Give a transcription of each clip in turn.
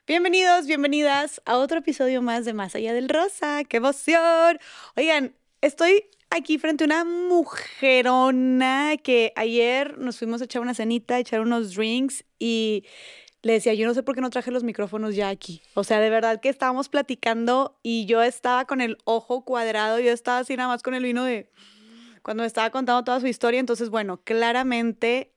Bienvenidos, bienvenidas a otro episodio más de Más Allá del Rosa. ¡Qué emoción! Oigan, estoy aquí frente a una mujerona que ayer nos fuimos a echar una cenita, a echar unos drinks y le decía, yo no sé por qué no traje los micrófonos ya aquí. O sea, de verdad que estábamos platicando y yo estaba con el ojo cuadrado, yo estaba así nada más con el vino de cuando me estaba contando toda su historia. Entonces, bueno, claramente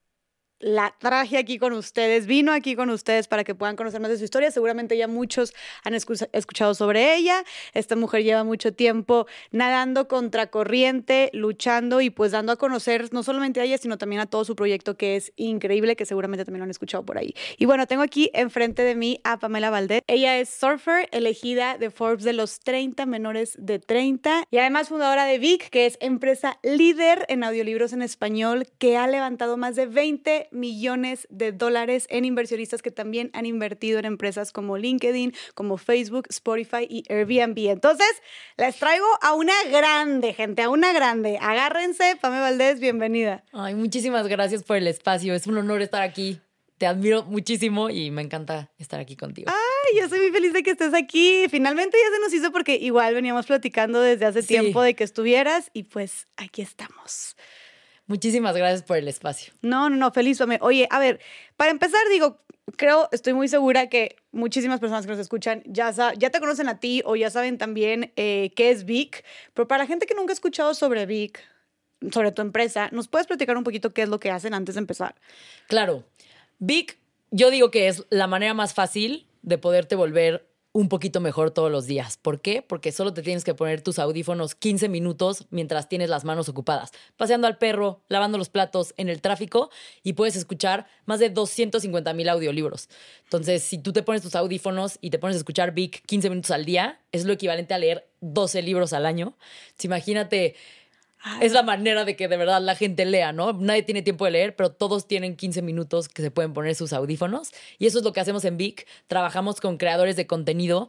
la traje aquí con ustedes, vino aquí con ustedes para que puedan conocer más de su historia. Seguramente ya muchos han escuchado sobre ella. Esta mujer lleva mucho tiempo nadando contracorriente, luchando y pues dando a conocer no solamente a ella, sino también a todo su proyecto que es increíble, que seguramente también lo han escuchado por ahí. Y bueno, tengo aquí enfrente de mí a Pamela Valdez. Ella es surfer, elegida de Forbes de los 30 menores de 30 y además fundadora de Vic, que es empresa líder en audiolibros en español, que ha levantado más de 20 millones de dólares en inversionistas que también han invertido en empresas como LinkedIn, como Facebook, Spotify y Airbnb. Entonces, les traigo a una grande, gente, a una grande. Agárrense, Pame Valdez, bienvenida. Ay, muchísimas gracias por el espacio. Es un honor estar aquí. Te admiro muchísimo y me encanta estar aquí contigo. Ay, yo soy muy feliz de que estés aquí. Finalmente ya se nos hizo porque igual veníamos platicando desde hace tiempo de que estuvieras y pues aquí estamos. Muchísimas gracias por el espacio. No, feliz, Pame. Oye, a ver, para empezar, estoy muy segura que muchísimas personas que nos escuchan ya te conocen a ti o ya saben también qué es Vic, pero para la gente que nunca ha escuchado sobre Vic, sobre tu empresa, ¿nos puedes platicar un poquito qué es lo que hacen antes de empezar? Claro, Vic, yo digo que es la manera más fácil de poderte volver un poquito mejor todos los días. ¿Por qué? Porque solo te tienes que poner tus audífonos 15 minutos mientras tienes las manos ocupadas, paseando al perro, lavando los platos, en el tráfico, y puedes escuchar más de 250,000 audiolibros. Entonces, si tú te pones tus audífonos y te pones a escuchar Vic 15 minutos al día, es lo equivalente a leer 12 libros al año. Entonces, imagínate. Es la manera de que de verdad la gente lea, ¿no? Nadie tiene tiempo de leer, pero todos tienen 15 minutos que se pueden poner sus audífonos. Y eso es lo que hacemos en Vic. Trabajamos con creadores de contenido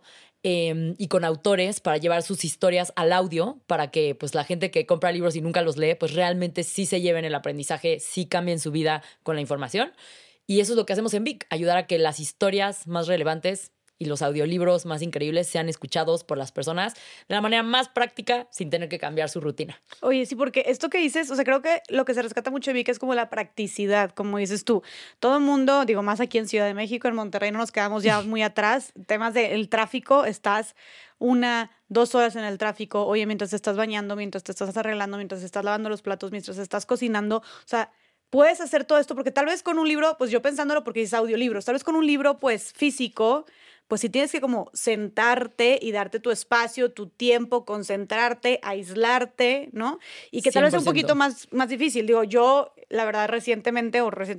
y con autores para llevar sus historias al audio, para que pues la gente que compra libros y nunca los lee, pues realmente sí se lleven el aprendizaje, sí cambien su vida con la información. Y eso es lo que hacemos en Vic, ayudar a que las historias más relevantes y los audiolibros más increíbles sean escuchados por las personas de la manera más práctica sin tener que cambiar su rutina. Oye, sí, porque esto que dices, o sea, creo que lo que se rescata mucho de Vic es como la practicidad, como dices tú. Todo el mundo, digo, más aquí en Ciudad de México, en Monterrey no nos quedamos ya muy atrás. Temas del tráfico, estás 1, 2 horas en el tráfico, oye, mientras te estás bañando, mientras te estás arreglando, mientras estás lavando los platos, mientras estás cocinando, o sea, puedes hacer todo esto porque tal vez con un libro, pues yo pensándolo porque dices audiolibros, tal vez con un libro pues físico, pues si tienes que como sentarte y darte tu espacio, tu tiempo, concentrarte, aislarte, ¿no? Y que tal vez sea un 100%. poquito más difícil. Digo, yo, la verdad, recientemente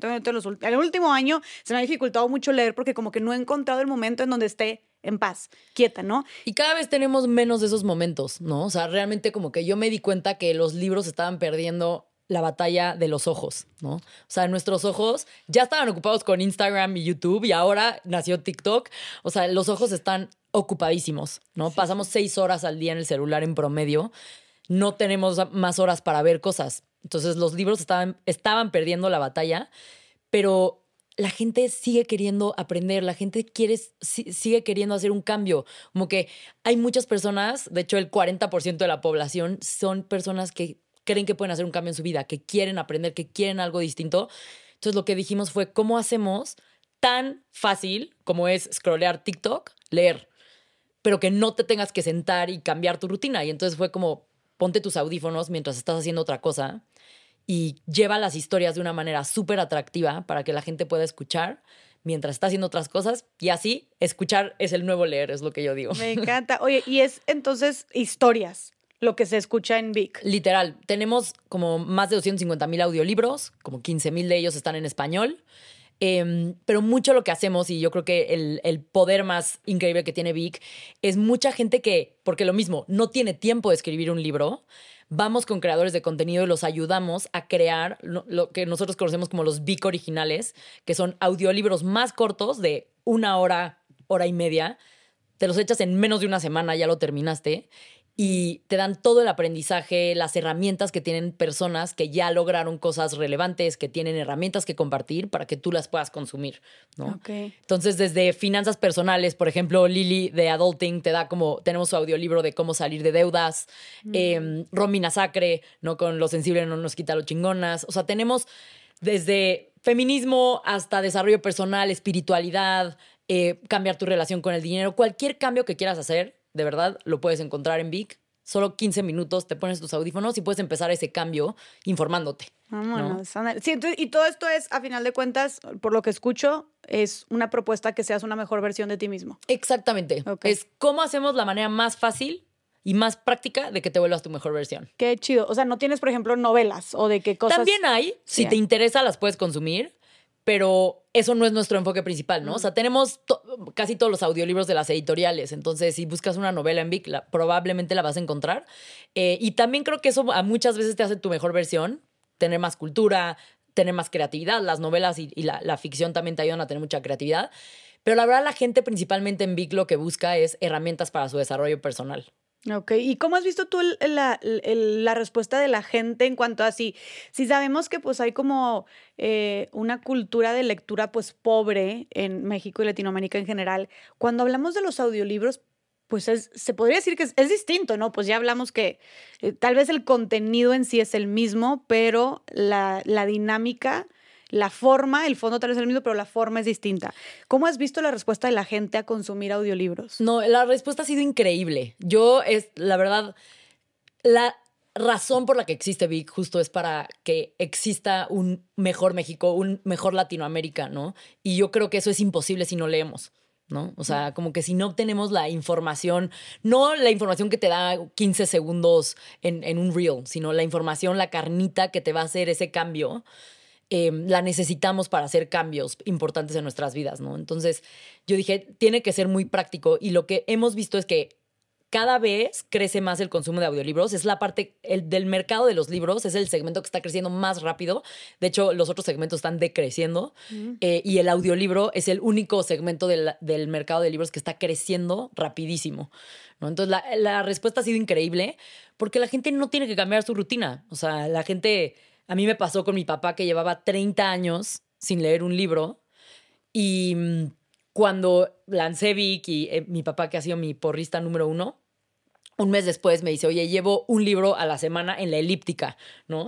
en el último año se me ha dificultado mucho leer porque como que no he encontrado el momento en donde esté en paz, quieta, ¿no? Y cada vez tenemos menos de esos momentos, ¿no? O sea, realmente como que yo me di cuenta que los libros estaban perdiendo la batalla de los ojos, ¿no? O sea, nuestros ojos ya estaban ocupados con Instagram y YouTube y ahora nació TikTok. O sea, los ojos están ocupadísimos, ¿no? Sí, Pasamos 6 horas al día en el celular en promedio. No tenemos más horas para ver cosas. Entonces, los libros estaban perdiendo la batalla, pero la gente sigue queriendo aprender, la gente sigue queriendo hacer un cambio. Como que hay muchas personas, de hecho el 40% de la población son personas que creen que pueden hacer un cambio en su vida, que quieren aprender, que quieren algo distinto. Entonces lo que dijimos fue, ¿cómo hacemos tan fácil como es scrollear TikTok, leer? Pero que no te tengas que sentar y cambiar tu rutina. Y entonces fue como, ponte tus audífonos mientras estás haciendo otra cosa y lleva las historias de una manera súper atractiva para que la gente pueda escuchar mientras está haciendo otras cosas. Y así, escuchar es el nuevo leer, es lo que yo digo. Me encanta. Oye, y es entonces historias lo que se escucha en Vic. Literal, tenemos como más de 250,000 audiolibros, como 15,000 de ellos están en español. Pero mucho lo que hacemos, y yo creo que el poder más increíble que tiene Vic, es mucha gente que, porque lo mismo, no tiene tiempo de escribir un libro. Vamos con creadores de contenido y los ayudamos a crear lo que nosotros conocemos como los Vic originales, que son audiolibros más cortos de 1 hora, hora y media. Te los echas en menos de una semana, ya lo terminaste. y te dan todo el aprendizaje, las herramientas que tienen personas que ya lograron cosas relevantes, que tienen herramientas que compartir para que tú las puedas consumir, ¿no? Ok. Entonces, desde finanzas personales, por ejemplo, Lily de Adulting te da tenemos su audiolibro de cómo salir de deudas, Romina Sacre, ¿no? Con Lo sensible no nos quita lo chingonas. O sea, tenemos desde feminismo hasta desarrollo personal, espiritualidad, cambiar tu relación con el dinero, cualquier cambio que quieras hacer, de verdad, lo puedes encontrar en Vic. Solo 15 minutos, te pones tus audífonos y puedes empezar ese cambio informándote. Vámonos. ¿No? Sí, entonces, y todo esto es, a final de cuentas, por lo que escucho, es una propuesta que seas una mejor versión de ti mismo. Exactamente. Okay. Es cómo hacemos la manera más fácil y más práctica de que te vuelvas tu mejor versión. Qué chido. O sea, no tienes, por ejemplo, novelas o de qué cosas... También hay, si te interesa, las puedes consumir, pero eso no es nuestro enfoque principal, ¿no? O sea, tenemos casi todos los audiolibros de las editoriales. Entonces, si buscas una novela en Vic, probablemente la vas a encontrar. Y también creo que eso muchas veces te hace tu mejor versión, tener más cultura, tener más creatividad. Las novelas y la ficción también te ayudan a tener mucha creatividad. Pero la verdad, la gente principalmente en Vic lo que busca es herramientas para su desarrollo personal. Ok, ¿y cómo has visto tú la respuesta de la gente en cuanto a si sabemos que pues hay como una cultura de lectura pues pobre en México y Latinoamérica en general? Cuando hablamos de los audiolibros, pues se podría decir que es distinto, ¿no? Pues ya hablamos que tal vez el contenido en sí es el mismo, pero la dinámica, la forma, el fondo tal vez es el mismo, pero la forma es distinta. ¿Cómo has visto la respuesta de la gente a consumir audiolibros? No, la respuesta ha sido increíble. La verdad, la razón por la que existe Vic justo es para que exista un mejor México, un mejor Latinoamérica, ¿no? Y yo creo que eso es imposible si no leemos, ¿no? O sea, como que si no obtenemos la información, no la información que te da 15 segundos en un reel, sino la información, la carnita que te va a hacer ese cambio, la necesitamos para hacer cambios importantes en nuestras vidas, ¿no? Entonces yo dije, tiene que ser muy práctico y lo que hemos visto es que cada vez crece más el consumo de audiolibros. Es la parte del mercado de los libros, es el segmento que está creciendo más rápido. De hecho, los otros segmentos están decreciendo y el audiolibro es el único segmento del mercado de libros que está creciendo rapidísimo, ¿no? Entonces la respuesta ha sido increíble porque la gente no tiene que cambiar su rutina. O sea, la gente... A mí me pasó con mi papá que llevaba 30 años sin leer un libro y cuando lancé Vic y mi papá, que ha sido mi porrista número 1, un mes después me dice, oye, llevo un libro a la semana en la elíptica, ¿no?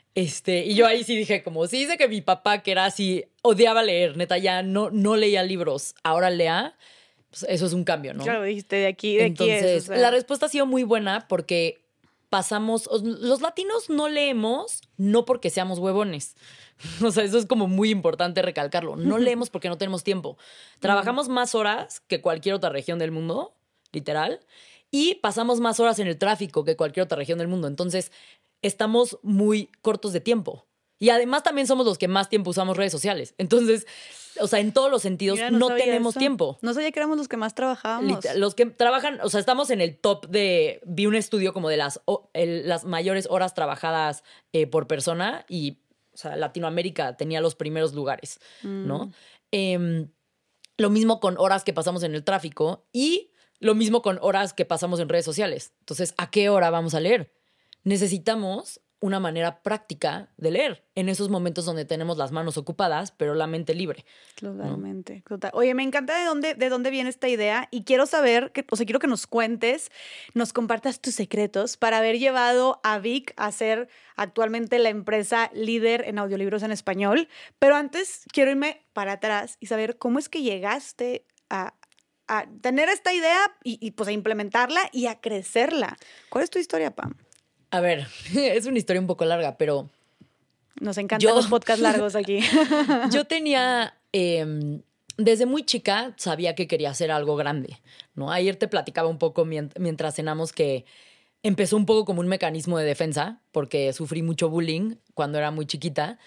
Y yo ahí sí dije, como, sí dice que mi papá, que era así, odiaba leer, neta, ya no leía libros, ahora lea, pues eso es un cambio, ¿no? Claro, dijiste, de aquí Entonces, es. O sea... la respuesta ha sido muy buena porque los latinos no leemos no porque seamos huevones. O sea, eso es como muy importante recalcarlo. No leemos porque no tenemos tiempo. Trabajamos más horas que cualquier otra región del mundo, literal, y pasamos más horas en el tráfico que cualquier otra región del mundo. Entonces, estamos muy cortos de tiempo. Y además también somos los que más tiempo usamos redes sociales. Entonces, o sea, en todos los sentidos, mira, no tenemos tiempo. No sabía que éramos los que más trabajábamos. Los que trabajan, o sea, estamos en el top de... Vi un estudio como de las mayores horas trabajadas por persona y, o sea, Latinoamérica tenía los primeros lugares, ¿no? Lo mismo con horas que pasamos en el tráfico y lo mismo con horas que pasamos en redes sociales. Entonces, ¿a qué hora vamos a leer? Necesitamos una manera práctica de leer en esos momentos donde tenemos las manos ocupadas, pero la mente libre. Totalmente. ¿No? Total. Oye, me encanta de dónde viene esta idea y quiero saber, quiero que nos cuentes, nos compartas tus secretos para haber llevado a Vic a ser actualmente la empresa líder en audiolibros en español. Pero antes quiero irme para atrás y saber cómo es que llegaste a tener esta idea y pues a implementarla y a crecerla. ¿Cuál es tu historia, Pam? A ver, es una historia un poco larga, pero... Nos encantan los podcasts largos aquí. Yo tenía... desde muy chica sabía que quería hacer algo grande, ¿no? Ayer te platicaba un poco mientras cenamos que empezó un poco como un mecanismo de defensa porque sufrí mucho bullying cuando era muy chiquita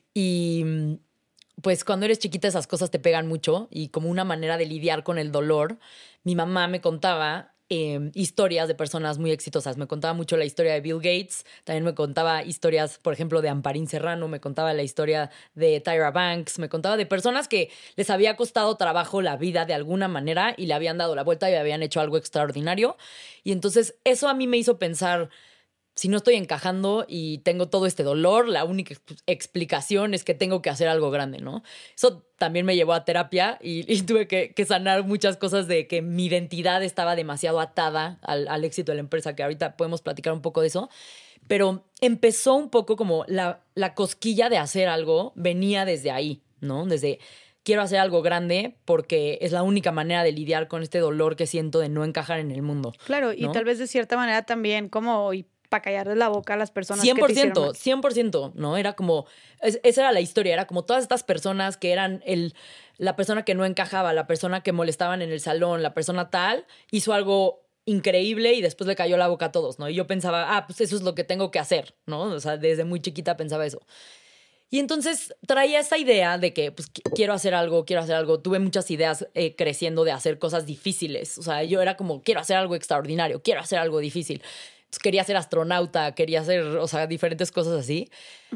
y pues cuando eres chiquita esas cosas te pegan mucho y como una manera de lidiar con el dolor, mi mamá me contaba historias de personas muy exitosas. Me contaba mucho la historia de Bill Gates, también me contaba historias, por ejemplo, de Amparín Serrano, me contaba la historia de Tyra Banks, me contaba de personas que les había costado trabajo la vida de alguna manera y le habían dado la vuelta y habían hecho algo extraordinario. Y entonces eso a mí me hizo pensar, si no estoy encajando y tengo todo este dolor, la única explicación es que tengo que hacer algo grande, ¿no? Eso también me llevó a terapia y tuve que sanar muchas cosas de que mi identidad estaba demasiado atada al éxito de la empresa, que ahorita podemos platicar un poco de eso. Pero empezó un poco como la cosquilla de hacer algo venía desde ahí, ¿no? Desde quiero hacer algo grande porque es la única manera de lidiar con este dolor que siento de no encajar en el mundo. Claro, y ¿no? tal vez de cierta manera también como para callarles la boca a las personas 100%, que te hicieron mal. 100%, ¿no? Era como, esa era la historia, era como todas estas personas que eran la persona que no encajaba, la persona que molestaban en el salón, la persona tal, hizo algo increíble y después le cayó la boca a todos, ¿no? Y yo pensaba, pues eso es lo que tengo que hacer, ¿no? O sea, desde muy chiquita pensaba eso. Y entonces traía esa idea de que pues, quiero hacer algo. Tuve muchas ideas creciendo de hacer cosas difíciles. O sea, yo era como, quiero hacer algo extraordinario, quiero hacer algo difícil. Entonces, quería ser astronauta, quería hacer, o sea, diferentes cosas así.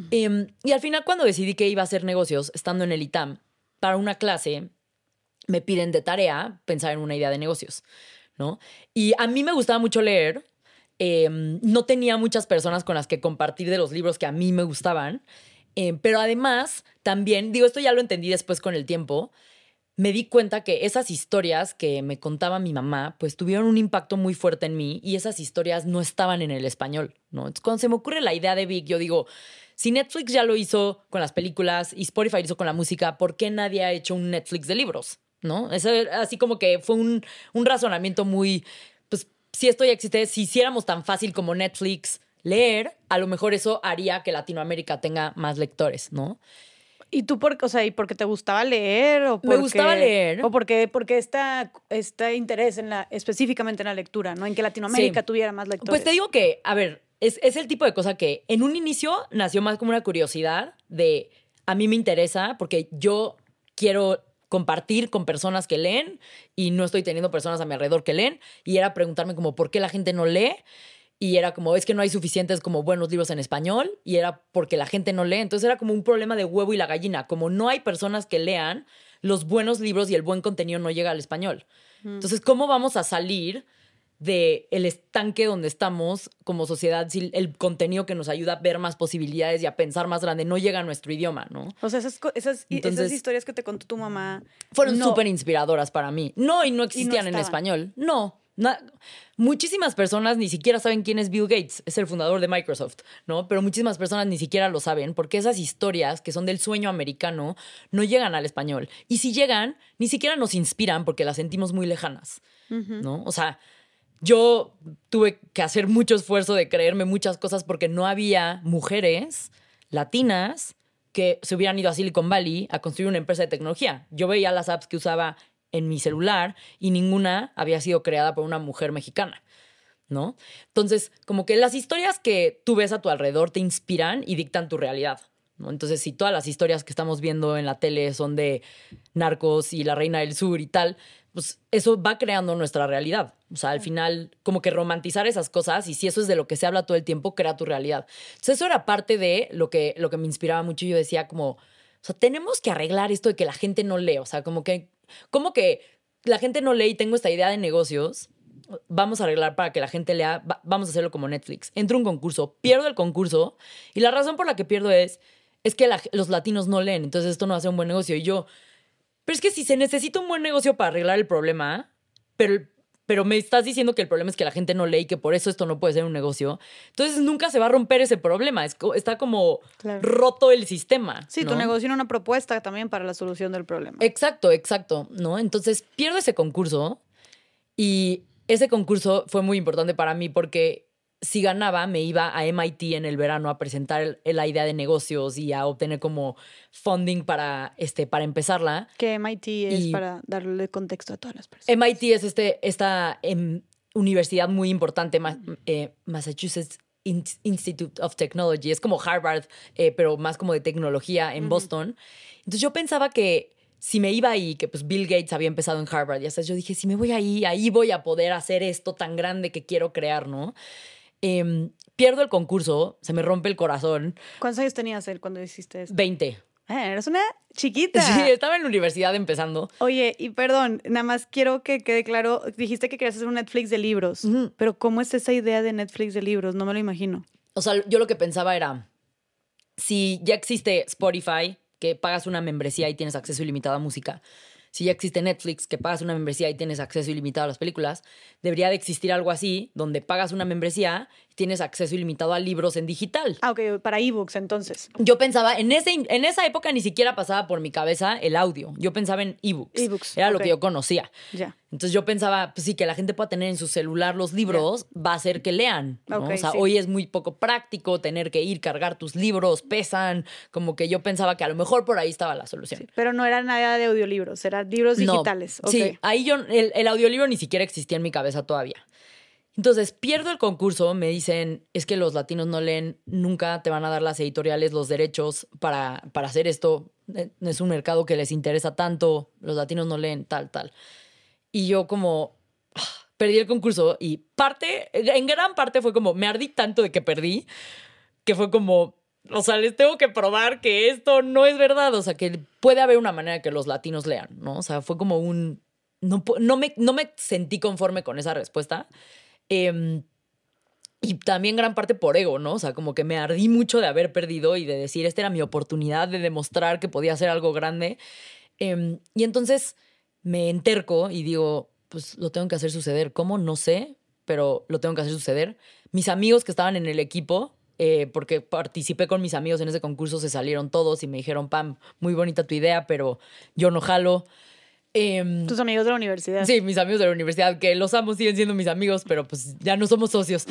Y al final, cuando decidí que iba a hacer negocios, estando en el ITAM, para una clase, me piden de tarea pensar en una idea de negocios, ¿no? Y a mí me gustaba mucho leer. No tenía muchas personas con las que compartir de los libros que a mí me gustaban. Pero además, también, digo, esto ya lo entendí después con el tiempo, me di cuenta que esas historias que me contaba mi mamá, pues tuvieron un impacto muy fuerte en mí y esas historias no estaban en el español, ¿no? Entonces, cuando se me ocurre la idea de Vic, yo digo, si Netflix ya lo hizo con las películas y Spotify lo hizo con la música, ¿por qué nadie ha hecho un Netflix de libros? ¿No? Eso así como que fue un razonamiento muy, pues, si esto ya existe, si hiciéramos tan fácil como Netflix leer, a lo mejor eso haría que Latinoamérica tenga más lectores, ¿no? ¿Y tú y porque te gustaba leer o porque, Me gustaba leer. O porque este interés específicamente en la lectura, ¿no? En que Latinoamérica tuviera más lectores. Pues te digo que, a ver, es el tipo de cosa que en un inicio nació más como una curiosidad de a mí me interesa porque yo quiero compartir con personas que leen y no estoy teniendo personas a mi alrededor que leen y era preguntarme como por qué la gente no lee. Y era como, es que no hay suficientes como buenos libros en español y era porque la gente no lee. Entonces era como un problema de huevo y la gallina. Como no hay personas que lean, los buenos libros y el buen contenido no llega al español. Entonces, ¿cómo vamos a salir del estanque donde estamos como sociedad si el contenido que nos ayuda a ver más posibilidades y a pensar más grande no llega a nuestro idioma, ¿no? O sea, esas historias que te contó tu mamá fueron súper inspiradoras para mí. No, y no existían en español. No. Muchísimas personas ni siquiera saben quién es Bill Gates, es el fundador de Microsoft, ¿no? Pero muchísimas personas ni siquiera lo saben porque esas historias que son del sueño americano no llegan al español. Y si llegan, ni siquiera nos inspiran porque las sentimos muy lejanas, ¿no? O sea, yo tuve que hacer mucho esfuerzo de creerme muchas cosas porque no había mujeres latinas que se hubieran ido a Silicon Valley a construir una empresa de tecnología. Yo veía las apps que usaba en mi celular y ninguna había sido creada por una mujer mexicana, ¿no? Entonces, como que las historias que tú ves a tu alrededor te inspiran y dictan tu realidad, ¿no? Entonces, si todas las historias que estamos viendo en la tele son de narcos y la reina del sur y tal, pues eso va creando nuestra realidad. O sea, al final, como que romantizar esas cosas y si eso es de lo que se habla todo el tiempo, crea tu realidad. Entonces, eso era parte de lo que me inspiraba mucho. Yo decía como, o sea, tenemos que arreglar esto de que la gente no lee. O sea, como que la gente no lee y tengo esta idea de negocios, vamos a arreglar para que la gente lea, vamos a hacerlo como Netflix. Entro a un concurso, pierdo el concurso y la razón por la que pierdo es que los latinos no leen, entonces esto no va a ser un buen negocio. Y yo, pero es que si se necesita un buen negocio para arreglar el problema, pero me estás diciendo que el problema es que la gente no lee y que por eso esto no puede ser un negocio. Entonces nunca se va a romper ese problema. Está como roto el sistema. Sí, ¿no? Tu negocio era una propuesta también para la solución del problema. Exacto, ¿no? Entonces pierdo ese concurso y ese concurso fue muy importante para mí porque si ganaba me iba a MIT en el verano a presentar la idea de negocios y a obtener como funding para empezarla. Que MIT es para darle contexto a todas las personas. MIT es esta universidad muy importante, Massachusetts Institute of Technology. Es como Harvard, pero más como de tecnología en Boston. Entonces yo pensaba que si me iba ahí, que pues Bill Gates había empezado en Harvard, ya sabes, yo dije, si me voy ahí voy a poder hacer esto tan grande que quiero crear, ¿no? Pierdo el concurso, se me rompe el corazón. ¿Cuántos años tenías él cuando hiciste esto? 20. Eres una chiquita. Sí, estaba en la universidad empezando. Oye, y perdón, nada más quiero que quede claro, dijiste que querías hacer un Netflix de libros, pero ¿cómo es esa idea de Netflix de libros? No me lo imagino. O sea, yo lo que pensaba era, si ya existe Spotify, que pagas una membresía y tienes acceso ilimitado a música, si ya existe Netflix, que pagas una membresía y tienes acceso ilimitado a las películas, debería de existir algo así, donde pagas una membresía y tienes acceso ilimitado a libros en digital. Ah, ok, para ebooks entonces. Yo pensaba, en esa época ni siquiera pasaba por mi cabeza el audio. Yo pensaba en ebooks. Ebooks, Era lo ok. que yo conocía. Ya. Entonces yo pensaba, pues sí, que la gente pueda tener en su celular los libros, va a hacer que lean, ¿no? Ok, O sea, sí. hoy es muy poco práctico tener que ir, cargar tus libros, pesan, como que yo pensaba que a lo mejor por ahí estaba la solución. Sí, pero no era nada de audiolibros, eran libros No, digitales. Ok. sí, ahí el audiolibro ni siquiera existía en mi cabeza todavía. Entonces pierdo el concurso, me dicen, es que los latinos no leen, nunca te van a dar las editoriales los derechos para hacer esto, no es un mercado que les interesa tanto, los latinos no leen tal. Y yo como perdí el concurso y en gran parte fue como, me ardí tanto de que perdí, que fue como, o sea, les tengo que probar que esto no es verdad, o sea, que puede haber una manera que los latinos lean, ¿no? O sea, fue como no me sentí conforme con esa respuesta. Y también gran parte por ego, ¿no? O sea, como que me ardí mucho de haber perdido y de decir, esta era mi oportunidad de demostrar que podía hacer algo grande. Y entonces me enterco y digo, pues lo tengo que hacer suceder. ¿Cómo? No sé, pero lo tengo que hacer suceder. Mis amigos que estaban en el equipo, porque participé con mis amigos en ese concurso, se salieron todos y me dijeron, Pam, muy bonita tu idea, pero yo no jalo. Tus amigos de la universidad. Sí, mis amigos de la universidad, que los amo, siguen siendo mis amigos, pero pues ya no somos socios.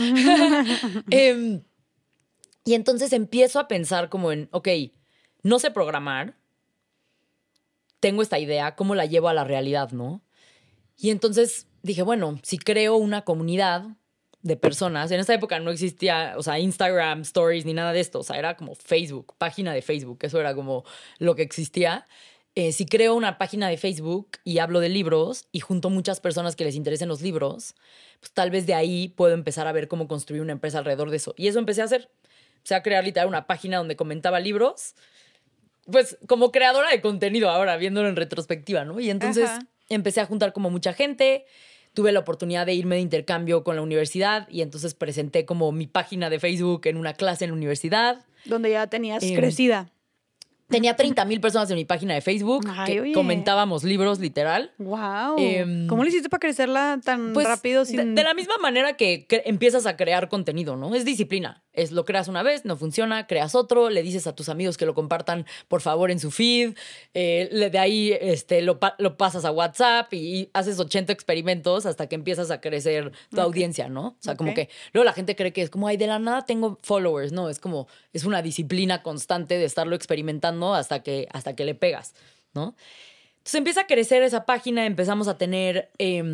Y entonces empiezo a pensar como en, ok, no sé programar, tengo esta idea, ¿cómo la llevo a la realidad, no? Y entonces dije, bueno, si creo una comunidad de personas, en esa época no existía, o sea, Instagram, Stories, ni nada de esto, o sea, era como Facebook, página de Facebook, eso era como lo que existía. Si creo una página de Facebook y hablo de libros y junto muchas personas que les interesen los libros, pues tal vez de ahí puedo empezar a ver cómo construir una empresa alrededor de eso. Y eso empecé a hacer. Empecé a crear literal una página donde comentaba libros, pues como creadora de contenido ahora, viéndolo en retrospectiva, ¿no? Y entonces empecé a juntar como mucha gente, tuve la oportunidad de irme de intercambio con la universidad y entonces presenté como mi página de Facebook en una clase en la universidad. Donde ya tenías crecida. Tenía 30,000 personas en mi página de Facebook. Ay, que oye. comentábamos libros, literal. Wow. Em, ¿Cómo lo hiciste para crecerla tan Pues rápido sin de la misma manera que empiezas a crear contenido, ¿no? Es disciplina. Lo creas una vez, no funciona, creas otro, le dices a tus amigos que lo compartan, por favor, en su feed. De ahí lo pasas a WhatsApp y haces 80 experimentos hasta que empiezas a crecer tu audiencia, ¿no? O sea, como que luego la gente cree que es como, ay, de la nada tengo followers. No, es como, es una disciplina constante de estarlo experimentando hasta que le pegas, ¿no? Entonces empieza a crecer esa página, empezamos a tener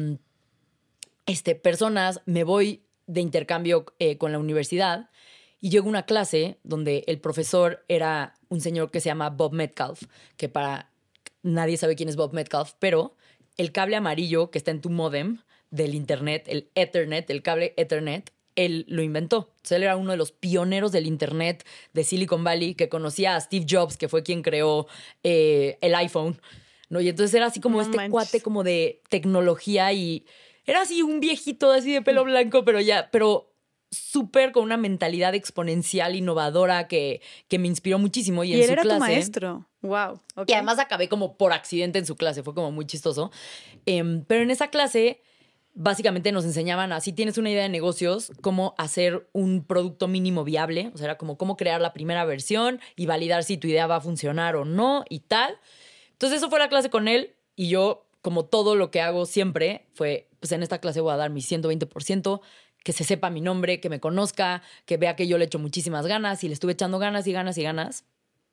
personas, me voy de intercambio con la universidad y llego a una clase donde el profesor era un señor que se llama Bob Metcalf, que para nadie sabe quién es Bob Metcalf, pero el cable amarillo que está en tu módem del internet, el Ethernet, el cable Ethernet, él lo inventó. Entonces, él era uno de los pioneros del internet de Silicon Valley, que conocía a Steve Jobs, que fue quien creó el iPhone, ¿no? Y entonces era así como cuate como de tecnología y era así un viejito así de pelo blanco, pero súper con una mentalidad exponencial, innovadora, que me inspiró muchísimo. Y en él su era clase, tu maestro. Wow. y además acabé como por accidente en su clase, fue como muy chistoso. Pero en esa clase básicamente nos enseñaban a, si tienes una idea de negocios, cómo hacer un producto mínimo viable, o sea, era como cómo crear la primera versión y validar si tu idea va a funcionar o no y tal. Entonces eso fue la clase con él y yo, como todo lo que hago siempre, fue, pues en esta clase voy a dar mi 120%, que se sepa mi nombre, que me conozca, que vea que yo le echo muchísimas ganas y le estuve echando ganas y ganas y ganas.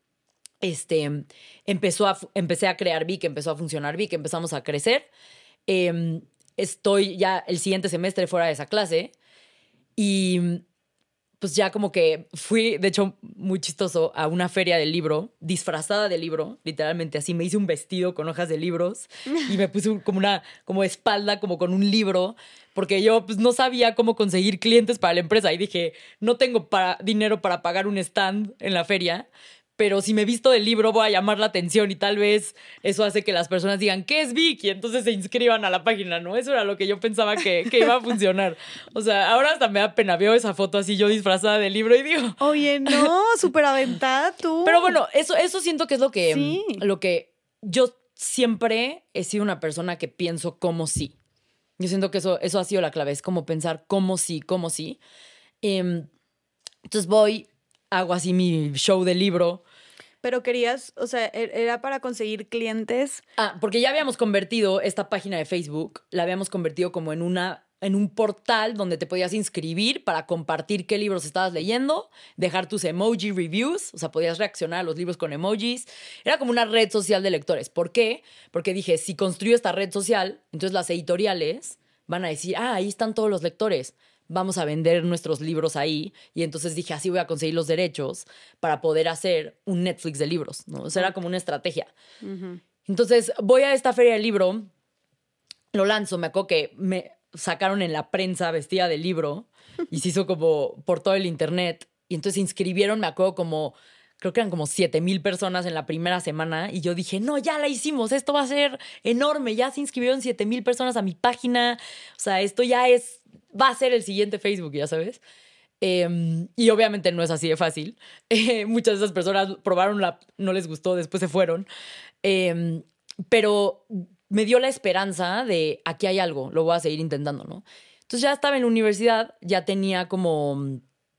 Empecé a crear Vic, empezó a funcionar Vic, empezamos a crecer. Estoy ya el siguiente semestre fuera de esa clase y pues ya como que fui, de hecho, muy chistoso, a una feria del libro, disfrazada de libro, literalmente así. Me hice un vestido con hojas de libros y me puse como espalda, como con un libro, porque yo pues no sabía cómo conseguir clientes para la empresa y dije, no tengo dinero para pagar un stand en la feria, pero si me visto del libro voy a llamar la atención y tal vez eso hace que las personas digan, ¿qué es Vic? Y entonces se inscriban a la página, ¿no? Eso era lo que yo pensaba que iba a funcionar. O sea, ahora hasta me da pena. Veo esa foto así yo disfrazada del libro y digo... Oye, no, súper aventada tú. Pero bueno, eso siento que es Sí. lo que yo siempre he sido una persona que pienso como sí. Yo siento que eso ha sido la clave, es como pensar como sí, como sí. Entonces hago así mi show de libro. Pero querías, o sea, era para conseguir clientes. Porque ya habíamos convertido esta página de Facebook, la habíamos convertido como en un portal donde te podías inscribir para compartir qué libros estabas leyendo, dejar tus emoji reviews, o sea, podías reaccionar a los libros con emojis. Era como una red social de lectores. ¿Por qué? Porque dije, si construyo esta red social, entonces las editoriales van a decir, ahí están todos los lectores, vamos a vender nuestros libros ahí. Y entonces dije, así voy a conseguir los derechos para poder hacer un Netflix de libros, ¿no? O sea, era como una estrategia. Entonces voy a esta feria del libro, lo lanzo, me acuerdo que me sacaron en la prensa vestida de libro y se hizo como por todo el internet. Y entonces se inscribieron, me acuerdo creo que eran como 7,000 personas en la primera semana. Y yo dije, no, ya la hicimos, esto va a ser enorme. Ya se inscribieron 7,000 personas a mi página. O sea, esto va a ser el siguiente Facebook, ya sabes. Y obviamente no es así de fácil. Muchas de esas personas probaron no les gustó, después se fueron. Pero me dio la esperanza de aquí hay algo, lo voy a seguir intentando, ¿no? Entonces ya estaba en la universidad, ya tenía como,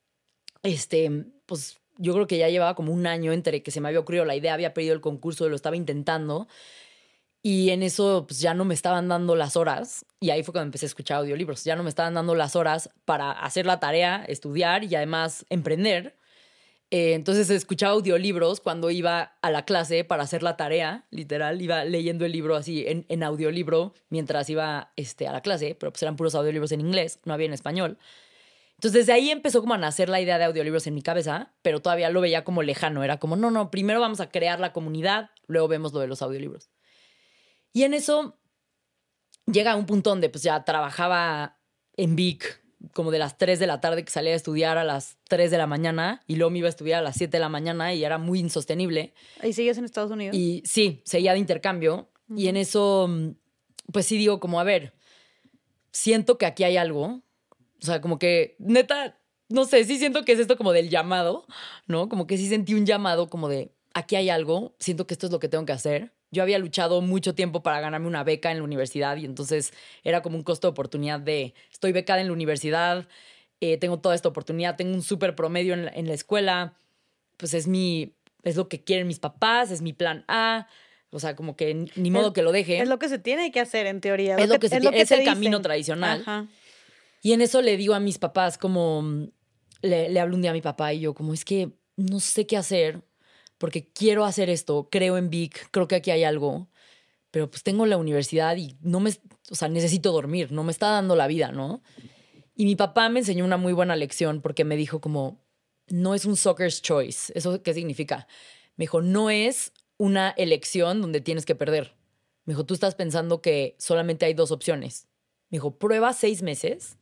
pues yo creo que ya llevaba como un año entre que se me había ocurrido la idea, había pedido el concurso, lo estaba intentando. Y en eso, pues ya no me estaban dando las horas. Y ahí fue cuando empecé a escuchar audiolibros. Ya no me estaban dando las horas para hacer la tarea, estudiar y además emprender. Entonces escuchaba audiolibros cuando iba a la clase para hacer la tarea, literal. Iba leyendo el libro así en audiolibro mientras iba a la clase, pero pues eran puros audiolibros en inglés, no había en español. Entonces desde ahí empezó como a nacer la idea de audiolibros en mi cabeza, pero todavía lo veía como lejano. Era como, no, primero vamos a crear la comunidad, luego vemos lo de los audiolibros. Y en eso llega un punto donde pues ya trabajaba en Vic como de las 3 de la tarde, que salía a estudiar a las 3 de la mañana y luego me iba a estudiar a las 7 de la mañana y era muy insostenible. ¿Ahí sigues en Estados Unidos? Y sí, seguía de intercambio. Y en eso, pues sí digo como, a ver, siento que aquí hay algo. O sea, como que, neta, no sé, sí siento que es esto como del llamado, ¿no? Como que sí sentí un llamado como de, aquí hay algo, siento que esto es lo que tengo que hacer. Yo había luchado mucho tiempo para ganarme una beca en la universidad y entonces era como un costo de oportunidad de, estoy becada en la universidad, tengo toda esta oportunidad, tengo un súper promedio en la escuela, pues es lo que quieren mis papás, es mi plan A. O sea, como que ni modo que lo deje. Es lo que se tiene que hacer en teoría. Es el camino tradicional. Ajá. Y en eso le digo a mis papás como, le hablo un día a mi papá y yo como, es que no sé qué hacer porque quiero hacer esto, creo en Vic, creo que aquí hay algo, pero pues tengo la universidad y o sea, necesito dormir, no me está dando la vida, ¿no? Y mi papá me enseñó una muy buena lección porque me dijo como, no es un sucker's choice. ¿Eso qué significa? Me dijo, no es una elección donde tienes que perder. Me dijo, tú estás pensando que solamente hay 2 opciones. Me dijo, prueba 6 meses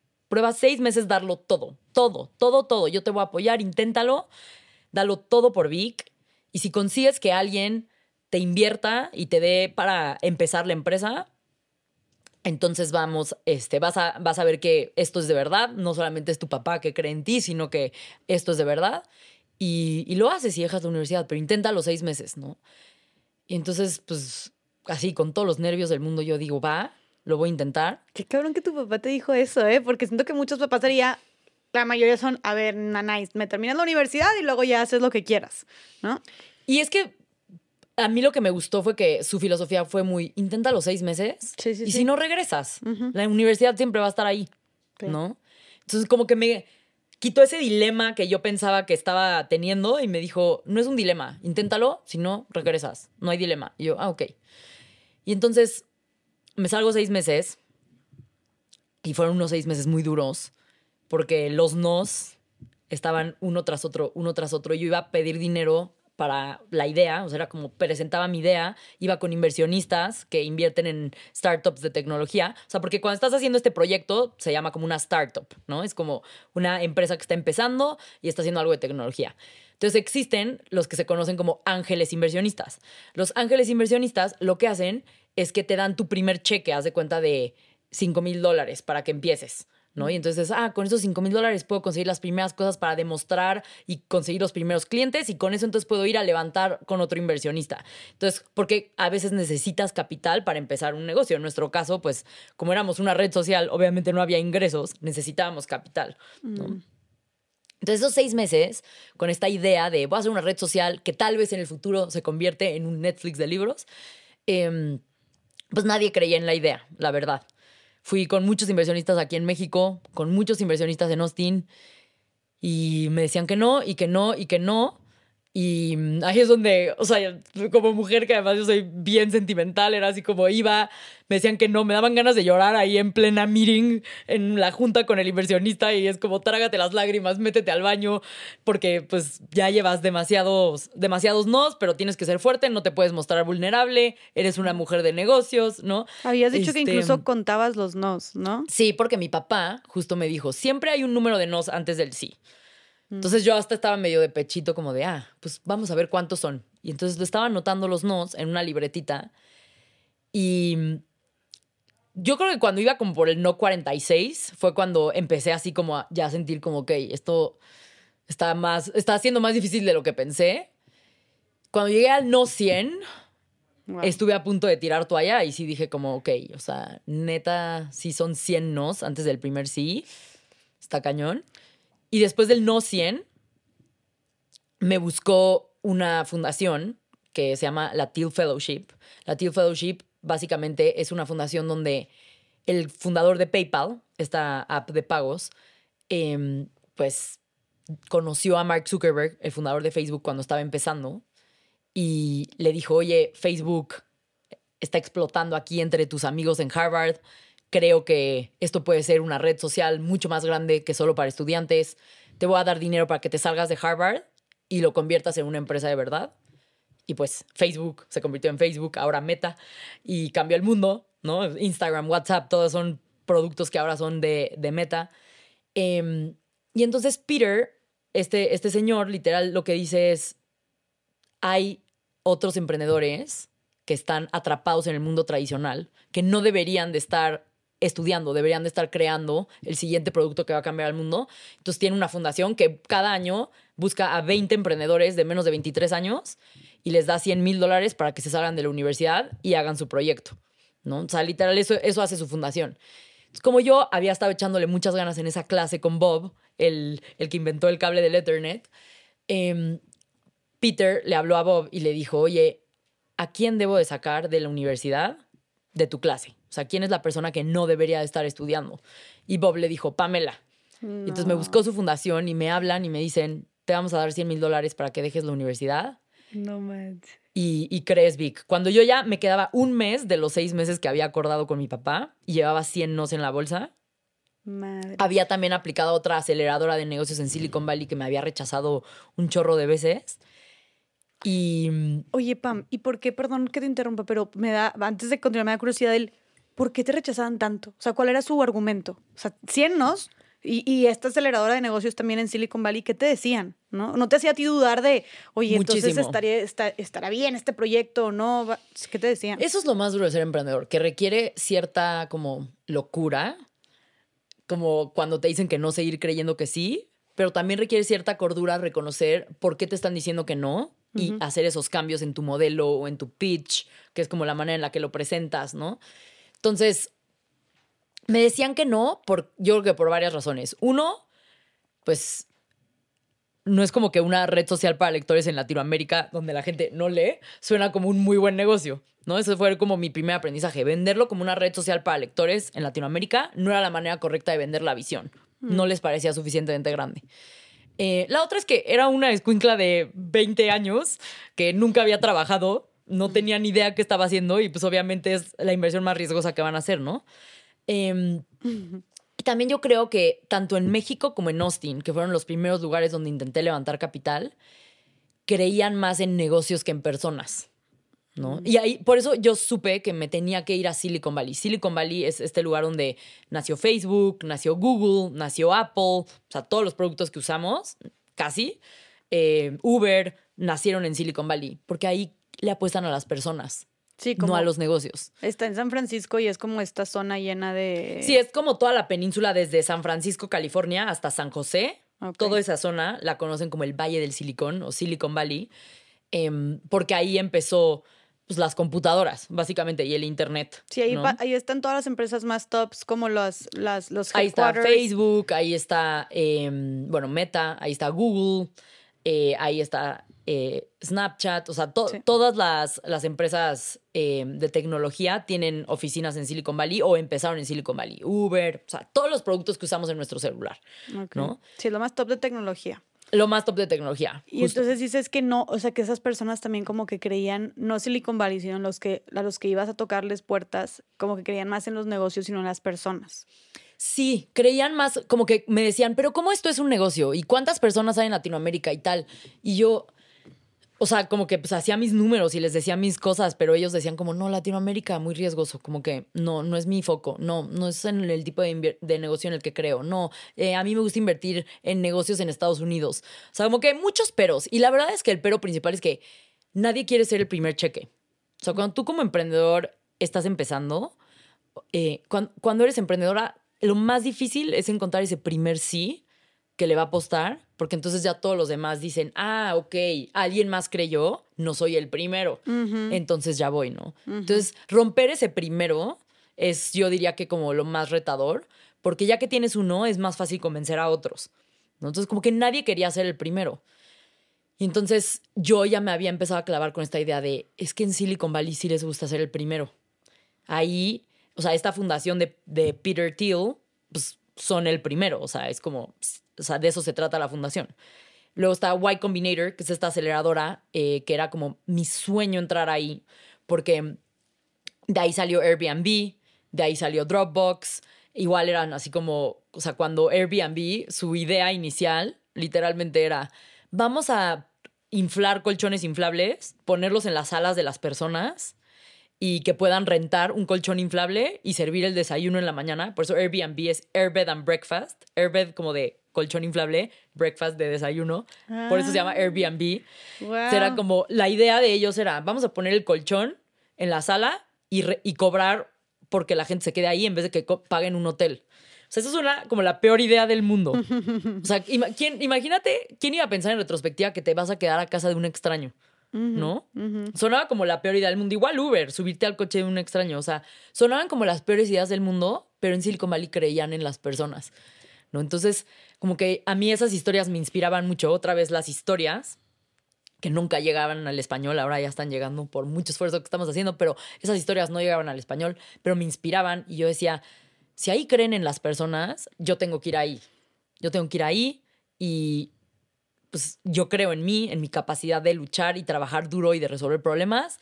darlo todo, todo, todo, todo. Yo te voy a apoyar, inténtalo, dalo todo por Vic. Y si consigues que alguien te invierta y te dé para empezar la empresa, entonces vas a ver que esto es de verdad. No solamente es tu papá que cree en ti, sino que esto es de verdad. Y lo haces y dejas la universidad, pero intenta los 6 meses, ¿no? Y entonces, pues, así, con todos los nervios del mundo, yo digo, lo voy a intentar. Qué cabrón que tu papá te dijo eso, porque siento que muchos papás la mayoría son, a ver, nanay, me terminas la universidad y luego ya haces lo que quieras, ¿no? Y es que a mí lo que me gustó fue que su filosofía fue muy, intenta los 6 meses y si no regresas, la universidad siempre va a estar ahí, ¿no? Entonces como que me quitó ese dilema que yo pensaba que estaba teniendo y me dijo, no es un dilema, inténtalo, si no, regresas, no hay dilema. Y yo, ok. Y entonces me salgo 6 meses y fueron unos 6 meses muy duros porque los nos estaban uno tras otro, uno tras otro. Yo iba a pedir dinero para la idea, o sea, era como presentaba mi idea, iba con inversionistas que invierten en startups de tecnología, o sea, porque cuando estás haciendo este proyecto se llama como una startup, ¿no? Es como una empresa que está empezando y está haciendo algo de tecnología. Entonces existen los que se conocen como ángeles inversionistas. Los ángeles inversionistas lo que hacen es que te dan tu primer cheque, haz de cuenta de $5,000 para que empieces. ¿No? Y entonces, con esos $5,000 puedo conseguir las primeras cosas para demostrar y conseguir los primeros clientes y con eso entonces puedo ir a levantar con otro inversionista. Entonces, porque a veces necesitas capital para empezar un negocio. En nuestro caso, pues, como éramos una red social, obviamente no había ingresos, necesitábamos capital, ¿no? Entonces, esos 6 meses, con esta idea de voy a hacer una red social que tal vez en el futuro se convierte en un Netflix de libros, pues nadie creía en la idea, la verdad. Fui con muchos inversionistas aquí en México, con muchos inversionistas en Austin, y me decían que no, y que no, y que no. Y ahí es donde, o sea, como mujer que además yo soy bien sentimental, era así como iba, me decían que no, me daban ganas de llorar ahí en plena meeting, en la junta con el inversionista y es como trágate las lágrimas, métete al baño, porque pues ya llevas demasiados nos, pero tienes que ser fuerte, no te puedes mostrar vulnerable, eres una mujer de negocios, ¿no? Habías dicho que incluso contabas los nos, ¿no? Sí, porque mi papá justo me dijo, siempre hay un número de nos antes del sí. Entonces yo hasta estaba medio de pechito como de, pues vamos a ver cuántos son. Y entonces lo estaba anotando los nos en una libretita. Y yo creo que cuando iba como por el no 46 fue cuando empecé así como a ya sentir como, ok, esto está siendo más difícil de lo que pensé. Cuando llegué al no 100, wow, estuve a punto de tirar toalla y sí dije como, ok, o sea, neta, sí son 100 nos antes del primer sí. Está cañón. Y después del no 100, me buscó una fundación que se llama la Thiel Fellowship. La Thiel Fellowship básicamente es una fundación donde el fundador de PayPal, esta app de pagos, pues conoció a Mark Zuckerberg, el fundador de Facebook, cuando estaba empezando y le dijo, oye, Facebook está explotando aquí entre tus amigos en Harvard. Creo que esto puede ser una red social mucho más grande que solo para estudiantes. Te voy a dar dinero para que te salgas de Harvard y lo conviertas en una empresa de verdad. Y pues Facebook se convirtió en Facebook, ahora Meta, y cambió el mundo, ¿no? Instagram, WhatsApp, todos son productos que ahora son de Meta. Y entonces Peter, este señor, literal, lo que dice es, hay otros emprendedores que están atrapados en el mundo tradicional, que no deberían de estar estudiando, deberían de estar creando el siguiente producto que va a cambiar el mundo. Entonces tiene una fundación que cada año busca a 20 emprendedores de menos de 23 años y les da $100,000 para que se salgan de la universidad y hagan su proyecto, ¿no? O sea, literal, eso hace su fundación. Entonces, como yo había estado echándole muchas ganas en esa clase con Bob, el que inventó el cable del Ethernet, Peter le habló a Bob y le dijo, oye, ¿a quién debo de sacar de la universidad de tu clase? O sea, ¿quién es la persona que no debería de estar estudiando? Y Bob le dijo, Pamela. No. Y entonces me buscó su fundación y me hablan y me dicen, te vamos a dar $100,000 para que dejes la universidad. No manches. Y crees, Vic, cuando yo ya me quedaba un mes de los 6 meses que había acordado con mi papá y llevaba 100 nos en la bolsa, madre, había también aplicado otra aceleradora de negocios en Silicon Valley que me había rechazado un chorro de veces. Y oye, Pam, ¿y por qué, perdón que te interrumpa, pero antes de continuar, me da curiosidad ¿por qué te rechazaban tanto? O sea, ¿cuál era su argumento? O sea, 100 nos y esta aceleradora de negocios también en Silicon Valley, ¿qué te decían? ¿No te hacía a ti dudar de, oye, muchísimo. Entonces estará bien este proyecto o no? ¿Qué te decían? Eso es lo más duro de ser emprendedor, que requiere cierta como locura, como cuando te dicen que no, seguir creyendo que sí, pero también requiere cierta cordura reconocer por qué te están diciendo que no y hacer esos cambios en tu modelo o en tu pitch, que es como la manera en la que lo presentas, ¿no? Entonces, me decían que no, yo creo que por varias razones. Uno, pues no es como que una red social para lectores en Latinoamérica donde la gente no lee, suena como un muy buen negocio, ¿no? Ese fue como mi primer aprendizaje. Venderlo como una red social para lectores en Latinoamérica no era la manera correcta de vender la visión. No les parecía suficientemente grande. La otra es que era una escuincla de 20 años que nunca había trabajado, no tenía ni idea qué estaba haciendo y pues obviamente es la inversión más riesgosa que van a hacer, ¿no? También yo creo que tanto en México como en Austin, que fueron los primeros lugares donde intenté levantar capital, creían más en negocios que en personas, ¿no? Y ahí, por eso yo supe que me tenía que ir a Silicon Valley. Silicon Valley es este lugar donde nació Facebook, nació Google, nació Apple, o sea, todos los productos que usamos, casi, Uber, nacieron en Silicon Valley, porque ahí le apuestan a las personas, Sí, no como a los negocios. está en San Francisco y es como esta zona llena de... Sí, es como toda la península desde San Francisco, California, hasta San José. Ok. Toda esa zona la conocen como el Valle del Silicón o Silicon Valley, porque ahí empezó pues, las computadoras, básicamente, y el internet. Sí, ahí, ¿no? ahí están todas las empresas más tops, como los Ahí está headquarters. Facebook, ahí está, bueno, Meta, ahí está Google, ahí está Snapchat, o sea, Sí. todas las empresas de tecnología tienen oficinas en Silicon Valley o empezaron en Silicon Valley. Uber, o sea, todos los productos que usamos en nuestro celular, Ok. ¿no? Sí, es lo más top de tecnología. Lo más top de tecnología. Y justo. entonces dices que no, o sea, que esas personas también como que creían, no Silicon Valley, sino a los que ibas a tocarles puertas, como que creían más en los negocios, sino en las personas. Sí, creían más, como que me decían, pero ¿cómo esto es un negocio? ¿Y cuántas personas hay en Latinoamérica y tal? Y yo, o sea, como que pues hacía mis números y les decía mis cosas, pero ellos decían como, no, Latinoamérica, muy riesgoso, como que no es mi foco, no es en el tipo de negocio en el que creo, no, a mí me gusta invertir en negocios en Estados Unidos. O sea, como que muchos peros. Y la verdad es que el pero principal es que nadie quiere ser el primer cheque. O sea, cuando tú como emprendedor estás empezando, cuando eres emprendedora, lo más difícil es encontrar ese primer sí que le va a apostar, porque entonces ya todos los demás dicen, ok, alguien más creyó, no soy el primero, entonces ya voy, ¿no? Entonces, romper ese primero es, yo diría que como lo más retador, porque ya que tienes uno, es más fácil convencer a otros, ¿no? Entonces, como que nadie quería ser el primero. Y entonces yo ya me había empezado a clavar con esta idea de, es que en Silicon Valley sí les gusta ser el primero. Ahí, o sea, esta fundación de Peter Thiel, pues son el primero, o sea, es como, o sea, de eso se trata la fundación. Luego está Y Combinator, que es esta aceleradora, que era como mi sueño entrar ahí, porque de ahí salió Airbnb, de ahí salió Dropbox, igual eran así como, o sea, cuando Airbnb, su idea inicial literalmente era, vamos a inflar colchones inflables, ponerlos en las salas de las personas y que puedan rentar un colchón inflable y servir el desayuno en la mañana. Por eso Airbnb es Airbed and Breakfast. Airbed como de colchón inflable, breakfast de desayuno. Por eso se llama Airbnb. Wow. Era como, la idea de ellos era, vamos a poner el colchón en la sala y cobrar porque la gente se quede ahí en vez de que paguen un hotel. O sea, eso suena como la peor idea del mundo. O sea, imagínate, ¿quién iba a pensar en retrospectiva que te vas a quedar a casa de un extraño? ¿No? Sonaba como la peor idea del mundo. Igual Uber, subirte al coche de un extraño. O sea, sonaban como las peores ideas del mundo, pero en Silicon Valley creían en las personas, ¿no? Entonces, como que a mí esas historias me inspiraban mucho. Otra vez las historias que nunca llegaban al español, ahora ya están llegando por mucho esfuerzo que estamos haciendo, pero esas historias no llegaban al español, pero me inspiraban y yo decía, si ahí creen en las personas, yo tengo que ir ahí. Yo tengo que ir ahí y pues yo creo en mí, en mi capacidad de luchar y trabajar duro y de resolver problemas.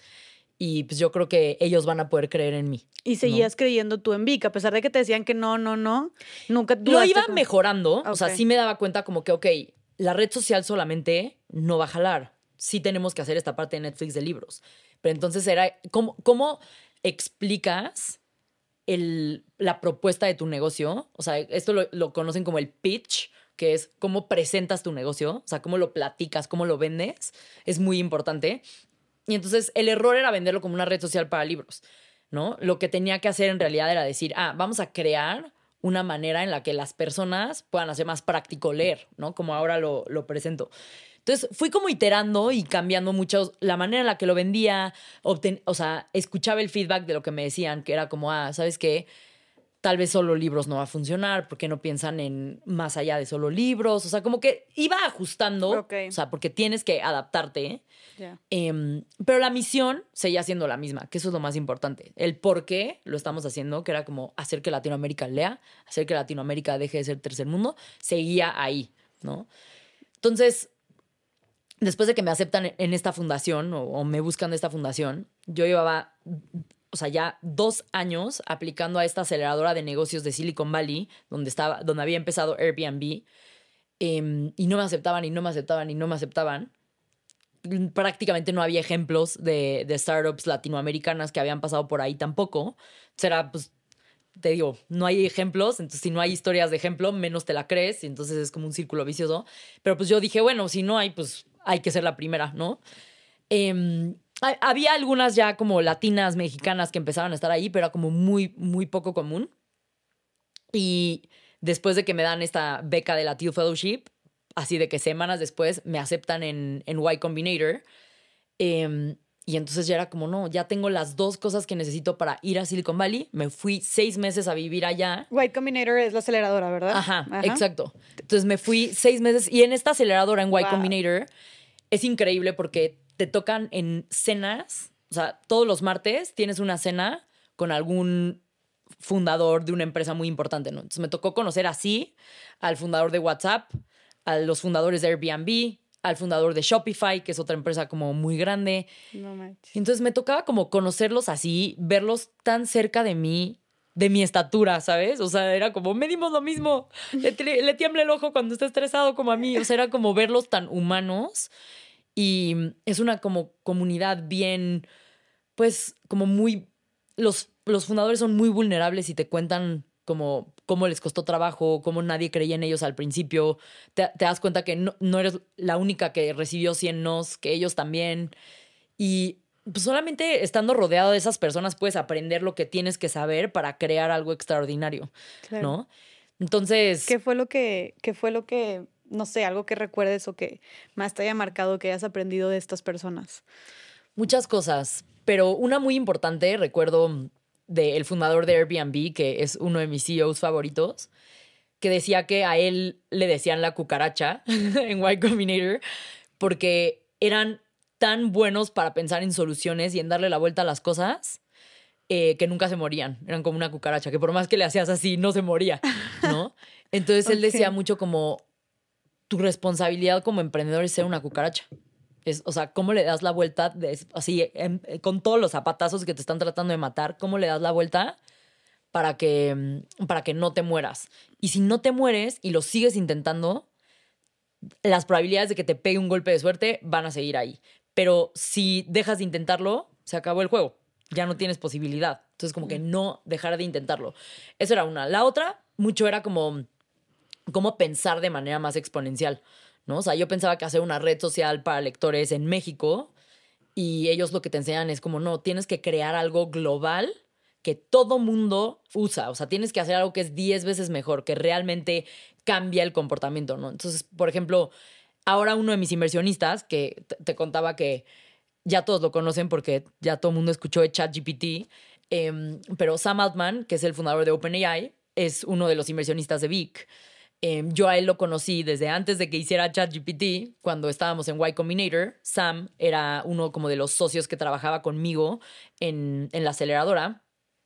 Y pues yo creo que ellos van a poder creer en mí. Y seguías creyendo tú en Vic, a pesar de que te decían que no, nunca Lo dudaste iba como- mejorando. O sea, Ok. sí me daba cuenta como que, ok, la red social solamente no va a jalar. Sí tenemos que hacer esta parte de Netflix de libros. Pero entonces era, ¿cómo explicas la propuesta de tu negocio? O sea, esto lo conocen como el pitch, que es cómo presentas tu negocio, o sea, cómo lo platicas, cómo lo vendes, es muy importante. Y entonces el error era venderlo como una red social para libros, ¿no? Lo que tenía que hacer en realidad era decir, vamos a crear una manera en la que las personas puedan hacer más práctico leer, ¿no? Como ahora lo presento. Entonces fui como iterando y cambiando mucho la manera en la que lo vendía, o sea, escuchaba el feedback de lo que me decían, que era como, ¿sabes qué? Tal vez solo libros no va a funcionar, porque no piensan en más allá de solo libros. O sea, como que iba ajustando, Ok. o sea, porque tienes que adaptarte. Ya. Pero la misión seguía siendo la misma, que eso es lo más importante. El por qué lo estamos haciendo, que era como hacer que Latinoamérica lea, hacer que Latinoamérica deje de ser tercer mundo, seguía ahí, ¿no? Entonces, después de que me aceptan en esta fundación o me buscan de esta fundación, yo llevaba o sea, ya 2 años aplicando a esta aceleradora de negocios de Silicon Valley, donde había empezado Airbnb, y no me aceptaban y no me aceptaban y no me aceptaban. Prácticamente no había ejemplos de startups latinoamericanas que habían pasado por ahí tampoco. Será, pues, te digo, no hay ejemplos, entonces si no hay historias de ejemplo, menos te la crees, y entonces es como un círculo vicioso. Pero pues yo dije, bueno, si no hay, pues hay que ser la primera, ¿no? Había algunas ya como latinas, mexicanas que empezaban a estar ahí, pero era como muy, muy poco común. Y después de que me dan esta beca de la Teal Fellowship, así de que semanas después me aceptan en Y Combinator. Y entonces ya era como, no, ya tengo las 2 cosas que necesito para ir a Silicon Valley. Me fui 6 meses a vivir allá. Y Combinator es la aceleradora, ¿verdad? Ajá, exacto. Entonces me fui 6 meses y en esta aceleradora en Y Wow. Combinator es increíble porque te tocan en cenas. O sea, todos los martes tienes una cena con algún fundador de una empresa muy importante, ¿no? Entonces me tocó conocer así al fundador de WhatsApp, a los fundadores de Airbnb, al fundador de Shopify, que es otra empresa como muy grande. No manches. Y entonces me tocaba como conocerlos así, verlos tan cerca de mí, de mi estatura, ¿sabes? O sea, era como, medimos lo mismo, le tiembla el ojo cuando está estresado como a mí. O sea, era como verlos tan humanos. Y es una como comunidad bien, pues, como muy... Los fundadores son muy vulnerables y te cuentan como cómo les costó trabajo, cómo nadie creía en ellos al principio. Te das cuenta que no eres la única que recibió 100 nos, que ellos también. Y pues solamente estando rodeado de esas personas puedes aprender lo que tienes que saber para crear algo extraordinario, Claro. ¿no? Entonces... ¿Qué fue lo que, no sé, algo que recuerdes o que más te haya marcado que hayas aprendido de estas personas? Muchas cosas, pero una muy importante, recuerdo del fundador de Airbnb, que es uno de mis CEOs favoritos, que decía que a él le decían la cucaracha en Y Combinator porque eran tan buenos para pensar en soluciones y en darle la vuelta a las cosas que nunca se morían. Eran como una cucaracha, que por más que le hacías así, no se moría, ¿no? Entonces él decía mucho como, tu responsabilidad como emprendedor es ser una cucaracha. O sea, cómo le das la vuelta, así, con todos los zapatazos que te están tratando de matar, cómo le das la vuelta para que no te mueras. Y si no te mueres y lo sigues intentando, las probabilidades de que te pegue un golpe de suerte van a seguir ahí. Pero si dejas de intentarlo, se acabó el juego. Ya no tienes posibilidad. Entonces, como que no dejar de intentarlo. Eso era una. La otra, mucho era como cómo pensar de manera más exponencial, ¿no? O sea, yo pensaba que hacer una red social para lectores en México y ellos lo que te enseñan es como, no, tienes que crear algo global que todo mundo usa. O sea, tienes que hacer algo que es 10 veces mejor, que realmente cambia el comportamiento, ¿no? Entonces, por ejemplo, ahora uno de mis inversionistas, que te contaba que ya todos lo conocen porque ya todo el mundo escuchó de ChatGPT, pero Sam Altman, que es el fundador de OpenAI, es uno de los inversionistas de Vic. Yo a él lo conocí desde antes de que hiciera ChatGPT, cuando estábamos en Y Combinator. Sam era uno como de los socios que trabajaba conmigo en la aceleradora.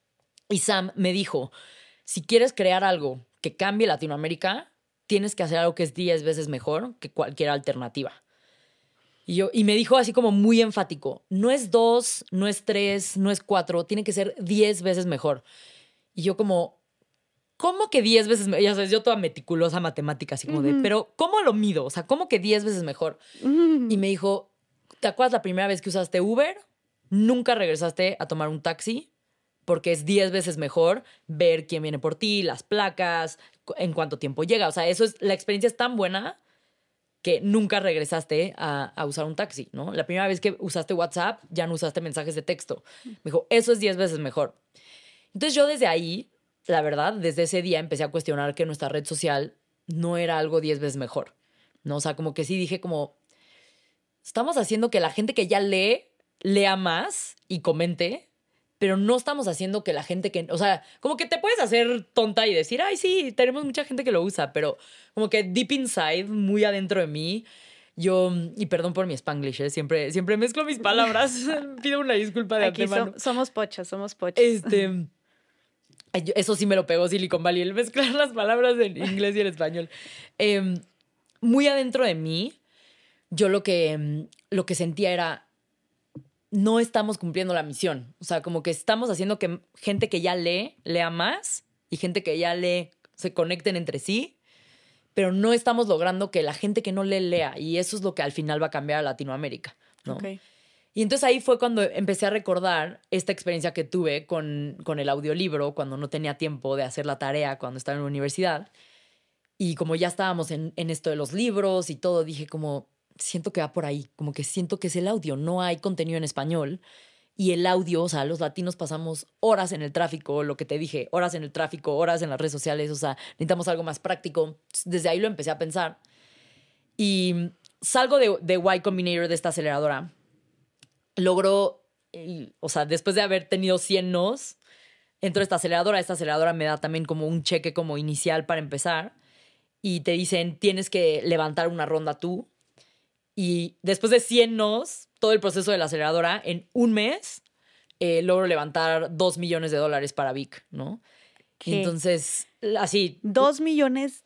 Y Sam me dijo, si quieres crear algo que cambie Latinoamérica, tienes que hacer algo que es 10 veces mejor que cualquier alternativa. Y me dijo así como muy enfático, no es 2, no es 3, no es 4, tiene que ser 10 veces mejor. Y yo como, ¿cómo que 10 veces mejor? Ya sabes, yo toda meticulosa matemática, así como de, pero ¿cómo lo mido? O sea, ¿cómo que 10 veces mejor? Y me dijo, ¿te acuerdas la primera vez que usaste Uber? Nunca regresaste a tomar un taxi porque es 10 veces mejor ver quién viene por ti, las placas, en cuánto tiempo llega. O sea, la experiencia es tan buena que nunca regresaste a usar un taxi, ¿no? La primera vez que usaste WhatsApp, ya no usaste mensajes de texto. Me dijo, eso es 10 veces mejor. Entonces yo desde ahí, la verdad, desde ese día empecé a cuestionar que nuestra red social no era algo 10 veces mejor, ¿no? O sea, como que sí dije como, estamos haciendo que la gente que ya lea más y comente, pero no estamos haciendo que la gente que... O sea, como que te puedes hacer tonta y decir, ay, sí, tenemos mucha gente que lo usa, pero como que deep inside, muy adentro de mí, yo... Y perdón por mi Spanglish, ¿eh? Siempre mezclo mis palabras. Pido una disculpa de Aquí antemano. somos pochas, somos pochas. Eso sí me lo pegó Silicon Valley, el mezclar las palabras en inglés y en español. Muy adentro de mí, yo lo que sentía era... no estamos cumpliendo la misión. O sea, como que estamos haciendo que gente que ya lea más y gente que ya lee se conecten entre sí, pero no estamos logrando que la gente que no lea. Y eso es lo que al final va a cambiar a Latinoamérica, ¿no? Ok. Y entonces ahí fue cuando empecé a recordar esta experiencia que tuve con el audiolibro, cuando no tenía tiempo de hacer la tarea, cuando estaba en la universidad. Y como ya estábamos en esto de los libros y todo, dije como, siento que va por ahí, como que siento que es el audio, no hay contenido en español. Y el audio, o sea, los latinos pasamos horas en el tráfico, lo que te dije, horas en el tráfico, horas en las redes sociales, o sea, necesitamos algo más práctico. Desde ahí lo empecé a pensar. Y salgo de Y Combinator, de esta aceleradora. Logro, o sea, después de haber tenido 100 nos, entro a esta aceleradora me da también como un cheque como inicial para empezar y te dicen, tienes que levantar una ronda tú. Y después de 100 nos, todo el proceso de la aceleradora, en un mes, logro levantar $2 millones para Vic, ¿no? ¿Qué? Y entonces, así. $2 millones.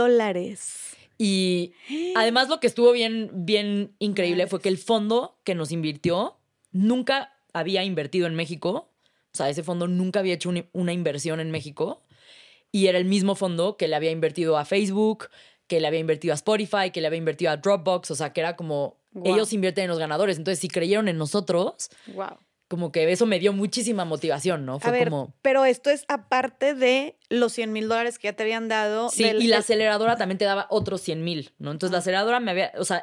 Y además lo que estuvo bien increíble fue que el fondo que nos invirtió nunca había invertido en México. O sea, ese fondo nunca había hecho una inversión en México. Y era el mismo fondo que le había invertido a Facebook, que le había invertido a Spotify, que le había invertido a Dropbox. O sea, que era como, ellos invierten en los ganadores. Entonces, si creyeron en nosotros, como que eso me dio muchísima motivación, ¿no? Fue como... Pero esto es aparte de los $100,000 que ya te habían dado. Sí, y la aceleradora también te daba otros 100,000, ¿no? Entonces la aceleradora me había, o sea,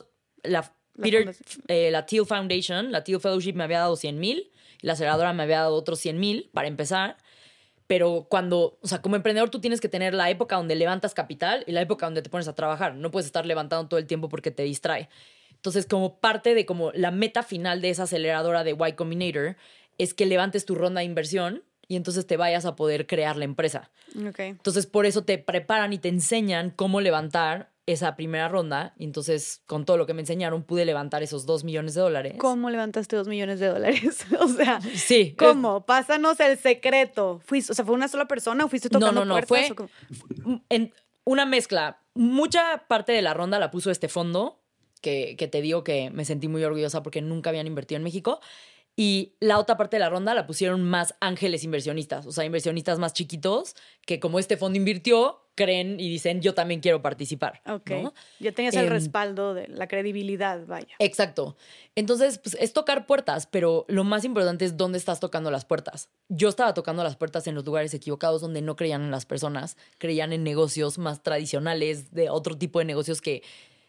la Teal Foundation, la Teal Fellowship me había dado 100,000 y la aceleradora me había dado otros 100,000 para empezar. Pero cuando, o sea, como emprendedor tú tienes que tener la época donde levantas capital y la época donde te pones a trabajar. No puedes estar levantando todo el tiempo porque te distrae. Entonces, como parte de como la meta final de esa aceleradora de Y Combinator es que levantes tu ronda de inversión y entonces te vayas a poder crear la empresa. Okay. Entonces, por eso te preparan y te enseñan cómo levantar esa primera ronda. Y entonces, con todo lo que me enseñaron, pude levantar esos $2 millones. ¿Cómo levantaste $2 millones? O sea, sí. ¿Cómo? Pásanos el secreto. ¿Fuiste, o sea, fue una sola persona o fuiste tocando puertas? Fue en una mezcla. Mucha parte de la ronda la puso este fondo, que te digo que me sentí muy orgullosa porque nunca habían invertido en México. Y la otra parte de la ronda la pusieron más ángeles inversionistas, o sea, inversionistas más chiquitos que como este fondo invirtió, creen y dicen, yo también quiero participar. Ok, ¿no? Ya tenías el respaldo de la credibilidad, vaya. Exacto. Entonces, pues es tocar puertas, pero lo más importante es dónde estás tocando las puertas. Yo estaba tocando las puertas en los lugares equivocados donde no creían en las personas, creían en negocios más tradicionales, de otro tipo de negocios que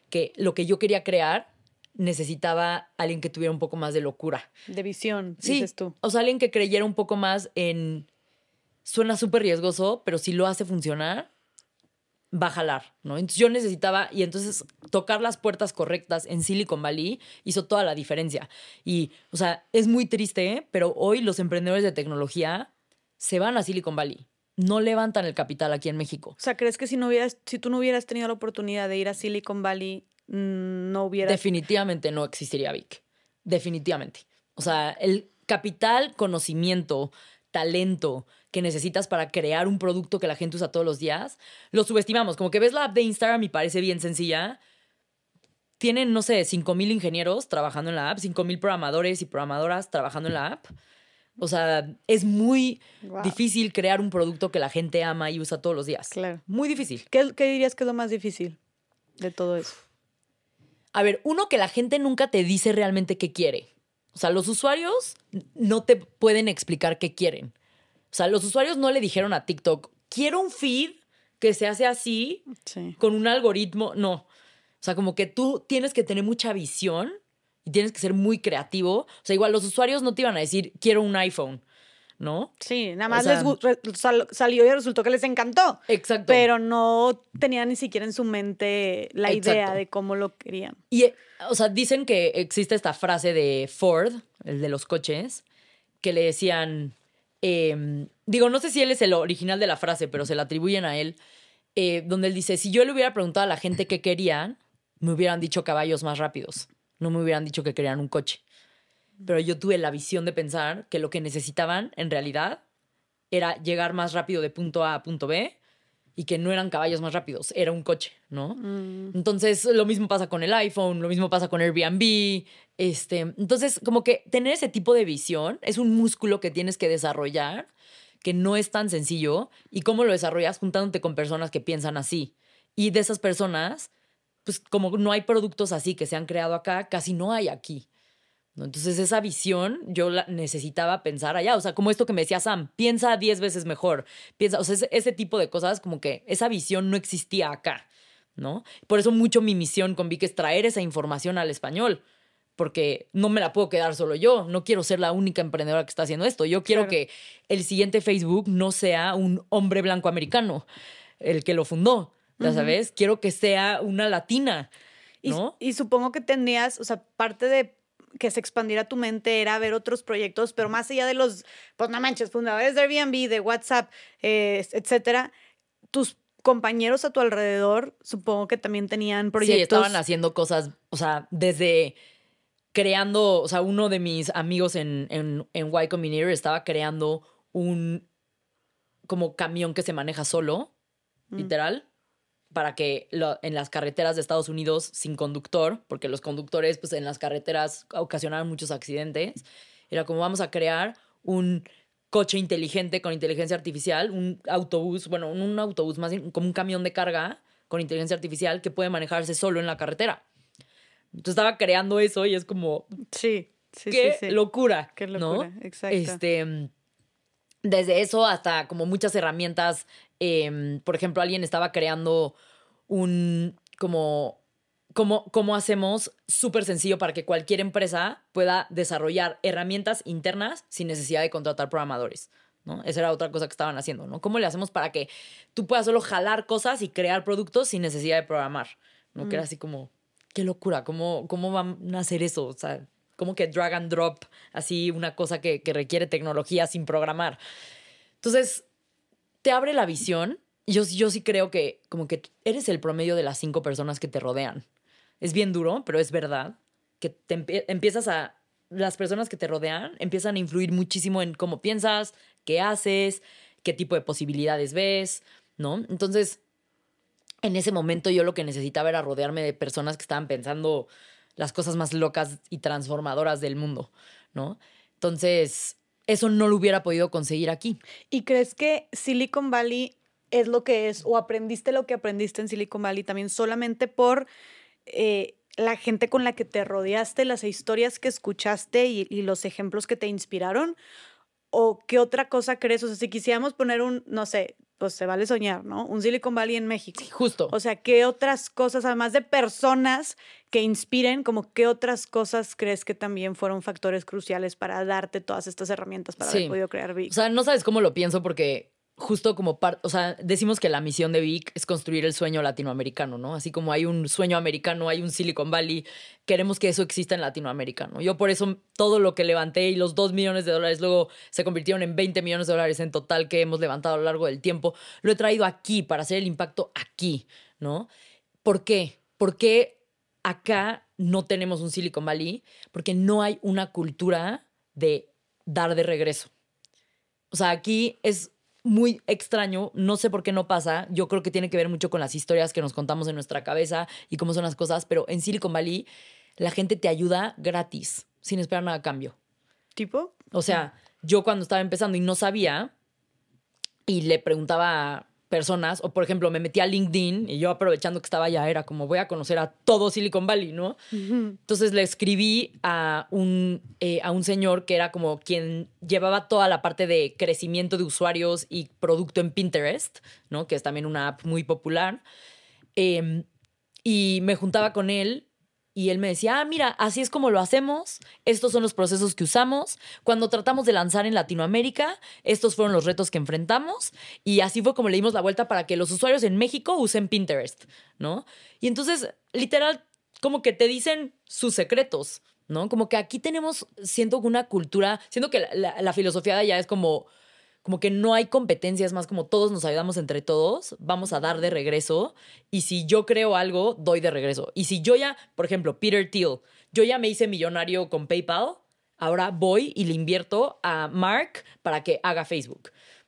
lo que yo quería crear necesitaba alguien que tuviera un poco más de locura. De visión, sí, dices tú. O sea, alguien que creyera un poco más en... Suena súper riesgoso, pero si lo hace funcionar, va a jalar, ¿no? Entonces yo necesitaba... Y entonces tocar las puertas correctas en Silicon Valley hizo toda la diferencia. Y, o sea, es muy triste, pero hoy los emprendedores de tecnología se van a Silicon Valley. No levantan el capital aquí en México. O sea, ¿crees que si tú no hubieras tenido la oportunidad de ir a Silicon Valley, no hubieras... Definitivamente no existiría Vic. Definitivamente. O sea, el capital, conocimiento, talento que necesitas para crear un producto que la gente usa todos los días, lo subestimamos. Como que ves la app de Instagram y parece bien sencilla. Tienen, no sé, 5,000 ingenieros trabajando en la app, 5,000 programadores y programadoras trabajando en la app. O sea, es muy difícil crear un producto que la gente ama y usa todos los días. Claro. Muy difícil. ¿Qué dirías que es lo más difícil de todo eso? A ver, uno, que la gente nunca te dice realmente qué quiere. O sea, los usuarios no te pueden explicar qué quieren. O sea, los usuarios no le dijeron a TikTok, quiero un feed que se hace así, con un algoritmo. No. O sea, como que tú tienes que tener mucha visión y tienes que ser muy creativo. O sea, igual los usuarios no te iban a decir, quiero un iPhone, ¿no? Sí, nada más salió y resultó que les encantó. Exacto. Pero no tenían ni siquiera en su mente la idea de cómo lo querían. Y, o sea, dicen que existe esta frase de Ford, el de los coches, que le decían, digo, no sé si él es el original de la frase, pero se la atribuyen a él, donde él dice, si yo le hubiera preguntado a la gente qué querían, me hubieran dicho caballos más rápidos, no me hubieran dicho que querían un coche. Pero yo tuve la visión de pensar que lo que necesitaban, en realidad, era llegar más rápido de punto A a punto B y que no eran caballos más rápidos, era un coche, ¿no? Entonces, lo mismo pasa con el iPhone, lo mismo pasa con Airbnb. Entonces, como que tener ese tipo de visión es un músculo que tienes que desarrollar, que no es tan sencillo. ¿Y cómo lo desarrollas? Juntándote con personas que piensan así. Y de esas personas, pues como no hay productos así que se han creado acá, casi no hay aquí, ¿no? Entonces esa visión yo la necesitaba pensar allá. O sea, como esto que me decía Sam, piensa 10 veces mejor. Piensa, o sea, ese tipo de cosas, como que esa visión no existía acá, ¿no? Por eso mucho mi misión con Vic es traer esa información al español. Porque no me la puedo quedar solo yo. No quiero ser la única emprendedora que está haciendo esto. Yo quiero que el siguiente Facebook no sea un hombre blanco americano el que lo fundó. Ya sabes, quiero que sea una latina, ¿no? Y supongo que tenías, o sea, parte de que se expandiera tu mente era ver otros proyectos, pero más allá de los, pues no manches, fundadores de Airbnb, de WhatsApp, etcétera, tus compañeros a tu alrededor supongo que también tenían proyectos. Sí, estaban haciendo cosas, o sea, desde creando, o sea, uno de mis amigos en Y Combinator estaba creando un como camión que se maneja solo, literal, para que en las carreteras de Estados Unidos sin conductor, porque los conductores pues en las carreteras ocasionaban muchos accidentes, era como vamos a crear un coche inteligente con inteligencia artificial, un autobús, bueno, un autobús más bien como un camión de carga con inteligencia artificial que puede manejarse solo en la carretera. Entonces estaba creando eso y es como... Sí, qué locura. Qué locura, ¿no? exacto. Desde eso hasta como muchas herramientas. Por ejemplo, alguien estaba creando un cómo hacemos súper sencillo para que cualquier empresa pueda desarrollar herramientas internas sin necesidad de contratar programadores, ¿no? Esa era otra cosa que estaban haciendo, ¿no? ¿Cómo le hacemos para que tú puedas solo jalar cosas y crear productos sin necesidad de programar? ¿No? Que era así como, qué locura, ¿cómo van a hacer eso? O sea, como que drag and drop, así una cosa que requiere tecnología sin programar. Entonces, te abre la visión. Yo sí creo que como que eres el promedio de las 5 personas que te rodean. Es bien duro, pero es verdad que empiezas a... Las personas que te rodean empiezan a influir muchísimo en cómo piensas, qué haces, qué tipo de posibilidades ves, ¿no? Entonces, en ese momento yo lo que necesitaba era rodearme de personas que estaban pensando las cosas más locas y transformadoras del mundo, ¿no? Entonces, eso no lo hubiera podido conseguir aquí. ¿Y crees que Silicon Valley es lo que es, o aprendiste lo que aprendiste en Silicon Valley también solamente por la gente con la que te rodeaste, las historias que escuchaste y los ejemplos que te inspiraron? ¿O qué otra cosa crees? O sea, si quisiéramos poner no sé, pues se vale soñar, ¿no? Un Silicon Valley en México. Sí, justo. O sea, ¿qué otras cosas, además de personas que inspiren, como qué otras cosas crees que también fueron factores cruciales para darte todas estas herramientas para haber podido crear Vic? O sea, no sabes cómo lo pienso porque justo como o sea, decimos que la misión de Vic es construir el sueño latinoamericano, ¿no? Así como hay un sueño americano, hay un Silicon Valley, queremos que eso exista en Latinoamérica, ¿no? Yo por eso todo lo que levanté y los $2 millones luego se convirtieron en $20 millones en total que hemos levantado a lo largo del tiempo, lo he traído aquí para hacer el impacto aquí, ¿no? ¿Por qué? Porque acá no tenemos un Silicon Valley, porque no hay una cultura de dar de regreso. O sea, aquí es muy extraño, no sé por qué no pasa, yo creo que tiene que ver mucho con las historias que nos contamos en nuestra cabeza y cómo son las cosas, pero en Silicon Valley la gente te ayuda gratis, sin esperar nada a cambio. ¿Tipo? O sea, yo cuando estaba empezando y no sabía y le preguntaba a personas, o por ejemplo me metí a LinkedIn y yo aprovechando que estaba allá era como voy a conocer a todo Silicon Valley, ¿no? Entonces le escribí a un señor que era como quien llevaba toda la parte de crecimiento de usuarios y producto en Pinterest, ¿no? Que es también una app muy popular. Y me juntaba con él y él me decía, mira, así es como lo hacemos, estos son los procesos que usamos, cuando tratamos de lanzar en Latinoamérica, estos fueron los retos que enfrentamos y así fue como le dimos la vuelta para que los usuarios en México usen Pinterest, ¿no? Y entonces, literal, como que te dicen sus secretos, ¿no? Como que aquí tenemos, siento una cultura, siento que la filosofía de allá es como que no hay competencia, es más como todos nos ayudamos entre todos, vamos a dar de regreso y si yo creo algo, doy de regreso. Y si yo ya, por ejemplo, Peter Thiel, yo ya me hice millonario con PayPal, ahora voy y le invierto a Mark para que haga Facebook,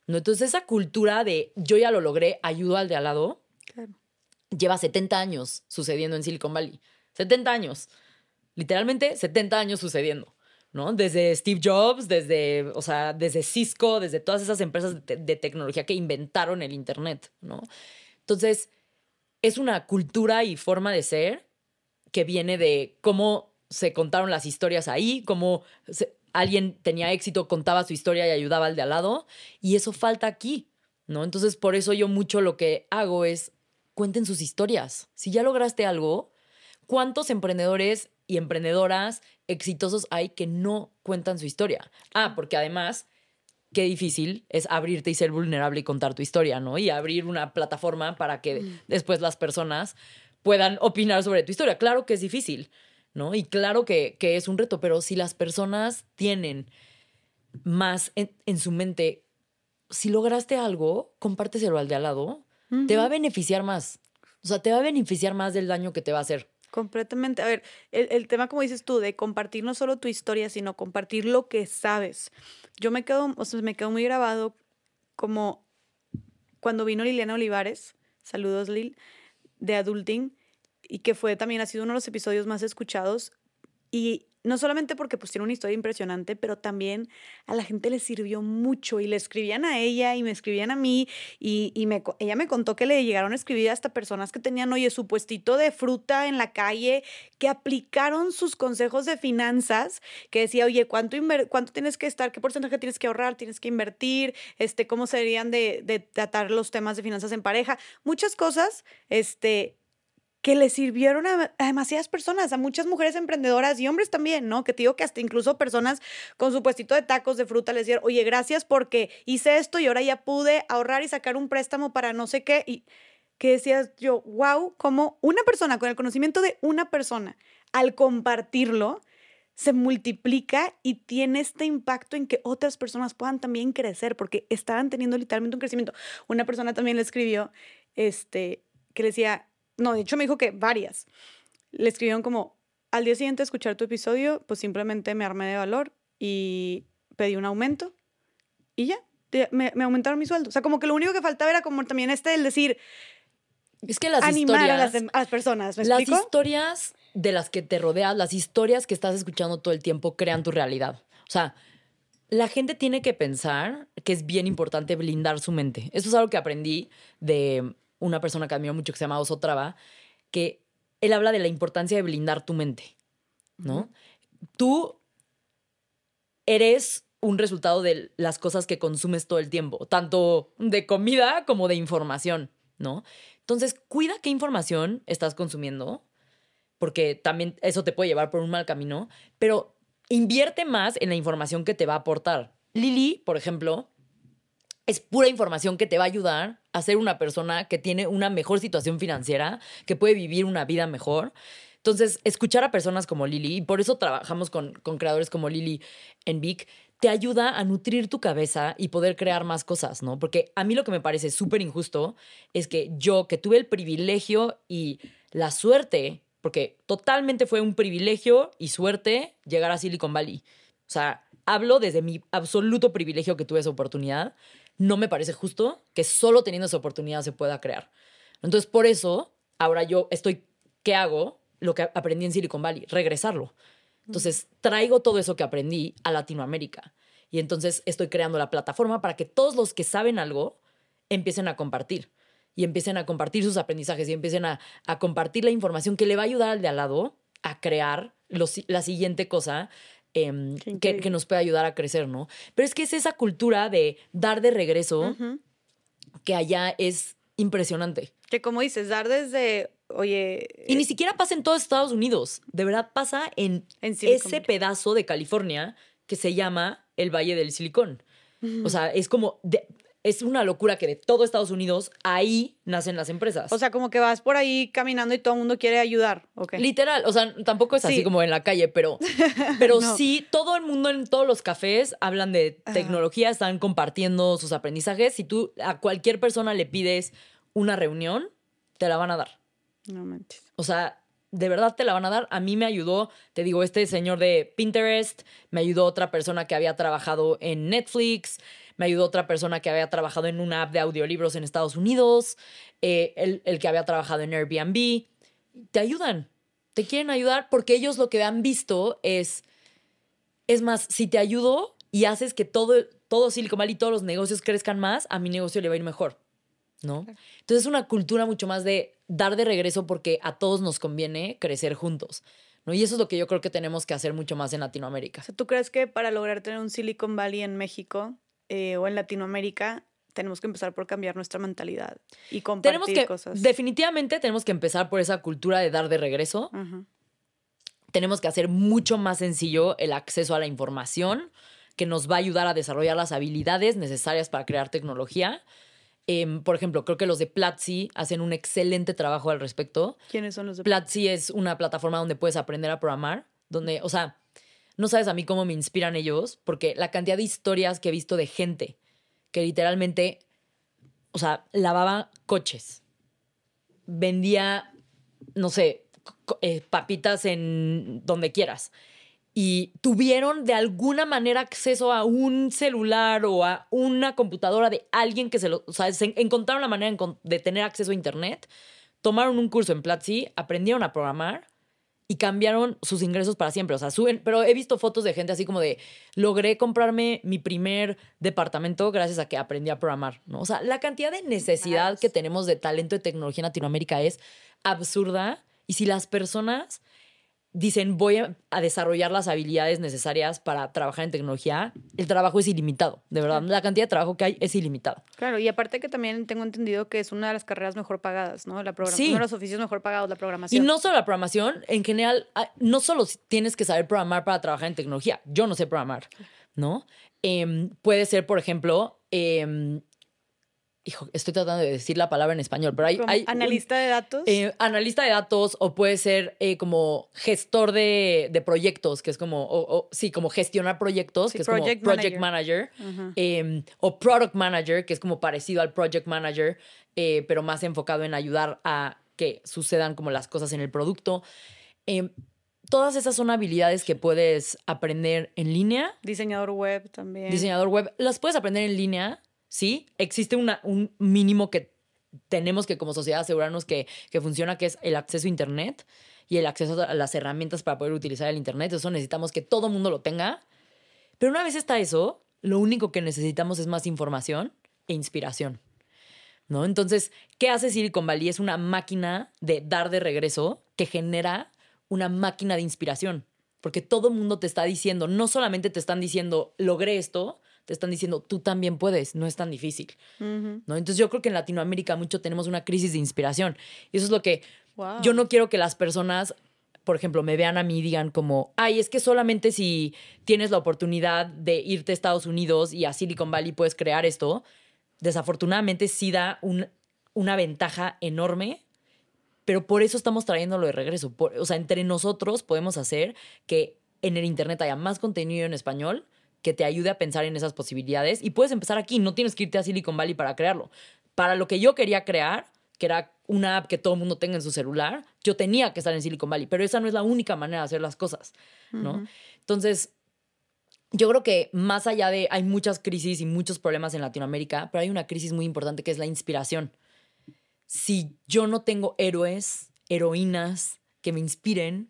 ¿no? Entonces esa cultura de yo ya lo logré, ayudo al de al lado, Claro. lleva 70 años sucediendo en Silicon Valley. 70 años. Literalmente 70 años sucediendo, ¿no? Desde Steve Jobs, desde Cisco, desde todas esas empresas de tecnología que inventaron el Internet, ¿no? Entonces, es una cultura y forma de ser que viene de cómo se contaron las historias ahí, alguien tenía éxito, contaba su historia y ayudaba al de al lado, y eso falta aquí, ¿no? Entonces, por eso yo mucho lo que hago es cuenten sus historias. Si ya lograste algo, ¿cuántos emprendedores y emprendedoras exitosos hay que no cuentan su historia? Porque además, qué difícil es abrirte y ser vulnerable y contar tu historia, ¿no? Y abrir una plataforma para que después las personas puedan opinar sobre tu historia. Claro que es difícil, ¿no? Y claro que es un reto, pero si las personas tienen más en su mente, si lograste algo, compárteselo al de al lado, te va a beneficiar más. O sea, te va a beneficiar más del daño que te va a hacer. Completamente. A ver, el tema, como dices tú, de compartir no solo tu historia, sino compartir lo que sabes. Yo me quedo muy grabado como cuando vino Liliana Olivares, saludos Lil, de Adulting, y que ha sido uno de los episodios más escuchados. Y no solamente porque pues tiene una historia impresionante, pero también a la gente le sirvió mucho y le escribían a ella y me escribían a mí y ella me contó que le llegaron a escribir hasta personas que tenían, oye, su puestito de fruta en la calle, que aplicaron sus consejos de finanzas, que decía, oye, ¿cuánto tienes que estar? ¿Qué porcentaje tienes que ahorrar? ¿Tienes que invertir? ¿Cómo serían de tratar los temas de finanzas en pareja? Muchas cosas, que le sirvieron a demasiadas personas, a muchas mujeres emprendedoras y hombres también, ¿no? Que te digo que hasta incluso personas con su puestito de tacos de fruta les dijeron, oye, gracias porque hice esto y ahora ya pude ahorrar y sacar un préstamo para no sé qué. Y que decías yo, wow, como una persona con el conocimiento de una persona, al compartirlo, se multiplica y tiene este impacto en que otras personas puedan también crecer, porque estaban teniendo literalmente un crecimiento. Una persona también le escribió, que le decía, no, de hecho me dijo que varias. Le escribieron como, al día siguiente de escuchar tu episodio, pues simplemente me armé de valor y pedí un aumento y ya, me aumentaron mi sueldo. O sea, como que lo único que faltaba era como también el decir, es que las animar historias, a las personas, ¿me las explico? historias de las que te rodeas, las historias que estás escuchando todo el tiempo crean tu realidad. O sea, la gente tiene que pensar que es bien importante blindar su mente. Eso es algo que aprendí de una persona que admiro mucho que se llama Oso Traba, que él habla de la importancia de blindar tu mente, ¿no? Tú eres un resultado de las cosas que consumes todo el tiempo, tanto de comida como de información, ¿no? Entonces, cuida qué información estás consumiendo, porque también eso te puede llevar por un mal camino, pero invierte más en la información que te va a aportar. Lili, por ejemplo, es pura información que te va a ayudar a ser una persona que tiene una mejor situación financiera, que puede vivir una vida mejor. Entonces, escuchar a personas como Lili, y por eso trabajamos con creadores como Lili en Vic, te ayuda a nutrir tu cabeza y poder crear más cosas, ¿no? Porque a mí lo que me parece súper injusto es que yo, que tuve el privilegio y la suerte, porque totalmente fue un privilegio y suerte llegar a Silicon Valley. O sea, hablo desde mi absoluto privilegio que tuve esa oportunidad. No me parece justo que solo teniendo esa oportunidad se pueda crear. Entonces, por eso, ahora ¿qué hago? Lo que aprendí en Silicon Valley, regresarlo. Entonces, traigo todo eso que aprendí a Latinoamérica. Y entonces estoy creando la plataforma para que todos los que saben algo empiecen a compartir. Y empiecen a compartir sus aprendizajes y empiecen a compartir la información que le va a ayudar al de al lado a crear la siguiente cosa que nos puede ayudar a crecer, ¿no? Pero es que es esa cultura de dar de regreso que allá es impresionante. Que como dices, dar desde, oye... Y ni siquiera pasa en todo Estados Unidos. De verdad pasa en ese pedazo de California que se llama el Valle del Silicón. O sea, es como... es una locura que de todo Estados Unidos ahí nacen las empresas. O sea, como que vas por ahí caminando y todo el mundo quiere ayudar. Okay. Literal. O sea, tampoco es así como en la calle, pero no. Sí, todo el mundo en todos los cafés hablan de tecnología, están compartiendo sus aprendizajes. Si tú a cualquier persona le pides una reunión, te la van a dar. No manches. O sea, de verdad te la van a dar. A mí me ayudó, te digo, este señor de Pinterest, me ayudó otra persona que había trabajado en Netflix, me ayudó otra persona que había trabajado en una app de audiolibros en Estados Unidos, el que había trabajado en Airbnb. Te ayudan, te quieren ayudar porque ellos lo que han visto es más, si te ayudo y haces que todo Silicon Valley, todos los negocios crezcan más, a mi negocio le va a ir mejor, ¿no? Claro. Entonces es una cultura mucho más de dar de regreso porque a todos nos conviene crecer juntos, ¿no? Y eso es lo que yo creo que tenemos que hacer mucho más en Latinoamérica. O sea, ¿tú crees que para lograr tener un Silicon Valley en México o en Latinoamérica tenemos que empezar por cambiar nuestra mentalidad y compartir cosas? Definitivamente tenemos que empezar por esa cultura de dar de regreso. Ujú. Tenemos que hacer mucho más sencillo el acceso a la información que nos va a ayudar a desarrollar las habilidades necesarias para crear tecnología. Por ejemplo, creo que los de Platzi hacen un excelente trabajo al respecto. ¿Quiénes son los de Platzi es una plataforma donde puedes aprender a programar, donde, o sea, no sabes a mí cómo me inspiran ellos, porque la cantidad de historias que he visto de gente que literalmente, o sea, lavaba coches, vendía, no sé, papitas en donde quieras. Y tuvieron de alguna manera acceso a un celular o a una computadora de alguien que o sea, encontraron la manera de tener acceso a internet, tomaron un curso en Platzi, aprendieron a programar y cambiaron sus ingresos para siempre. O sea, suben, pero he visto fotos de gente así como de, logré comprarme mi primer departamento gracias a que aprendí a programar, ¿no? O sea, la cantidad de necesidad que tenemos de talento de tecnología en Latinoamérica es absurda. Y si las personas dicen voy a desarrollar las habilidades necesarias para trabajar en tecnología, el trabajo es ilimitado, de verdad. La cantidad de trabajo que hay es ilimitada. Claro, y aparte que también tengo entendido que es una de las carreras mejor pagadas, ¿no? Sí. Uno de los oficios mejor pagados, la Y programación. no solo la programación, en general, no solo tienes que saber programar para trabajar en tecnología. Yo no sé programar, ¿no? Puede ser, por ejemplo, hijo, estoy tratando de decir la palabra en español, pero hay analista de datos. Analista de datos, o puede ser como gestor de proyectos, que es como, sí, como gestionar proyectos, Sí, que es como project manager. O product manager, que es como parecido al project manager, pero más enfocado en ayudar a que sucedan como las cosas en el producto. Todas esas son habilidades que puedes aprender en línea. Diseñador web también. Diseñador web, las puedes aprender en línea. Sí, existe un mínimo que tenemos que como sociedad asegurarnos que funciona, que es el acceso a Internet y el acceso a las herramientas para poder utilizar el Internet. Eso necesitamos que todo mundo lo tenga. Pero una vez está eso, lo único que necesitamos es más información e inspiración, ¿no? Entonces, ¿qué hace Silicon Valley? Es una máquina de dar de regreso que genera una máquina de inspiración. Porque todo el mundo te está diciendo, no solamente te están diciendo, logré esto, te están diciendo, tú también puedes, no es tan difícil, ¿no? Entonces yo creo que en Latinoamérica mucho tenemos una crisis de inspiración. Y eso es lo que yo no quiero que las personas, por ejemplo, me vean a mí y digan como, ay, es que solamente si tienes la oportunidad de irte a Estados Unidos y a Silicon Valley puedes crear esto. Desafortunadamente sí da una ventaja enorme, pero por eso estamos trayéndolo de regreso. O sea, entre nosotros podemos hacer que en el Internet haya más contenido en español que te ayude a pensar en esas posibilidades. Y puedes empezar aquí, no tienes que irte a Silicon Valley para crearlo. Para lo que yo quería crear, que era una app que todo el mundo tenga en su celular, yo tenía que estar en Silicon Valley, pero esa no es la única manera de hacer las cosas, ¿no? Entonces, yo creo que más allá de, hay muchas crisis y muchos problemas en Latinoamérica, pero hay una crisis muy importante que es la inspiración. Si yo no tengo héroes, heroínas que me inspiren,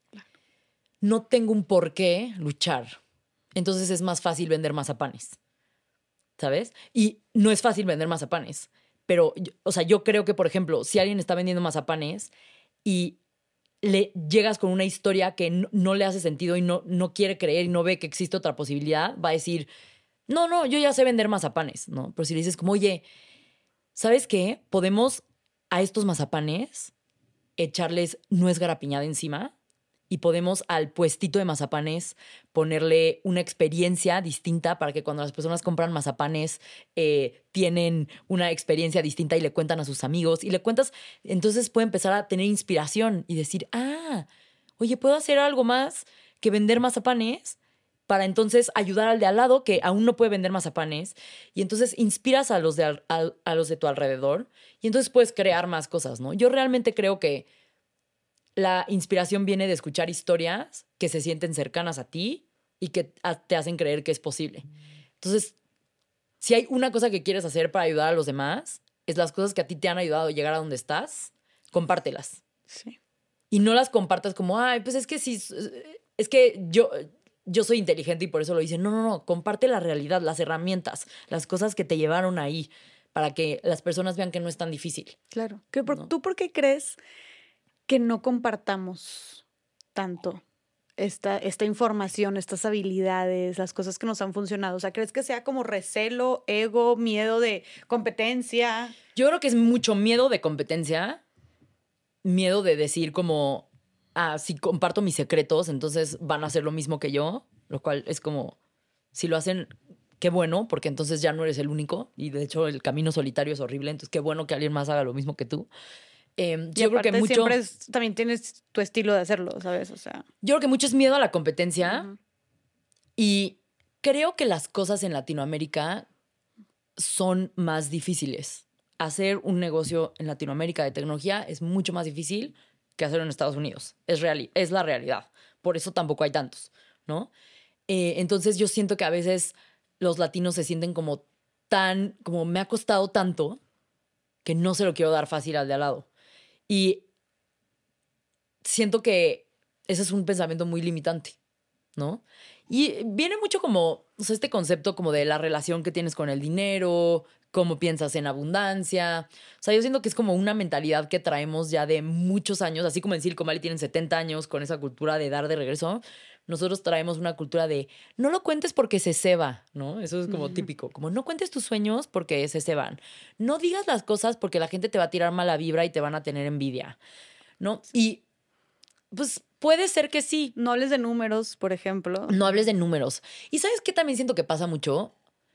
no tengo un por qué luchar. Entonces es más fácil vender mazapanes, ¿sabes? Y no es fácil vender mazapanes, pero, o sea, yo creo que, por ejemplo, si alguien está vendiendo mazapanes y le llegas con una historia que no le hace sentido y no quiere creer y no ve que existe otra posibilidad, va a decir, no, yo ya sé vender mazapanes, ¿no? Pero si le dices como, oye, ¿sabes qué? Podemos a estos mazapanes echarles nuez garapiñada encima y podemos al puestito de mazapanes ponerle una experiencia distinta para que cuando las personas compran mazapanes tienen una experiencia distinta y le cuentan a sus amigos y le cuentas, entonces puede empezar a tener inspiración y decir, oye, ¿puedo hacer algo más que vender mazapanes? Para entonces ayudar al de al lado que aún no puede vender mazapanes y entonces inspiras a los de tu alrededor y entonces puedes crear más cosas, ¿no? Yo realmente creo que la inspiración viene de escuchar historias que se sienten cercanas a ti y que te hacen creer que es posible. Entonces, si hay una cosa que quieres hacer para ayudar a los demás, es las cosas que a ti te han ayudado a llegar a donde estás, compártelas. Sí. Y no las compartas como, ay, pues es que sí, es que yo soy inteligente y por eso lo hice. No, no, no, comparte la realidad, las herramientas, las cosas que te llevaron ahí para que las personas vean que no es tan difícil. Claro. ¿No? ¿Tú por qué crees que no compartamos tanto esta información, estas habilidades, las cosas que nos han funcionado? O sea, ¿crees que sea como recelo, ego, miedo de competencia? Yo creo que es mucho miedo de competencia, miedo de decir como, si comparto mis secretos, entonces van a hacer lo mismo que yo, lo cual es como, si lo hacen, qué bueno, porque entonces ya no eres el único y de hecho el camino solitario es horrible, entonces qué bueno que alguien más haga lo mismo que tú. Y Yo creo que aparte mucho, siempre también tienes tu estilo de hacerlo, ¿sabes? O sea, yo creo que mucho es miedo a la competencia ujú. y creo que las cosas en Latinoamérica son más difíciles. Hacer un negocio en Latinoamérica de tecnología es mucho más difícil que hacerlo en Estados Unidos. Es la realidad. Por eso tampoco hay tantos, ¿no? Entonces yo siento que a veces los latinos se sienten como como me ha costado tanto que no se lo quiero dar fácil al de al lado. Y siento que ese es un pensamiento muy limitante, ¿no? Y viene mucho como, o sea, este concepto como de la relación que tienes con el dinero, cómo piensas en abundancia. O sea, yo siento que es como una mentalidad que traemos ya de muchos años, así como en Silicon Valley tienen 70 años con esa cultura de dar de regreso. Nosotros traemos una cultura de no lo cuentes porque se ceba, ¿no? Eso es como típico, como no cuentes tus sueños porque se ceban. No digas las cosas porque la gente te va a tirar mala vibra y te van a tener envidia, ¿no? Y pues puede ser que sí. No hables de números, por ejemplo. No hables de números. ¿Y sabes qué también siento que pasa mucho?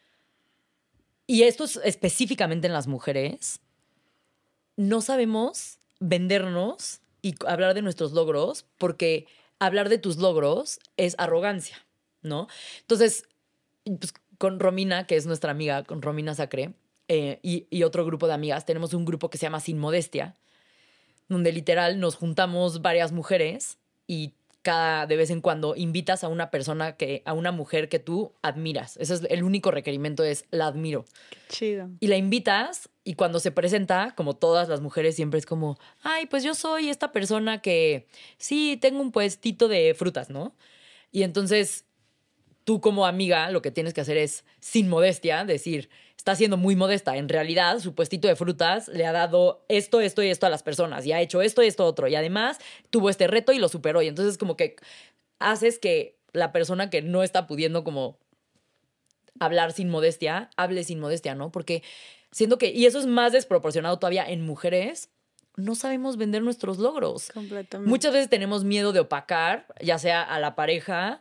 Y esto es específicamente en las mujeres. No sabemos vendernos y hablar de nuestros logros porque hablar de tus logros es arrogancia, ¿no? Entonces, pues, con Romina, que es nuestra amiga, con Romina Sacre, y otro grupo de amigas, tenemos un grupo que se llama Sin Modestia, donde literal nos juntamos varias mujeres y cada de vez en cuando invitas a una persona a una mujer que tú admiras. Ese es el único requerimiento, es la admiro. Qué chido. Y la invitas y cuando se presenta, como todas las mujeres, siempre es como, ay, pues yo soy esta persona que sí, tengo un puestito de frutas, ¿no? Y entonces tú como amiga lo que tienes que hacer es, sin modestia, decir, está siendo muy modesta. En realidad, su puestito de frutas le ha dado esto, esto y esto a las personas y ha hecho esto y esto otro. Y además tuvo este reto y lo superó. Y entonces como que haces que la persona que no está pudiendo como hablar sin modestia, hable sin modestia, ¿no? Porque siento que, y eso es más desproporcionado todavía en mujeres, no sabemos vender nuestros logros. Completamente. Muchas veces tenemos miedo de opacar, ya sea a la pareja,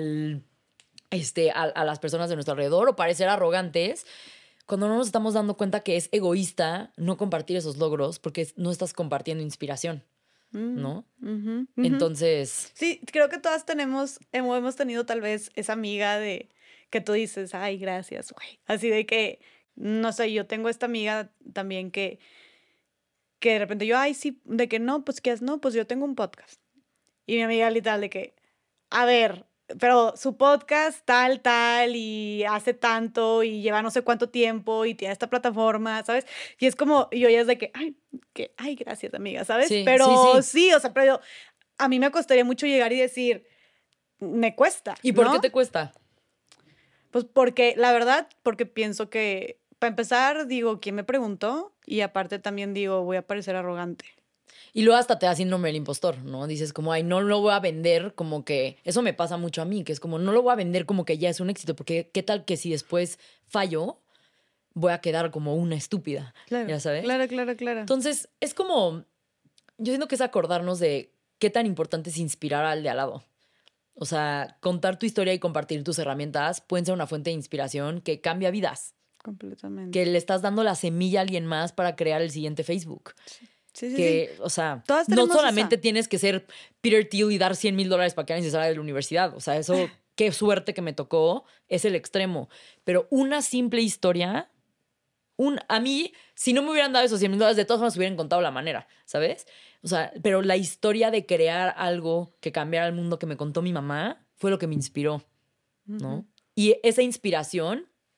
a las personas de nuestro alrededor o parecer arrogantes, cuando no nos estamos dando cuenta que es egoísta no compartir esos logros porque no estás compartiendo inspiración, ¿no? Entonces, sí, creo que todas hemos tenido tal vez esa amiga de que tú dices, ay, gracias, güey. Así de que, no sé, yo tengo esta amiga también que de repente yo, ay, sí, de que no, pues, ¿qué haces? No, pues yo tengo un podcast. Y mi amiga literal de que, a ver, pero su podcast tal, y hace tanto, y lleva no sé cuánto tiempo, y tiene esta plataforma, ¿sabes? Y es como, y yo ya es de que, ay, gracias, amiga, ¿sabes? sí, Pero sí. sí, o sea, pero a mí me costaría mucho llegar y decir, me cuesta, ¿Y por ¿no? qué te cuesta? Pues porque, la verdad, porque pienso que, para empezar, digo, ¿quién me preguntó? Y aparte también digo, voy a parecer arrogante. Y luego hasta te da síndrome del impostor, ¿no? Dices como, ay, no lo voy a vender como que... Eso me pasa mucho a mí, que es como, no lo voy a vender como que ya es un éxito, porque qué tal que si después fallo, voy a quedar como una estúpida, Claro, ¿ya sabes? claro. Entonces, es como, yo siento que es acordarnos de qué tan importante es inspirar al de al lado. O sea, contar tu historia y compartir tus herramientas pueden ser una fuente de inspiración que cambia vidas, Completamente. que le estás dando la semilla a alguien más para crear el siguiente Facebook. Sí. Que, o sea, Todas no tenemos solamente esa. tienes que ser Peter Thiel y dar $100,000 para que alguien se salga de la universidad. O sea, eso, qué suerte que me tocó, es el extremo. Pero una simple historia, a mí, si no me hubieran dado esos $100,000, de todas formas hubieran contado la manera, ¿sabes? O sea, pero la historia de crear algo que cambiara el mundo que me contó mi mamá fue lo que me inspiró, ¿no? Y esa inspiración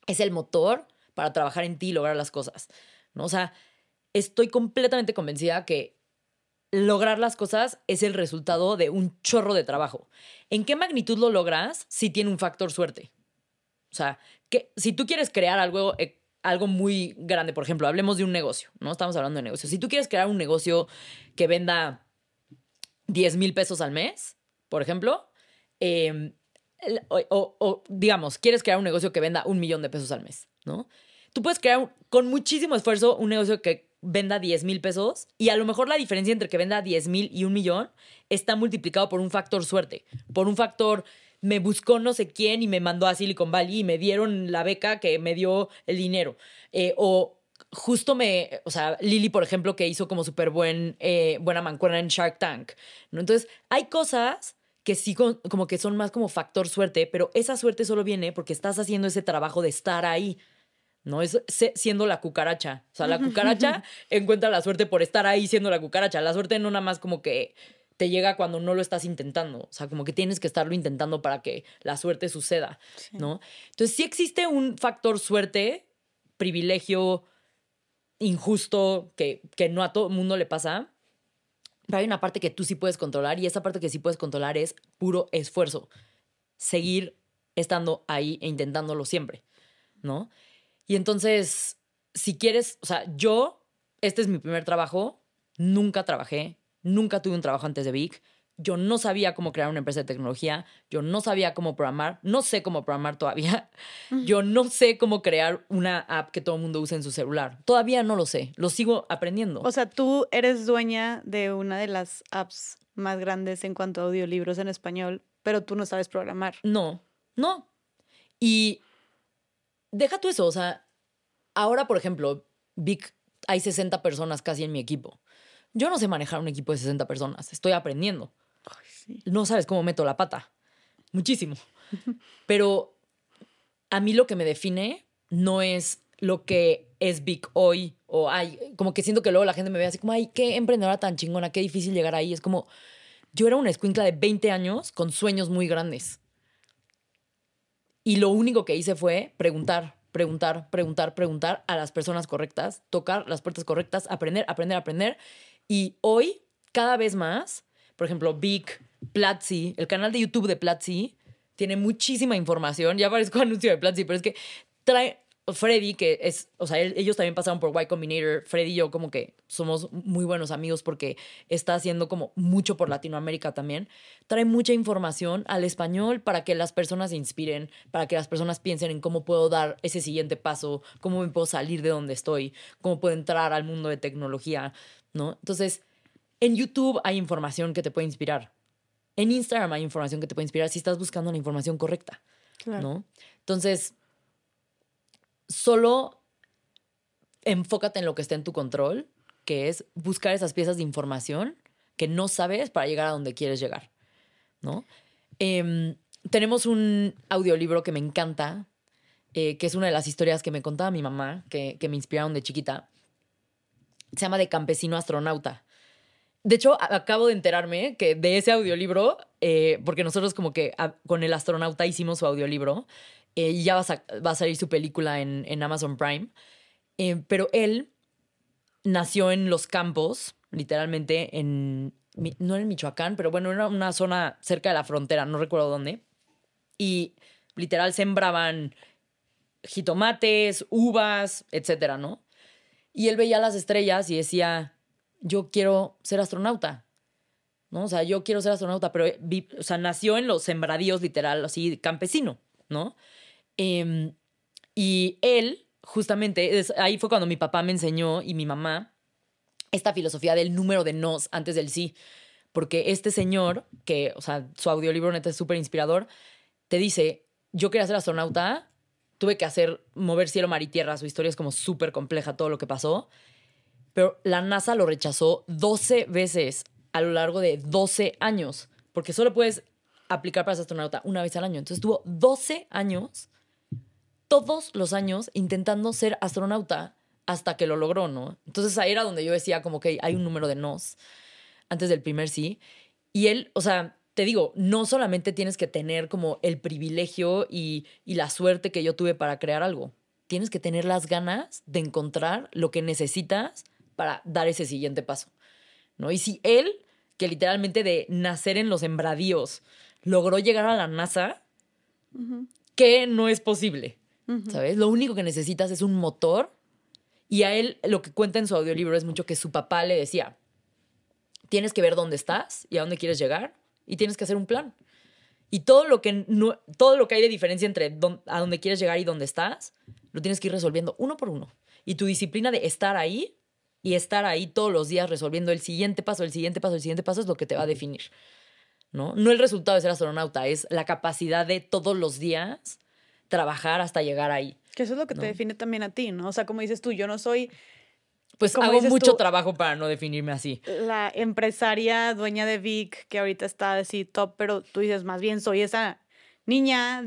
es el motor para trabajar en ti y lograr las cosas, ¿no? O sea, estoy completamente convencida que lograr las cosas es el resultado de un chorro de trabajo. ¿En qué magnitud lo logras? Si tiene un factor suerte. O sea, que si tú quieres crear algo muy grande, por ejemplo, hablemos de un negocio, ¿no? Estamos hablando de negocio. Si tú quieres crear un negocio que venda 10,000 pesos al mes, por ejemplo, o digamos, quieres crear un negocio que venda 1,000,000 de pesos al mes, ¿no? Tú puedes crear con muchísimo esfuerzo un negocio que venda 10,000 pesos y a lo mejor la diferencia entre que venda 10,000 y 1,000,000 está multiplicado por un factor suerte, por un factor me buscó no sé quién y me mandó a Silicon Valley y me dieron la beca que me dio el dinero. O justo o sea, Lily, por ejemplo, que hizo como súper buena mancuerna en Shark Tank, ¿no? Entonces, hay cosas que sí como que son más como factor suerte, pero esa suerte solo viene porque estás haciendo ese trabajo de estar ahí, ¿no? Es siendo la cucaracha. O sea, la cucaracha encuentra la suerte por estar ahí siendo la cucaracha. La suerte no nada más como que te llega cuando no lo estás intentando. O sea, como que tienes que estarlo intentando para que la suerte suceda, sí, ¿no? Entonces, sí existe un factor suerte, privilegio injusto, que no a todo el mundo le pasa, pero hay una parte que tú sí puedes controlar y esa parte que sí puedes controlar es puro esfuerzo. Seguir estando ahí e intentándolo siempre, ¿no? Y entonces, si quieres, o sea, este es mi primer trabajo, nunca trabajé, nunca tuve un trabajo antes de Vic, yo no sabía cómo crear una empresa de tecnología, yo no sabía cómo programar, no sé cómo programar todavía, yo no sé cómo crear una app que todo el mundo use en su celular, todavía no lo sé, lo sigo aprendiendo. O sea, tú eres dueña de una de las apps más grandes en cuanto a audiolibros en español, pero tú no sabes programar. No. Y deja tú eso, o sea, ahora, por ejemplo, Vic, hay 60 personas casi en mi equipo. Yo no sé manejar un equipo de 60 personas, estoy aprendiendo. Ay, sí. No sabes cómo meto la pata, muchísimo. Pero a mí lo que me define no es lo que es Vic hoy, o como que siento que luego la gente me ve así como, ay, qué emprendedora tan chingona, qué difícil llegar ahí. Es como, yo era una escuincla de 20 años con sueños muy grandes. Y lo único que hice fue preguntar a las personas correctas, tocar las puertas correctas, aprender. Y hoy, cada vez más, por ejemplo, Vic, Platzi, el canal de YouTube de Platzi tiene muchísima información. Ya parezco anuncio de Platzi, pero es que trae Freddy, que es, o sea, ellos también pasaron por Y Combinator. Freddy y yo como que somos muy buenos amigos porque está haciendo como mucho por Latinoamérica también. Trae mucha información al español para que las personas se inspiren, para que las personas piensen en cómo puedo dar ese siguiente paso, cómo me puedo salir de donde estoy, cómo puedo entrar al mundo de tecnología, ¿no? Entonces, en YouTube hay información que te puede inspirar. En Instagram hay información que te puede inspirar si estás buscando la información correcta, claro, ¿no? Entonces, solo enfócate en lo que está en tu control, que es buscar esas piezas de información que no sabes para llegar a donde quieres llegar, ¿no? Tenemos un audiolibro que me encanta, que es una de las historias que me contaba mi mamá, que me inspiraron de chiquita. Se llama De campesino astronauta. De hecho, acabo de enterarme que de ese audiolibro, porque nosotros como que con el astronauta hicimos su audiolibro, y ya va a salir su película en Amazon Prime. Pero él nació en los campos, literalmente no en Michoacán, pero bueno, era una zona cerca de la frontera, no recuerdo dónde. Y literal sembraban jitomates, uvas, etcétera, ¿no? Y él veía las estrellas y decía, yo quiero ser astronauta, ¿no? O sea, yo quiero ser astronauta, pero o sea, nació en los sembradíos, literal, así, campesino, ¿no? Y él, justamente, ahí fue cuando mi papá me enseñó y mi mamá esta filosofía del número de nos antes del sí. Porque este señor, que, o sea, su audiolibro neta es súper inspirador, te dice, yo quería ser astronauta, tuve que mover cielo, mar y tierra. Su historia es como súper compleja, todo lo que pasó. Pero la NASA lo rechazó 12 veces a lo largo de 12 años. Porque solo puedes aplicar para ser astronauta una vez al año. Entonces tuvo 12 años, todos los años, intentando ser astronauta hasta que lo logró, ¿no? Entonces ahí era donde yo decía como que hay un número de nos antes del primer sí. Y él, o sea, te digo, no solamente tienes que tener como el privilegio y la suerte que yo tuve para crear algo. tienes que tener las ganas de encontrar lo que necesitas para dar ese siguiente paso, ¿no? Y si él, que literalmente de nacer en los sembradíos, logró llegar a la NASA, ¿qué no es posible? ¿Sabes? Lo único que necesitas es un motor. Y a él, lo que cuenta en su audiolibro es mucho que su papá le decía, tienes que ver dónde estás y a dónde quieres llegar y tienes que hacer un plan. Y todo lo que hay de diferencia entre a dónde quieres llegar y dónde estás, lo tienes que ir resolviendo uno por uno. Y tu disciplina de estar ahí y estar ahí todos los días resolviendo el siguiente paso, el siguiente paso, el siguiente paso es lo que te va a definir, ¿no? No el resultado de ser astronauta, es la capacidad de todos los días trabajar hasta llegar ahí. Que eso es lo que te define también a ti, ¿no? O sea, como dices tú, yo no soy... Pues hago mucho trabajo para no definirme así. La empresaria dueña de Vic, que ahorita está así top, pero tú dices, más bien soy esa niña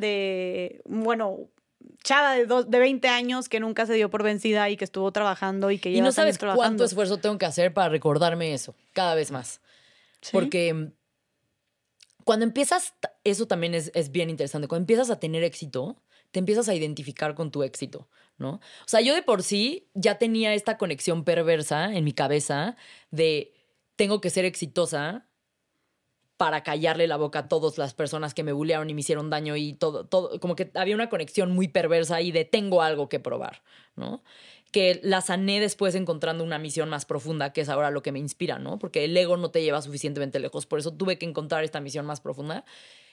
chava de 20 años que nunca se dio por vencida y que estuvo trabajando y que lleva años trabajando. Y no sabes cuánto esfuerzo tengo que hacer para recordarme eso, cada vez más. ¿Sí? Porque cuando empiezas, eso también es bien interesante, cuando empiezas a tener éxito, te empiezas a identificar con tu éxito, ¿no? O sea, yo de por sí ya tenía esta conexión perversa en mi cabeza de tengo que ser exitosa para callarle la boca a todas las personas que me bullearon y me hicieron daño y todo, como que había una conexión muy perversa ahí de tengo algo que probar, ¿no? Que la sané después encontrando una misión más profunda, que es ahora lo que me inspira, ¿no? Porque el ego no te lleva suficientemente lejos, por eso tuve que encontrar esta misión más profunda.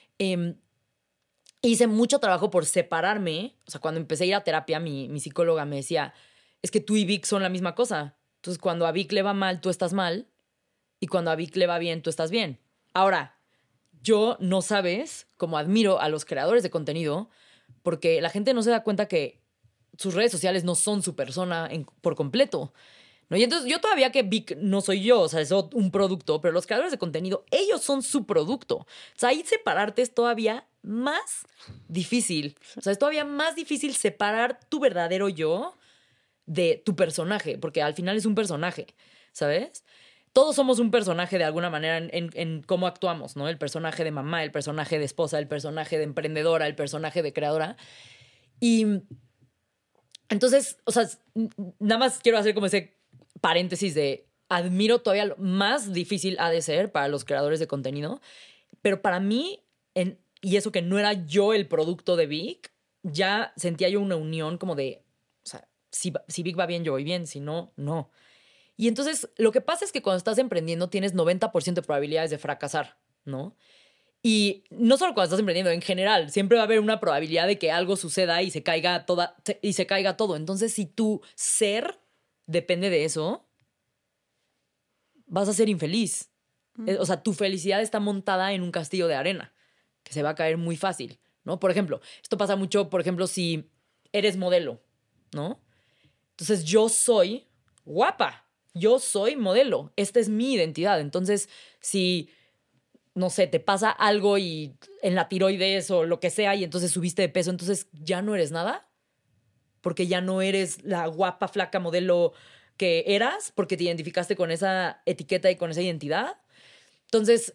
Hice mucho trabajo por separarme. O sea, cuando empecé a ir a terapia, mi psicóloga me decía, es que tú y Vic son la misma cosa. Entonces, cuando a Vic le va mal, tú estás mal. Y cuando a Vic le va bien, tú estás bien. Ahora, yo no sabes cómo admiro a los creadores de contenido porque la gente no se da cuenta que sus redes sociales no son su persona por completo, ¿no? Y entonces yo todavía que Vic no soy yo, o sea, es un producto, pero los creadores de contenido, ellos son su producto. O sea, ahí separarte es todavía más difícil. O sea, es todavía más difícil separar tu verdadero yo de tu personaje, porque al final es un personaje, ¿sabes? Todos somos un personaje de alguna manera en cómo actuamos, ¿no? El personaje de mamá, el personaje de esposa, el personaje de emprendedora, el personaje de creadora. Y entonces, o sea, nada más quiero hacer como ese paréntesis de admiro todavía lo más difícil ha de ser para los creadores de contenido, pero para mí, y eso que no era yo el producto de Vic, ya sentía yo una unión como de, o sea, si Vic va bien, yo voy bien, si no, no. Y entonces lo que pasa es que cuando estás emprendiendo tienes 90% de probabilidades de fracasar, ¿no? Y no solo cuando estás emprendiendo, en general, siempre va a haber una probabilidad de que algo suceda y se caiga todo. Entonces, si tu ser depende de eso, vas a ser infeliz. O sea, tu felicidad está montada en un castillo de arena que se va a caer muy fácil, ¿no? Por ejemplo, esto pasa mucho, por ejemplo, si eres modelo, ¿no? Entonces, yo soy guapa, yo soy modelo, esta es mi identidad. Entonces, si, no sé, te pasa algo y en la tiroides o lo que sea y entonces subiste de peso, entonces ya no eres nada, porque ya no eres la guapa, flaca modelo que eras, porque te identificaste con esa etiqueta y con esa identidad. Entonces,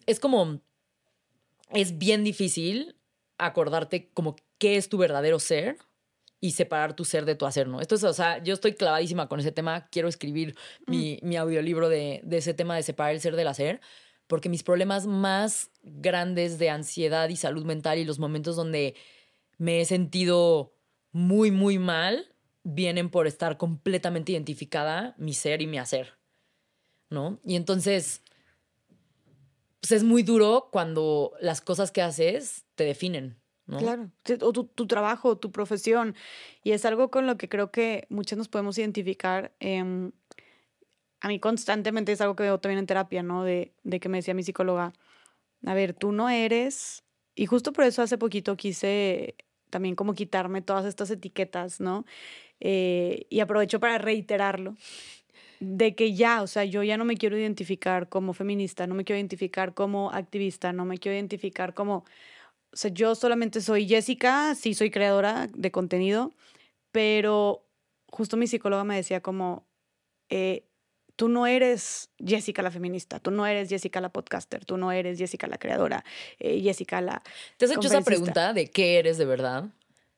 es bien difícil acordarte como qué es tu verdadero ser y separar tu ser de tu hacer, ¿no? Esto es, o sea, yo estoy clavadísima con ese tema. Quiero escribir mi audiolibro de ese tema de separar el ser del hacer, porque mis problemas más grandes de ansiedad y salud mental y los momentos donde me he sentido muy, muy mal vienen por estar completamente identificada mi ser y mi hacer, ¿no? Y entonces, pues es muy duro cuando las cosas que haces te definen, ¿no? Claro, o tu trabajo, tu profesión. Y es algo con lo que creo que muchos nos podemos identificar. A mí constantemente es algo que veo también en terapia, ¿no? De que me decía mi psicóloga, a ver, tú no eres... Y justo por eso hace poquito quise también como quitarme todas estas etiquetas, ¿no? Y aprovecho para reiterarlo, de que ya, o sea, yo ya no me quiero identificar como feminista, no me quiero identificar como activista, no me quiero identificar como... O sea, yo solamente soy Jessica, sí soy creadora de contenido, pero justo mi psicóloga me decía como, tú no eres Jessica la feminista, tú no eres Jessica la podcaster, tú no eres Jessica la creadora, Jessica la ¿Te has hecho esa pregunta de qué eres de verdad?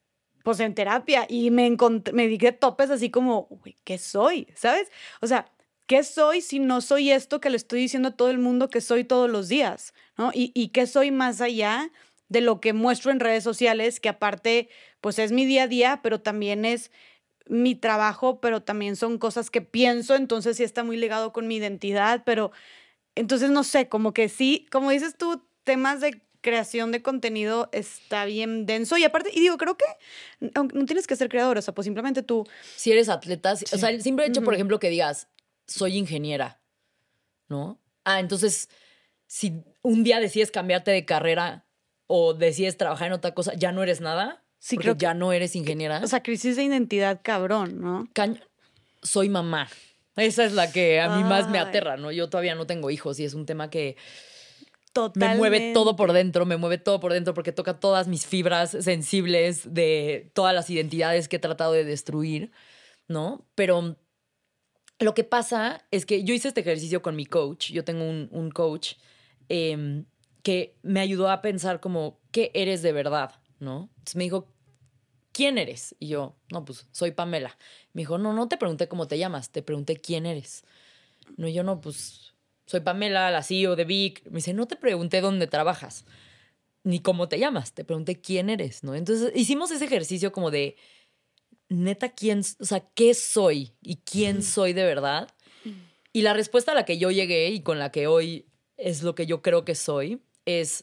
pues en terapia y me di de topes así como, güey, ¿qué soy? ¿Sabes? O sea, ¿qué soy si no soy esto que le estoy diciendo a todo el mundo que soy todos los días? ¿No? Y qué soy más allá de lo que muestro en redes sociales, que aparte, pues es mi día a día, pero también es mi trabajo, pero también son cosas que pienso, entonces sí está muy ligado con mi identidad, pero entonces no sé, como que sí, como dices tú, temas de creación de contenido está bien denso y aparte, y digo, creo que no tienes que ser creador, o sea, pues simplemente tú. Si eres atleta, o sea, el simple hecho, por Ujú. ejemplo, que digas, soy ingeniera, ¿no? Entonces, si un día decides cambiarte de carrera o decides trabajar en otra cosa, ya no eres nada, Sí, porque creo ya no eres o ingeniera. sea, crisis de identidad cabrón, ¿no? Soy mamá. Esa es la que a mí más me Ay, aterra, ¿no? Yo todavía no tengo hijos y es un tema que me mueve todo por totalmente. dentro, me mueve todo por dentro porque toca todas mis fibras sensibles de todas las identidades que he tratado de destruir, ¿no? Pero lo que pasa es que yo hice este ejercicio con mi coach, yo tengo un coach eh, que me ayudó a pensar como, ¿qué eres de verdad? ¿No? Entonces me dijo, ¿quién eres? Y yo, no, pues soy Pamela. Me dijo, no, no te pregunté cómo te llamas, te pregunté quién eres. No, yo no, pues soy Pamela, la CEO de Vic. Me dice, no te pregunté dónde trabajas, ni cómo te llamas, te pregunté quién eres, ¿no? Entonces hicimos ese ejercicio como de, neta, ¿quién, o sea, qué soy y quién soy de verdad? Y la respuesta a la que yo llegué y con la que hoy es lo que yo creo que es,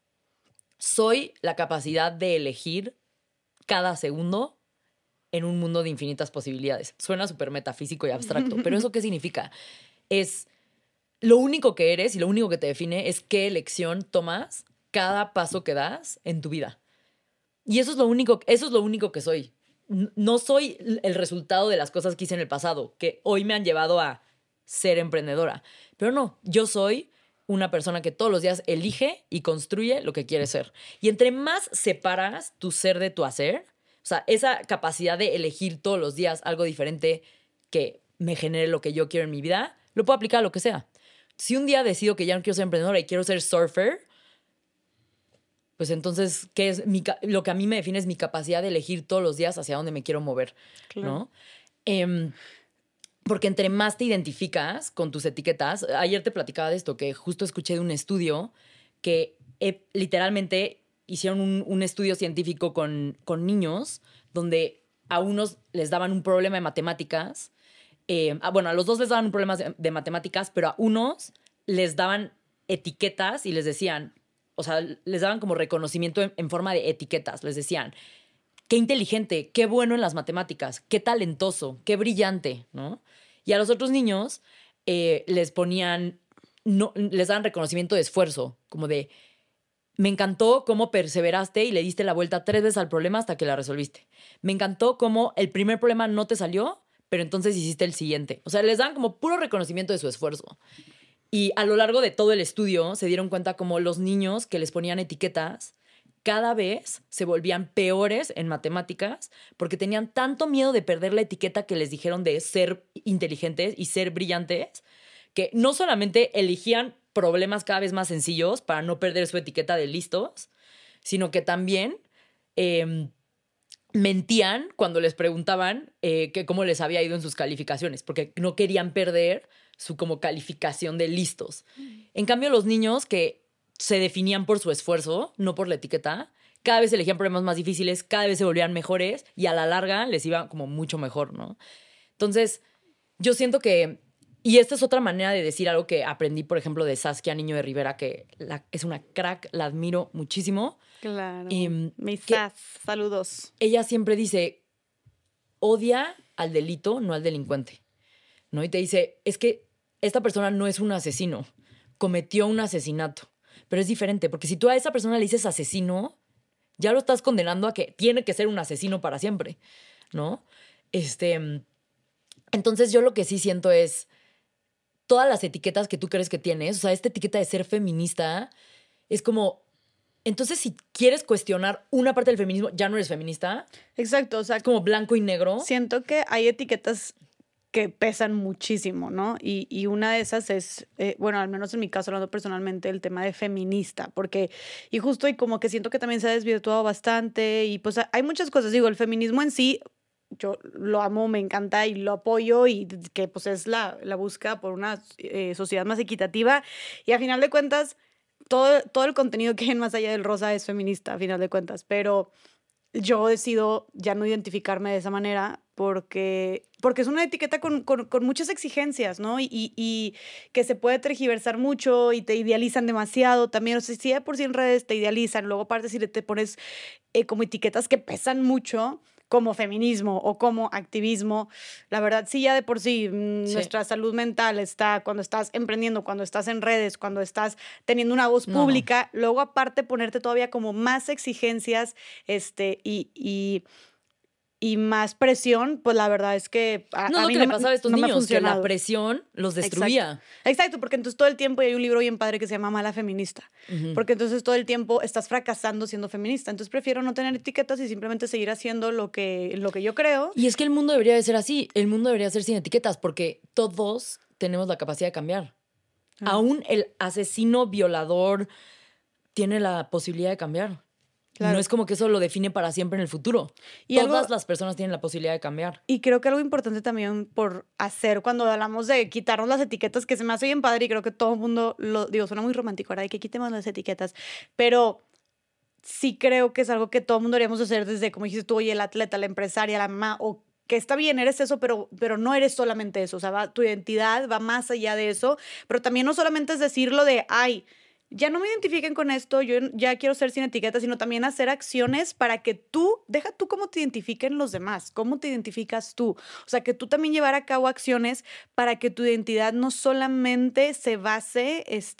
soy la capacidad de elegir cada segundo en un mundo de infinitas posibilidades. Suena súper metafísico y abstracto, pero ¿eso qué significa? Es lo único que eres y lo único que te define es qué elección tomas cada paso que das en tu vida. Y eso es lo único que soy. No soy el resultado de las cosas que hice en el pasado, que hoy me han llevado a ser emprendedora. Pero no, yo soy una persona que todos los días elige y construye lo que quiere ser. Y entre más separas tu ser de tu hacer, o sea, esa capacidad de elegir todos los días algo diferente que me genere lo que yo quiero en mi vida, lo puedo aplicar a lo que sea. Si un día decido que ya no quiero ser emprendedora y quiero ser surfer, pues entonces, ¿qué es lo que a mí me define es mi capacidad de elegir todos los días hacia dónde me quiero mover, Claro. ¿no? Em, porque entre más te identificas con tus etiquetas, ayer te platicaba de esto, que justo escuché de un estudio que literalmente hicieron un estudio científico con niños donde a unos les daban un problema de matemáticas, bueno, a los dos les daban un problema de matemáticas, pero a unos les daban etiquetas y les decían, o sea, les daban como reconocimiento en forma de etiquetas, les decían, qué inteligente, qué bueno en las matemáticas, qué talentoso, qué brillante, ¿no? Y a los otros niños les ponían, no, les daban reconocimiento de esfuerzo, como de, me encantó cómo perseveraste y le diste la vuelta 3 veces al problema hasta que la resolviste. Me encantó cómo el primer problema no te salió, pero entonces hiciste el siguiente. O sea, les daban como puro reconocimiento de su esfuerzo. Y a lo largo de todo el estudio se dieron cuenta como los niños que les ponían etiquetas cada vez se volvían peores en matemáticas porque tenían tanto miedo de perder la etiqueta que les dijeron de ser inteligentes y ser brillantes, que no solamente elegían problemas cada vez más sencillos para no perder su etiqueta de listos, sino que también mentían cuando les preguntaban que cómo les había ido en sus calificaciones, porque no querían perder su como calificación de listos. En cambio, los niños que se definían por su esfuerzo, no por la etiqueta, cada vez elegían problemas más difíciles, cada vez se volvían mejores y a la larga les iba como mucho mejor, ¿no? Entonces, yo siento que, y esta es otra manera de decir algo que aprendí, por ejemplo, de Saskia Niño de Rivera, que es una crack, la admiro muchísimo. Claro. Mis Que saludos. ella siempre dice, odia al delito, no al delincuente, ¿no? Y te dice, es que esta persona no es un asesino, cometió un asesinato, pero es diferente, porque si tú a esa persona le dices asesino, ya lo estás condenando a que tiene que ser un asesino para siempre, ¿no? Entonces yo lo que sí siento es todas las etiquetas que tú crees que tienes, o sea, esta etiqueta de ser feminista es como, entonces si quieres cuestionar una parte del feminismo, ya no eres feminista, Exacto, o sea, es como blanco y negro. siento que hay etiquetas que pesan muchísimo, ¿no? Y una de esas es, bueno, al menos en mi caso, hablando personalmente, el tema de feminista, porque, y justo, y como que siento que también se ha desvirtuado bastante, y pues hay muchas cosas, digo, el feminismo en sí, yo lo amo, me encanta y lo apoyo, y que pues es la búsqueda por una sociedad más equitativa, y a final de cuentas, todo el contenido que hay en Más Allá del Rosa es feminista, a final de cuentas, pero yo decido ya no identificarme de esa manera porque es una etiqueta con muchas exigencias, ¿no? Y que se puede tergiversar mucho y te idealizan demasiado también. O sea, si de por sí en redes te idealizan, luego aparte si te pones como etiquetas que pesan mucho, como feminismo o como activismo, la verdad sí ya de por sí Sí. nuestra salud mental está cuando estás emprendiendo, cuando estás en redes, cuando estás teniendo una voz No, no. pública, luego aparte ponerte todavía como más exigencias y más presión, pues la verdad es que No es a lo mí que le pasaba a estos no me ha niños, que la funcionado. presión los Exacto. destruía. Exacto, porque entonces todo el tiempo, y hay un libro bien padre que se llama Mala Feminista, porque entonces todo el tiempo estás fracasando siendo feminista. Entonces prefiero no tener etiquetas y simplemente seguir haciendo lo que yo creo. Y es que el mundo debería de ser así. El mundo debería ser sin etiquetas, porque todos tenemos la capacidad de cambiar. Aún el asesino violador tiene la posibilidad de cambiar. Claro. No es como que eso lo define para siempre en el futuro. Y Todas algo- las personas tienen la posibilidad de cambiar. Y creo que algo importante también por hacer cuando hablamos de quitarnos las etiquetas, que se me hace bien padre y creo que todo el mundo lo digo, suena muy romántico ahora de que quitemos las etiquetas, pero sí creo que es algo que todo el mundo deberíamos hacer desde, como dijiste tú, oye, el atleta, la empresaria, la mamá, o que está bien, eres eso, pero no eres solamente eso, o sea, tu identidad va más allá de eso, pero también no solamente es decirlo de, ay, ya no me identifiquen con esto, yo ya quiero ser sin etiqueta, sino también hacer acciones para que deja tú cómo te identifiquen los demás, cómo te identificas tú. O sea, que tú también llevar a cabo acciones para que tu identidad no solamente se base,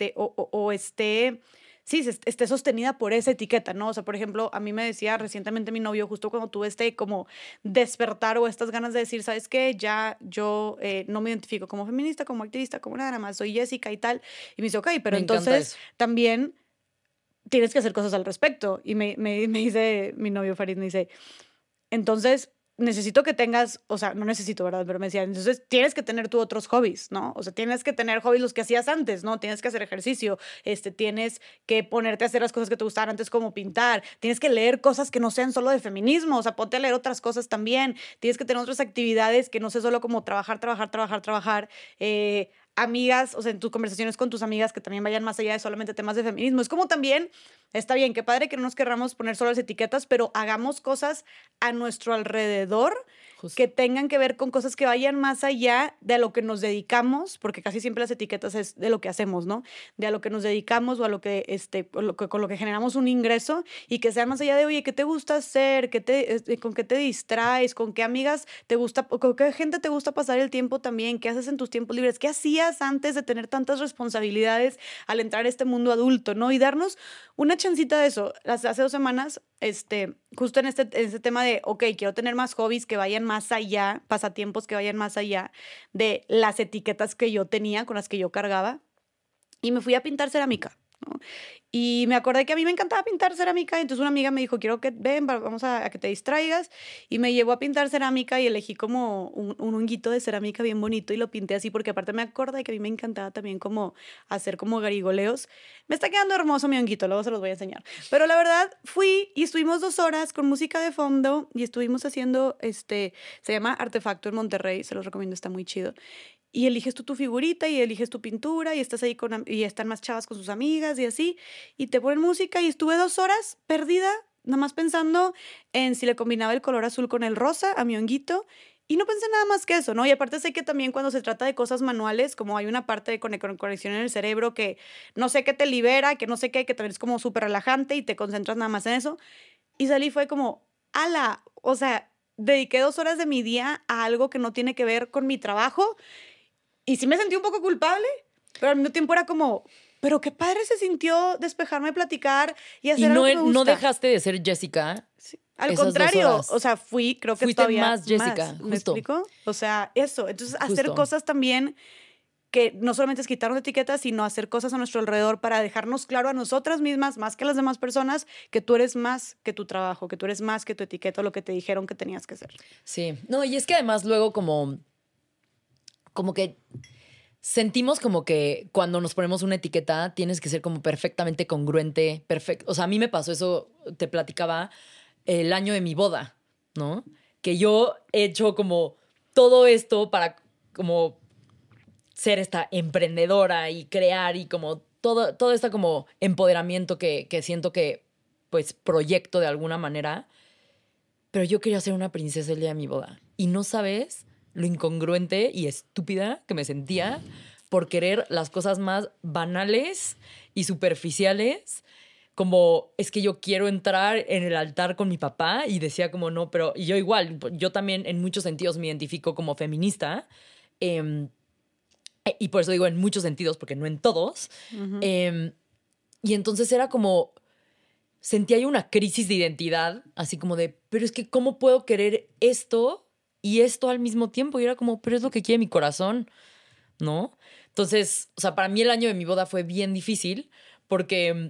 o esté, sí, esté sostenida por esa etiqueta, ¿no? O sea, por ejemplo, a mí me decía recientemente mi novio, justo cuando tuve como despertar o estas ganas de decir, ¿sabes qué? Ya yo no me identifico como feminista, como activista, como nada más, soy Jessica y tal. Y me dice, ok, pero Me encanta entonces eso. también tienes que hacer cosas al respecto. Y me dice mi novio Farid, me dice, entonces necesito que tengas, o sea, no necesito, ¿verdad? Pero me decía, entonces tienes que tener tú otros hobbies, ¿no? O sea, tienes que tener hobbies los que hacías antes, ¿no? Tienes que hacer ejercicio, tienes que ponerte a hacer las cosas que te gustaban antes como pintar, tienes que leer cosas que no sean solo de feminismo, o sea, ponte a leer otras cosas también, tienes que tener otras actividades que no sea solo como trabajar, trabajar, trabajar, trabajar, amigas, o sea, en tus conversaciones con tus amigas que también vayan más allá de solamente temas de feminismo. Es como también, está bien, qué padre que no nos querramos poner solo las etiquetas, pero hagamos cosas a nuestro alrededor Justo. que tengan que ver con cosas que vayan más allá de a lo que nos dedicamos, porque casi siempre las etiquetas es de lo que hacemos, ¿no? De a lo que nos dedicamos o a lo que, con lo que generamos un ingreso y que sean más allá de, oye, ¿qué te gusta hacer? ¿Con qué te distraes? ¿Con qué amigas te gusta? ¿Con qué gente te gusta pasar el tiempo también? ¿Qué haces en tus tiempos libres? ¿Qué hacías antes de tener tantas responsabilidades al entrar a este mundo adulto, ¿no? Y darnos una chancita de eso. Hace 2 semanas, justo en este tema de, ok, quiero tener más hobbies que vayan más allá, pasatiempos que vayan más allá de las etiquetas que yo tenía, con las que yo cargaba, y me fui a pintar cerámica, ¿no? Y me acordé que a mí me encantaba pintar cerámica, y entonces una amiga me dijo, quiero que ven, vamos a que te distraigas, y me llevó a pintar cerámica y elegí como un honguito de cerámica bien bonito y lo pinté así porque aparte me acordé que a mí me encantaba también como hacer como garigoleos. Me está quedando hermoso mi honguito, luego se los voy a enseñar. Pero la verdad, fui y estuvimos 2 horas con música de fondo y estuvimos haciendo, se llama Artefacto en Monterrey, se los recomiendo, está muy chido. Y eliges tú tu figurita y eliges tu pintura y estás ahí y están más chavas con sus amigas y así, y te ponen música y estuve 2 horas perdida, nada más pensando en si le combinaba el color azul con el rosa a mi honguito. Y no pensé nada más que eso, ¿no? Y aparte sé que también cuando se trata de cosas manuales, como hay una parte de conexión en el cerebro que no sé qué te libera, que no sé qué, que también es como súper relajante y te concentras nada más en eso. Y salí fue como, ala, o sea, dediqué 2 horas de mi día a algo que no tiene que ver con mi trabajo y sí me sentí un poco culpable, pero al mismo tiempo era como, pero qué padre se sintió despejarme, platicar y Y hacer algo que me no gusta. dejaste de ser Jessica. Sí. Al esas 2 contrario, horas. o sea, creo que Fuiste todavía más Jessica, ¿Me justo. explico? O sea, eso. Entonces, hacer Justo. cosas también que no solamente es quitarnos etiquetas, sino hacer cosas a nuestro alrededor para dejarnos claro a nosotras mismas, más que a las demás personas, que tú eres más que tu trabajo, que tú eres más que tu etiqueta o lo que te dijeron que tenías que ser. Sí. No, y es que además luego como como que sentimos como que cuando nos ponemos una etiqueta tienes que ser como perfectamente congruente, perfecto. O sea, a mí me pasó eso, te platicaba, el año de mi boda, ¿no? Que yo he hecho como todo esto para como ser esta emprendedora y crear y como todo este como empoderamiento que siento que pues proyecto de alguna manera. Pero yo quería ser una princesa el día de mi boda. Y no sabes lo incongruente y estúpida que me sentía por querer las cosas más banales y superficiales. Como es que yo quiero entrar en el altar con mi papá y decía como no, pero y yo igual, yo también en muchos sentidos me identifico como feminista. em, y por eso digo en muchos sentidos, porque no en todos. Y entonces era como, sentía yo una crisis de identidad, así como de, pero es que ¿cómo puedo querer esto y esto al mismo tiempo? Y era como, pero es lo que quiere mi corazón, ¿no? Entonces, o sea, para mí el año de mi boda fue bien difícil porque,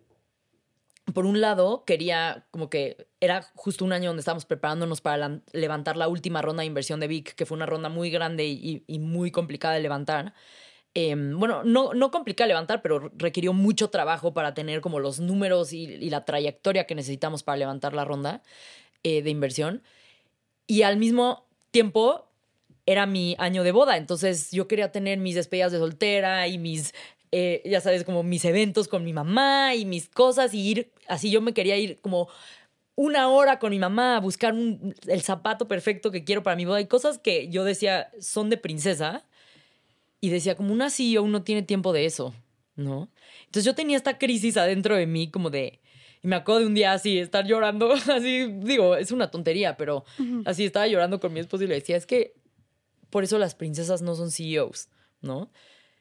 por un lado, quería como que era justo un año donde estábamos preparándonos para levantar la última ronda de inversión de Vic, que fue una ronda muy grande y muy complicada de levantar. Bueno, no complicada de levantar, pero requirió mucho trabajo para tener como los números y la trayectoria que necesitamos para levantar la ronda de inversión. Y al mismo tiempo era mi año de boda, entonces yo quería tener mis despedidas de soltera y mis, ya sabes, como mis eventos con mi mamá y mis cosas y ir, así yo me quería ir como una hora con mi mamá a buscar el zapato perfecto que quiero para mi boda y cosas que yo decía son de princesa. Y decía, como una CEO no tiene tiempo de eso, ¿no? Entonces yo tenía esta crisis adentro de mí como de... Y me acuerdo de un día así, estar llorando, así, digo, es una tontería, pero así estaba llorando con mi esposo y le decía, es que por eso las princesas no son CEOs, ¿no?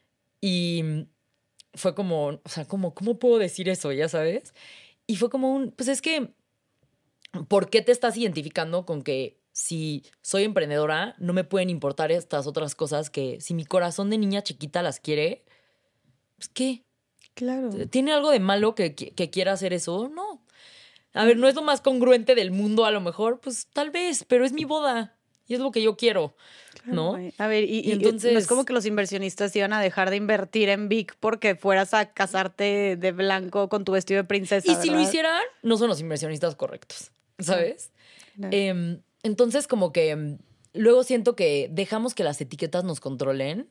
Y fue como, o sea, como, ¿cómo puedo decir eso? Ya sabes. Y fue como pues es que, ¿por qué te estás identificando con que si soy emprendedora no me pueden importar estas otras cosas que si mi corazón de niña chiquita las quiere, pues qué? Claro. ¿Tiene algo de malo que quiera hacer eso? No. A ver, no es lo más congruente del mundo a lo mejor, pues tal vez, pero es mi boda y es lo que yo quiero, Claro, ¿no? güey. A ver, Y no es como entonces, que los inversionistas iban a dejar de invertir en Vic porque fueras a casarte de blanco con tu vestido de y princesa, si lo ¿verdad? hicieran, no son los inversionistas correctos, Claro, ¿sabes? claro. Entonces, como que luego siento que dejamos que las etiquetas nos controlen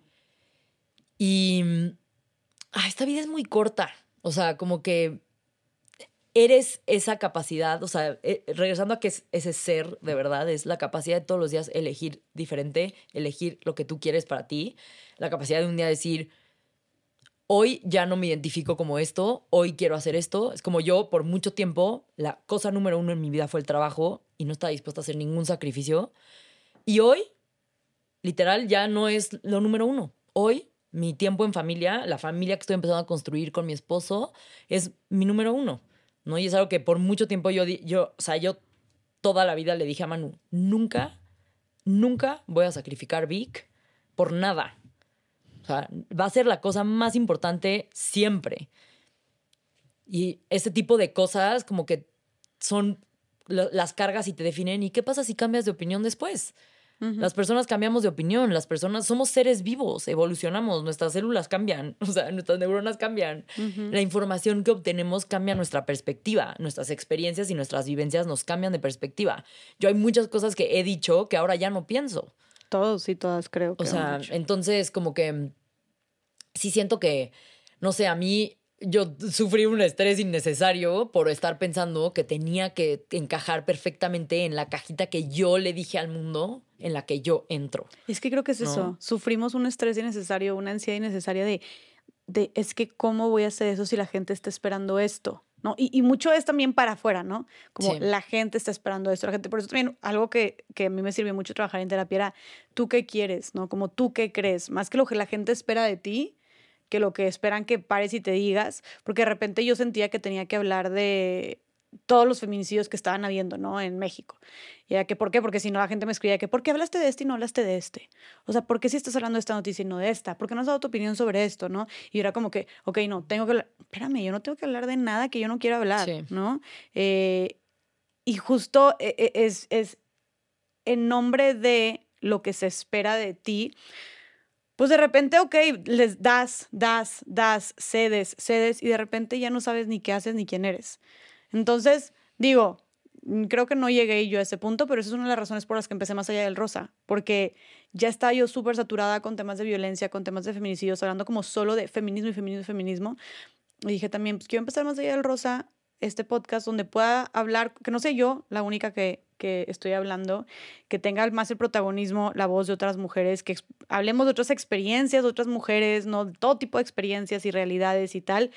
y esta vida es muy corta. O sea, como que eres esa capacidad, o sea, regresando a que es ese ser de verdad, es la capacidad de todos los días elegir diferente, elegir lo que tú quieres para ti, la capacidad de un día decir, hoy ya no me identifico como esto, hoy quiero hacer esto. Es como yo, por mucho tiempo, la cosa número uno en mi vida fue el trabajo y no estaba dispuesta a hacer ningún sacrificio. Y hoy, literal, ya no es lo número uno. Hoy, mi tiempo en familia, la familia que estoy empezando a construir con mi esposo, es mi número uno, ¿no? Y es algo que por mucho tiempo o sea, yo toda la vida le dije a Manu, nunca, nunca voy a sacrificar Vic por nada. O sea, va a ser la cosa más importante siempre. Y ese tipo de cosas como que son las cargas y te definen. ¿Y qué pasa si cambias de opinión después? Las personas cambiamos de opinión, las personas somos seres vivos, evolucionamos, nuestras células cambian, o sea, nuestras neuronas cambian. La información que obtenemos cambia nuestra perspectiva, nuestras experiencias y nuestras vivencias nos cambian de perspectiva. Yo hay muchas cosas que he dicho que ahora ya no pienso. Todos y todas creo O que hemos sea, dicho. entonces como que sí siento que, no sé, a mí yo sufrí un estrés innecesario por estar pensando que tenía que encajar perfectamente en la cajita que yo le dije al mundo en la que yo entro, Es que creo que es ¿no? eso. Sufrimos un estrés innecesario, una ansiedad innecesaria de es que cómo voy a hacer eso si la gente está esperando esto, ¿no? Y mucho es también para afuera, ¿no? Como Sí, la gente está esperando esto, la gente, por eso también algo que a mí me sirvió mucho trabajar en terapia era tú qué quieres, ¿no? Como tú qué crees, más que lo que la gente espera de ti, que lo que esperan que pares y te digas, porque de repente yo sentía que tenía que hablar de todos los feminicidios que estaban habiendo, ¿no? En México. Y era que, ¿por qué? Porque si no la gente me escribía que, ¿por qué hablaste de este y no hablaste de este? O sea, ¿por qué si estás hablando de esta noticia y no de esta? ¿Por qué no has dado tu opinión sobre esto, no? Y era como que, ok, no, tengo que hablar, espérame, yo no tengo que hablar de nada que yo no quiero hablar, sí, ¿no? Y justo es en nombre de lo que se espera de ti, pues de repente, ok, les das, cedes y de repente ya no sabes ni qué haces ni quién eres. Entonces, digo, creo que no llegué yo a ese punto, pero esa es una de las razones por las que empecé Más Allá del Rosa, porque ya estaba yo súper saturada con temas de violencia, con temas de feminicidios, hablando como solo de feminismo y feminismo y feminismo. Y dije también, pues quiero empezar Más Allá del Rosa, este podcast donde pueda hablar, que no sé yo, la única que estoy hablando, que tenga más el protagonismo, la voz de otras mujeres, que hablemos de otras experiencias, de otras mujeres, ¿no? Todo tipo de experiencias y realidades y tal.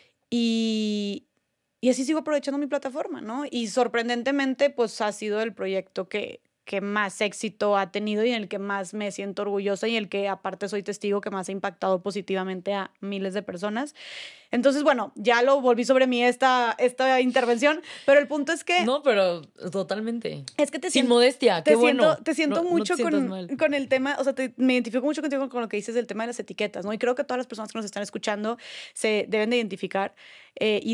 Y así sigo aprovechando mi plataforma, ¿no? Y sorprendentemente, pues ha sido el proyecto que más éxito ha tenido y en el que más me siento orgullosa y en el que aparte soy testigo que más ha impactado positivamente a miles de personas. Entonces, bueno, ya lo volví sobre mí esta intervención, pero el punto es que... No, pero totalmente. Es que te Sin siento, modestia, qué bueno. Te siento No mucho te sientas mal. con el tema, o sea, me identifico mucho contigo con lo que dices del tema de las etiquetas, ¿no? Y creo que todas las personas que nos están escuchando se deben de identificar y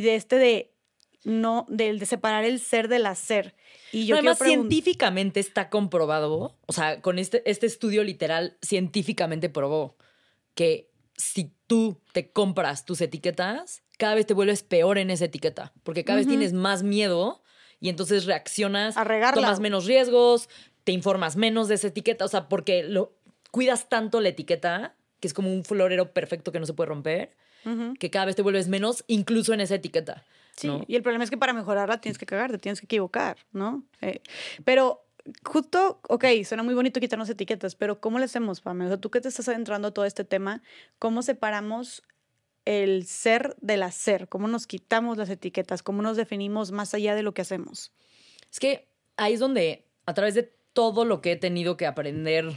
de separar el ser del hacer. Y yo además, científicamente está comprobado, o sea, con este estudio literal, científicamente probó que si tú te compras tus etiquetas, cada vez te vuelves peor en esa etiqueta, porque cada vez tienes más miedo y entonces reaccionas, a regarla, tomas menos riesgos, te informas menos de esa etiqueta, o sea, porque cuidas tanto la etiqueta, que es como un florero perfecto que no se puede romper, que cada vez te vuelves menos, incluso en esa etiqueta. Sí, ¿no? Y el problema es que para mejorarla tienes que cagar, te tienes que equivocar, ¿no? Pero justo, ok, suena muy bonito quitarnos etiquetas, pero ¿cómo le hacemos, Pame? O sea, tú que te estás adentrando a todo este tema, ¿cómo separamos el ser del hacer? ¿Cómo nos quitamos las etiquetas? ¿Cómo nos definimos más allá de lo que hacemos? Es que ahí es donde, a través de todo lo que he tenido que aprender,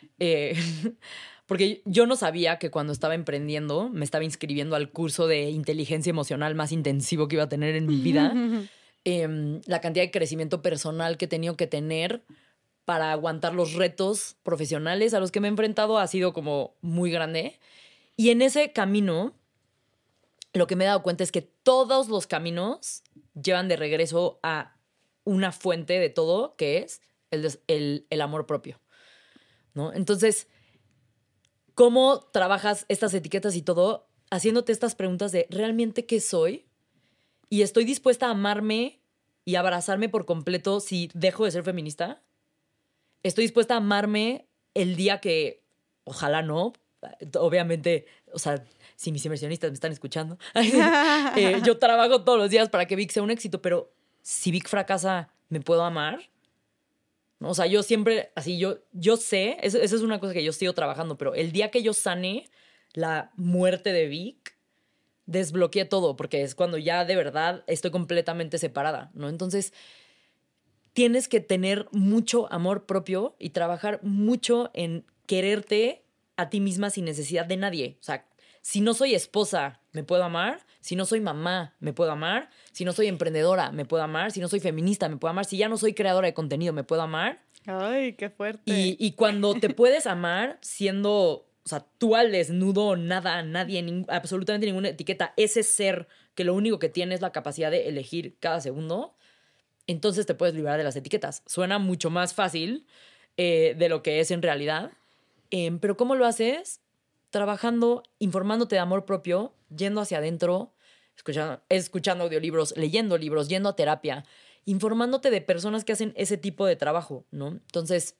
porque yo no sabía que cuando estaba emprendiendo me estaba inscribiendo al curso de inteligencia emocional más intensivo que iba a tener en mi vida. La cantidad de crecimiento personal que he tenido que tener para aguantar los retos profesionales a los que me he enfrentado ha sido como muy grande. Y en ese camino, lo que me he dado cuenta es que todos los caminos llevan de regreso a una fuente de todo, que es el amor propio, ¿no? Entonces, ¿cómo trabajas estas etiquetas y todo? Haciéndote estas preguntas de ¿realmente qué soy? Y estoy dispuesta a amarme y abrazarme por completo si dejo de ser feminista. Estoy dispuesta a amarme el día que, ojalá no, obviamente, o sea, si mis inversionistas me están escuchando, yo trabajo todos los días para que Vic sea un éxito, pero si Vic fracasa, ¿me puedo amar? ¿No? O sea, yo siempre, así, yo sé, esa es una cosa que yo sigo trabajando, pero el día que yo sane la muerte de Vic, desbloqueé todo, porque es cuando ya de verdad estoy completamente separada, ¿no? Entonces, tienes que tener mucho amor propio y trabajar mucho en quererte a ti misma sin necesidad de nadie. O sea, si no soy esposa, ¿me puedo amar? Si no soy mamá, ¿me puedo amar? Si no soy emprendedora, ¿me puedo amar? Si no soy feminista, ¿me puedo amar? Si ya no soy creadora de contenido, ¿me puedo amar? Ay, qué fuerte. Y cuando te puedes amar siendo, o sea, tú al desnudo, nada, nadie, absolutamente ninguna etiqueta, ese ser que lo único que tiene es la capacidad de elegir cada segundo, entonces te puedes liberar de las etiquetas. Suena mucho más fácil de lo que es en realidad. Pero ¿cómo lo haces? Trabajando, informándote de amor propio, yendo hacia adentro, escuchando audiolibros, leyendo libros, yendo a terapia, informándote de personas que hacen ese tipo de trabajo, ¿no? Entonces,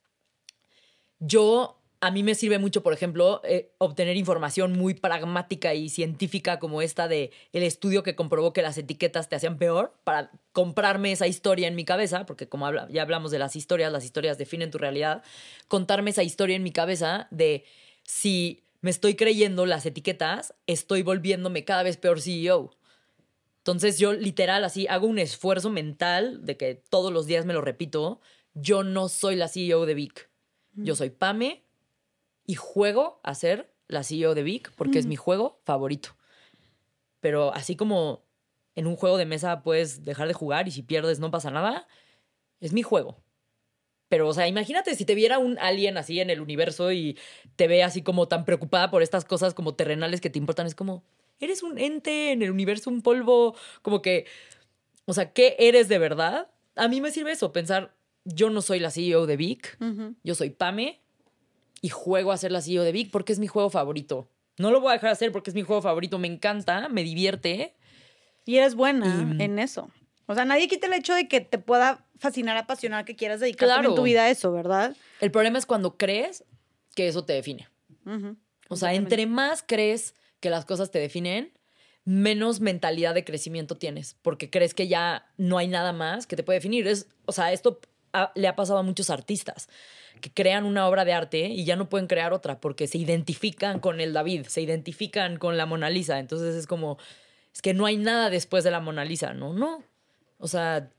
a mí me sirve mucho, por ejemplo, obtener información muy pragmática y científica como esta de el estudio que comprobó que las etiquetas te hacían peor, para comprarme esa historia en mi cabeza, porque como ya hablamos de las historias definen tu realidad, contarme esa historia en mi cabeza de si me estoy creyendo las etiquetas, estoy volviéndome cada vez peor CEO. Entonces yo literal así hago un esfuerzo mental de que todos los días me lo repito, yo no soy la CEO de Vic, yo soy Pame, y juego a ser la CEO de Vic porque es mi juego favorito. Pero así como en un juego de mesa puedes dejar de jugar y si pierdes no pasa nada, es mi juego. Pero, o sea, imagínate si te viera un alien así en el universo y te ve así como tan preocupada por estas cosas como terrenales que te importan. Es como, eres un ente en el universo, un polvo, como que, o sea, ¿qué eres de verdad? A mí me sirve eso, pensar, yo no soy la CEO de Vic, yo soy Pame y juego a ser la CEO de Vic porque es mi juego favorito. No lo voy a dejar de hacer porque es mi juego favorito, me encanta, me divierte. Y eres buena en eso. O sea, nadie quita el hecho de que te pueda fascinar, apasionar, que quieras dedicar también tu vida a eso, ¿verdad? El problema es cuando crees que eso te define. O sea, entre más crees que las cosas te definen, menos mentalidad de crecimiento tienes, porque crees que ya no hay nada más que te puede definir. O sea, esto le ha pasado a muchos artistas que crean una obra de arte y ya no pueden crear otra porque se identifican con el David, se identifican con la Mona Lisa. Entonces es como, es que no hay nada después de la Mona Lisa, ¿no? No. O sea,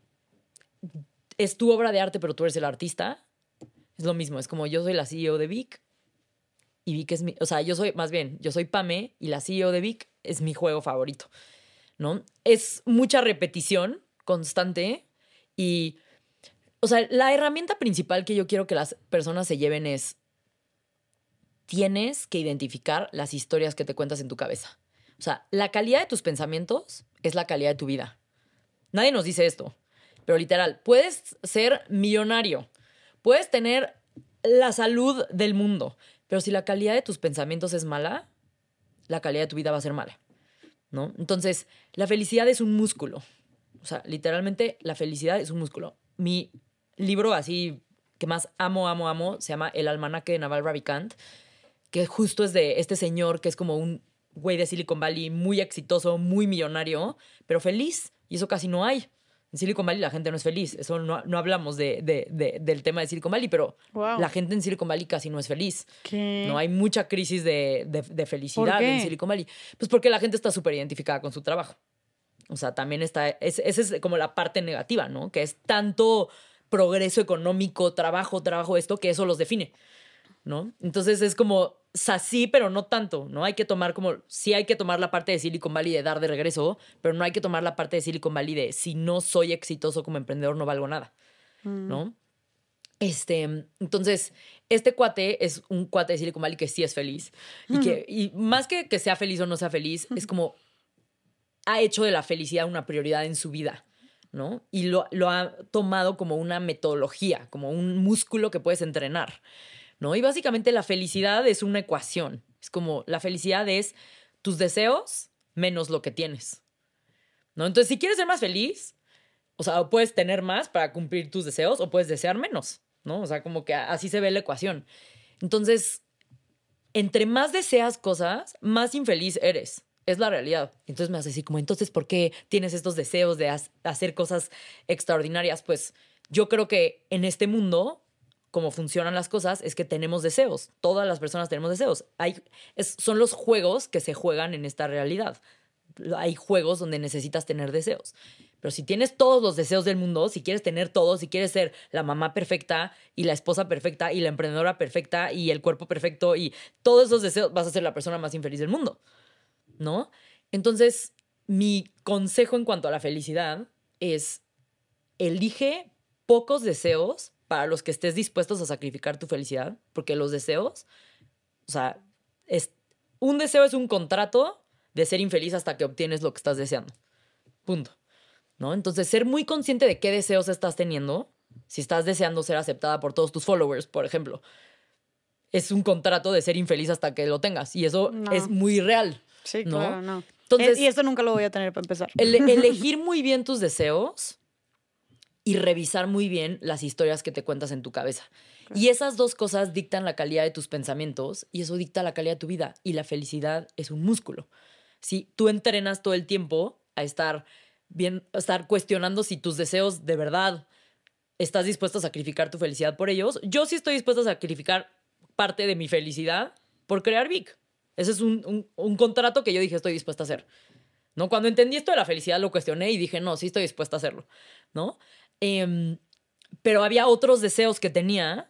es tu obra de arte, pero tú eres el artista. Es lo mismo, es como yo soy la CEO de Vic y Vic es mi... O sea, yo soy Pame y la CEO de Vic es mi juego favorito, ¿no? Es mucha repetición constante y... O sea, la herramienta principal que yo quiero que las personas se lleven es tienes que identificar las historias que te cuentas en tu cabeza. O sea, la calidad de tus pensamientos es la calidad de tu vida. Nadie nos dice esto, pero literal, puedes ser millonario, puedes tener la salud del mundo, pero si la calidad de tus pensamientos es mala, la calidad de tu vida va a ser mala, ¿no? Entonces, la felicidad es un músculo. O sea, literalmente, la felicidad es un músculo. Mi libro así que más amo, se llama El almanaque de Naval Ravikant, que justo es de este señor que es como un güey de Silicon Valley muy exitoso, muy millonario, pero feliz. Y eso casi no hay. En Silicon Valley la gente no es feliz. Eso no hablamos del tema de Silicon Valley, pero la gente en Silicon Valley casi no es feliz. ¿Qué? No hay mucha crisis de felicidad ¿Por qué? en Silicon Valley. Pues porque la gente está súper identificada con su trabajo. O sea, también esa es como la parte negativa, ¿no? Que es tanto progreso económico, trabajo, esto, que eso los define, ¿no? Entonces es como, o sea, sí, pero no tanto, ¿no? Hay que tomar sí hay que tomar la parte de Silicon Valley de dar de regreso, pero no hay que tomar la parte de Silicon Valley de si no soy exitoso como emprendedor no valgo nada, ¿no? Entonces, este cuate es un cuate de Silicon Valley que sí es feliz y más que sea feliz o no sea feliz, es como ha hecho de la felicidad una prioridad en su vida, ¿no? Y lo ha tomado como una metodología, como un músculo que puedes entrenar, ¿no? Y básicamente la felicidad es una ecuación. Es como la felicidad es tus deseos menos lo que tienes, ¿no? Entonces, si quieres ser más feliz, o sea, puedes tener más para cumplir tus deseos o puedes desear menos, ¿no? O sea, como que así se ve la ecuación. Entonces, entre más deseas cosas, más infeliz eres. Es la realidad. Entonces me hace así como, entonces, ¿por qué tienes estos deseos de hacer cosas extraordinarias? Pues yo creo que en este mundo, como funcionan las cosas, es que tenemos deseos. Todas las personas tenemos deseos. Son los juegos que se juegan en esta realidad. Hay juegos donde necesitas tener deseos. Pero si tienes todos los deseos del mundo, si quieres tener todo, si quieres ser la mamá perfecta y la esposa perfecta y la emprendedora perfecta y el cuerpo perfecto y todos esos deseos, vas a ser la persona más infeliz del mundo, ¿no? Entonces, mi consejo en cuanto a la felicidad es elige pocos deseos para los que estés dispuestos a sacrificar tu felicidad, porque los deseos, o sea, un deseo es un contrato de ser infeliz hasta que obtienes lo que estás deseando. Punto. ¿No? Entonces, ser muy consciente de qué deseos estás teniendo, si estás deseando ser aceptada por todos tus followers, por ejemplo, es un contrato de ser infeliz hasta que lo tengas. Y eso es muy real. Sí, ¿no? claro, no. Entonces, y esto nunca lo voy a tener para empezar. Elegir muy bien tus deseos y revisar muy bien las historias que te cuentas en tu cabeza. Claro. Y esas dos cosas dictan la calidad de tus pensamientos y eso dicta la calidad de tu vida. Y la felicidad es un músculo. Si tú entrenas todo el tiempo a estar cuestionando si tus deseos de verdad estás dispuesto a sacrificar tu felicidad por ellos. Yo sí estoy dispuesto a sacrificar parte de mi felicidad por crear Vic. Ese es un contrato que yo dije estoy dispuesta a hacer, ¿no? Cuando entendí esto de la felicidad lo cuestioné y dije no, sí estoy dispuesta a hacerlo, ¿no? Pero había otros deseos que tenía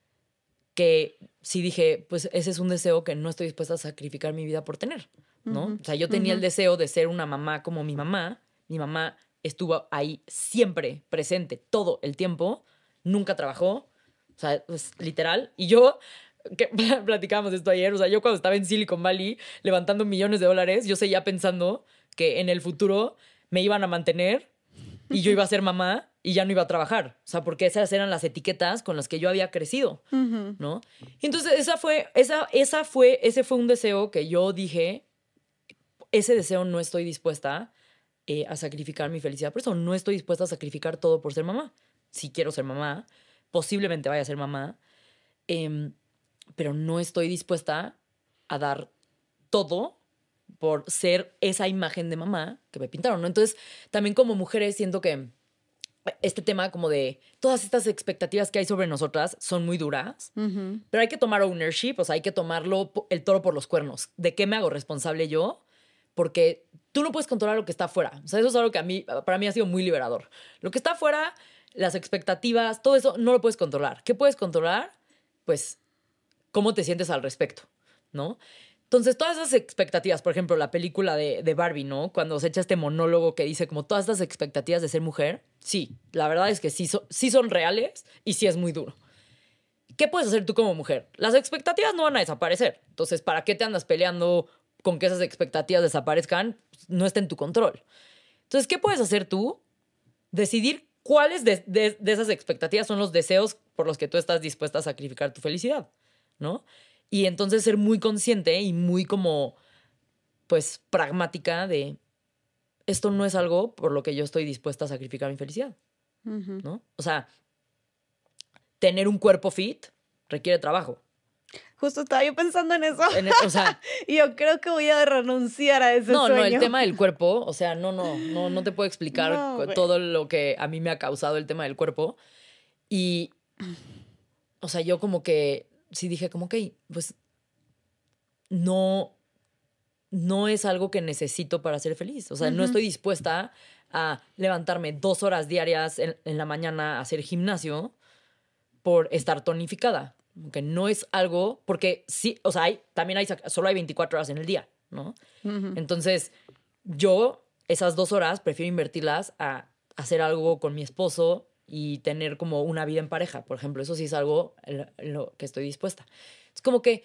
que sí dije, pues ese es un deseo que no estoy dispuesta a sacrificar mi vida por tener, ¿no? O sea, yo tenía el deseo de ser una mamá como mi mamá. Mi mamá estuvo ahí siempre presente todo el tiempo, nunca trabajó, o sea, pues, literal. Y yo, que platicábamos esto ayer, o sea, yo cuando estaba en Silicon Valley levantando millones de dólares, yo seguía pensando que en el futuro me iban a mantener y yo iba a ser mamá y ya no iba a trabajar. O sea, porque esas eran las etiquetas con las que yo había crecido, ¿no? Y entonces ese fue un deseo que yo dije, ese deseo no estoy dispuesta a sacrificar mi felicidad. Por eso no estoy dispuesta a sacrificar todo por ser mamá. Si quiero ser mamá, posiblemente vaya a ser mamá, pero no estoy dispuesta a dar todo por ser esa imagen de mamá que me pintaron, ¿no? Entonces, también como mujeres siento que este tema como de todas estas expectativas que hay sobre nosotras son muy duras, pero hay que tomar ownership, o sea, hay que tomarlo el toro por los cuernos. ¿De qué me hago responsable yo? Porque tú no puedes controlar lo que está afuera. O sea, eso es algo que para mí ha sido muy liberador. Lo que está afuera, las expectativas, todo eso no lo puedes controlar. ¿Qué puedes controlar? Pues, cómo te sientes al respecto, ¿no? Entonces, todas esas expectativas, por ejemplo, la película de Barbie, ¿no? Cuando se echa este monólogo que dice como todas estas expectativas de ser mujer, sí, la verdad es que sí son reales y sí es muy duro. ¿Qué puedes hacer tú como mujer? Las expectativas no van a desaparecer. Entonces, ¿para qué te andas peleando con que esas expectativas desaparezcan? No está en tu control. Entonces, ¿qué puedes hacer tú? Decidir cuáles de esas expectativas son los deseos por los que tú estás dispuesta a sacrificar tu felicidad, ¿no? Y entonces ser muy consciente y muy como, pues, pragmática de esto no es algo por lo que yo estoy dispuesta a sacrificar mi felicidad, ¿no? O sea, tener un cuerpo fit requiere trabajo. Justo estaba yo pensando en eso. O sea, y yo creo que voy a renunciar a ese sueño. No, el tema del cuerpo, o sea, no te puedo explicar todo lo que a mí me ha causado el tema del cuerpo. Y, o sea, yo como que sí dije como, ok, pues no es algo que necesito para ser feliz. O sea, no estoy dispuesta a levantarme 2 horas diarias en la mañana a hacer gimnasio por estar tonificada. Que no es algo, porque sí, o sea, solo hay 24 horas en el día, ¿no? Entonces, yo esas 2 horas prefiero invertirlas a hacer algo con mi esposo y tener como una vida en pareja, por ejemplo. Eso sí es algo en lo que estoy dispuesta. Es como que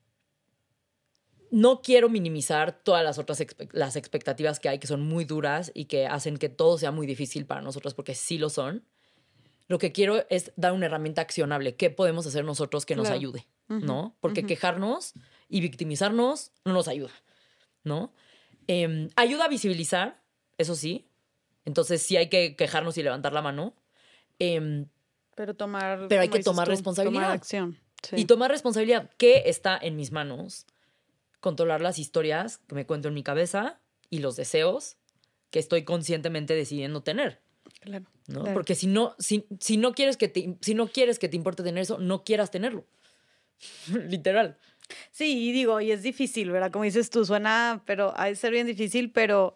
no quiero minimizar todas las otras las expectativas que hay, que son muy duras y que hacen que todo sea muy difícil para nosotros, porque sí lo son. Lo que quiero es dar una herramienta accionable. ¿Qué podemos hacer nosotros que nos ayude? ¿No? Porque quejarnos y victimizarnos no nos ayuda, ¿no? Ayuda a visibilizar, eso sí. Entonces sí hay que quejarnos y levantar la mano. Pero hay que tomar responsabilidad. Tomar acción. Sí. Y tomar responsabilidad. ¿Qué está en mis manos? Controlar las historias que me cuento en mi cabeza y los deseos que estoy conscientemente decidiendo tener. Claro. ¿No? Claro. Porque si no quieres que te importe tener eso, no quieras tenerlo. Literal. Sí, y digo, y es difícil, ¿verdad? Como dices tú, suena, pero ha de ser bien difícil, pero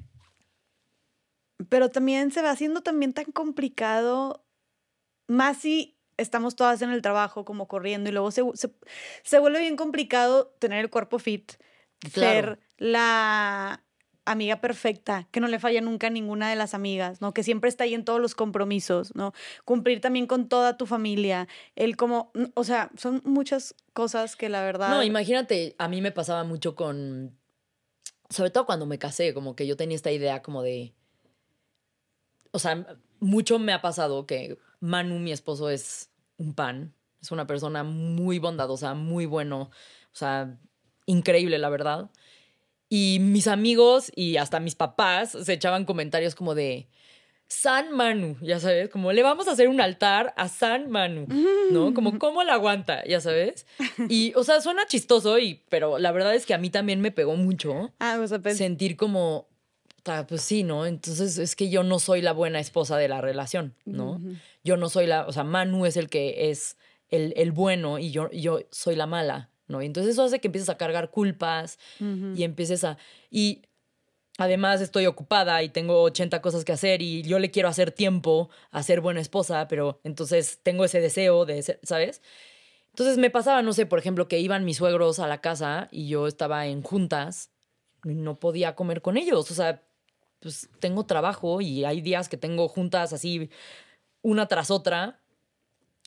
también se va haciendo también tan complicado, más si estamos todas en el trabajo como corriendo y luego se vuelve bien complicado tener el cuerpo fit, ser la amiga perfecta, que no le falla nunca a ninguna de las amigas, ¿no? Que siempre está ahí en todos los compromisos, ¿no? Cumplir también con toda tu familia, o sea, son muchas cosas que la verdad... No, imagínate, a mí me pasaba mucho sobre todo cuando me casé, como que yo tenía esta idea como de, o sea, mucho me ha pasado que Manu, mi esposo, es un pan, es una persona muy bondadosa, muy bueno, o sea, increíble, la verdad. Y mis amigos y hasta mis papás se echaban comentarios como de San Manu, ya sabes, como le vamos a hacer un altar a San Manu, ¿no? Como cómo la aguanta, ya sabes. Y, o sea, suena chistoso, pero la verdad es que a mí también me pegó mucho sentir como, pues sí, ¿no? Entonces es que yo no soy la buena esposa de la relación, ¿no? Yo no soy o sea, Manu es el que es el bueno y yo soy la mala, ¿no? Y entonces eso hace que empieces a cargar culpas y empieces y además estoy ocupada y tengo 80 cosas que hacer y yo le quiero hacer tiempo a ser buena esposa, pero entonces tengo ese deseo de ser, ¿sabes? Entonces me pasaba, no sé, por ejemplo, que iban mis suegros a la casa y yo estaba en juntas y no podía comer con ellos. O sea, pues tengo trabajo y hay días que tengo juntas así una tras otra.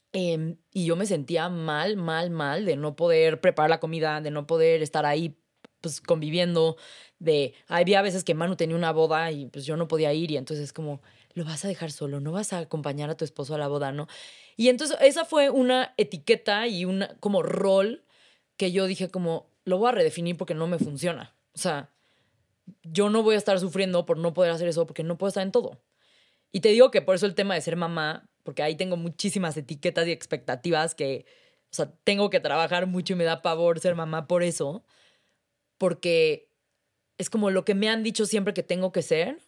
Y yo me sentía mal de no poder preparar la comida, de no poder estar ahí pues conviviendo, había veces que Manu tenía una boda y pues yo no podía ir y entonces es como, lo vas a dejar solo, no vas a acompañar a tu esposo a la boda, ¿no? Y entonces esa fue una etiqueta y una como rol que yo dije como, lo voy a redefinir porque no me funciona. O sea, yo no voy a estar sufriendo por no poder hacer eso porque no puedo estar en todo. Y te digo que por eso el tema de ser mamá, porque ahí tengo muchísimas etiquetas y expectativas que, o sea, tengo que trabajar mucho y me da pavor ser mamá por eso, porque es como lo que me han dicho siempre que tengo que ser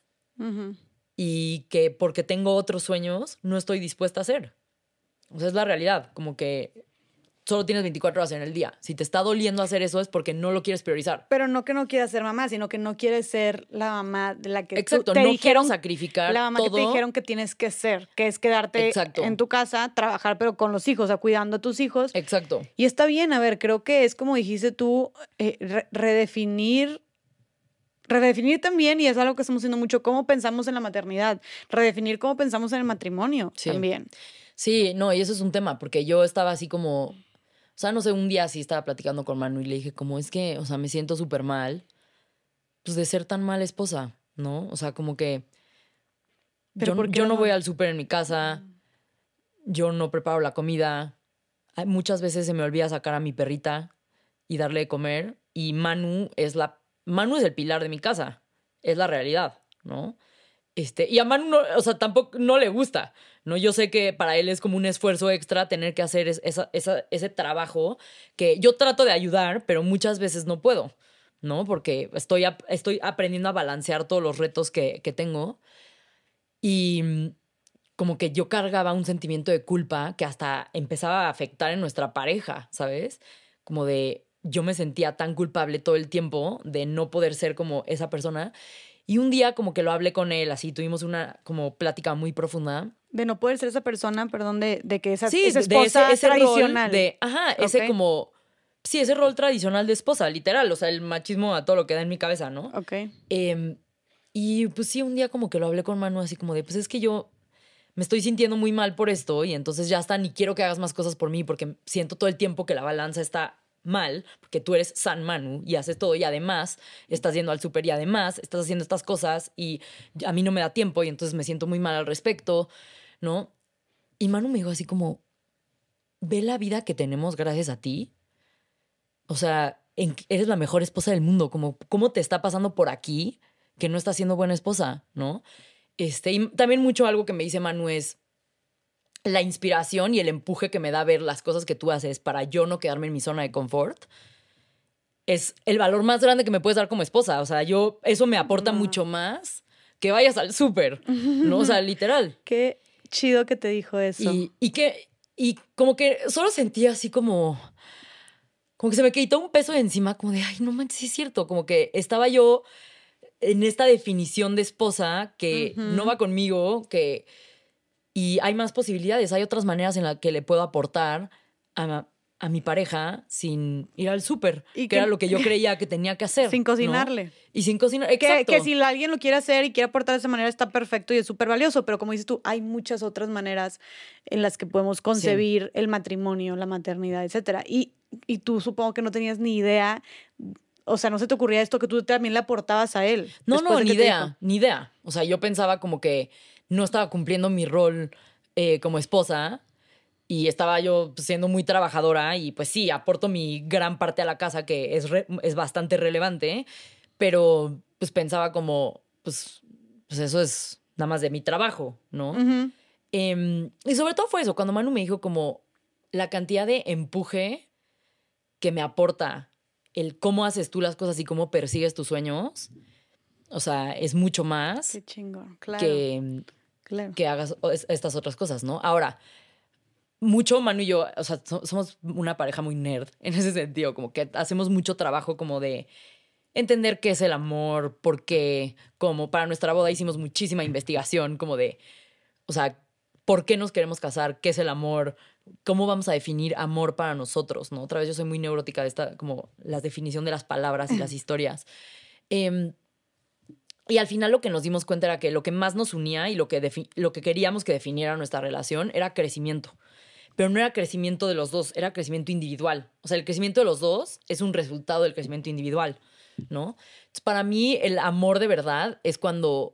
y que porque tengo otros sueños no estoy dispuesta a hacer. O sea, es la realidad, como que solo tienes 24 horas en el día. Si te está doliendo hacer eso es porque no lo quieres priorizar. Pero no que no quieras ser mamá, sino que no quieres ser la mamá de la que Exacto, te no dijeron, quiero sacrificar la mamá todo. que te dijeron que tienes que ser, que es quedarte Exacto. en tu casa, trabajar pero con los hijos, o sea, cuidando a tus hijos. Exacto. Y está bien, a ver, creo que es como dijiste tú, redefinir también, y es algo que estamos haciendo mucho, cómo pensamos en la maternidad, redefinir cómo pensamos en el matrimonio también. Sí, no, y eso es un tema, porque yo estaba así como, o sea, no sé, un día sí estaba platicando con Manu y le dije como, es que, o sea, me siento súper mal, pues de ser tan mala esposa, ¿no? O sea, como que ¿Pero por qué yo eras no voy mala? al súper en mi casa, yo no preparo la comida, muchas veces se me olvida sacar a mi perrita y darle de comer, y Manu es el pilar de mi casa, es la realidad, ¿no? Y a Manu, no, o sea, tampoco no le gusta, ¿no? Yo sé que para él es como un esfuerzo extra tener que hacer ese trabajo que yo trato de ayudar, pero muchas veces no puedo, ¿no? Porque estoy aprendiendo a balancear todos los retos que tengo y como que yo cargaba un sentimiento de culpa que hasta empezaba a afectar en nuestra pareja, ¿sabes? Como de yo me sentía tan culpable todo el tiempo de no poder ser como esa persona. Y un día como que lo hablé con él, así tuvimos una como plática muy profunda. De no poder ser esa persona, perdón, de que esa Sí, esposa de ese tradicional. rol ese Ok. como, sí, ese rol tradicional de esposa, literal, o sea, el machismo a todo lo que da en mi cabeza, ¿no? Ok. Y pues sí, un día como que lo hablé con Manu así como de, pues es que yo me estoy sintiendo muy mal por esto y entonces ya está, ni quiero que hagas más cosas por mí porque siento todo el tiempo que la balanza está mal, porque tú eres San Manu y haces todo y además estás yendo al súper y además estás haciendo estas cosas y a mí no me da tiempo y entonces me siento muy mal al respecto, ¿no? Y Manu me dijo así como, ve la vida que tenemos gracias a ti. O sea, eres la mejor esposa del mundo, como cómo te está pasando por aquí que no estás siendo buena esposa, ¿no? Y también mucho algo que me dice Manu es la inspiración y el empuje que me da ver las cosas que tú haces para yo no quedarme en mi zona de confort es el valor más grande que me puedes dar como esposa. O sea, eso me aporta mucho más que vayas al súper, ¿no? O sea, literal. Qué chido que te dijo eso. Y como que solo sentía así como que se me quitó un peso de encima, como de, ay, no manches, sí es cierto. Como que estaba yo en esta definición de esposa que no va conmigo, y hay más posibilidades, hay otras maneras en las que le puedo aportar a mi pareja sin ir al súper, Y que era lo que yo creía que tenía que hacer. Sin ¿no? cocinarle. Y sin cocinar, exacto. Que si alguien lo quiere hacer y quiere aportar de esa manera está perfecto y es súper valioso, pero como dices tú, hay muchas otras maneras en las que podemos concebir el matrimonio, la maternidad, etcétera. Y tú supongo que no tenías ni idea, o sea, no se te ocurría esto que tú también le aportabas a él. No, después de ni que te idea, dijo. ni idea. O sea, yo pensaba como que no estaba cumpliendo mi rol como esposa y estaba yo pues, siendo muy trabajadora y pues sí, aporto mi gran parte a la casa que es bastante relevante, pero pues pensaba como, pues eso es nada más de mi trabajo, ¿no? Ujú. Y sobre todo fue eso, cuando Manu me dijo como la cantidad de empuje que me aporta el cómo haces tú las cosas y cómo persigues tus sueños, o sea, es mucho más Qué chingón, claro. que, que hagas estas otras cosas, ¿no? Ahora, mucho Manu y yo, o sea, somos una pareja muy nerd en ese sentido, como que hacemos mucho trabajo como de entender qué es el amor, porque como para nuestra boda hicimos muchísima investigación como de, o sea, ¿por qué nos queremos casar? ¿Qué es el amor? ¿Cómo vamos a definir amor para nosotros? ¿No? Otra vez yo soy muy neurótica de esta, como la definición de las palabras y las historias. Y al final lo que nos dimos cuenta era que lo que más nos unía y lo que queríamos que definiera nuestra relación era crecimiento. Pero no era crecimiento de los dos, era crecimiento individual. O sea, el crecimiento de los dos es un resultado del crecimiento individual. ¿no? Entonces, para mí, el amor de verdad es cuando